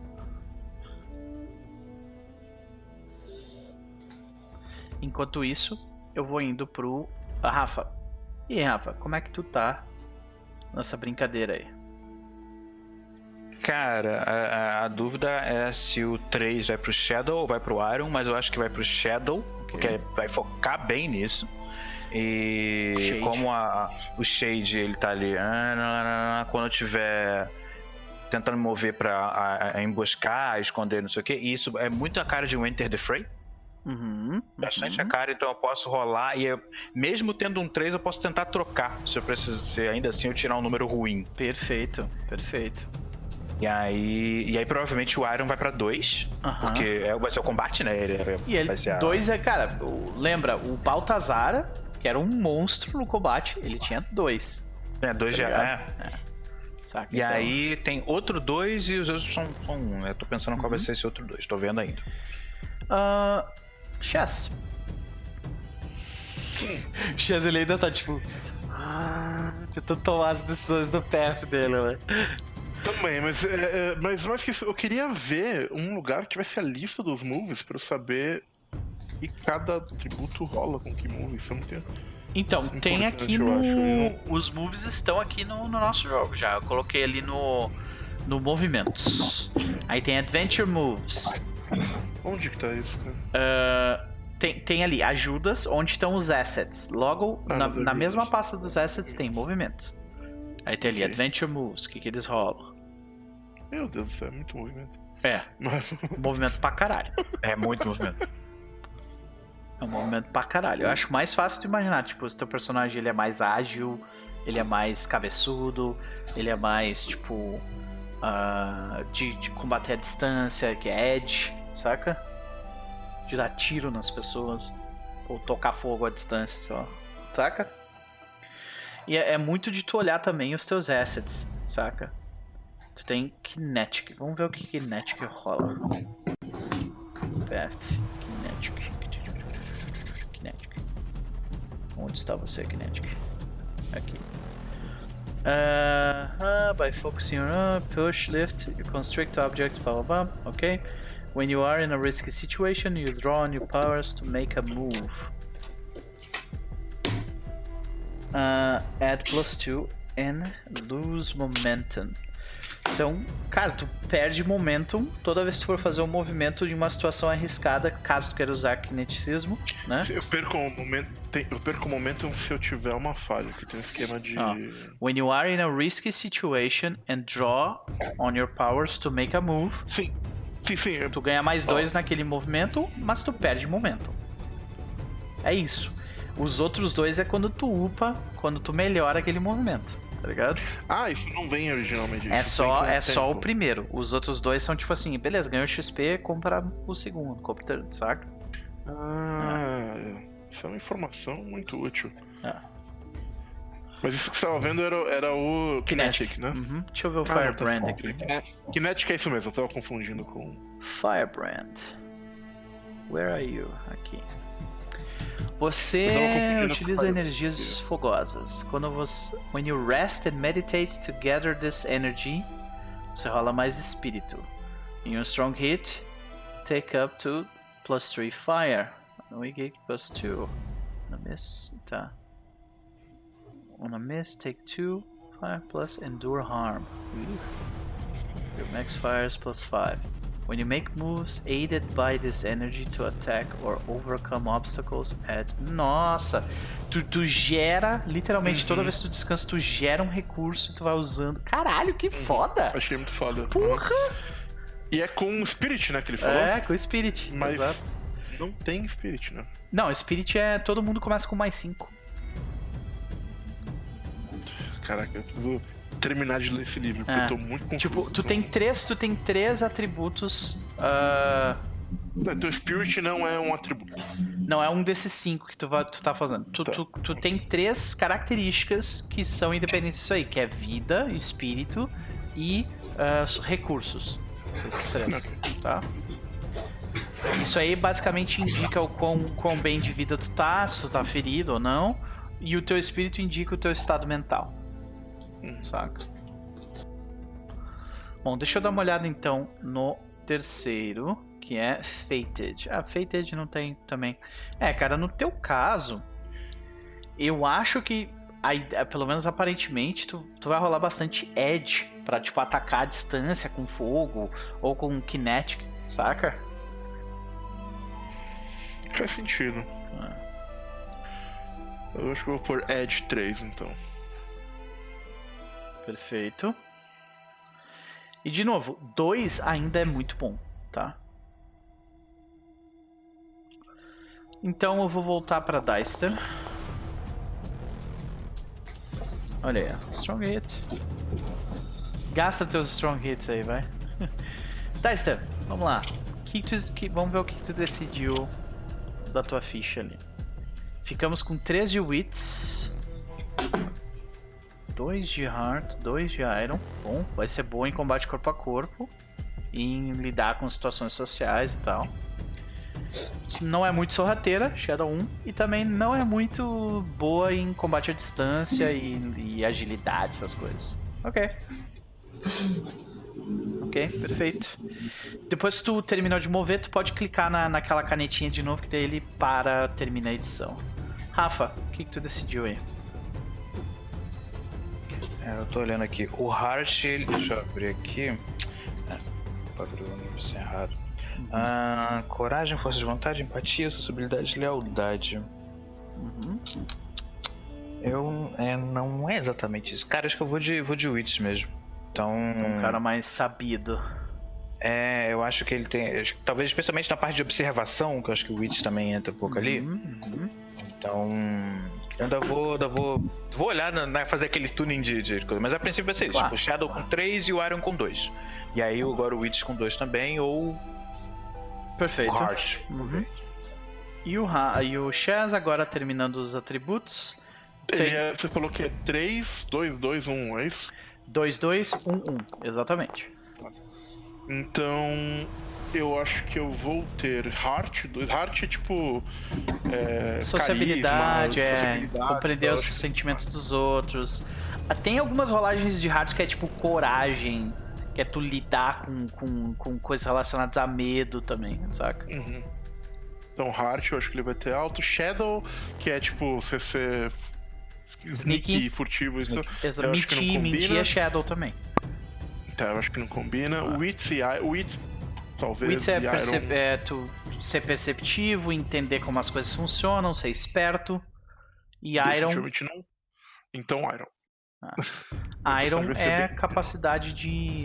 Enquanto isso, eu vou indo pro a Rafa. E aí, Rafa, como é que tu tá nessa brincadeira aí? Cara, a, a dúvida é se o três vai pro Shadow ou vai pro Iron, mas eu acho que vai pro Shadow, okay. Porque vai focar bem nisso. E Shade. Como a, o Shade ele tá ali, quando eu tiver tentando me mover pra a, a emboscar, esconder, não sei o que, e isso é muito a cara de um Enter the Fray. Uhum, Bastante uhum. a cara, então eu posso rolar e eu, mesmo tendo um três eu posso tentar trocar se eu preciso, se ainda assim eu tirar um número ruim. Perfeito, perfeito. E aí, e aí provavelmente o Iron vai pra dois, uhum. Porque é, vai ser o combate, né? Ele, e ele, vai ser a... dois é, cara, lembra, o Baltazar, que era um monstro no combate, ele tinha dois. É, dois tá já é. é. Saca, e então... aí tem outro dois e os outros são, são um. Eu tô pensando uhum. Qual vai ser esse outro dois, tô vendo ainda. Uh, Chess. Chess, ele ainda tá tipo... Tentando tomar as decisões do P F dele, né? Também, mas, é, é, mas mais que isso, eu queria ver um lugar que tivesse a lista dos moves pra eu saber que cada atributo rola com que move. Isso não tem... Então, Isso é tem importante, aqui eu no... acho, eu Os moves estão aqui no, no nosso jogo já. Eu coloquei ali no, no movimentos. Aí tem Adventure Moves. Onde que tá isso, cara? Uh, tem, tem ali ajudas, onde estão os assets. Logo, Ah, na, nas na ajudas. mesma pasta dos assets tem movimentos. Aí tem ali Ok. Adventure Moves, o que, que eles rolam. Meu Deus do céu, é muito movimento. É, Mas... movimento pra caralho. É muito movimento. É um movimento pra caralho. Eu acho mais fácil de imaginar. Tipo, se teu personagem ele é mais ágil, ele é mais cabeçudo, ele é mais, tipo, uh, de, de combater à distância, que é edge, saca? De dar tiro nas pessoas. Ou tocar fogo à distância, sei lá. Saca? E é, é muito de tu olhar também os teus assets, saca? Tu tem Kinetic. Vamos ver o que Kinetic rola. Path. Kinetic. Kinetic. Onde está você, Kinetic? Aqui. Uh, uh, by focusing on uh, push, lift, you constrict objects, blah blah blah. Okay. When you are in a risky situation, you draw on your powers to make a move. Uh, add plus two and lose momentum. Então, cara, tu perde momentum toda vez que tu for fazer um movimento em uma situação arriscada, caso tu queira usar kineticismo, né? Eu perco o momento, tem- eu perco o momento se eu tiver uma falha, que tem um esquema de... Ah. When you are in a risky situation and draw on your powers to make a move, Sim, sim, sim. eu- tu ganha mais dois naquele movimento, mas tu perde momentum. É isso. Os outros dois é quando tu upa, quando tu melhora aquele movimento, tá ligado? Ah, isso não vem originalmente. É isso só, vem com é só o tempo. primeiro. Os outros dois são tipo assim, beleza, ganhou X P, compra o segundo, compra o terceiro, saca? Ah, isso é uma informação muito útil. É. Mas isso que você estava vendo era, era o Kinetic, né? Uhum. Deixa eu ver o Ah, não, tá Firebrand bom. aqui. É, Kinetic é isso mesmo, eu tava confundindo com... Firebrand. Where are you? Aqui. Eu tava Você confundindo com utiliza Fire- energias fogosas. Quando você, when you rest and meditate to gather this energy, você rola mais espírito. In a strong hit, take up to plus three fire. On a geek plus two. On a miss, tá. On a miss, take two fire plus endure harm. Your max fire is plus five. When you make moves aided by this energy to attack or overcome obstacles, add... Nossa! Tu, tu gera, literalmente, Uhum. toda vez que tu descansa, tu gera um recurso e tu vai usando. Caralho, que foda! Achei muito foda. Porra! E é com Spirit, né, que ele falou? É, com o Spirit. Mas Exato. não tem Spirit, né? Não, Spirit é... Todo mundo começa com mais cinco. Caraca, eu preciso terminar de ler esse livro, porque É. eu tô muito confuso. Tipo, tu tem três, tu tem três atributos... ah, Não, então Spirit não é um atributo. Não é um desses cinco que tu, vai, tu tá fazendo. Tu, Tá. tu, tu tem três características que são independentes disso aí, que é vida, espírito e ah, recursos. Esses três, tá? Isso aí basicamente indica o quão, quão bem de vida tu tá, se tu tá ferido ou não. E o teu espírito indica o teu estado mental. Saca? Bom, deixa eu dar uma olhada então no terceiro, que é Fated. Ah, Fated não tem também. É, cara, no teu caso, eu acho que, aí, pelo menos aparentemente, tu, tu vai rolar bastante edge pra, tipo, atacar a distância com fogo ou com kinetic, saca? Faz sentido. Eu acho que eu vou pôr Edge três, então. Perfeito. E de novo, dois ainda é muito bom, tá? Então eu vou voltar para Deister. Olha aí, ó. Strong Hit. Gasta teus Strong Hits aí, vai. Deister, vamos lá. Que tu, que, vamos ver o que tu decidiu da tua ficha ali. Ficamos com três de Wits, dois de Heart, dois de Iron. Bom, vai ser bom em combate corpo a corpo e em lidar com situações sociais e tal. não é muito sorrateira, Shadow um, e também não é muito boa em combate à distância e, e agilidade, essas coisas. Ok. Ok, perfeito. Depois que tu terminou de mover, tu pode clicar na, naquela canetinha de novo, que daí ele para, termina a edição. Rafa, o que, que tu decidiu aí? É, eu tô olhando aqui. O Heart, ele... deixa eu abrir aqui. É, abrir o nível errado. Uhum. Ah, coragem, força de vontade, empatia, sociabilidade, lealdade. Uhum. Eu... É, não é exatamente isso. Cara, acho que eu vou de, vou de Witch mesmo. Então... Um cara mais sabido. É, eu acho que ele tem... Acho, talvez especialmente na parte de observação, que eu acho que o Witch também entra um pouco ali. Uhum. Então... Eu ainda vou, ainda vou, vou olhar, né, fazer aquele tuning de, de coisa. Mas a princípio vai ser isso. Claro. O Shadow com três e o Iron com dois. E aí agora o Witch com dois também, ou... Perfeito. O Heart. Uhum. E o, ha e o Shaz agora terminando os atributos. Ele é, você falou que é três, dois, dois, um, é isso? dois, dois, um, um, exatamente. Então, eu acho que eu vou ter Heart. Heart é tipo. É, sociabilidade, carisma, é. sociabilidade, Compreender os sentimentos dos outros. Tem algumas rolagens de Heart que é tipo coragem, que é tu lidar com, com, com coisas relacionadas a medo também, saca? Uhum. Então, Heart, eu acho que ele vai ter alto. Shadow, que é tipo você ser. Sneaky, furtivo, isso. Exato. Mentir, mentir é Shadow também. Tá, eu acho que não combina. Ah. Wits e I... Wits, talvez. Wits é, perce... Iron... é tu ser perceptivo, entender como as coisas funcionam, ser esperto. E Iron. Não. Então, Iron. Ah. Iron é bem... capacidade de.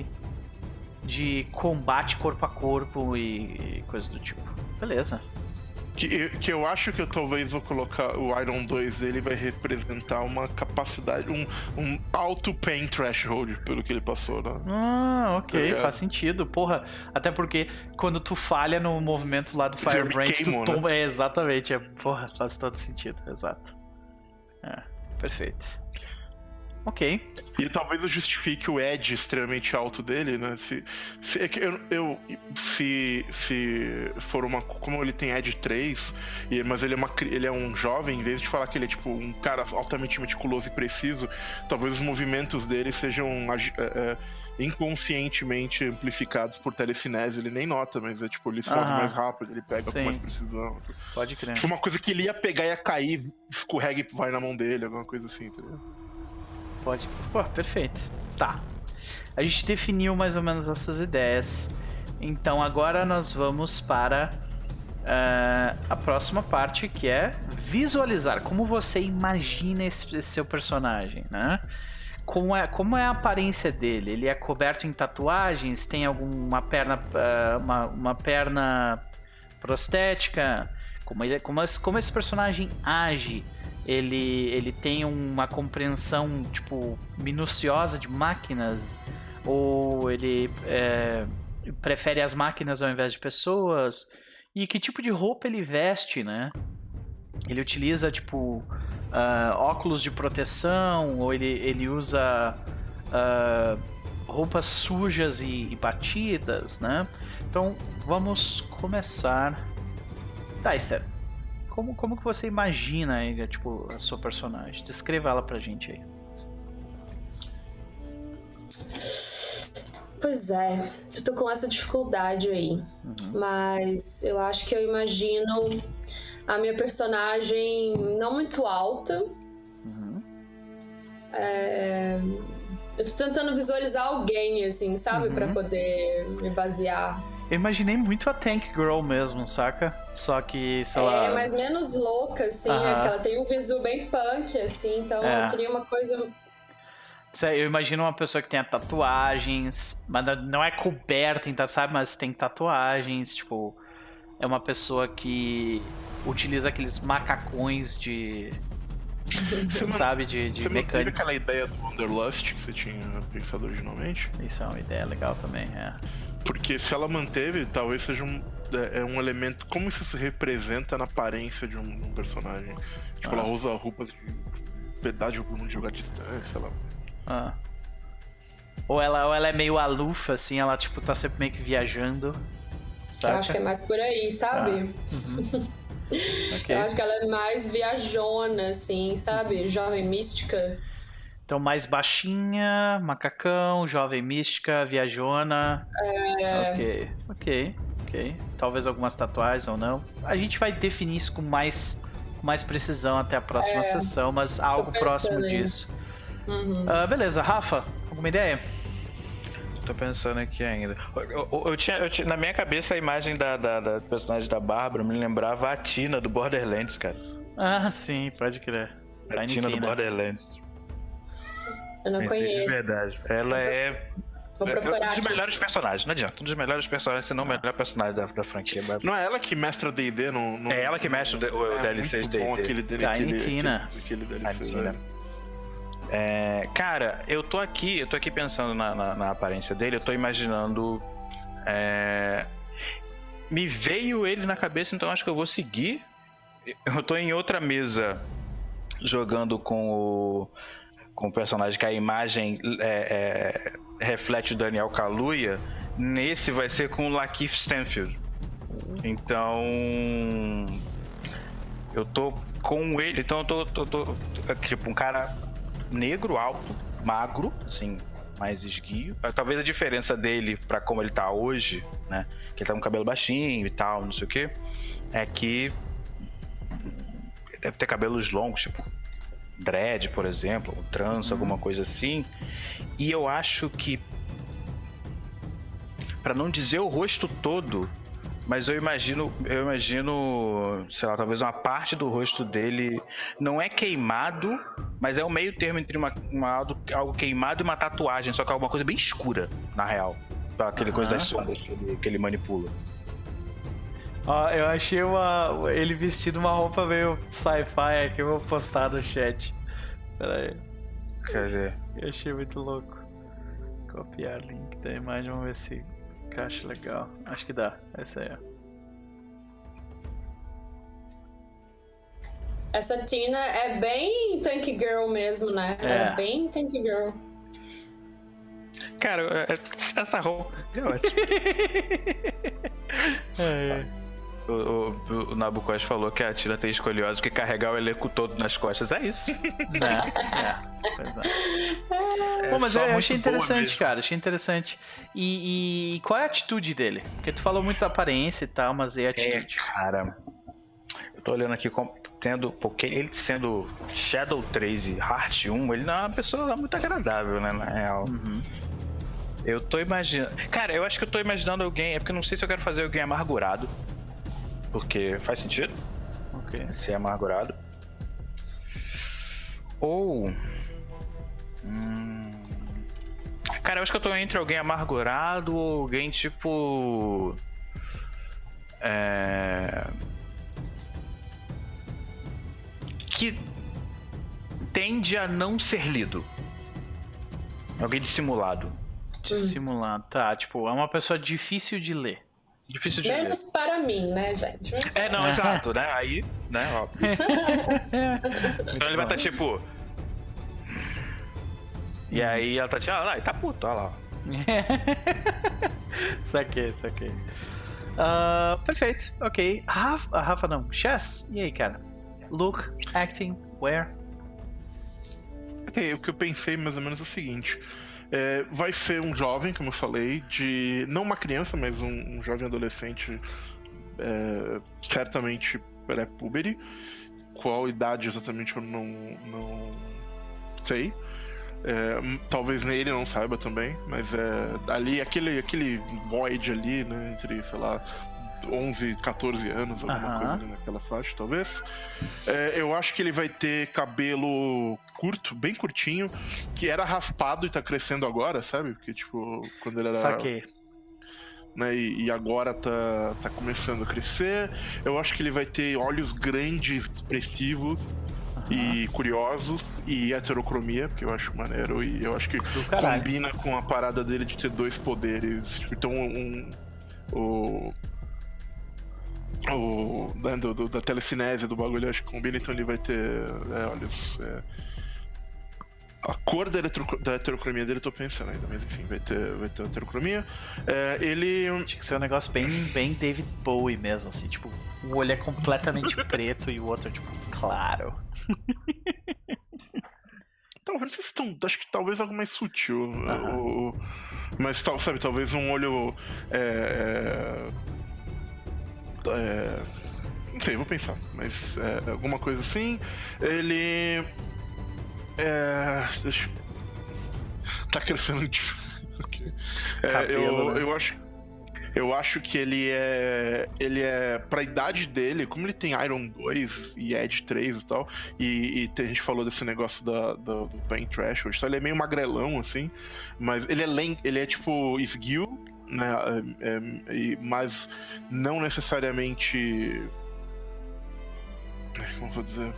de combate corpo a corpo e, e coisas do tipo. Beleza. Que, que eu acho que eu talvez vou colocar o Iron dois dele vai representar uma capacidade, um, um alto pain threshold pelo que ele passou, né? Ah, ok, é. Faz sentido. Porra, até porque quando tu falha no movimento lá do Firebrand, tu toma. Né? É, exatamente. É, porra, faz todo sentido, exato. É, perfeito. Ok. E talvez eu justifique o edge extremamente alto dele, né? Se, se, é que eu, eu, se, se for uma... Como ele tem edge três, e, mas ele é, uma, ele é um jovem, em vez de falar que ele é tipo um cara altamente meticuloso e preciso, talvez os movimentos dele sejam é, é, inconscientemente amplificados por telecinese. Ele nem nota, mas é tipo, ele se move mais rápido, ele pega Sim. com mais precisão. Assim. Pode crer. Tipo uma coisa que ele ia pegar e ia cair, escorrega e vai na mão dele, alguma coisa assim, entendeu? Pode. Pô, perfeito. Tá. A gente definiu mais ou menos essas ideias. Então agora nós vamos para uh, a próxima parte, que é visualizar. Como você imagina esse, esse seu personagem, né? Como é, como é a aparência dele? Ele é coberto em tatuagens? Tem alguma perna, uh, uma, uma perna prostética? Como, ele, como, esse, como esse personagem age? Ele, ele tem uma compreensão, tipo, minuciosa de máquinas? Ou ele é, prefere as máquinas ao invés de pessoas? E que tipo de roupa ele veste, né? Ele utiliza, tipo, uh, óculos de proteção? Ou ele, ele usa uh, roupas sujas e, e batidas, né? Então, vamos começar. Tá, Esther. Como, como que você imagina aí, tipo, a sua personagem? Descreva ela pra gente aí. Pois é, eu tô com essa dificuldade aí. Uhum. Mas eu acho que eu imagino a minha personagem não muito alta. Uhum. É... Eu tô tentando visualizar alguém, assim, sabe? Uhum. Pra poder me basear. Eu imaginei muito a Tank Girl mesmo, saca? Só que, sei lá... É, mas menos louca, assim, uh-huh. é porque ela tem um visu bem punk, assim, então é. eu queria uma coisa... Eu imagino uma pessoa que tenha tatuagens, mas não é coberta, então, sabe? Mas tem tatuagens, tipo... É uma pessoa que utiliza aqueles macacões de... Você sabe, de, de você mecânica. Você aquela ideia do Wanderlust que você tinha pensado originalmente? Isso é uma ideia legal também, é. Porque se ela manteve, talvez seja um, é, um elemento... Como isso se representa na aparência de um, um personagem? Tipo, ah. ela usa roupas de pedágio de jogar distância, sei lá. Ah. Ou ela, ou ela é meio alufa, assim, ela tipo tá sempre meio que viajando. saca? Eu acho que é mais por aí, sabe? Ah, uhum. Okay. Eu acho que ela é mais viajona, assim, sabe? Jovem mística. Então, mais baixinha, macacão, jovem mística, viajona. É... Ok, ok, ok. Talvez algumas tatuagens ou não. A gente vai definir isso com mais, com mais precisão até a próxima É, sessão, mas algo próximo aí. disso. Uhum. Uh, beleza, Rafa, alguma ideia? Tô pensando aqui ainda. Eu, eu, eu, tinha, eu tinha, na minha cabeça, a imagem da, da, da personagem da Bárbara me lembrava a Tina do Borderlands, cara. Ah, sim, pode crer. A Tiny Tina Tina. do Borderlands. Eu não Esse conheço. De verdade. Ela é. Vou é procurar um dos aqui. melhores personagens, não adianta. Um dos melhores personagens, se não o melhor personagem da, da franquia. Não é ela que mestra D e D no, no... É ela que mexe o, D- o É D L C de muito D bom e D. aquele, dele, Tiny aquele, Tina. aquele, aquele D L C, Tiny Tina. velho. É, cara, eu tô aqui, eu tô aqui pensando na, na, na aparência dele, eu tô imaginando. É, me veio ele na cabeça, então acho que eu vou seguir. Eu tô em outra mesa jogando com o, com o personagem que a imagem é, é, reflete o Daniel Kaluuya. Nesse vai ser com o Lakeith Stanfield. Então. Eu tô com ele. Então eu tô, tô, tô, tô tipo um cara negro, alto, magro, assim, mais esguio. Talvez a diferença dele pra como ele tá hoje, né? Que ele tá com cabelo baixinho e tal, não sei o que, é que ele deve ter cabelos longos, tipo dread, por exemplo, ou trança, Uhum. alguma coisa assim. E eu acho que, pra não dizer o rosto todo, mas eu imagino, eu imagino, sei lá, talvez uma parte do rosto dele não é queimado, mas é o meio termo entre uma, uma, algo, algo queimado e uma tatuagem, só que é alguma coisa bem escura, na real. Aquele Aham. coisa das sombras que ele, que ele manipula. Ó, eu achei uma, ele vestido uma roupa meio sci-fi aqui, eu vou postar no chat. Pera aí, Quer dizer, eu achei muito louco. Copiar link da imagem, vamos ver se encaixa legal. Acho que dá, essa aí, ó. Essa Tina é bem Tank Girl mesmo, né? Ela É. é bem Tank Girl. cara, é- essa roupa é ótima. É, é. O, o, o Nabucco falou que a Tina tem escoliose porque carregar o elenco todo nas costas. É isso. Né? É, pois é. É Pô, mas só eu, eu muito achei boa interessante, mesmo. cara, achei interessante. E, e qual é a atitude dele? Porque tu falou muito da aparência e tal, mas e a É, atitude? cara. Eu tô olhando aqui como tendo. Porque ele sendo Shadow três e Heart um, ele não é uma pessoa muito agradável, né? Na real. Uhum. Eu tô imaginando. Cara, eu acho que eu tô imaginando alguém. É porque eu não sei se eu quero fazer alguém amargurado. Porque faz sentido Ok. ser amargurado. Ou. Hum... Cara, eu acho que eu tô entre alguém amargurado ou alguém tipo. É... Que tende a não ser lido. Alguém dissimulado. Dissimulado. Tá, tipo, é uma pessoa difícil de ler. Difícil de ler. Menos para mim, né, gente? Menos É, para não, É. exato, né? Aí, né, óbvio. Então ele vai estar tipo. E aí ela tá tipo, ah, lá, ele tá puto, olha lá. Saquei, saquei. Ah, perfeito, ok. Rafa, Rafa não, Chess, e aí, cara? Look, acting, where? Ok, o que eu pensei mais ou menos é o seguinte. É, vai ser um jovem, como eu falei, de. Não uma criança, mas um, um jovem adolescente, é, certamente pré-puberty. Qual idade exatamente eu não, não sei. É, talvez ele não saiba também, mas é ali, aquele, aquele void ali, né, entre, sei lá, onze, catorze anos, alguma Aham. coisa ali naquela faixa, talvez. É, eu acho que ele vai ter cabelo curto, bem curtinho, que era raspado e tá crescendo agora, sabe? Porque, tipo, quando ele era... Saquei. Né, e, e agora tá, tá começando a crescer. Eu acho que ele vai ter olhos grandes, expressivos e curiosos, e heterocromia, porque eu acho maneiro, e eu acho que caralho. combina com a parada dele de ter dois poderes. Tipo, então, um... o o né, do, do, da telecinese do bagulho, eu acho que combina, então ele vai ter é, olhos é, a cor da, eletro, da heterocromia dele eu tô pensando ainda, mas enfim, vai ter, vai ter heterocromia. É, ele... Tinha que ser um negócio bem, bem David Bowie mesmo, assim, tipo, o olho é completamente preto e o outro é, tipo, claro. Talvez vocês estão. Acho que talvez algo mais sutil. Uhum. O, mas, tal, sabe, talvez um olho. É, é, é, não sei, vou pensar. Mas é, alguma coisa assim. Ele. É, deixa, tá crescendo de. Okay. É, Cabelo, eu, né? eu acho. Eu acho que ele é. Ele é. Pra idade dele, como ele tem Iron dois e Edge três e tal, e, e a gente falou desse negócio da, da, do Pain Threshold, então ele é meio magrelão, assim, mas ele é lento, ele é tipo esguio, né? É, é, mas não necessariamente. Como vou dizer?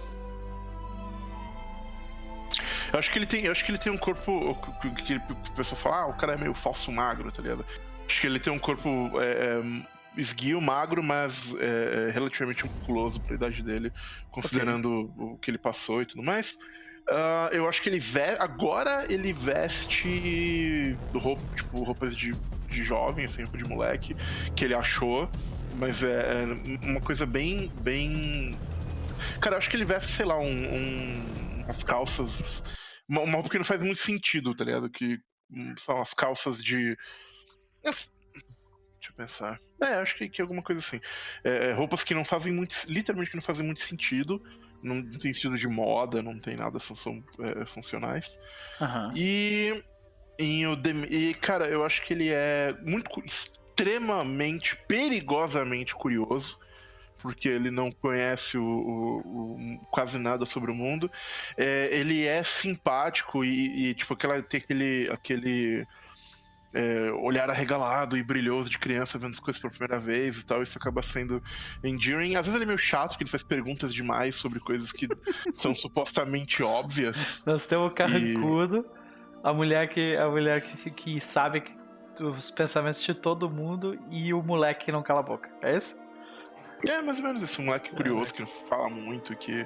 Eu acho que ele tem. Eu acho que ele tem um corpo. Que o pessoal fala, ah, o cara é meio falso magro, tá ligado? Acho que ele tem um corpo é, é, esguio, magro, mas é, relativamente musculoso pra idade dele, considerando okay. o que ele passou e tudo mais. Uh, eu acho que ele veste. Agora ele veste roupa, tipo, roupas de, de jovem, assim, roupa de moleque, que ele achou. Mas é, é uma coisa bem. bem. Cara, eu acho que ele veste, sei lá, um, um, umas calças. Uma, uma roupa que não faz muito sentido, tá ligado? Que são as calças de. Deixa eu pensar. É, acho que, que é alguma coisa assim. É, roupas que não fazem muito. Literalmente que não fazem muito sentido. Não, não tem sentido de moda, não tem nada, são, são é, funcionais. Uhum. E, e, e. Cara, eu acho que ele é muito extremamente, perigosamente curioso. Porque ele não conhece o, o, o, quase nada sobre o mundo. É, ele é simpático e, e tipo, aquela, tem aquele. aquele É, olhar arregalado e brilhoso de criança vendo as coisas pela primeira vez e tal, isso acaba sendo endearing. Às vezes ele é meio chato, porque ele faz perguntas demais sobre coisas que são supostamente óbvias. Nós temos o carrancudo, e... a mulher, que, a mulher que, que sabe os pensamentos de todo mundo e o moleque que não cala a boca. É isso? É, mais ou menos isso. Um moleque curioso, é. que fala muito, que...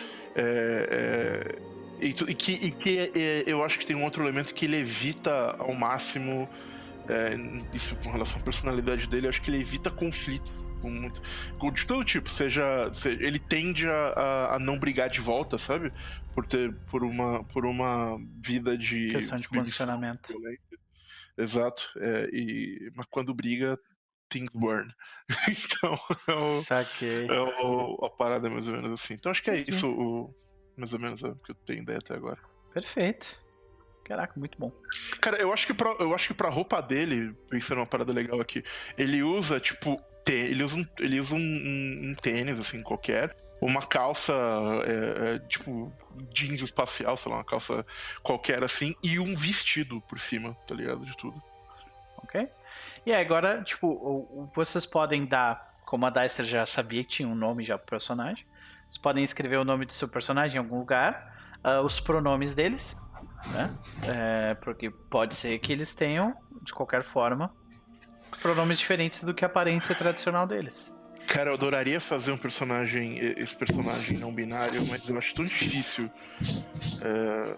É, é... E, e que, e que é, eu acho que tem um outro elemento que ele evita ao máximo, é, isso com relação à personalidade dele, eu acho que ele evita conflito com muito, com, de todo tipo, seja, seja ele tende a, a não brigar de volta, sabe? Por ter por uma, por uma vida de questão de condicionamento. Exato, é, e, mas quando briga, things burn. Então é, o, Saquei. é o, a parada mais ou menos assim. Então acho que é Saquei. isso o mais ou menos é o que eu tenho ideia até agora. Perfeito. Caraca, muito bom. Cara, eu acho que pra, eu acho que pra roupa dele, pensando uma parada legal aqui, ele usa, tipo, tê, ele usa, um, ele usa um, um, um tênis, assim, qualquer, uma calça, é, é, tipo, jeans espacial, sei lá, uma calça qualquer, assim, e um vestido por cima, tá ligado? De tudo. Ok. E agora, tipo, vocês podem dar, como a Deister já sabia que tinha um nome já pro personagem, vocês podem escrever o nome do seu personagem em algum lugar, uh, os pronomes deles, né? É, porque pode ser que eles tenham, de qualquer forma, pronomes diferentes do que a aparência tradicional deles. Cara, eu adoraria fazer um personagem, esse personagem não binário, mas eu acho tão difícil. É...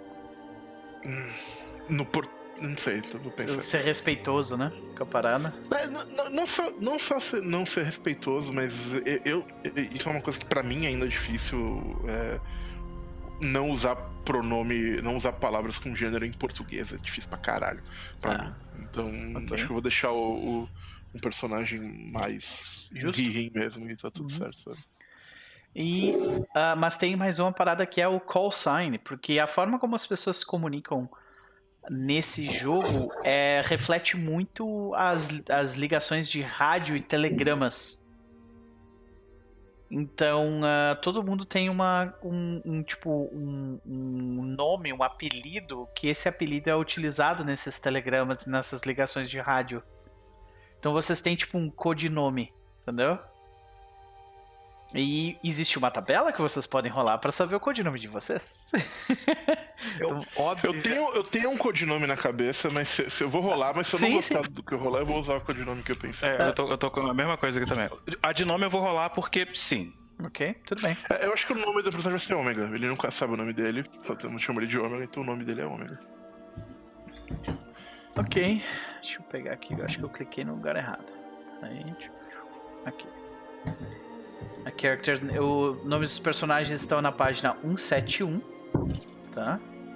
No português. Não sei, tô pensando. Ser respeitoso, né? Com a parada. É, não, não, não só, não só ser, não ser respeitoso, mas eu, eu, isso é uma coisa que pra mim ainda é difícil. É, não usar pronome, não usar palavras com gênero em português. É difícil pra caralho pra ah, mim. Então, okay. Acho que eu vou deixar o, o, um personagem mais guirrim mesmo e tá tudo uhum. certo, sabe? E, uh, mas tem mais uma parada que é o call sign, porque a forma como as pessoas se comunicam nesse jogo é, reflete muito as, as ligações de rádio e telegramas. Então uh, todo mundo tem uma, um, um, tipo, um, um nome, um apelido, que esse apelido é utilizado nesses telegramas, nessas ligações de rádio. Então vocês têm tipo um codinome, entendeu? E existe uma tabela que vocês podem rolar para saber o codinome de vocês. Então, eu, óbvio, eu, tenho, eu tenho um codinome na cabeça, mas se, se eu vou rolar, mas se eu sim, não gostar sim. do que eu rolar, eu vou usar o codinome que eu pensei. É, eu tô, eu tô com a mesma coisa aqui também. A de nome eu vou rolar porque sim. Ok, tudo bem. É, eu acho que o nome do personagem vai ser Ômega. Ele nunca sabe o nome dele, só não chama ele de Ômega, então o nome dele é Ômega. Ok, deixa eu pegar aqui, eu acho que eu cliquei no lugar errado. Aí, aqui. A character, o nome dos personagens estão na página cento e setenta e um, tá?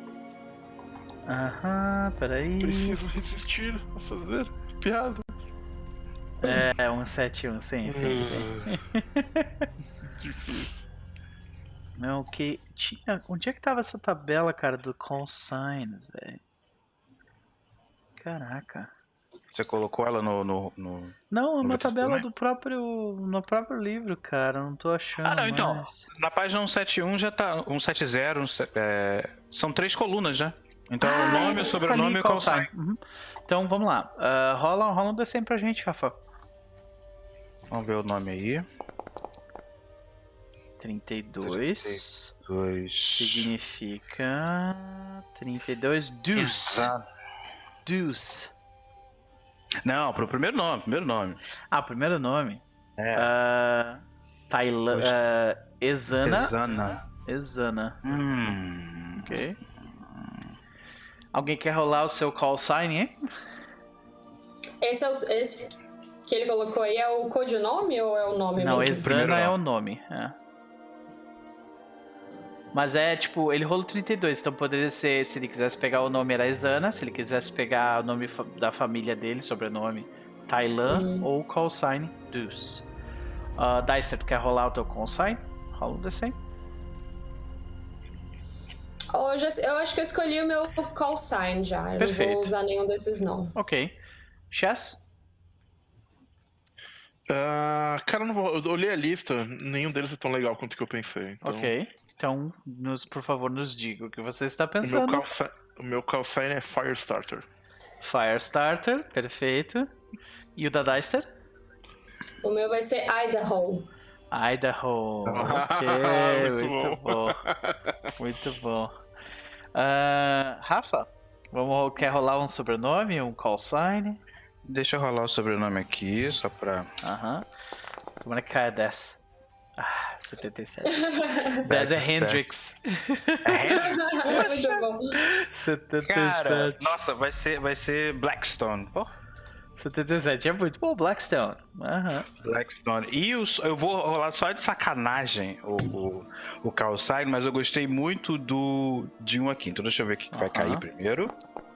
Aham, peraí. Preciso resistir a fazer piada. É, cento e setenta e um, sim, sim, sim. Difícil. Não, que tinha, onde é que tava essa tabela, cara, do call signs, velho? Caraca. Você colocou ela no... no, no... Não, é uma Você tabela também? do próprio, no próprio livro, cara, não tô achando Ah, não, então. mais. Na página cento e setenta e um já tá... cento e setenta, um, é, são três colunas, né? Então Ah, o nome, o sobrenome e o call sign. Uhum. Então, vamos lá. Uh, rola, rola um D cem pra gente, Rafa. Vamos ver o nome aí. trinta e dois. Dois. Significa... trinta e dois. Deuce. Exato. Deuce. Não, pro primeiro nome, primeiro nome. Ah, primeiro nome. É. Uh, Taila... Uh, Exana. Exana. Exana. Hum. Ok. Alguém quer rolar o seu call sign, hein? Esse, é o, esse que ele colocou aí é o codinome ou é o nome Não, mesmo? Exana é o nome. É. Mas é tipo, ele rolou trinta e dois, então poderia ser, se ele quisesse pegar o nome era Exana, se ele quisesse pegar o nome fa- da família dele, sobrenome Tailan, Uhum. ou call sign Deuce. Uh, Dicer, tu quer rolar o teu call sign? Rola um D cem. Hoje, eu acho que eu escolhi o meu call sign já. Eu Perfeito. não vou usar nenhum desses, não. Ok. Chess? Ah, cara, eu não vou. Eu olhei a lista, nenhum deles é tão legal quanto o que eu pensei. Então, Ok. Então, nos, por favor, nos diga o que você está o meu, pensando. call sign, o meu call sign é Firestarter. Firestarter, perfeito. E o da Dicer? O meu vai ser Idaho. Idaho. Ok, Muito muito bom. bom. Muito bom. Ah, Rafa, vamos, quer rolar um sobrenome, um call sign? Deixa eu rolar o sobrenome aqui, só pra... Aham. Tomara que caia dez. Ah, setenta e sete. dez é Hendrix. Muito bom. setenta e Cara, sete. nossa, vai ser, vai ser Blackstone. Pô, setenta e sete é muito bom, Blackstone. Aham. Blackstone. E os, eu vou rolar só de sacanagem o, o, o call sign, mas eu gostei muito do de um aqui. Então deixa eu ver o que vai Aham. cair primeiro.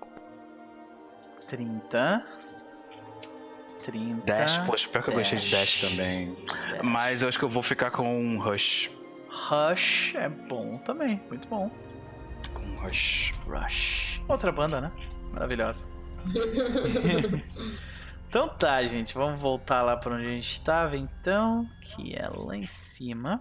trinta. trinta. Dash, poxa, pior que eu gostei de Dash Dash. também. Dash. Mas eu acho que eu vou ficar com um Rush. Rush é bom também, muito bom. Com um Rush. Rush. Outra banda, né? Maravilhosa. Então tá, gente. Vamos voltar lá pra onde a gente estava, então. Que é lá em cima.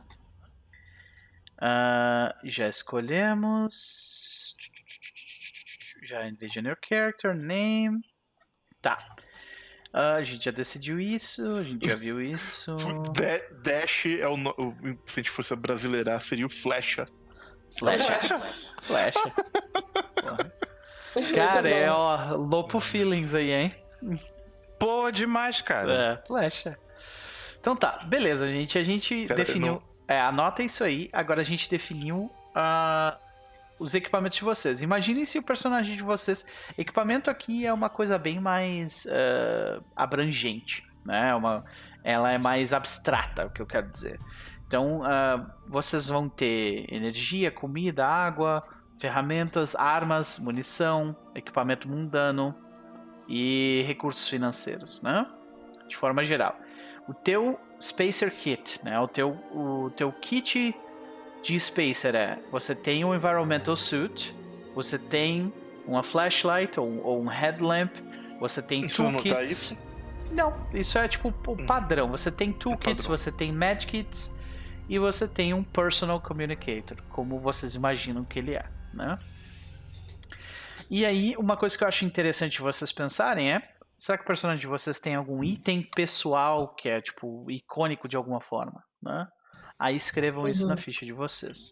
Ah, já escolhemos. Já envision your character, name. Tá. Ah, a gente já decidiu isso, a gente já viu isso. Da- Dash é o, no- o. Se a gente fosse brasileirar, seria o Flecha. Flecha. Flecha. Porra. Cara, é ó, Lopo Feelings aí, hein? Pô, demais, cara. É, flecha. Então tá, beleza, gente. A gente Cara, definiu. eu É, anota isso aí. Agora a gente definiu ah, os equipamentos de vocês. Imaginem se o personagem de vocês. Equipamento aqui é uma coisa bem mais ah, abrangente, né? Uma, ela é mais abstrata, o que eu quero dizer. Então, ah, vocês vão ter energia, comida, água, ferramentas, armas, munição, equipamento mundano e recursos financeiros, né? De forma geral. O teu Spacer Kit, né? O teu, o teu kit de Spacer é... Você tem um Environmental Suit, você tem uma flashlight ou, ou um headlamp, você tem Isso não tá toolkits... isso? Não, isso é tipo o padrão. Você tem toolkits, padrão. você tem medkits e você tem um Personal Communicator, como vocês imaginam que ele é, né? E aí, uma coisa que eu acho interessante vocês pensarem é: será que o personagem de vocês tem algum item pessoal que é, tipo, icônico de alguma forma, né? Aí escrevam isso Uhum. na ficha de vocês.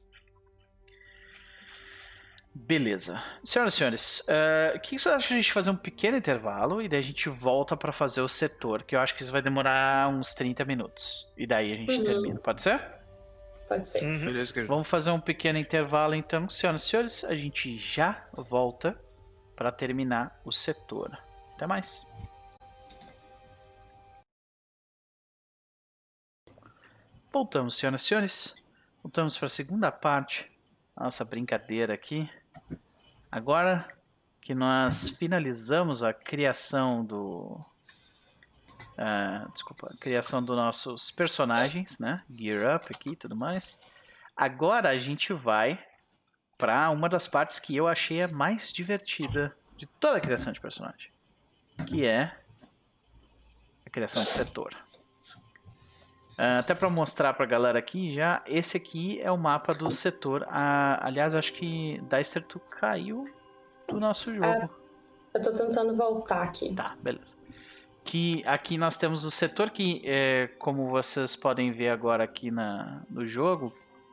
Beleza. Senhoras e senhores, eh, o que vocês acham de a gente fazer um pequeno intervalo e daí a gente volta pra fazer o setor, que eu acho que isso vai demorar uns trinta minutos. E daí a gente Uhum. termina, pode ser? Pode ser. Uhum. Beleza, querido. Vamos fazer um pequeno intervalo então, senhoras e senhores. A gente já volta para terminar o setor. Até mais. Voltamos, senhoras e senhores. Voltamos para a segunda parte da nossa brincadeira aqui. Agora que nós finalizamos a criação do... Uh, desculpa, a criação dos nossos personagens, né? Gear up aqui e tudo mais. Agora a gente vai para uma das partes que eu achei a mais divertida de toda a criação de personagem, que é a criação de setor. Uh, até para mostrar para a galera aqui já, esse aqui é o mapa do setor. Uh, aliás, acho que Deister, tu caiu do nosso jogo. Ah, eu tô tentando voltar aqui. Tá, beleza. Que aqui nós temos o setor que, é, como vocês podem ver agora aqui na, no jogo,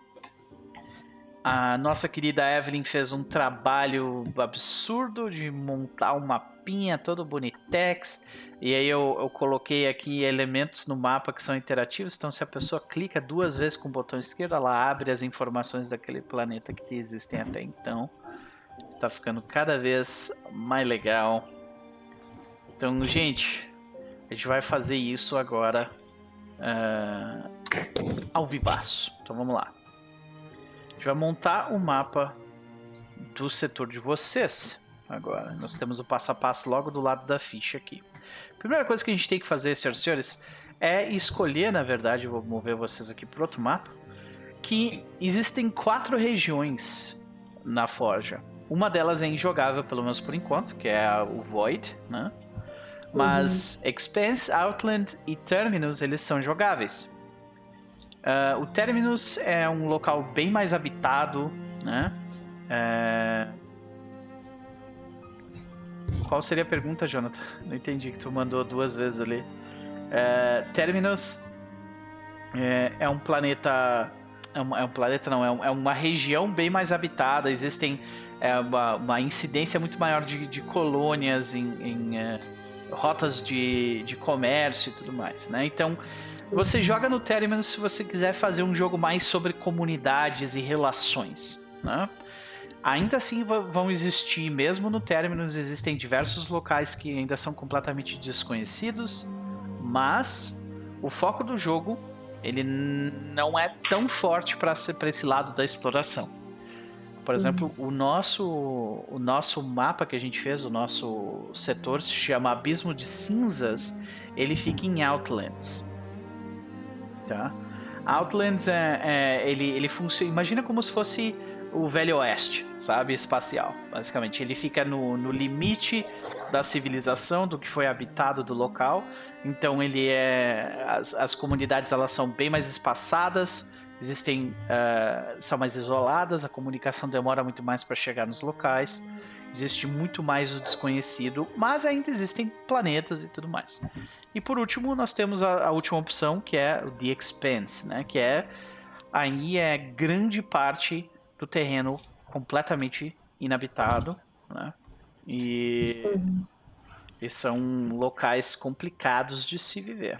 a nossa querida Evelyn fez um trabalho absurdo de montar um mapinha todo bonitex. E aí eu, eu coloquei aqui elementos no mapa que são interativos. Então se a pessoa clica duas vezes com o botão esquerdo, ela abre as informações daquele planeta que existem até então. Está ficando cada vez mais legal. Então, gente, a gente vai fazer isso agora uh, ao vivaço. Então vamos lá. A gente vai montar o mapa do setor de vocês. Agora, nós temos o passo a passo logo do lado da ficha aqui. A primeira coisa que a gente tem que fazer, senhoras e senhores, é escolher, na verdade, eu vou mover vocês aqui para outro mapa, que existem quatro regiões na Forja. Uma delas é injogável, pelo menos por enquanto, que é o Void, né? Mas uhum. Expanse, Outland e Terminus, eles são jogáveis. Uh, o Terminus é um local bem mais habitado, né? É... Qual seria a pergunta, Jonathan? Não entendi, que tu mandou duas vezes ali. É... Terminus é, é um planeta... É um, é um planeta, não, é, um, é uma região bem mais habitada. Existem é, uma, uma incidência muito maior de, de colônias em... em é, rotas de, de comércio e tudo mais, né? Então, você joga no Terminus se você quiser fazer um jogo mais sobre comunidades e relações, né? Ainda assim vão existir, mesmo no Terminus, existem diversos locais que ainda são completamente desconhecidos, mas o foco do jogo, ele não é tão forte para esse lado da exploração. Por exemplo, uhum. o, nosso, o nosso mapa que a gente fez, o nosso setor se chama Abismo de Cinzas, ele fica em Outlands. Tá? Outlands é, é ele, ele funciona, imagina como se fosse o Velho Oeste, sabe? Espacial, basicamente. Ele fica no, no limite da civilização, do que foi habitado do local. Então ele é, as, as comunidades elas são bem mais espaçadas. Existem, uh, são mais isoladas, a comunicação demora muito mais para chegar nos locais, existe muito mais o desconhecido, mas ainda existem planetas e tudo mais. E por último, nós temos a, a última opção, que é o The Expanse, né? Que é, aí é grande parte do terreno completamente inabitado, né? E, uhum. e são locais complicados de se viver.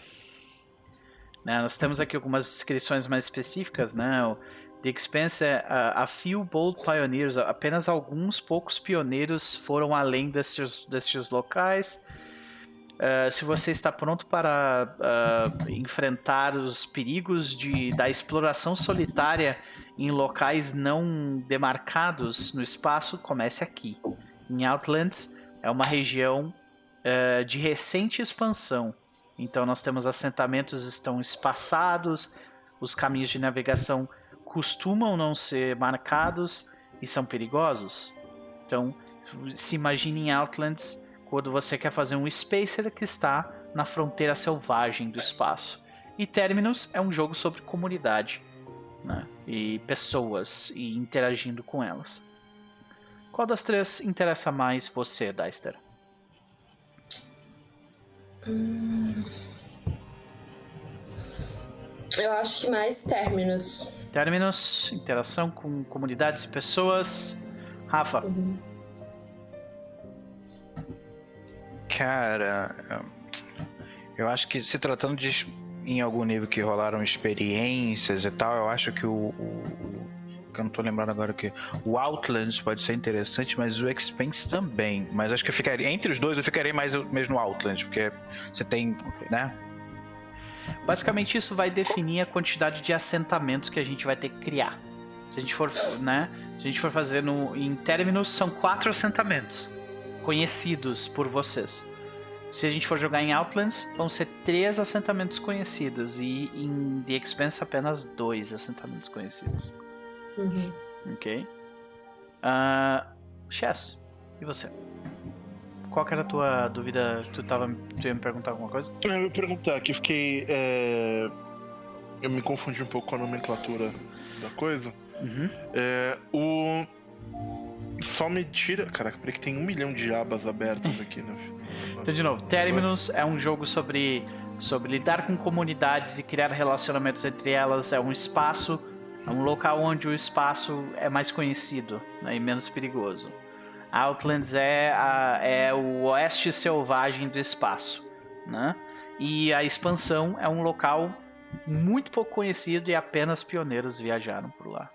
Né, nós temos aqui algumas descrições mais específicas, né? O The Expanse é a, a few bold pioneers, apenas alguns poucos pioneiros foram além desses, desses locais. Uh, se você está pronto para uh, enfrentar os perigos de, da exploração solitária em locais não demarcados no espaço, comece aqui. Em Outlands é uma região uh, de recente expansão. Então nós temos assentamentos estão espaçados, os caminhos de navegação costumam não ser marcados e são perigosos. Então se imagine em Outlands quando você quer fazer um spacer que está na fronteira selvagem do espaço. E Terminus é um jogo sobre comunidade, né? E pessoas e interagindo com elas. Qual das três interessa mais você, Deister? Hum... Eu acho que mais Terminus. Terminus, interação com comunidades e pessoas. Rafa? Uhum. Cara, eu acho que se tratando de em algum nível que rolaram experiências e tal, eu acho que o, o, o que eu não tô lembrando agora o que o Outlands pode ser interessante, mas o Expanse também. Mas acho que eu ficaria entre os dois, eu ficaria mais mesmo no Outlands, porque você tem, né? Basicamente isso vai definir a quantidade de assentamentos que a gente vai ter que criar. Se a gente for, né? Se a gente for fazer no, em términos, são quatro assentamentos conhecidos por vocês. Se a gente for jogar em Outlands, vão ser três assentamentos conhecidos e em The Expanse apenas dois assentamentos conhecidos. Uhum. Ok. Uh, Chess, e você? Qual que era a tua dúvida? Tu, tava, tu ia me perguntar alguma coisa? Eu ia perguntar, que eu fiquei... É... Eu me confundi um pouco com a nomenclatura da coisa. Uhum. É, o... Só me tira... Caraca, peraí que tem um milhão de abas abertas aqui, né? Então, de novo, Terminus é um jogo sobre, sobre lidar com comunidades e criar relacionamentos entre elas. É um espaço, é um local onde o espaço é mais conhecido, né, e menos perigoso. Outlands é, a, é o oeste selvagem do espaço, né? E a expansão é um local muito pouco conhecido e apenas pioneiros viajaram por lá.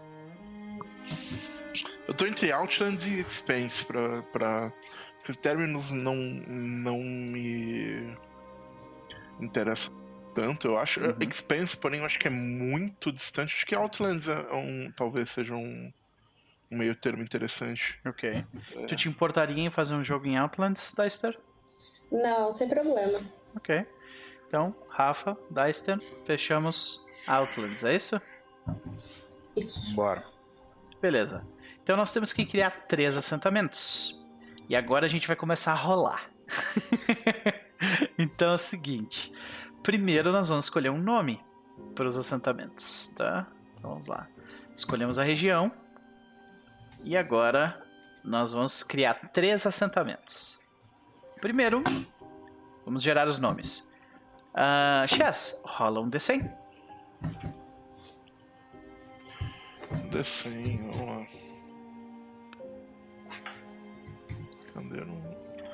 Eu tô entre Outlands e Expanse pra... pra... Terminus não, não me interessa tanto, eu acho. Uhum. Expanse, porém, eu acho que é muito distante. Acho que Outlands é um, talvez seja um, um meio termo interessante. Ok. É. Tu te importaria em fazer um jogo em Outlands, Deister? Não, sem problema. Ok. Então, Rafa, Deister, fechamos Outlands, é isso? Isso. Bora. Beleza. Então nós temos que criar três assentamentos. E agora a gente vai começar a rolar. Então é o seguinte. Primeiro nós vamos escolher um nome para os assentamentos, tá? Então, vamos lá. Escolhemos a região. E agora nós vamos criar três assentamentos. Primeiro, vamos gerar os nomes. Uh, Chess, rola um D cem. D cem, vamos lá. Cadê no...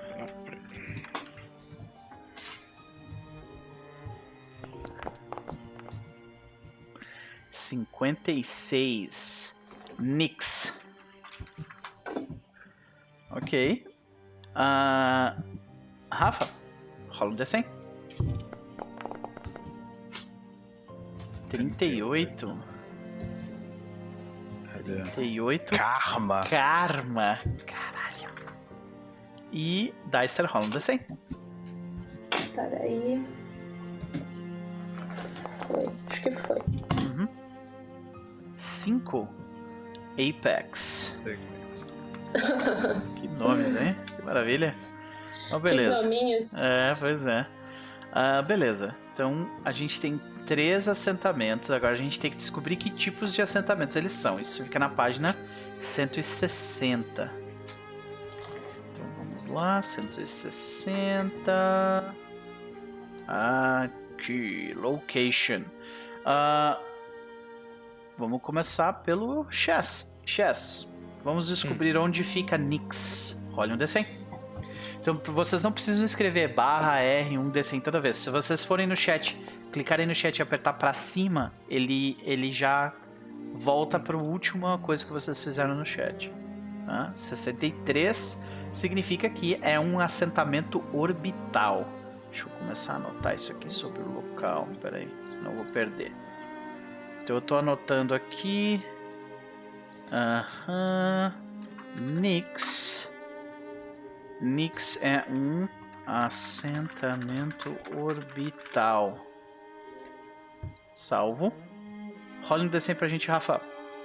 cinquenta e seis. Nix. Ok. Uh, Rafa, rola um D cem. trinta e oito. trinta e oito. Karma. Karma. Caralho. E Deister rola um D cem. Peraí. Foi. Acho que foi. Uhum. cinco. Apex. Que nomes, hein? Que maravilha. Então, beleza. Que nominhos. É, pois é. Uh, beleza. Então, a gente tem três assentamentos. Agora a gente tem que descobrir que tipos de assentamentos eles são. Isso fica na página cento e sessenta. Então, vamos lá. cento e sessenta. Aqui. Location. Uh, vamos começar pelo Chess. Chess. Vamos descobrir hum. onde fica Nix. Role um D cem. Então, vocês não precisam escrever barra R um D cem toda vez. Se vocês forem no chat, clicarem no chat e apertar pra cima, ele, ele já volta para a última coisa que vocês fizeram no chat. Tá? sessenta e três significa que é um assentamento orbital. Deixa eu começar a anotar isso aqui sobre o local. Espera aí, senão eu vou perder. Então eu estou anotando aqui. Aham. Nix. Nix é um assentamento orbital. Salvo. Rola um D cem pra gente, Rafa.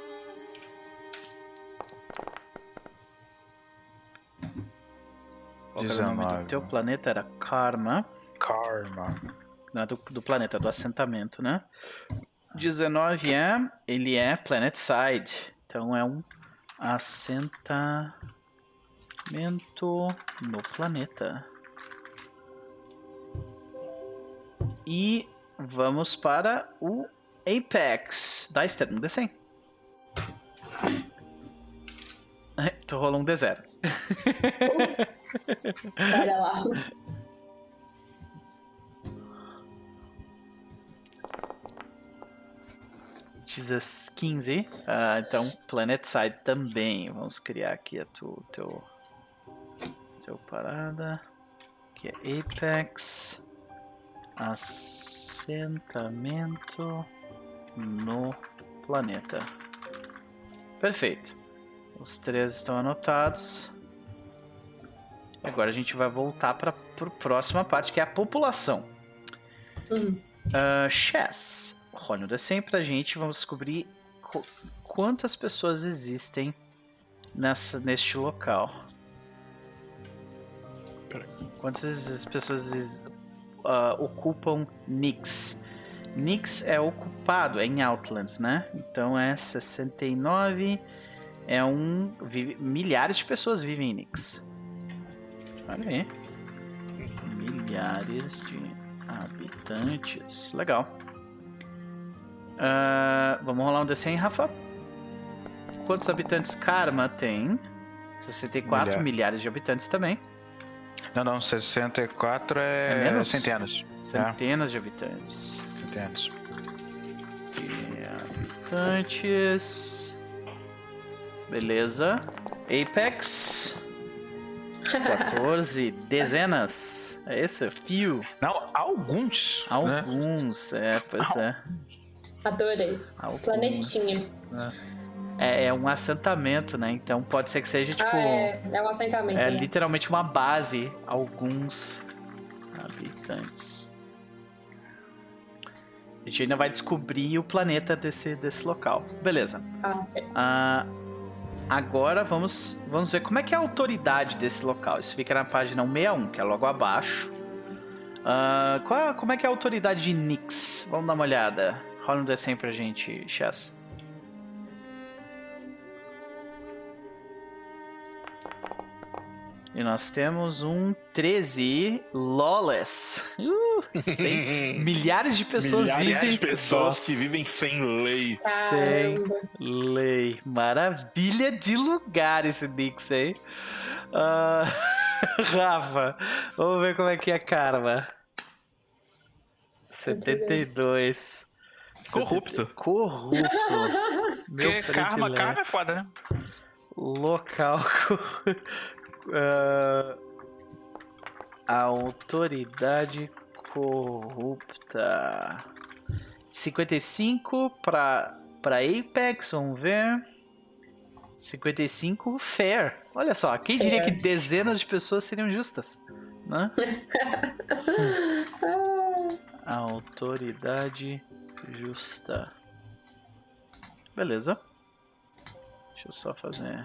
Qual era o nome do teu planeta? Era Karma. Karma. Não é do, do planeta, do assentamento, né? dezenove é... Ele é Planetside. Então é um assentamento no planeta. E vamos para o Apex. Deister, um D cem. Tu rolou um D zero. Ups. Olha lá. quinze. Uh, então, PlanetSide também. Vamos criar aqui a tu, teu, teu parada. Aqui é Apex. Assentamento no planeta. Perfeito. Os três estão anotados. Agora a gente vai voltar para a próxima parte, que é a população. Uhum. Uh, Chess. Role um D cem pra gente. Vamos descobrir qu quantas pessoas existem nessa, neste local. Quantas pessoas uh, ocupam Nix? Nix é ocupado, é em Outlands, né? Então é sessenta e nove. É um... Vive, milhares de pessoas vivem em Nix. Olha aí. Milhares de habitantes. Legal. Uh, vamos rolar um D cem, Rafa? Quantos habitantes Karma tem? sessenta e quatro. Milhar. Milhares de habitantes também. Não, não. sessenta e quatro é, é menos? Centenas. Centenas é. de habitantes. Centenas. E habitantes... Beleza. Apex... quatorze. Dezenas. É esse? Fio. Não, alguns. Alguns, né? É, pois é. Adorei. Alguns. Planetinha. É, é um assentamento, né? Então pode ser que seja tipo. Ah, é, é um assentamento. É né? literalmente uma base. Alguns habitantes. A gente ainda vai descobrir o planeta desse, desse local. Beleza. Ah, ok. Ah, agora vamos, vamos ver como é que é a autoridade desse local. Isso fica na página cento e sessenta e um, que é logo abaixo. Ah, qual é, como é que é a autoridade de Nix? Vamos dar uma olhada. Rola um D cem pra gente, Chess. E nós temos um treze. Lawless. Uh, cem, milhares de pessoas milhares vivem... de pessoas Nossa. que vivem sem lei. Sem Caramba. lei. Maravilha de lugar esse Nix aí. Uh, Rafa, vamos ver como é que é Karma. setenta e dois. Corrupto. setenta... Corrupto. Meu Porque karma, predileto. karma é foda, né? Local. uh, autoridade corrupta. cinquenta e cinco para para Apex, vamos ver. cinquenta e cinco fair. Olha só, quem Fair. diria que dezenas de pessoas seriam justas, né? Autoridade justa. Beleza. Deixa eu só fazer.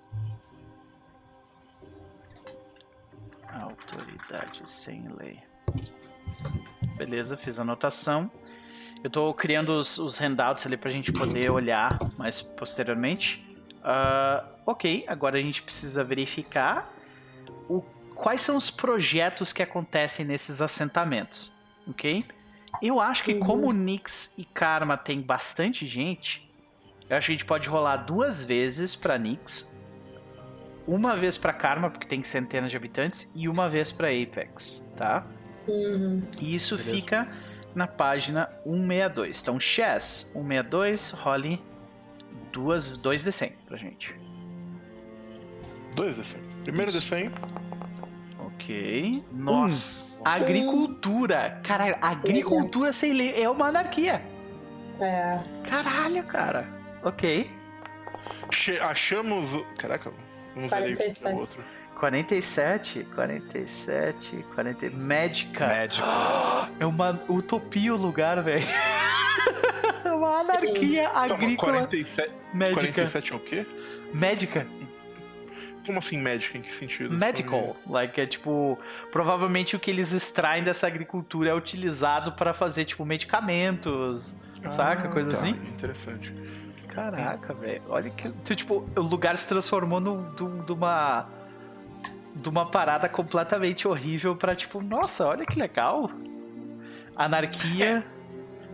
Autoridade sem lei. Beleza, fiz a anotação. Eu tô criando os, os handouts ali pra gente poder olhar mais posteriormente. Uh, ok, agora a gente precisa verificar o, quais são os projetos que acontecem nesses assentamentos. Ok? Eu acho que como Nix e Karma tem bastante gente, eu acho que a gente pode rolar duas vezes pra Nix. Uma vez pra Karma, porque tem centenas de habitantes, e uma vez pra Apex, tá? Uhum. E isso Beleza. fica na página cento e sessenta e dois. Então, Chess, cento e sessenta e dois, role duas, dois D cem pra gente. Dois D cem. Primeiro D cem. Ok. Nossa. Um, agricultura. Caralho, agricultura sem lei é uma anarquia. É. Caralho, cara. Ok. Che- achamos o... Caraca, vamos ver quarenta e sete. o outro. quarenta e sete, quarenta e sete, quarenta... Médica. Médico. É uma utopia o lugar, velho. É uma Sim. anarquia Calma, agrícola quarenta e sete, médica. quarenta e sete é o quê? Médica. Como assim médica? Em que sentido? Medical. Like, é tipo... Provavelmente o que eles extraem dessa agricultura é utilizado pra fazer, tipo, medicamentos. Saca? Coisa tá, assim. Interessante. Caraca, velho. Olha que... Tipo, o lugar se transformou num- num- de uma... De uma parada completamente horrível pra, tipo... Nossa, olha que legal. Anarquia.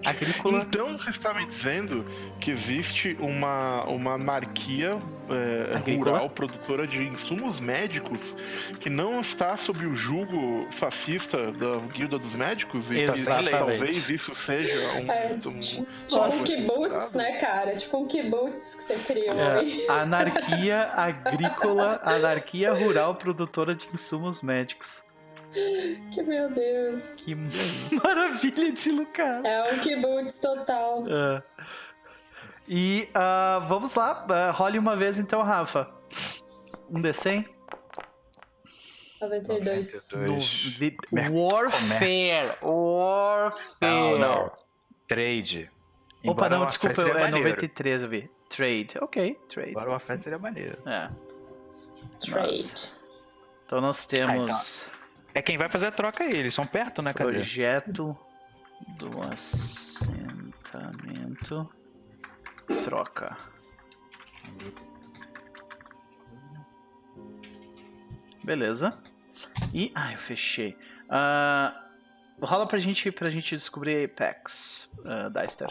Agrícola. Então você está me dizendo que existe uma, uma anarquia é, rural produtora de insumos médicos que não está sob o jugo fascista da Guilda dos Médicos? E Exatamente. que talvez isso seja um... É, um, tipo um um kibbutz, né, cara? Tipo um kibbutz que você criou É, aí. anarquia agrícola, anarquia rural produtora de insumos médicos. Que meu Deus. Que maravilha de lugar. É um kibbutz total. É. E uh, vamos lá, uh, role uma vez então, Rafa. Um D cem? noventa e dois. No, vi, Warfare! Warfare! Não, não. Trade. Opa, Embora não, uma desculpa, festa eu, seria é maneiro. noventa e três eu vi. Trade, ok, trade. Agora uma festa seria maneiro. É. Trade. Nossa. Então nós temos É quem vai fazer a troca aí, eles são perto, né, cadê? projeto do assentamento troca. Beleza. E... Ah, eu fechei. Uh, rola pra gente, pra gente descobrir Apex, uh, Deister.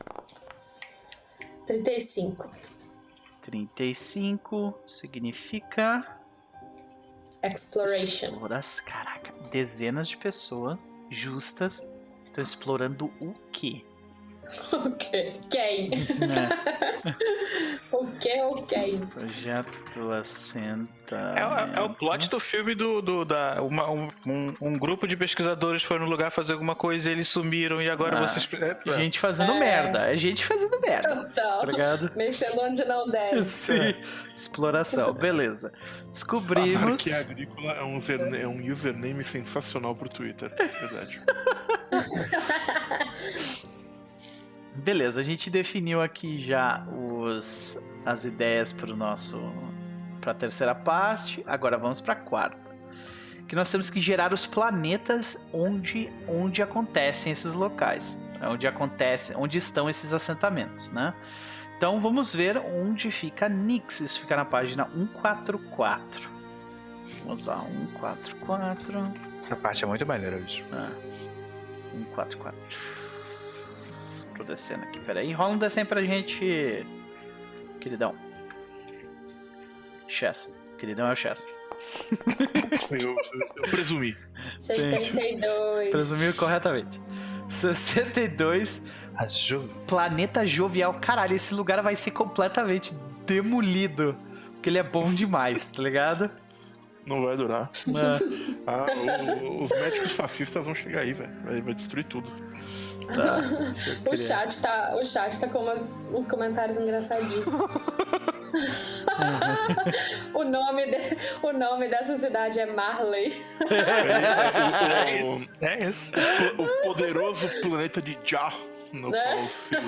trinta e cinco. trinta e cinco significa... Exploration. Exploras... Caraca, dezenas de pessoas justas estão explorando o quê? Ok. Quem? Né? O que ou quem? Projeto do assentamento. É, o- é o plot do filme do. do- da, uma- um, um- um grupo de pesquisadores foi no lugar fazer alguma coisa e eles sumiram e agora Ah, vocês. É, é. Gente fazendo É. merda. É gente fazendo merda. Total. Tá ligado? Mexendo onde não deve. Sim. Exploração. Beleza. Descobrimos. Anarquia agrícola é um, userne- é um username sensacional pro Twitter. Verdade. Beleza, a gente definiu aqui já os, as ideias para o nosso, para a terceira parte. Agora vamos para a quarta, que nós temos que gerar os planetas onde, onde acontecem esses locais, onde acontece, onde estão esses assentamentos, né? Então vamos ver onde fica Nix. Isso fica na página cento e quarenta e quatro. Vamos lá, cento e quarenta e quatro. Essa parte é muito maneira, bicho. Ah, cento e quarenta e quatro. Tô descendo aqui, peraí. Rola um descendo pra gente, queridão. Chess. Queridão é o Chess. Eu, eu- eu presumi. sessenta e dois. Presumiu corretamente. sessenta e dois. A Ju. Planeta Jovial. Caralho, esse lugar vai ser completamente demolido. Porque ele é bom demais, tá ligado? Não vai durar. Ah, Ah, o- os médicos fascistas vão chegar aí, velho. Vai, vai destruir tudo. tá. Deixa eu O criar. chat tá, o chat tá com umas- uns comentários engraçadíssimos. o, nome de- o nome dessa cidade é Marley. É, o, o- É isso. o- o poderoso planeta de Jah, no Né? qual se...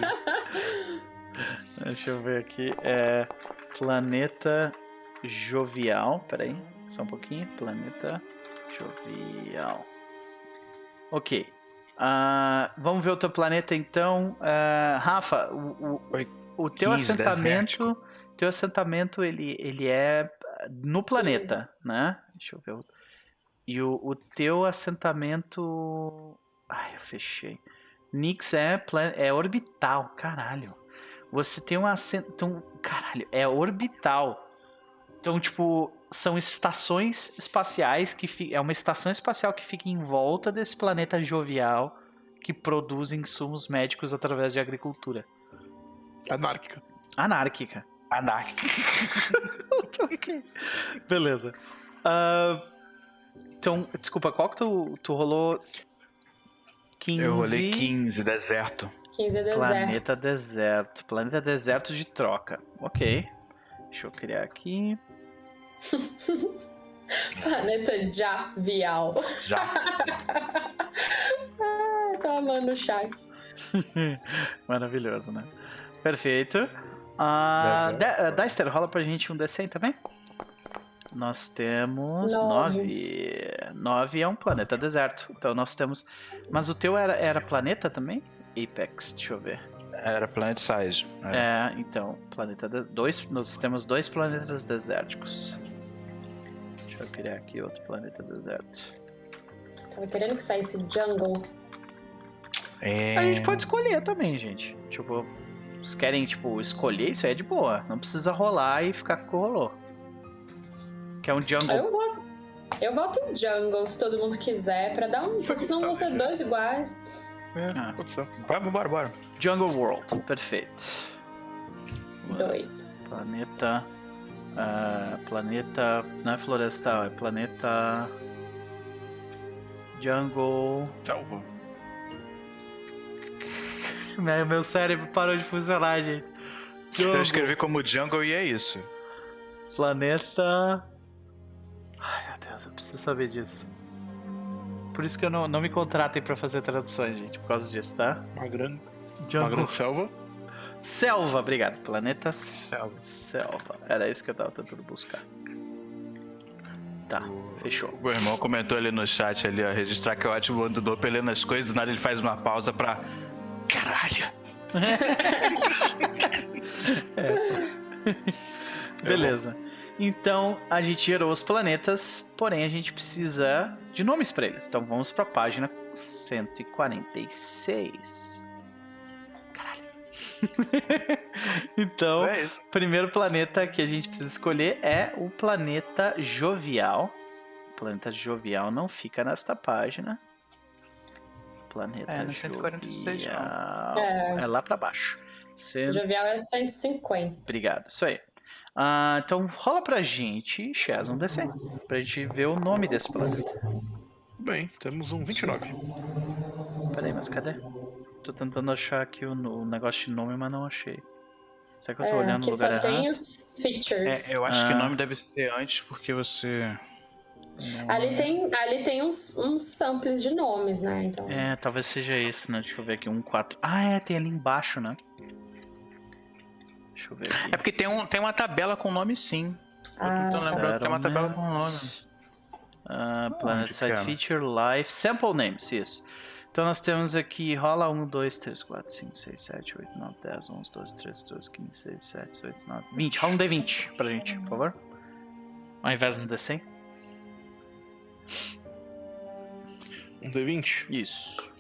Deixa eu ver aqui. É. Planeta Jovial. Peraí, só um pouquinho. Planeta Jovial. Ok. Ah, vamos ver o teu planeta então. Ah, Rafa, o, o, o teu quinze, assentamento. Teu assentamento ele, ele é no planeta, né? Deixa eu ver. o- E o, o teu assentamento. Ai, eu fechei. Nix é, plan- é orbital, caralho. Você tem um assento. Caralho, é orbital. Então, tipo, são estações espaciais que fi... é uma estação espacial que fica em volta desse planeta jovial que produz insumos médicos através de agricultura. Anárquica. Anárquica. Anarquia. Ok. Beleza. Ah, então, desculpa, qual que tu, tu rolou? quinze. Eu rolei quinze, deserto. quinze é deserto. Planeta deserto. Planeta deserto de troca. Ok. Deixa eu criar aqui. Planeta Javial. Já. Ah, tô amando o chat. Maravilhoso, né? Perfeito. Ah, Legal. uh, Deister, rola pra gente um D cem também? Nós temos Nove. nove. Nove é um planeta deserto. Então nós temos. Mas o teu era, era planeta também? Apex, deixa eu ver. Era Planet Size. É, então, planeta de... dois, nós temos dois planetas desérticos. Deixa eu criar aqui outro planeta deserto. Tava querendo que saísse Jungle. É... A gente pode escolher também, gente. Tipo, vocês querem, tipo, escolher, isso aí é de boa. Não precisa rolar e ficar com o rolô. Quer um jungle? Eu voto, eu voto em jungle, se todo mundo quiser, pra dar um... Porque senão vão ser dois iguais. É, Ah. pode ser. Bora, bora, bora. Jungle World, perfeito. Doido. Planeta... ah, planeta... Não é florestal, é planeta... Jungle... Selva. Meu, meu cérebro parou de funcionar, gente. Eu Jungle. escrevi como jungle e é isso. Planeta... Ai, meu Deus, eu preciso saber disso. Por isso que eu não, não me contratem pra fazer traduções, gente, por causa disso, tá? Uma grande, uma Jungle... grande selva. Selva, obrigado. Planeta Selva. Selva. Era isso que eu tava tentando buscar. Tá, fechou. O meu irmão comentou ali no chat ali, ó, registrar que é ótimo ando do lendo as coisas, do nada ele faz uma pausa pra... Caralho! Beleza. Então, a gente gerou os planetas, porém a gente precisa de nomes pra eles. Então vamos pra página cento e quarenta e seis. Caralho. Então, É isso. o primeiro planeta que a gente precisa escolher é o planeta Jovial. O planeta Jovial não fica nesta página. Planeta É, no cento e quarenta e seis não. Jovial. É. É lá pra baixo. Cento... Jovial é cento e cinquenta. Obrigado, isso aí. Ah, então rola pra gente, Chaz, um D cem, pra gente ver o nome desse planeta. Bem, temos um vinte e nove. Peraí, mas cadê? Tô tentando achar aqui o, o negócio de nome, mas não achei. Será que eu tô É, olhando no que lugar só errado? tem os features. É, eu acho que Ah. o nome deve ser antes porque você... Ali tem, ali tem uns, uns samples de nomes, né? Então, É, talvez seja esse, né? Deixa eu ver aqui, um quatro. Ah, é, tem ali embaixo, né? Deixa eu ver aqui. É porque tem, um, tem uma tabela com nome sim. Ah, Eu tô lembrando que tem uma tabela com nome. Ah, Planet Onde Site que é? Feature Life Sample Names, isso. Então nós temos aqui, rola um, dois, três, quatro, cinco, seis, sete, oito, nove, dez, onze, doze, treze, doze, quinze, dezesseis, dezessete, dezoito, dezenove, vinte. Rola um D vinte pra gente, por favor. Ao invés do D cem. Um D vinte. Isso.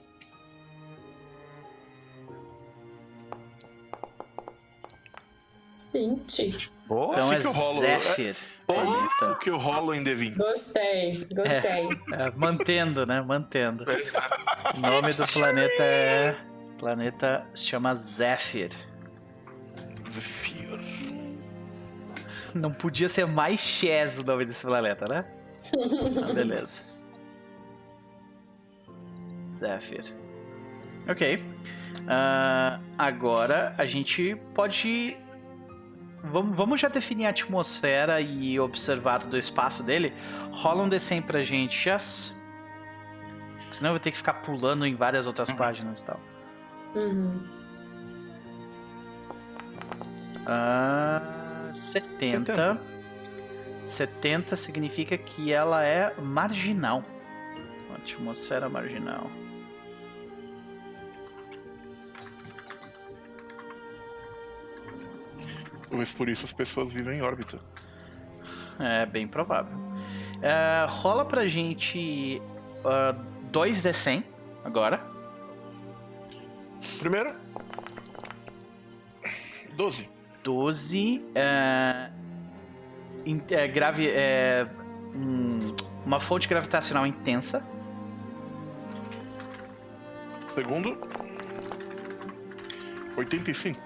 vinte. Boa. Então assim é que eu rolo. Zephyr. Isso que eu rolo em D vinte. Gostei, gostei. É, mantendo, né? Mantendo. O nome do planeta é... planeta se chama Zephyr. Zephyr. Não podia ser mais Chaz o nome desse planeta, né? Ah, beleza. Zephyr. Ok. Ah, agora a gente pode... Vamos, vamos já definir a atmosfera e observado do espaço dele. Rola um D cem pra gente, Chaz. Senão eu vou ter que ficar pulando em várias outras Uhum. páginas e tal. Uhum. Ah, setenta. setenta significa que ela é marginal. Uma atmosfera marginal. Talvez por isso as pessoas vivem em órbita. É bem provável. É, rola pra gente uh, dois D cem agora. Primeiro. doze. doze. É, in- é, gravi, é, hum, uma fonte gravitacional intensa. Segundo. oitenta e cinco.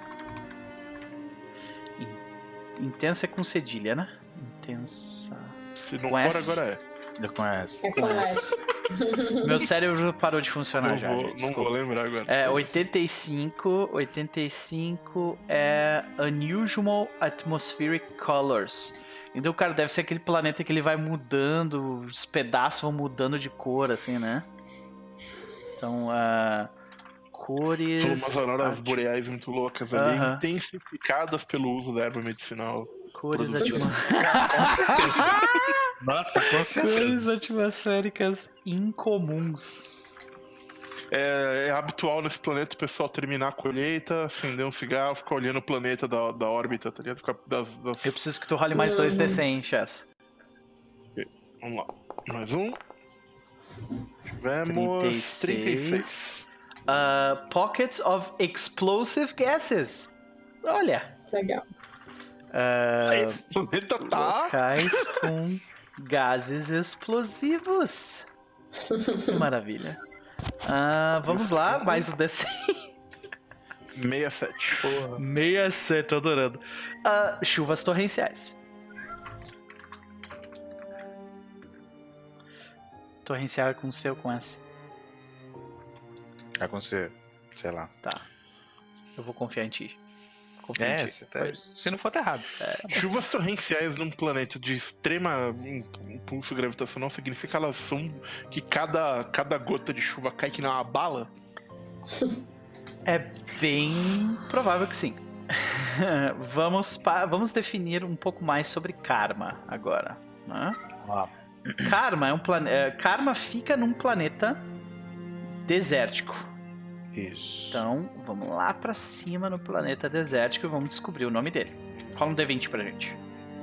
Intensa é com cedilha, né? Intensa. Se não Com for, S? agora é. Eu conheço. É com S. Meu cérebro parou de funcionar Não, já. vou, gente, não desculpa. vou lembrar agora. É, oitenta e cinco, oitenta e cinco é Unusual Atmospheric Colors. Então, cara, deve ser aquele planeta que ele vai mudando, os pedaços vão mudando de cor, assim, né? Então, uh, cores... São umas auroras ati- boreais muito loucas ali, Aham. intensificadas pelo uso da erva medicinal. Cores, produtiva. atmo- Nossa, com certeza. cores atmosféricas incomuns. É, é habitual nesse planeta o pessoal terminar a colheita, acender um cigarro, ficar olhando o planeta da, da órbita, tá ligado? Ficar das, das... Eu preciso que tu role mais dois D cem, Chess. Vamos lá. Mais um. trinta e Tivemos seis. trinta e seis. uh, pockets of explosive gases. Olha. Legal. Uh, Esse planeta tá. locais com gases explosivos. Que maravilha. Uh, vamos lá, mais um D cem. sessenta e sete. Porra. sessenta e sete, tô adorando. Uh, chuvas torrenciais. Torrencial é com C ou com S? Vai acontecer, sei lá. Tá. Eu vou confiar em ti. Confio É, em ti. você tá- Pois. se não for, tá errado. Chuvas torrenciais num planeta de extrema impulso gravitacional significa que elas são. Que cada, cada gota de chuva cai que nem uma bala? É bem provável que sim. vamos, pa- vamos definir um pouco mais sobre karma agora. Né? Ó, Karma é um planeta. Karma fica num planeta desértico. isso. Então, vamos lá pra cima no planeta desértico e vamos descobrir o nome dele. Rola um D vinte pra gente.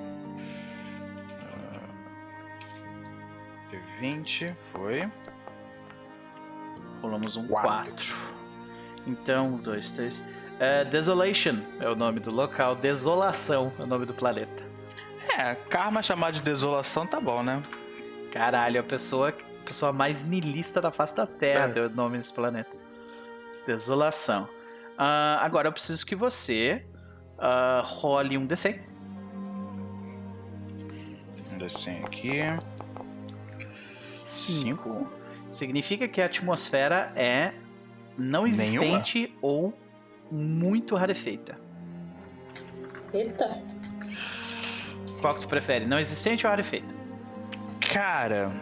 vinte, foi. Rolamos um Quatro. quatro. Então, um, dois, três. É, Desolation é o nome do local. Desolação é o nome do planeta. É, karma chamado de desolação tá bom, né? Caralho, a pessoa, a pessoa mais niilista da face da Terra É. deu o nome desse planeta. Desolação. Ah, agora eu preciso que você ah, role um D cem. Um descer aqui. cinco. Significa que a atmosfera é não existente ou muito rarefeita. Eita. Qual que tu prefere? Não existente ou rarefeita? Cara,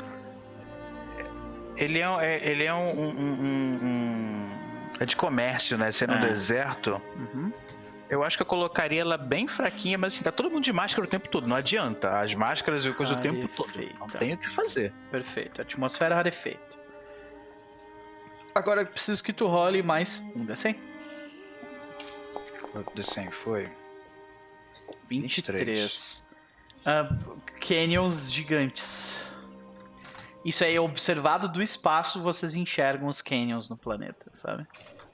ele é, um- é- ele é um, um- um- um- é de comércio, né? Sendo um Ah. deserto. Uhum. Eu acho que eu colocaria ela bem fraquinha, mas assim, tá todo mundo de máscara o tempo todo, não adianta. As máscaras e coisa o tempo todo. Rarefeita. Não tem o que fazer. Perfeito. Atmosfera rarefeita. Agora eu preciso que tu role mais um D cem. O descer foi. vinte e três. vinte e três. Ah, canyons gigantes. Isso aí é observado do espaço, vocês enxergam os canyons no planeta, sabe?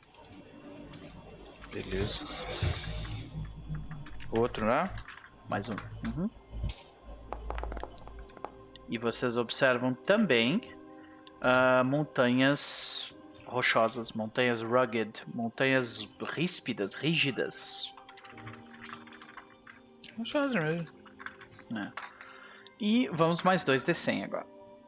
Beleza. Outro, né? Mais um. Uhum. E vocês observam também ah, montanhas rochosas, montanhas rugged, montanhas ríspidas, rígidas. Gostoso mesmo. Né? E vamos mais dois D cem agora.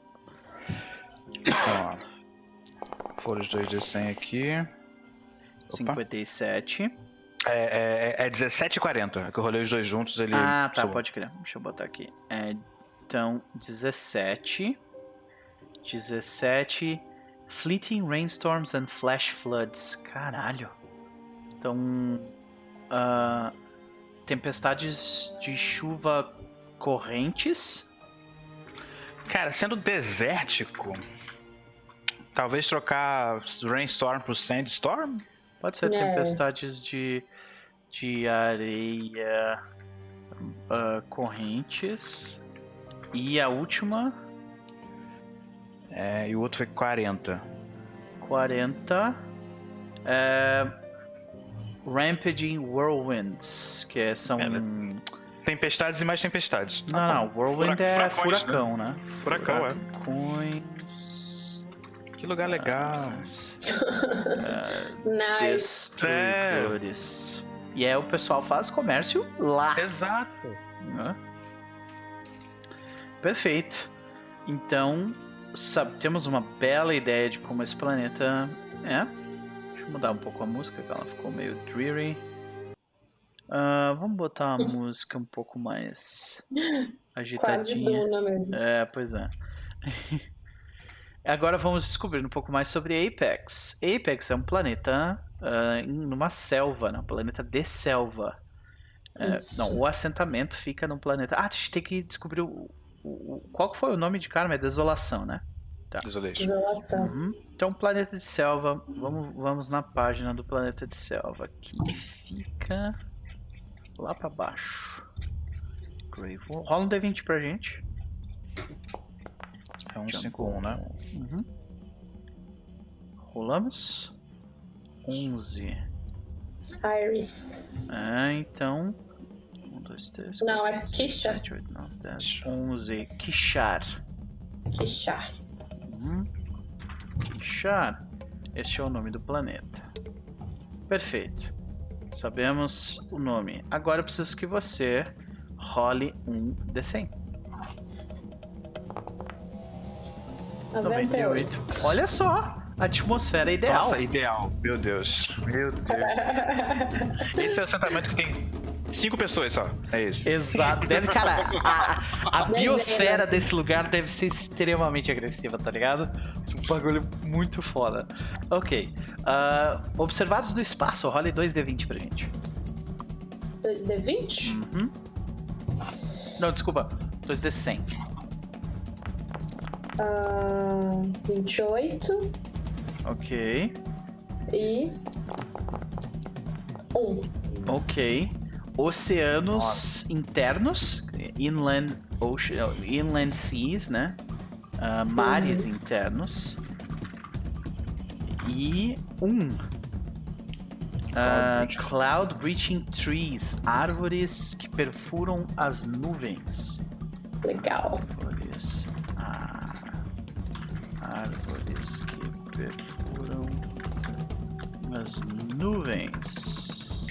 Então, ó. Foram os dois D cem aqui. Opa. cinquenta e sete. É, é, é dezessete e quarenta. É que eu rolei os dois juntos, ele. Ah, tá, soou. pode crer. Deixa eu botar aqui. É, então, dezessete. dezessete. Fleeting rainstorms and flash floods. Caralho. Então. ah, tempestades de chuva correntes. Cara, sendo desértico, talvez trocar Rainstorm pro Sandstorm? Pode ser É. tempestades de, de areia ah, correntes. E a última, É, e o outro foi quarenta. quarenta. É, Rampaging Whirlwinds, que é- são... É, Tempestades e mais tempestades. Não, não, Whirlwind Fura- é furacões, furacão, né? Furacão, é. Furacões... Que lugar legal. Nice. Destruidores. E aí o pessoal faz comércio lá. Exato. Né? Perfeito. Então, sabe, temos uma bela ideia de como esse planeta é. Deixa eu mudar um pouco a música, que ela ficou meio dreary. Ah, vamos botar uma música um pouco mais Quase agitadinha. Duna mesmo. É, pois é. Agora vamos descobrir um pouco mais sobre Apex. Apex é um planeta ah, em numa selva, né? Um planeta de selva. É, Isso. não, o assentamento fica num planeta. Ah, a gente tem que descobrir o, o- o- qual que foi o nome de Karma? É Desolação, né? Desolation. Isolação. Uhum. Então, planeta de selva. Vamos, vamos na página do planeta de selva. Que fica lá pra baixo. Grave Wall. Rola um D vinte pra gente. É um cinco um, né? Uhum. rolamos? onze. Iris. Ah, então... um, dois, três, Não, quatro, é cinco, Kisha. sete, oito, nove, dez, onze. Kishar. Kishar. Uhum. Kishar. Este é o nome do planeta. Perfeito. Sabemos o nome. Agora eu preciso que você role um D cem. noventa e oito. Olha só! A atmosfera é ideal. Nossa, ideal. Meu Deus. Meu Deus. Esse é o assentamento que tem cinco pessoas só. É isso. Exato. Deve, cara, a, a Dezenas. biosfera desse lugar deve ser extremamente agressiva, tá ligado? Um bagulho muito foda. Ok. Ah, observados do espaço, role dois D vinte pra gente. dois D vinte? Uhum. Não, desculpa. dois D cem. Ah, vinte e oito Ok. e um. Ok. Oceanos internos, inland, ocean, inland seas, né? Ah, mares internos. E um. Ah, cloud breaching trees, árvores que perfuram as nuvens. Legal. Árvores. Ah, árvores que perfuram as nuvens.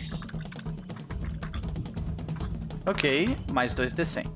Ok, mais dois D cem.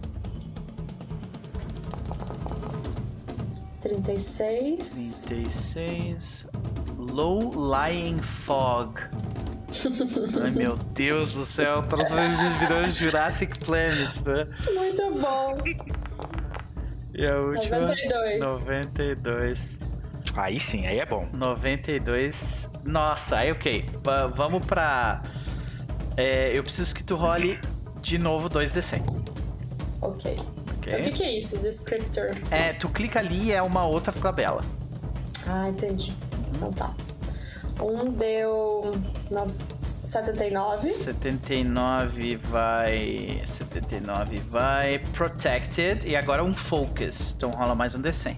trinta e seis. trinta e seis. Low lying fog. Ai meu Deus do céu, transformamos virou Jurassic Planet, né? Muito bom. E a última? noventa e dois. noventa e dois. Aí sim, aí é bom. noventa e dois. Nossa, aí ok. Va- vamos pra. É, eu preciso que tu role de novo dois D cem. Ok. Ok? O que, que é isso? Descriptor. É, tu clica ali e é uma outra tabela. Ah, entendi. Então tá. Um deu no- setenta e nove. setenta e nove vai. setenta e nove vai. Protected. E agora um Focus. Então rola mais um D cem.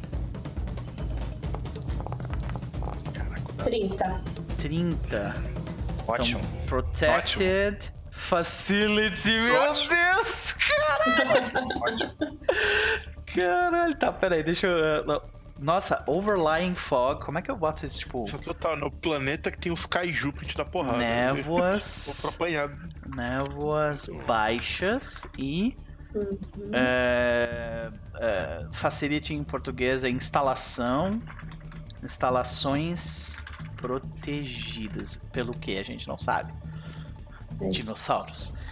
trinta. trinta. Ótimo. Então, protected. Facility. Meu Ótimo. Deus! Caralho! Ótimo. Caralho, tá, peraí, deixa eu. uh, não. Nossa, overlying fog. Como é que eu boto isso? Tipo, Isso é total, no planeta que tem os kaiju pra te dar porrada. névoas. Vou pra apanhar. Névoas baixas e. é, é, facility em português é instalação. Instalações protegidas. Pelo que? A gente não sabe. Dinossauros.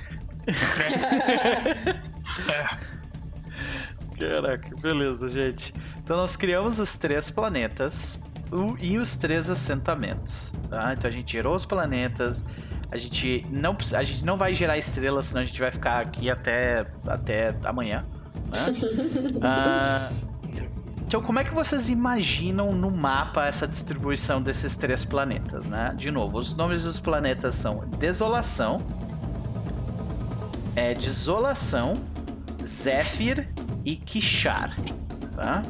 Caraca, beleza, gente. Então nós criamos os três planetas o- e os três assentamentos, tá? Então a gente gerou os planetas, a gente não, precisa- a gente não vai gerar estrelas, senão a gente vai ficar aqui até, até amanhã, né? Ah, então como é que vocês imaginam no mapa essa distribuição desses três planetas, né? De novo, os nomes dos planetas são Desolação, é Desolação, Zephyr e Kishar, tá?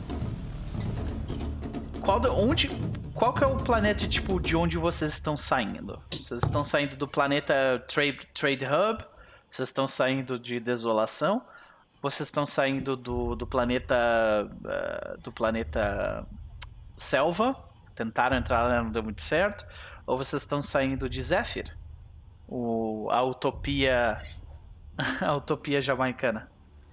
Qual, da- onde, qual que é o planeta tipo de onde vocês estão saindo? Vocês estão saindo do planeta Trade, Trade Hub? Vocês estão saindo de Desolação? Vocês estão saindo do, do planeta uh, do planeta Selva? Tentaram entrar lá, não deu muito certo? Ou vocês estão saindo de Zephyr? O, a utopia a utopia jamaicana?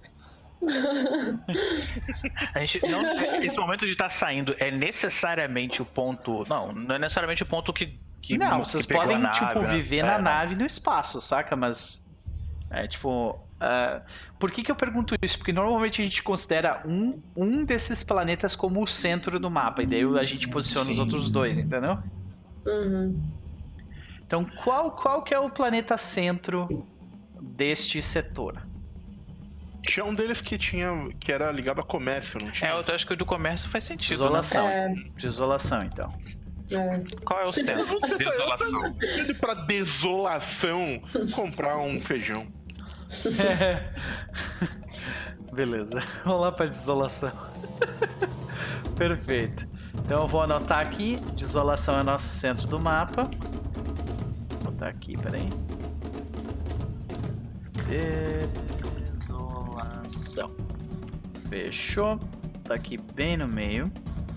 A gente não, esse momento de estar saindo é necessariamente o ponto. Não, não é necessariamente o ponto que. que Não, que vocês pegou a podem, nave, tipo, né? viver É, na não. nave no espaço, saca? Mas. É tipo. ah, por que, que eu pergunto isso? Porque normalmente a gente considera um, um desses planetas como o centro do mapa. E daí a gente posiciona os Sim. outros dois, entendeu? Uhum. Então, qual, qual que é o planeta centro deste setor? Tinha um deles que tinha. Que era ligado a comércio, não tinha? É, eu acho que o do comércio faz sentido. Né? Desolação. É. Desolação, então. É. Qual é o centro? Desolação. Ele pra desolação comprar um feijão. Beleza. Vamos lá pra desolação. Perfeito. Então eu vou anotar aqui. Desolação é nosso centro do mapa. Vou botar aqui, peraí. Desolação. Fechou. Tá aqui bem no meio.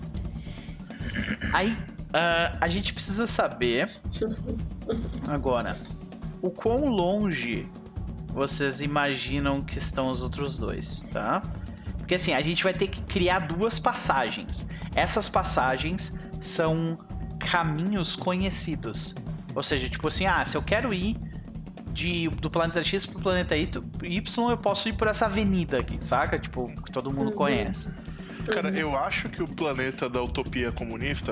Aí, uh, a gente precisa saber agora o quão longe vocês imaginam que estão os outros dois, tá? Porque assim, a gente vai ter que criar duas passagens. Essas passagens são caminhos conhecidos. Ou seja, tipo assim, ah, se eu quero ir de, do planeta X pro planeta Y, eu posso ir por essa avenida aqui, saca? Tipo, que todo mundo uhum. conhece. Cara, eu acho que o planeta da utopia comunista,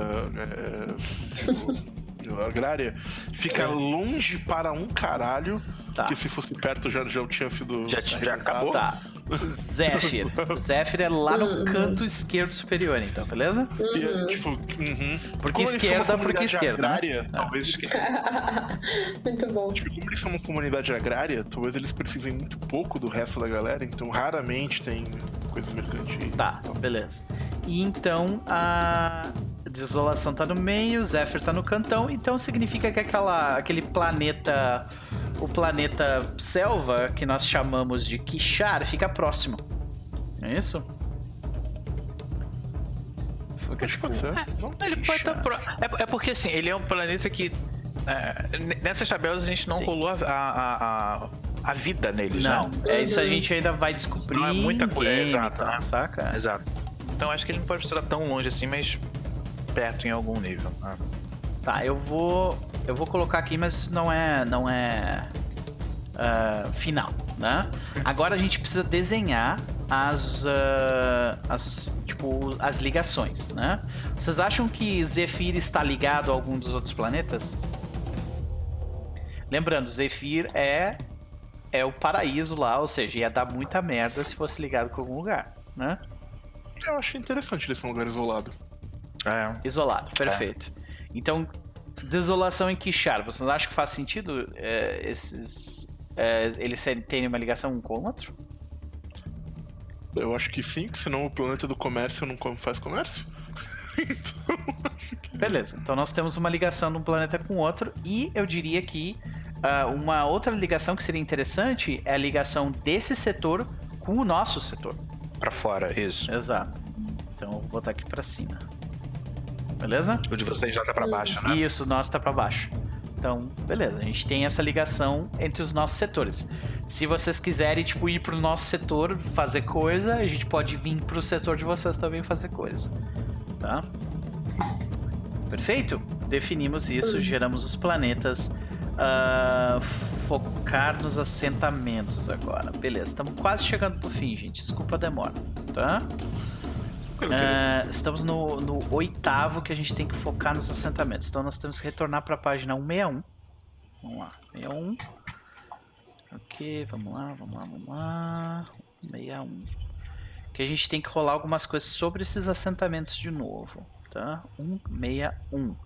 é, agrária, fica longe para um caralho. Tá. Que se fosse perto já, já tinha sido. Já, já acabou? Tá. Zephyr. Zephyr é lá no canto esquerdo superior, então, beleza? E, é, tipo, uhum. Porque como esquerda, porque esquerda. Agrária, né? Talvez esquerda. Muito bom. Tipo, como eles são uma comunidade agrária, talvez eles precisem muito pouco do resto da galera, então raramente tem coisas mercantis. Tá, beleza. E então a desolação tá no meio, Zephyr tá no cantão, então significa que aquela, aquele planeta, o planeta selva, que nós chamamos de Kishar, fica próximo. É isso? Fica tipo, pode ser. É, ele pode estar pro... é, é porque assim, ele é um planeta que é, nessas tabelas a gente não Sim. rolou a, a, a, a vida neles, não. Né? É isso a gente ainda vai descobrir. Não é muita coisa, game, exato, tá, né? Saca? Exato. Então acho que ele não pode estar tão longe assim, mas perto em algum nível. Né? Tá, eu vou eu vou colocar aqui, mas não é não é uh, final, né? Agora a gente precisa desenhar as uh, as tipo as ligações, né? Vocês acham que Zephyr está ligado a algum dos outros planetas? Lembrando, Zephyr é é o paraíso lá, ou seja, ia dar muita merda se fosse ligado com algum lugar, né? Eu achei interessante ele ser um lugar isolado. É. Isolado, perfeito. É. Então, desolação em Kishar, vocês acham que faz sentido é, esses é, eles terem uma ligação um com o outro? Eu acho que sim, senão o planeta do comércio não faz comércio. Então... Beleza, então nós temos uma ligação de um planeta com o outro, e eu diria que uh, uma outra ligação que seria interessante é a ligação desse setor com o nosso setor. Pra fora, isso. Exato. Então eu vou botar aqui pra cima. Beleza? O de vocês já tá pra baixo, né? Isso, o nosso tá pra baixo. Então, beleza. A gente tem essa ligação entre os nossos setores. Se vocês quiserem, tipo, ir pro nosso setor fazer coisa, a gente pode vir pro setor de vocês também fazer coisa. Tá? Perfeito? Definimos isso, geramos os planetas. Uh, focar nos assentamentos agora. Beleza, estamos quase chegando no fim, gente. Desculpa a demora, tá? Uh, estamos no, no oitavo que a gente tem que focar nos assentamentos. Então nós temos que retornar para a página cento e sessenta e um. Vamos lá, cento e sessenta e um. Ok, vamos lá, vamos lá, vamos lá. cento e sessenta e um. Que a gente tem que rolar algumas coisas sobre esses assentamentos de novo, tá? cento e sessenta e um.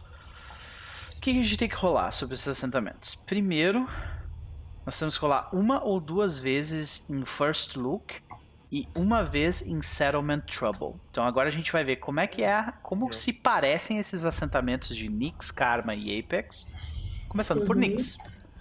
O que a gente tem que rolar sobre esses assentamentos? Primeiro, nós temos que rolar uma ou duas vezes em First Look e uma vez em Settlement Trouble. Então agora a gente vai ver como é que é, como se parecem esses assentamentos de Nyx, Karma e Apex. Começando uhum. por Nyx.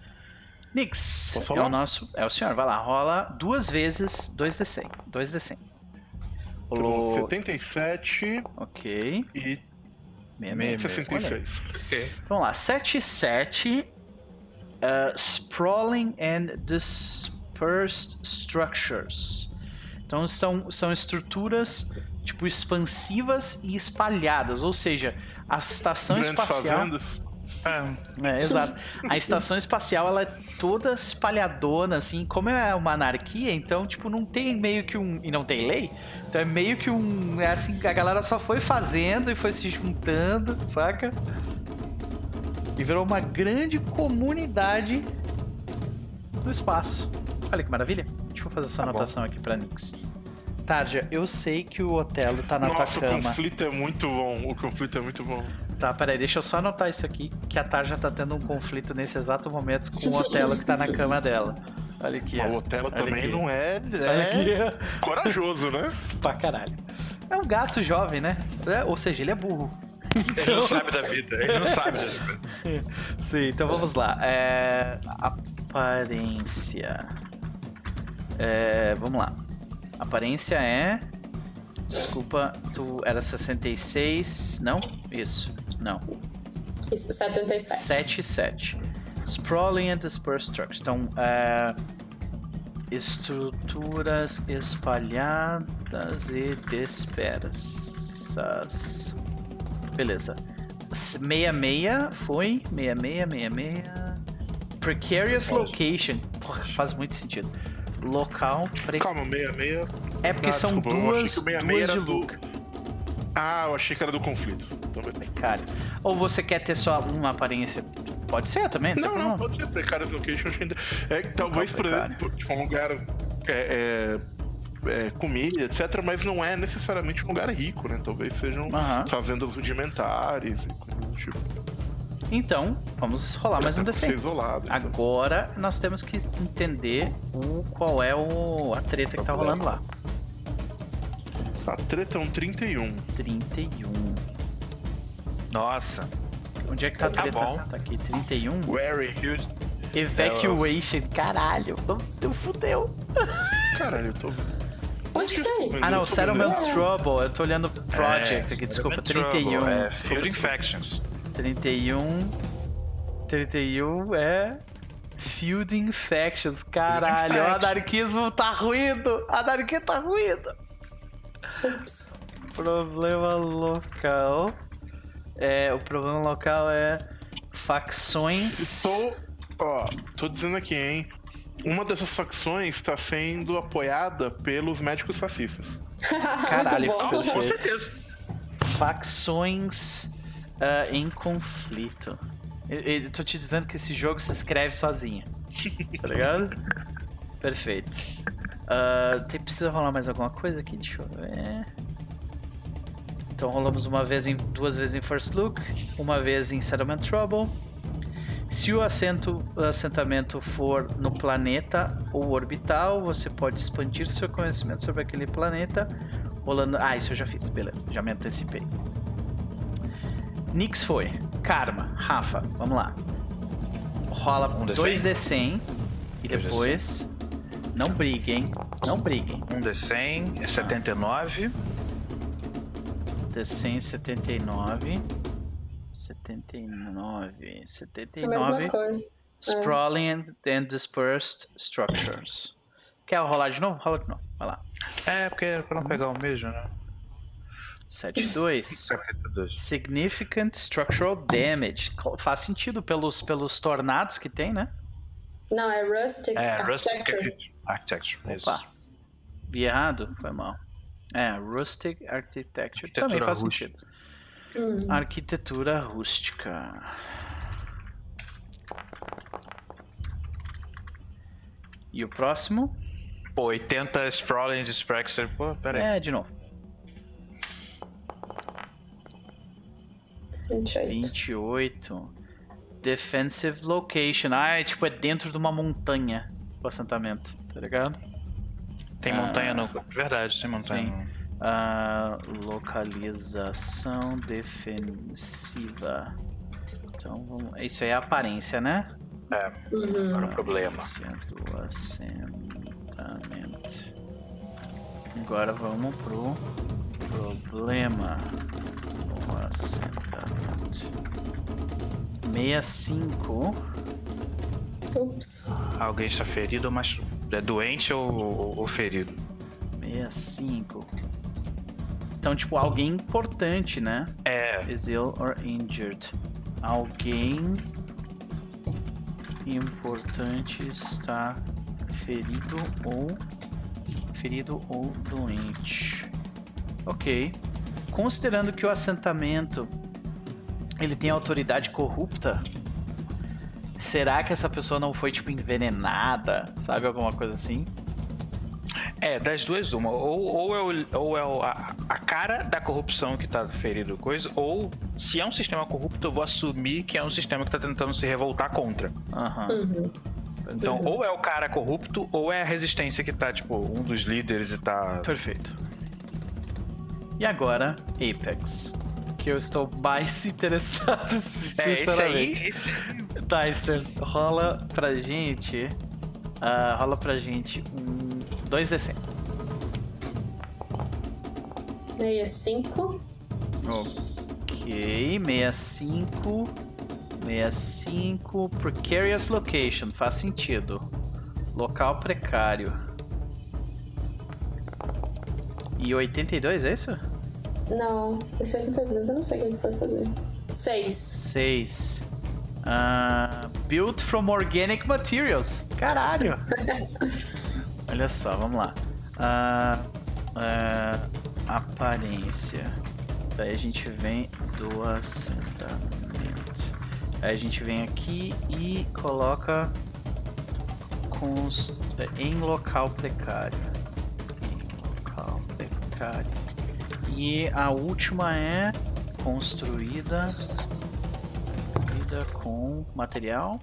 Nyx é o nosso, é o senhor, vai lá, rola duas vezes dois D cem. dois D cem. Rolou setenta e sete. Ok. E sessenta e seis. Okay. Então vamos lá, setenta e sete. Uh, sprawling and dispersed structures. Então são, são estruturas tipo expansivas e espalhadas, ou seja, a estação Grandes espacial. Fazendas. É, é, exato. A estação espacial ela é toda espalhadona, assim, como é uma anarquia, então tipo não tem meio que um e não tem lei, então é meio que um, é assim, a galera só foi fazendo e foi se juntando, saca? E virou uma grande comunidade do espaço. Olha que maravilha. Deixa eu fazer essa tá anotação bom. aqui pra Nyx. Tarja, eu sei que o Otelo tá na Nossa, tua cama. Nossa, o conflito é muito bom. O conflito é muito bom. Tá, peraí, deixa eu só anotar isso aqui, que a Tarja tá tendo um conflito nesse exato momento com o Otelo que tá na cama dela. Olha aqui. Mas o Otelo também aqui. não é, é corajoso, né? Pra caralho. É um gato jovem, né? É, ou seja, ele é burro. Ele não sabe da vida, ele não sabe da vida. Sim, então vamos lá. É... Aparência. É... Vamos lá. Aparência é... Desculpa, tu era sessenta e seis... Não? Isso, não. Isso, setenta e sete. setenta e sete. Sprawling and dispersed structures. Então, é... estruturas espalhadas e dispersas. Beleza. sessenta e seis foi. sessenta e seis, sessenta e seis. Precarious location. Porra, faz muito sentido. Local. Pre... Calma, sessenta e seis. É porque Ah, são desculpa, eu duas, achei que o sessenta e seis duas era de do- look. Ah, eu achei que era do conflito. Então, beleza. Cara. Ou você quer ter só uma aparência? Pode ser também, não, tem Não, não, problema. pode ser Precarious Location. Acho que ainda... É que talvez, por precário. exemplo, tipo, um lugar é, é, é, comida, etcétera, mas não é necessariamente um lugar rico, né? Talvez sejam Aham. fazendas rudimentares e coisas do tipo. Então, vamos rolar mais um Pra D ser cem. isolado. então. Agora nós temos que entender o, qual é o, a treta que tá rolando lá. A treta é um trinta e um. trinta e um. Nossa. Onde é que tá a Tá treta? bom. Tá aqui, trinta e um. Wary. Evacuation. Caralho. Não, não fudeu. Caralho, eu tô. Onde que sai? Ah, não. Eu tô Settlement vendo. Trouble. Eu tô olhando Project É, aqui. Desculpa, Settlement trinta e um. Trouble, É, Desculpa, Field desculpa. Infections. trinta e um. trinta e um é. Field Infections. Caralho. O Infections. anarquismo tá ruindo. A anarquia tá ruindo. Ups. Problema local. É, o problema local é facções. Estou. Ó, tô dizendo aqui, hein? Uma dessas facções está sendo apoiada pelos médicos fascistas. Caralho, Muito bom. Com perfeito. certeza. Facções ah, em conflito. Eu, eu tô te dizendo que esse jogo se escreve sozinho. Tá ligado? Perfeito. Ah, tem, precisa rolar mais alguma coisa aqui? Deixa eu ver. Então rolamos uma vez em, duas vezes em First Look, uma vez em Settlement Trouble. Se o assento, o assentamento for no planeta ou orbital, você pode expandir seu conhecimento sobre aquele planeta. Rolando. Ah, isso eu já fiz, beleza, já me antecipei. Nix foi. Karma, Rafa, vamos lá. Rola Um D cem. dois D cem e dois D depois. Não briguem, não briguem. Um D cem é setenta e nove. D cem setenta e nove. setenta e nove. setenta e A mesma nove. coisa. Sprawling and, and dispersed structures. Quer rolar de novo? Rola de novo. Vai lá. É, porque é pra não pegar o mesmo, né? setenta e dois. setenta e dois. Significant structural damage. Co- Faz sentido pelos, pelos tornados que tem, né? Não, é Rustic É, Rustic Architecture. Architecture. Isso. Opa. Vi errado? Foi mal. É, Rustic Architecture. Arquitetura Também faz rústica. sentido. Hum. Arquitetura rústica. E o próximo? Pô, oitenta Sprawling Dispersor. Pô, pera aí. É, de novo. vinte e oito. vinte e oito. Defensive location. Ah, é tipo, é dentro de uma montanha o assentamento, tá ligado? Tem Ah, montanha no. Verdade, tem montanha. sim. no- Ah, localização defensiva. Então, vamos... isso aí é a aparência, né? É, Uhum. agora o problema. Aparência do assentamento. Agora vamos pro problema do assentamento. sessenta e cinco. Ups. Alguém está ferido, mas é doente ou, ou, ou ferido? sessenta e cinco. Então, tipo, alguém importante, né? É, Is ill or injured. Alguém importante está ferido ou ferido ou doente. Ok. Considerando que o assentamento ele tem autoridade corrupta, será que essa pessoa não foi tipo envenenada, sabe, alguma coisa assim? é, das duas uma. Ou, ou é, o, ou é o- a, a cara da corrupção que tá ferido coisa, ou se é um sistema corrupto, eu vou assumir que é um sistema que tá tentando se revoltar contra. Aham. Uhum. Então, ou é o cara corrupto, ou é a resistência que tá, tipo, um dos líderes e tá. Perfeito. E agora, Apex. Que eu estou mais interessado, sinceramente. É, esse aí, esse... Deister, rola pra gente. Uh, rola pra gente um dois D C. sessenta e cinco. Ok, sessenta e cinco. sessenta e cinco. Precarious location, faz sentido. Local precário. E oitenta e dois, é isso? Não, esse oitenta e dois eu não sei o que ele pode fazer. seis. seis. Uh, built from organic materials. Caralho. Olha só, vamos lá. Uh, uh, aparência. Daí a gente vem do assentamento. Aí a gente vem aqui e coloca cons... em local precário. Em local precário. E a última é construída, construída com material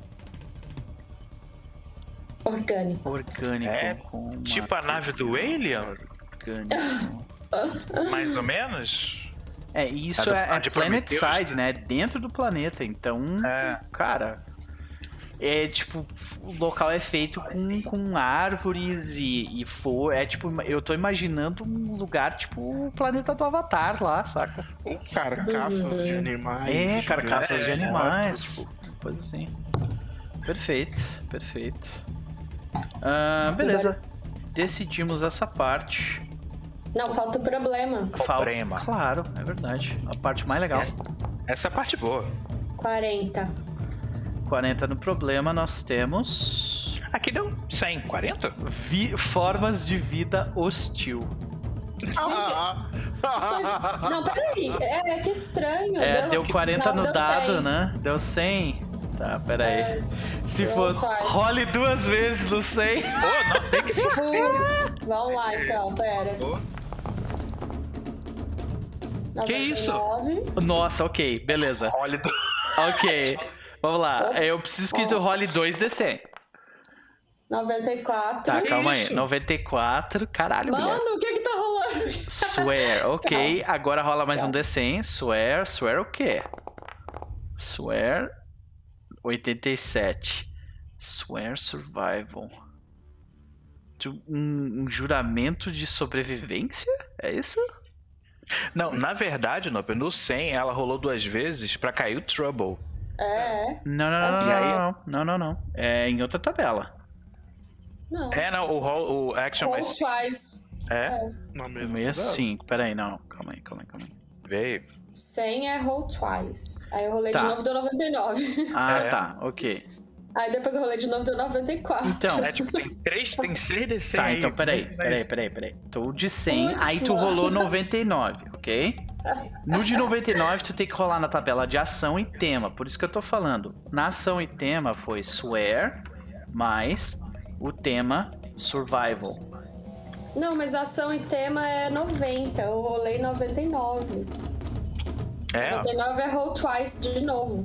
orgânico. Orgânico. É, com tipo a nave do Alien? Orgânico. Mais ou menos? É, isso A do- é, a é de Planet Prometheus, Side, né? Dentro do planeta. Então, É. cara, é tipo, o local é feito com, com árvores e, e for. É tipo, eu tô imaginando um lugar tipo o planeta do Avatar lá, saca? Ou carcaças de animais. É, carcaças é, de animais, mortos. tipo, coisa assim. Perfeito, perfeito. Ah, beleza. Decidimos essa parte. Não, falta o problema. Fal- Problema. Claro, é verdade. A parte mais legal. Essa é a parte boa. quarenta. quarenta no problema, nós temos Aqui deu cem, quarenta? vi- formas de vida hostil. Ah, Pois- Não, peraí. É, que estranho. É, deu quarenta não, no deu dado, cem. né? Deu cem. Tá, peraí. É, Se roll for, twice. role duas vezes no cem. Pô, não tem que ser. Putz, vamos lá então, pera. Que isso? noventa e nove. Nossa, ok, beleza. Olha do... Ok, vamos lá. Ops. Eu preciso que tu role dois D cem. noventa e quatro. Tá, calma aí. isso? noventa e quatro, caralho, mulher. Mano, o que que tá rolando? Swear, ok. Agora rola mais um D cem. Swear, swear o quê? Swear oitenta e sete. Swear survival. Tu- Um, um juramento de sobrevivência? É isso? Não, na verdade, Nope, no cem ela rolou duas vezes pra cair o Trouble. É, Não, não, não, E aí? não, não, não, não, não. É em outra tabela. não. É, não, o, roll, o action Roll mais... twice. É, na mesma sessenta e tabela. cinco, peraí, não. Calma aí, calma aí, calma aí. veio. cem é roll twice. Aí eu rolei Tá. de novo, deu noventa e nove. Ah, É. tá, ok. Aí depois eu rolei de novo, deu noventa e quatro. Então, É, tipo, tem três, tem seis D C tá, aí. então peraí, Mas- peraí, peraí, peraí. Tô de cem, Putz, aí tu mano. rolou noventa e nove, ok? No de noventa e nove, tu tem que rolar na tabela de ação e tema. Por isso que eu tô falando. Na ação e tema foi swear, mais o tema survival. Não, mas ação e tema é noventa. Eu rolei noventa e nove. É, noventa e nove é roll twice de novo.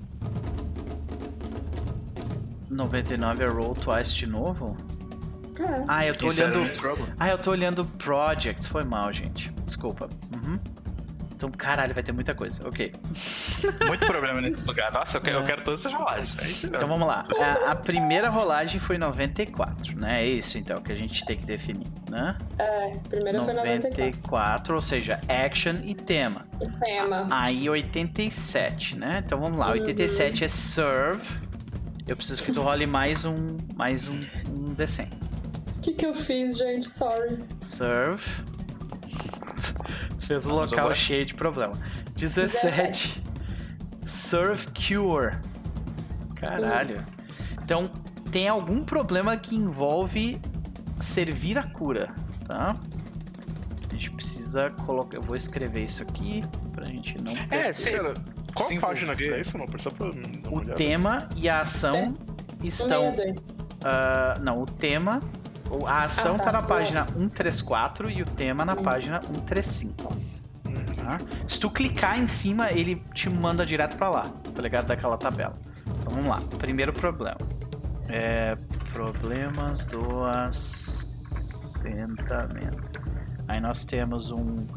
noventa e nove é roll twice de novo? É. Ah, eu tô Isso era olhando. no Trouble. Ah, eu tô olhando projects. Foi mal, gente. Desculpa. Uhum. Então, caralho, vai ter muita coisa. Ok. muito problema nesse lugar. Nossa, eu quero, eu quero todas essas rolagens. É isso Então mesmo. vamos lá. A, a primeira rolagem foi noventa e quatro, né? É isso então que a gente tem que definir, né? É, primeiro foi noventa e noventa e quatro. quatro, ou seja, action e tema. E tema. Aí oitenta e sete, né? Então vamos lá. oitenta e sete é serve. Eu preciso que tu role mais um, mais um, um D cem. O que que eu fiz, gente? Sorry. Serve. Tu fez o Vamos local agora. cheio de problema. dezessete. Serve cure. Caralho. Então, tem algum problema que envolve servir a cura, tá? A gente precisa colocar... Eu vou escrever isso aqui pra gente não... É, perder. se, Cara, qual se página que envolver- é isso? Não, só pra dar uma O olhada. tema e a ação Certo. estão... cento e sessenta e dois. ah, não, o tema... o- A ação Ah, tá. tá. na página cento e trinta e quatro e o tema na página cento e trinta e cinco. Tá? Se tu clicar em cima, ele te manda direto pra lá, tá ligado? Daquela tabela. Então vamos lá. Primeiro problema. É, problemas do assentamento. Aí nós temos um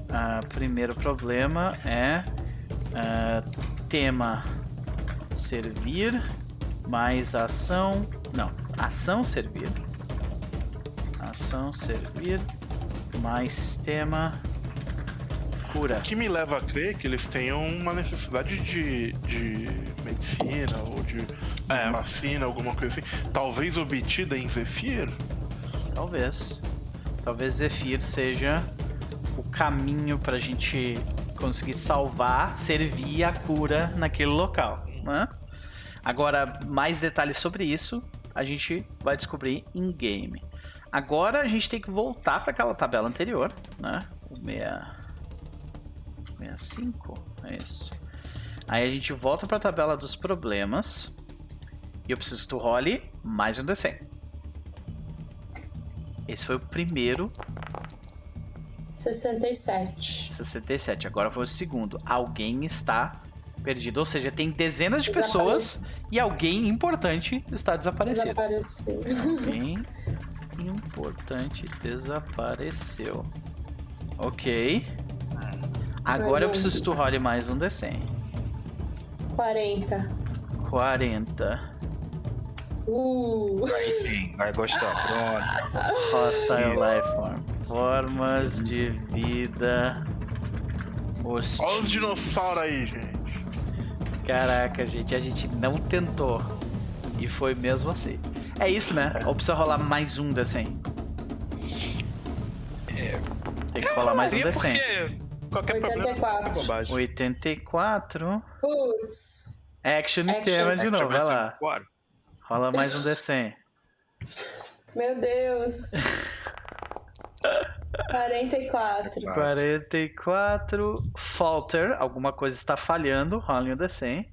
Uh, primeiro problema é uh, tema servir mais ação. Não, ação servir. Ação servir mais tema cura. O que me leva a crer que eles tenham uma necessidade de, de medicina ou de é. vacina, alguma coisa assim. Talvez obtida em Zephyr? Talvez. Talvez Zephyr seja o caminho pra gente conseguir salvar, servir a cura naquele local, né? Agora, mais detalhes sobre isso a gente vai descobrir em game. Agora a gente tem que voltar para aquela tabela anterior, né? O sessenta e cinco, é isso. Aí a gente volta para a tabela dos problemas e eu preciso que tu role mais um D cem. Esse foi o primeiro. sessenta e sete. sessenta e sete. Agora foi o segundo. Alguém está perdido. Ou seja, tem dezenas de pessoas e alguém importante está desaparecido. Desapareceu. Alguém importante desapareceu. Ok. Agora mais eu um. preciso que tu role mais um D cem. quarenta. quarenta. Uh. Aí sim, vai gostar. Pronto. Hostile Life Form. Formas de vida hostis. Olha os dinossauros aí, gente. Caraca, gente, a gente não tentou. E foi mesmo assim. É isso, né? Ou precisa rolar mais um D cem? É. Tem que rolar mais um D cem. Qualquer oitenta e quatro. problema é bobagem. oitenta e quatro. Putz. Action e Action. tema de Action novo, vai lá. Bora. Rola mais um D cem. Meu Deus. quarenta e quatro. quarenta e quatro. Falter. Alguma coisa está falhando. Rola um D cem.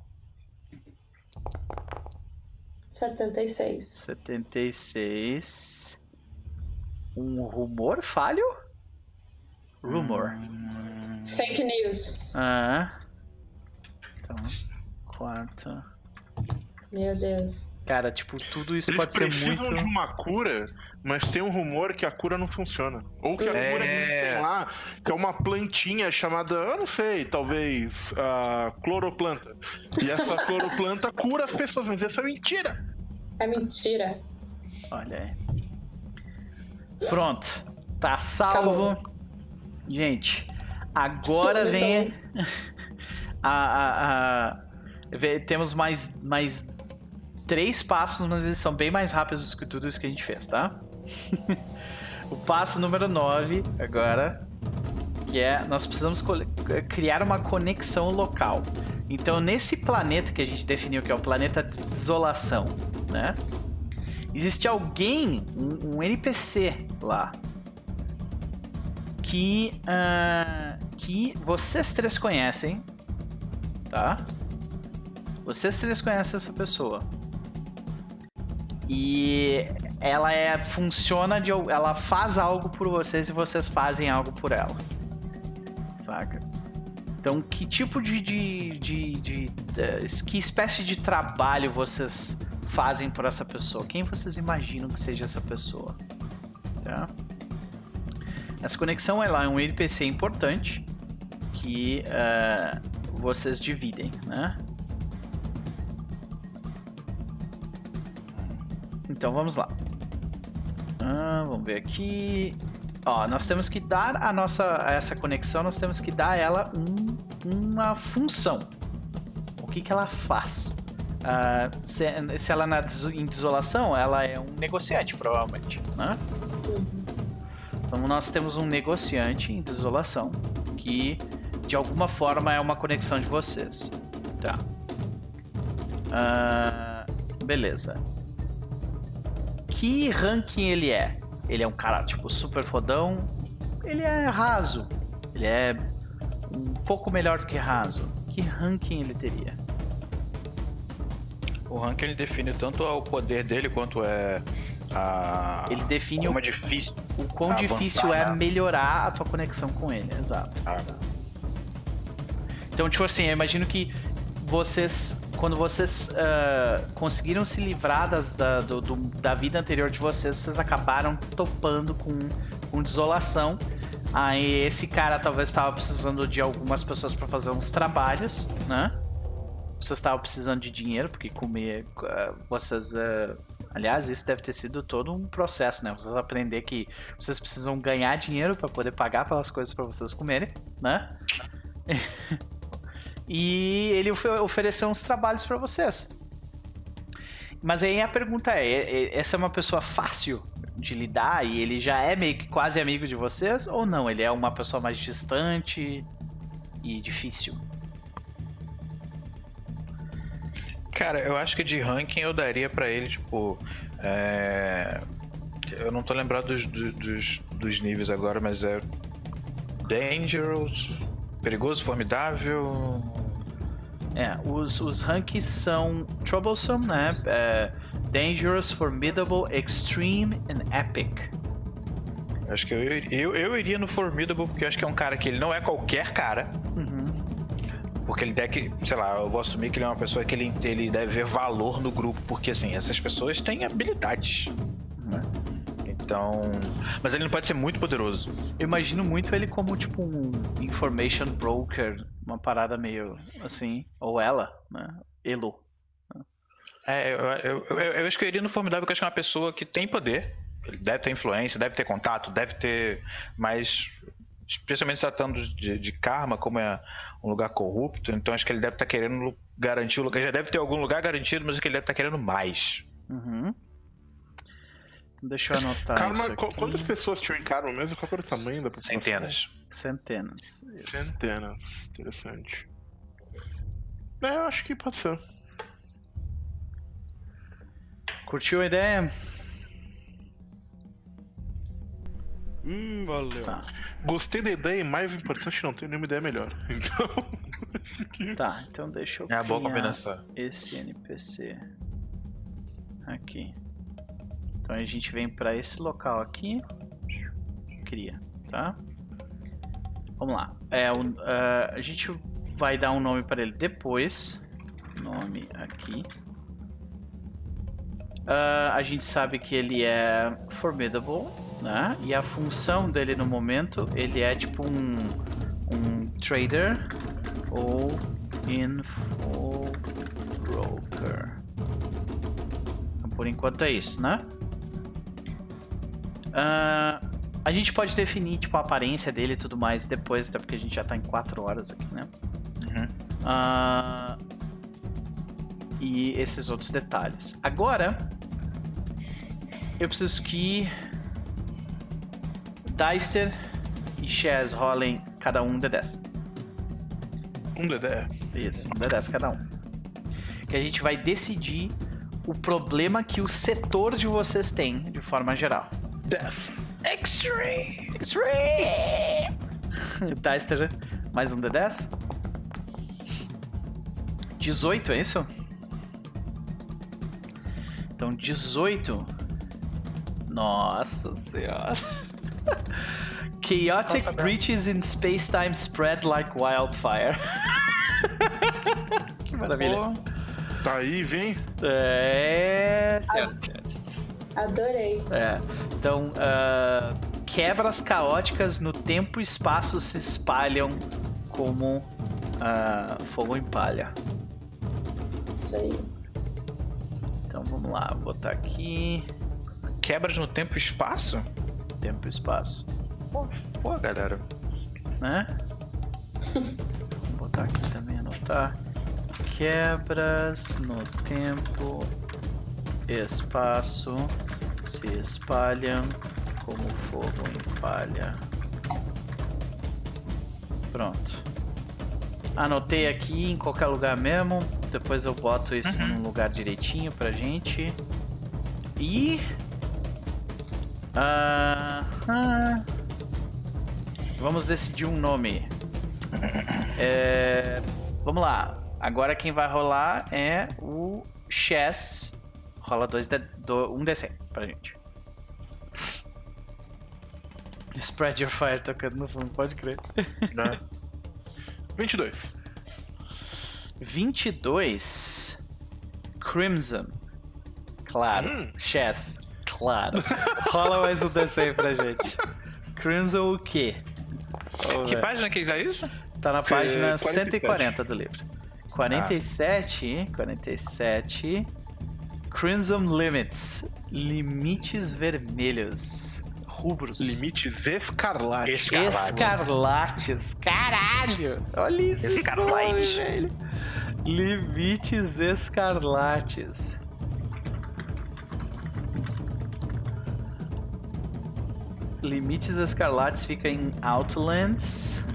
setenta e seis. setenta e seis. Um rumor falho? Rumor. Fake news. Ah. Então, quarto. Meu Deus. Cara, tipo, tudo isso Eles pode ser precisam muito... de uma cura, mas tem um rumor que a cura não funciona. Ou que a É. cura que eles têm lá, que é uma plantinha chamada, eu não sei, talvez, a cloroplanta. E essa cloroplanta cura as pessoas, mas isso é mentira. É mentira. Olha aí. Pronto. Tá salvo. Acabou. Gente, agora Tudo vem... a, a, a... vê- Temos mais, mais três passos, mas eles são bem mais rápidos do que tudo isso que a gente fez, tá? O passo número nove, agora, que é, nós precisamos cole- criar uma conexão local. Então, nesse planeta que a gente definiu, que é o planeta de desolação, né? Existe alguém, um, um N P C lá, que, ah, que vocês três conhecem, tá? Vocês três conhecem essa pessoa. E ela é funciona de ela faz algo por vocês e vocês fazem algo por ela. Saca? Então, que tipo de, de, de, de, de que espécie de trabalho vocês fazem por essa pessoa? Quem vocês imaginam que seja essa pessoa? Tá? Essa conexão ela é um N P C importante que uh, vocês dividem, né? Então vamos lá. Ah, vamos ver aqui. Ó, nós temos que dar a nossa a essa conexão, nós temos que dar a ela um, uma função. O que que ela faz? Ah, se, se ela na, em desolação, ela é um negociante, provavelmente, né? Então nós temos um negociante em desolação que de alguma forma é uma conexão de vocês. Tá. Ah, beleza. Que ranking ele é? Ele é um cara, tipo, super fodão. Ele é raso. Ele é um pouco melhor do que raso. Que ranking ele teria? O ranking ele define tanto o poder dele quanto é a... Ele define como o, é difícil o quão avançar, difícil é né? melhorar a tua conexão com ele. Exato. Ah, Então, tipo assim, eu imagino que vocês... Quando vocês uh, conseguiram se livrar das, da, do, do, da vida anterior de vocês, vocês acabaram topando com, com desolação. Aí esse cara talvez estava precisando de algumas pessoas para fazer uns trabalhos, né? Vocês estavam precisando de dinheiro, porque comer... Uh, vocês... Uh, aliás, isso deve ter sido todo um processo, né? Vocês aprender que vocês precisam ganhar dinheiro para poder pagar pelas coisas para vocês comerem, né? E ele of ofereceu uns trabalhos para vocês. Mas aí a pergunta é, é, essa é uma pessoa fácil de lidar e ele já é meio que quase amigo de vocês? Ou não? Ele é uma pessoa mais distante e difícil? Cara, eu acho que de ranking eu daria pra ele, tipo... É... Eu não tô lembrado dos, dos, dos níveis agora, mas é... Dangerous... Perigoso, formidável... É, os, os rankings são Troublesome, né? É, Dangerous, Formidable, Extreme e Epic. Acho que eu, eu, eu iria no Formidable, porque eu acho que é um cara que ele não é qualquer cara. Uhum. Porque ele deve, sei lá, eu vou assumir que ele é uma pessoa que ele, ele deve ver valor no grupo, porque assim, essas pessoas têm habilidades, né? Então... Mas ele não pode ser muito poderoso. Eu imagino muito ele como tipo um information broker, uma parada meio assim, ou ela, né? Elo. É, eu, eu, eu, eu acho que eu iria no Formidável, porque eu acho que é uma pessoa que tem poder, ele deve ter influência, deve ter contato, deve ter mais... Especialmente se tratando de, de karma, como é um lugar corrupto, então acho que ele deve estar querendo garantir o lugar. Já deve ter algum lugar garantido, mas acho que ele deve estar querendo mais. Uhum. Deixa eu anotar Karma, isso aqui. Quantas pessoas tinham em Karma mesmo? Qual era o tamanho da população? Centenas. Centenas. Isso. Centenas. Interessante. É, eu acho que pode ser. Curtiu a ideia? Hum, valeu. Tá. Gostei da ideia e, mais importante, não tenho nenhuma ideia melhor. Então... Tá, então deixa eu É uma boa criar combinação. esse N P C aqui. Então a gente vem para esse local aqui, cria, tá? Vamos lá. É, um, uh, a gente vai dar um nome para ele depois. Nome aqui. Uh, a gente sabe que ele é formidable, né? E a função dele no momento, ele é tipo um, um trader ou info broker. Então, por enquanto é isso, né? Uh, a gente pode definir tipo a aparência dele e tudo mais depois, até porque a gente já tá em quatro horas aqui, né? Uhum. Uh, e esses outros detalhes. Agora, eu preciso que Deister e Chaz rolem cada um D dez. Um Dedé. Isso, um D dez cada um. Que a gente vai decidir o problema que o setor de vocês tem, de forma geral. dez. Extreme! Extreme! Deister, mais um D dez. dezoito, é isso? Então, dezoito. Nossa senhora. Chaotic breaches in space-time spread like wildfire. Que maravilha. Tá aí, vem. É, senhoras e senhores. Adorei. É. Então, uh, quebras caóticas no tempo e espaço se espalham como uh, fogo em palha. Isso aí. Então vamos lá, vou botar aqui. Quebras no tempo e espaço? Tempo e espaço. Pô, pô galera. Né? Vou botar aqui também, anotar. Quebras no tempo e espaço se espalham como fogo em palha. Pronto. Anotei aqui em qualquer lugar mesmo. Depois eu boto isso uhum. num lugar direitinho pra gente. E... Uh, uh, vamos decidir um nome. É, vamos lá. Agora quem vai rolar é o Chess. Rola dois de, do, um D cem pra gente. Spread your fire tocando no fundo, pode crer. Não. vinte e dois. vinte e dois. Crimson. Claro. Hum. Chess. Claro. Rola mais um D cem pra gente. Crimson o quê? Vamos Que ver. página que é isso? Tá na página É, quarenta e cento e quarenta do livro. quarenta e sete, Ah. quarenta e sete. Crimson Limits. Limites vermelhos. Rubros. Limites escarlates. Escarlate. Escarlates. Caralho! Olha isso. Escarlate. velho. Limites escarlates. Limites escarlates fica em Outlands.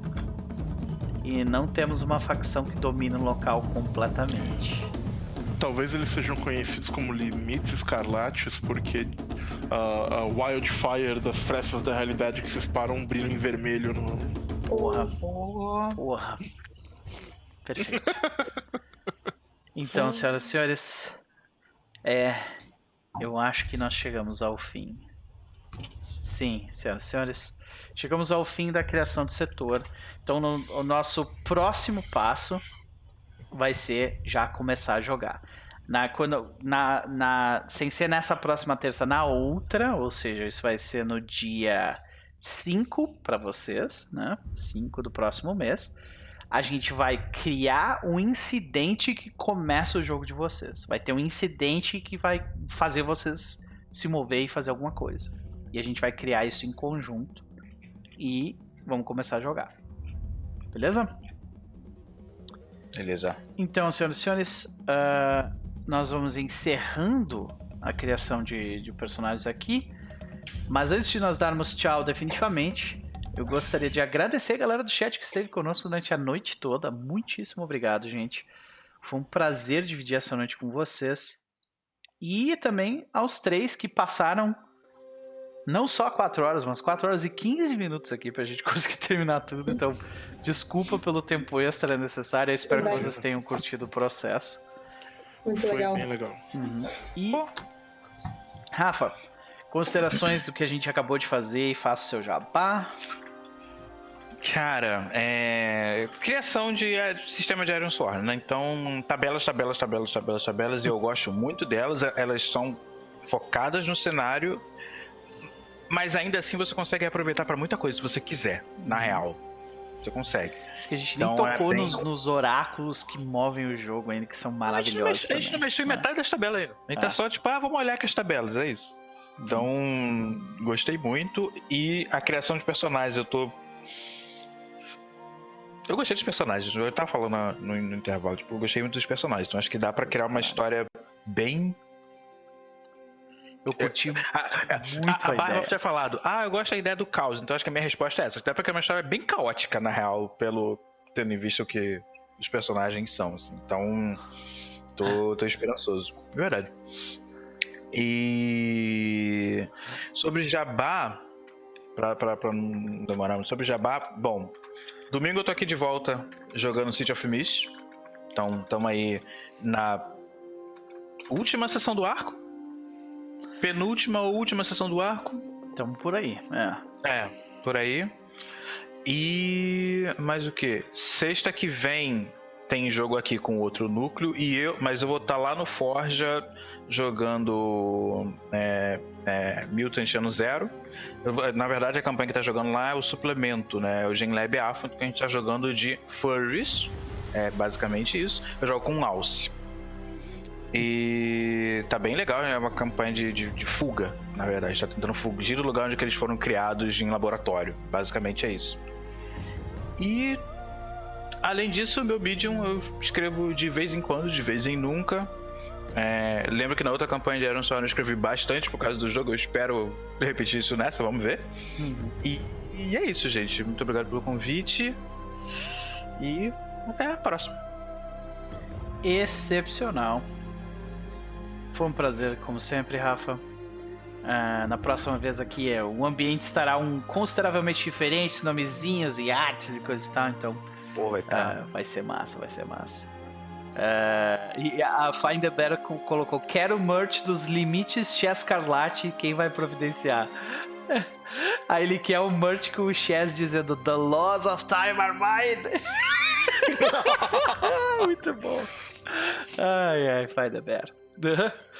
E não temos uma facção que domine o local completamente. Talvez eles sejam conhecidos como limites escarlates porque a a wildfire das frestas da realidade que se disparam um brilho em vermelho no. Porra. Porra. Perfeito. Então, senhoras e senhores, é. Eu acho que nós chegamos ao fim. Sim, senhoras e senhores, chegamos ao fim da criação do setor. Então, no, o nosso próximo passo vai ser já começar a jogar. Na, quando, na, na, sem ser nessa próxima terça, na outra, ou seja, isso vai ser no dia cinco para vocês, né? cinco do próximo mês. A gente vai criar um incidente que começa o jogo de vocês. Vai ter um incidente que vai fazer vocês se mover e fazer alguma coisa. E a gente vai criar isso em conjunto e vamos começar a jogar. Beleza? Beleza. Então, senhoras e senhores, uh, nós vamos encerrando a criação de, de personagens aqui. Mas antes de nós darmos tchau definitivamente, eu gostaria de agradecer a galera do chat que esteve conosco durante a noite toda. Muitíssimo obrigado, gente. Foi um prazer dividir essa noite com vocês. E também aos três que passaram não só quatro horas, mas quatro horas e quinze minutos aqui pra gente conseguir terminar tudo. Então, desculpa pelo tempo extra necessário. Eu espero que vocês tenham curtido o processo. Muito Foi legal. bem legal. Uhum. E, Rafa, considerações do que a gente acabou de fazer e faça o seu jabá. Cara, é... criação de é, sistema de Iron Sword, né? Então, tabelas, tabelas, tabelas, tabelas, tabelas, e eu gosto muito delas. Elas são focadas no cenário, mas ainda assim você consegue aproveitar para muita coisa se você quiser, na real. Você consegue. Acho que a gente Então, nem tocou é bem- nos, nos oráculos que movem o jogo ainda, que são A gente, maravilhosos não mexe- a gente não também, mexeu em né? metade das tabelas ainda. A gente É. tá só tipo, ah, vamos olhar com as tabelas, é isso. Então, gostei muito. E a criação de personagens, eu tô. Eu gostei dos personagens, eu tava falando na- no, no intervalo, tipo, eu gostei muito dos personagens. Então acho que dá pra criar uma história bem. Eu curti A, a, muito a, a a Bárbara ideia. tinha falado, ah, eu gosto da ideia do caos, então acho que a minha resposta é essa. Dá pra criar uma história bem caótica, na real, pelo tendo em vista o que os personagens são. Assim. Então, tô, tô esperançoso. Verdade. E sobre Jabá, pra, pra, pra não demorar muito, sobre Jabá, bom, domingo eu tô aqui de volta jogando City of Mist. Então, tamo aí na última sessão do arco. Penúltima ou última sessão do arco. Então, por aí. É. É, por aí. E mais o que? Sexta que vem tem jogo aqui com outro núcleo e eu, mas eu vou estar lá no Forja jogando é, é, Mutant Ano Zero. Eu, na verdade, a campanha que tá jogando lá é o suplemento, né? O Gen Lab Alpha, que a gente tá jogando de Furries. É basicamente isso. Eu jogo com Alce. E tá bem legal, é uma campanha de, de, de fuga, na verdade. Tá tentando fugir do lugar onde eles foram criados em laboratório. Basicamente é isso. E além disso, meu Medium eu escrevo de vez em quando, de vez em nunca. É, lembro que na outra campanha de Iron Sword eu escrevi bastante por causa do jogo. Eu espero repetir isso nessa, vamos ver. Uhum. E, e é isso, gente. Muito obrigado pelo convite. E até a próxima. Excepcional. Foi um prazer, como sempre, Rafa. Ah, na próxima vez aqui, é, o ambiente estará um consideravelmente diferente, nomezinhos e artes e coisas e tal, então Pô, vai ah, vai ser massa, vai ser massa. Ah, e a Find the Better co- colocou: quero merch dos limites Chess Escarlate, quem vai providenciar? Aí ele quer o merch com o Chess dizendo The Laws of Time are mine. Muito bom. Ai, ai, Find the Better.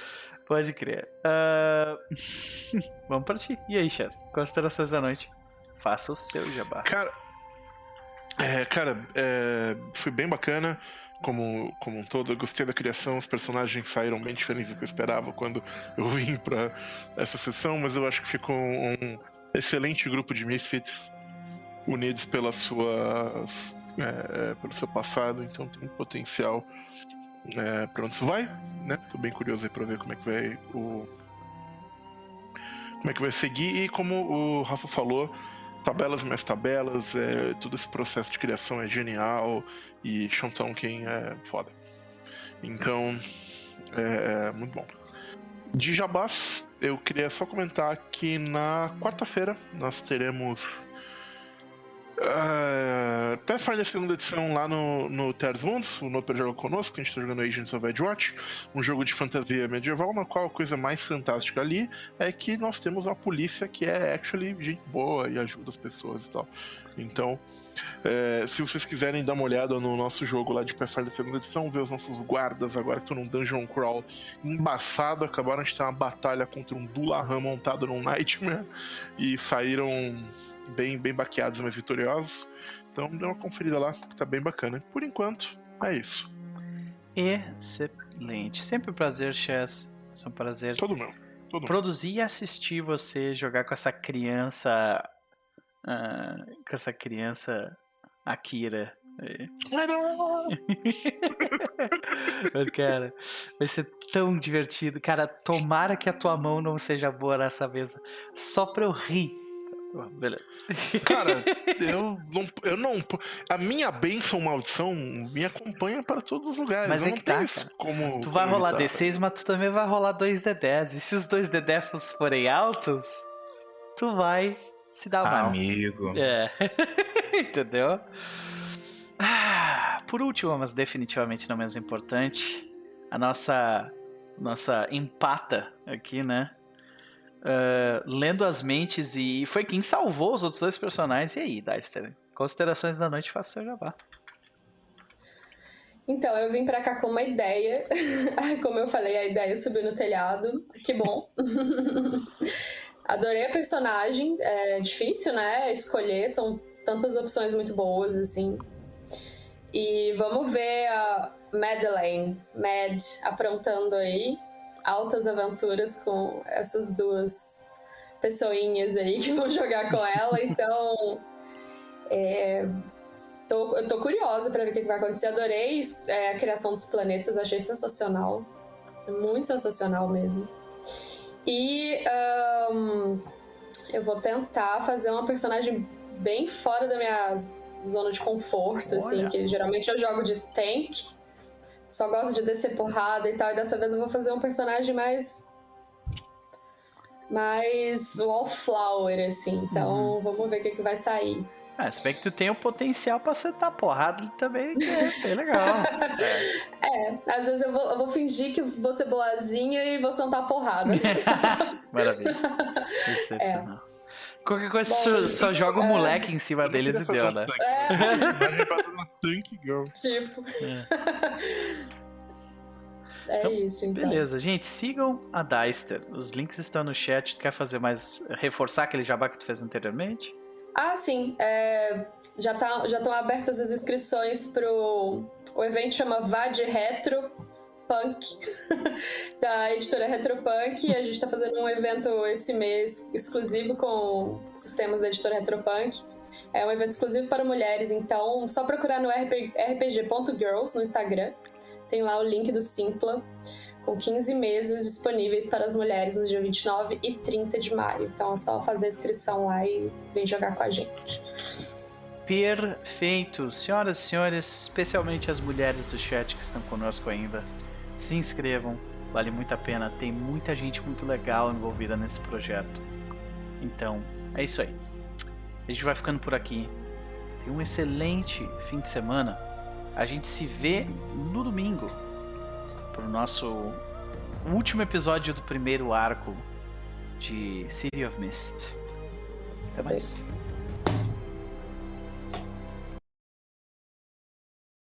Pode crer. Ah, vamos pra ti. E aí, Chess? Considerações da noite? faça o seu jabá. Cara, é, cara é, foi bem bacana. Como, como um todo, eu gostei da criação, os personagens saíram bem diferentes do que eu esperava quando eu vim pra essa sessão, mas eu acho que ficou um excelente grupo de Misfits unidos pelas suas, é, pelo seu passado, então tem um potencial é, pra onde isso vai, né? Tô bem curioso aí pra ver como é que vai o... como é que vai seguir, e como o Rafa falou, tabelas mais tabelas, é, todo esse processo de criação é genial, e Sean Tonkin é foda. Então, é, é muito bom. De jabás, eu queria só comentar que na quarta-feira nós teremos uh, Pathfinder segunda edição lá no, no Terres Mundos. O Noper joga conosco, a gente está jogando Agents of Edgewatch, um jogo de fantasia medieval, na qual a coisa mais fantástica ali é que nós temos uma polícia que é actually gente boa e ajuda as pessoas e tal. Então, é, se vocês quiserem dar uma olhada no nosso jogo lá de Pathfinder segunda edição, ver os nossos guardas agora que estão num dungeon crawl embaçado, acabaram de ter uma batalha contra um Dullahan montado num Nightmare e saíram bem, bem baqueados, mas vitoriosos. Então dê uma conferida lá, que tá bem bacana. Por enquanto, é isso. Excelente. Sempre um prazer, Chess. É um prazer Todo meu. Todo produzir e assistir você jogar com essa criança... Uh, com essa criança Akira. Mas, cara, vai ser tão divertido. Cara, tomara que a tua mão não seja boa nessa mesa, só pra eu rir. Beleza. Cara, eu não, eu não. A minha bênção maldição me acompanha para todos os lugares. Mas eu é não que tá, tenho cara. Como, tu vai como rolar evitar, D seis, mas tu também vai rolar dois D dez. E se os dois D dez forem altos, tu vai se dar mal. Amigo. É. Entendeu? Ah, por último, mas definitivamente não menos importante, a nossa nossa empata aqui, né? Uh, lendo as mentes, e foi quem salvou os outros dois personagens. E aí, Deister? Considerações da noite, faça seu jabá. Então, eu vim pra cá com uma ideia. Como eu falei, a ideia subiu no telhado. Que bom. Adorei a personagem. É difícil, né? Escolher. São tantas opções muito boas, assim. E vamos ver a Madeleine, Mad, aprontando aí altas aventuras com essas duas pessoinhas aí que vão jogar com ela. Então, é, tô, eu tô curiosa pra ver o que vai acontecer. Adorei é, a criação dos planetas, achei sensacional. Muito sensacional mesmo. E um, eu vou tentar fazer uma personagem bem fora da minha zona de conforto, Olha. assim, que geralmente eu jogo de tank, só gosto de descer porrada e tal, e dessa vez eu vou fazer um personagem mais mais wallflower, assim, então uhum. vamos ver o que, que vai sair. Ah, se bem que tu tem o potencial pra sentar porrada também, que é bem legal. é. é, às vezes eu vou, eu vou fingir que vou ser boazinha e vou sentar porrada. Maravilha. Excepcional. É. Qualquer coisa, Bom, só, só joga o é... moleque em cima deles e deu, né? É. Imagina passando uma tank girl. Tipo. É, é então, isso, então. Beleza, gente, sigam a Deister. Os links estão no chat. Tu quer fazer mais... reforçar aquele jabá que tu fez anteriormente? Ah, sim. É, já tá, já estão abertas as inscrições pro... O evento chama V A D Retro Punk, da editora Retropunk, e a gente tá fazendo um evento esse mês exclusivo com sistemas da editora Retropunk. É um evento exclusivo para mulheres, então só procurar no r p g ponto girls no Instagram, tem lá o link do Simpla, com quinze mesas disponíveis para as mulheres no dia vinte e nove e trinta de maio. Então é só fazer a inscrição lá e vem jogar com a gente. Perfeito. Senhoras e senhores, especialmente as mulheres do chat que estão conosco ainda, se inscrevam, vale muito a pena, tem muita gente muito legal envolvida nesse projeto. Então, é isso aí. A gente vai ficando por aqui. Tenha um excelente fim de semana. A gente se vê no domingo pro nosso último episódio do primeiro arco de City of Mist. Até mais.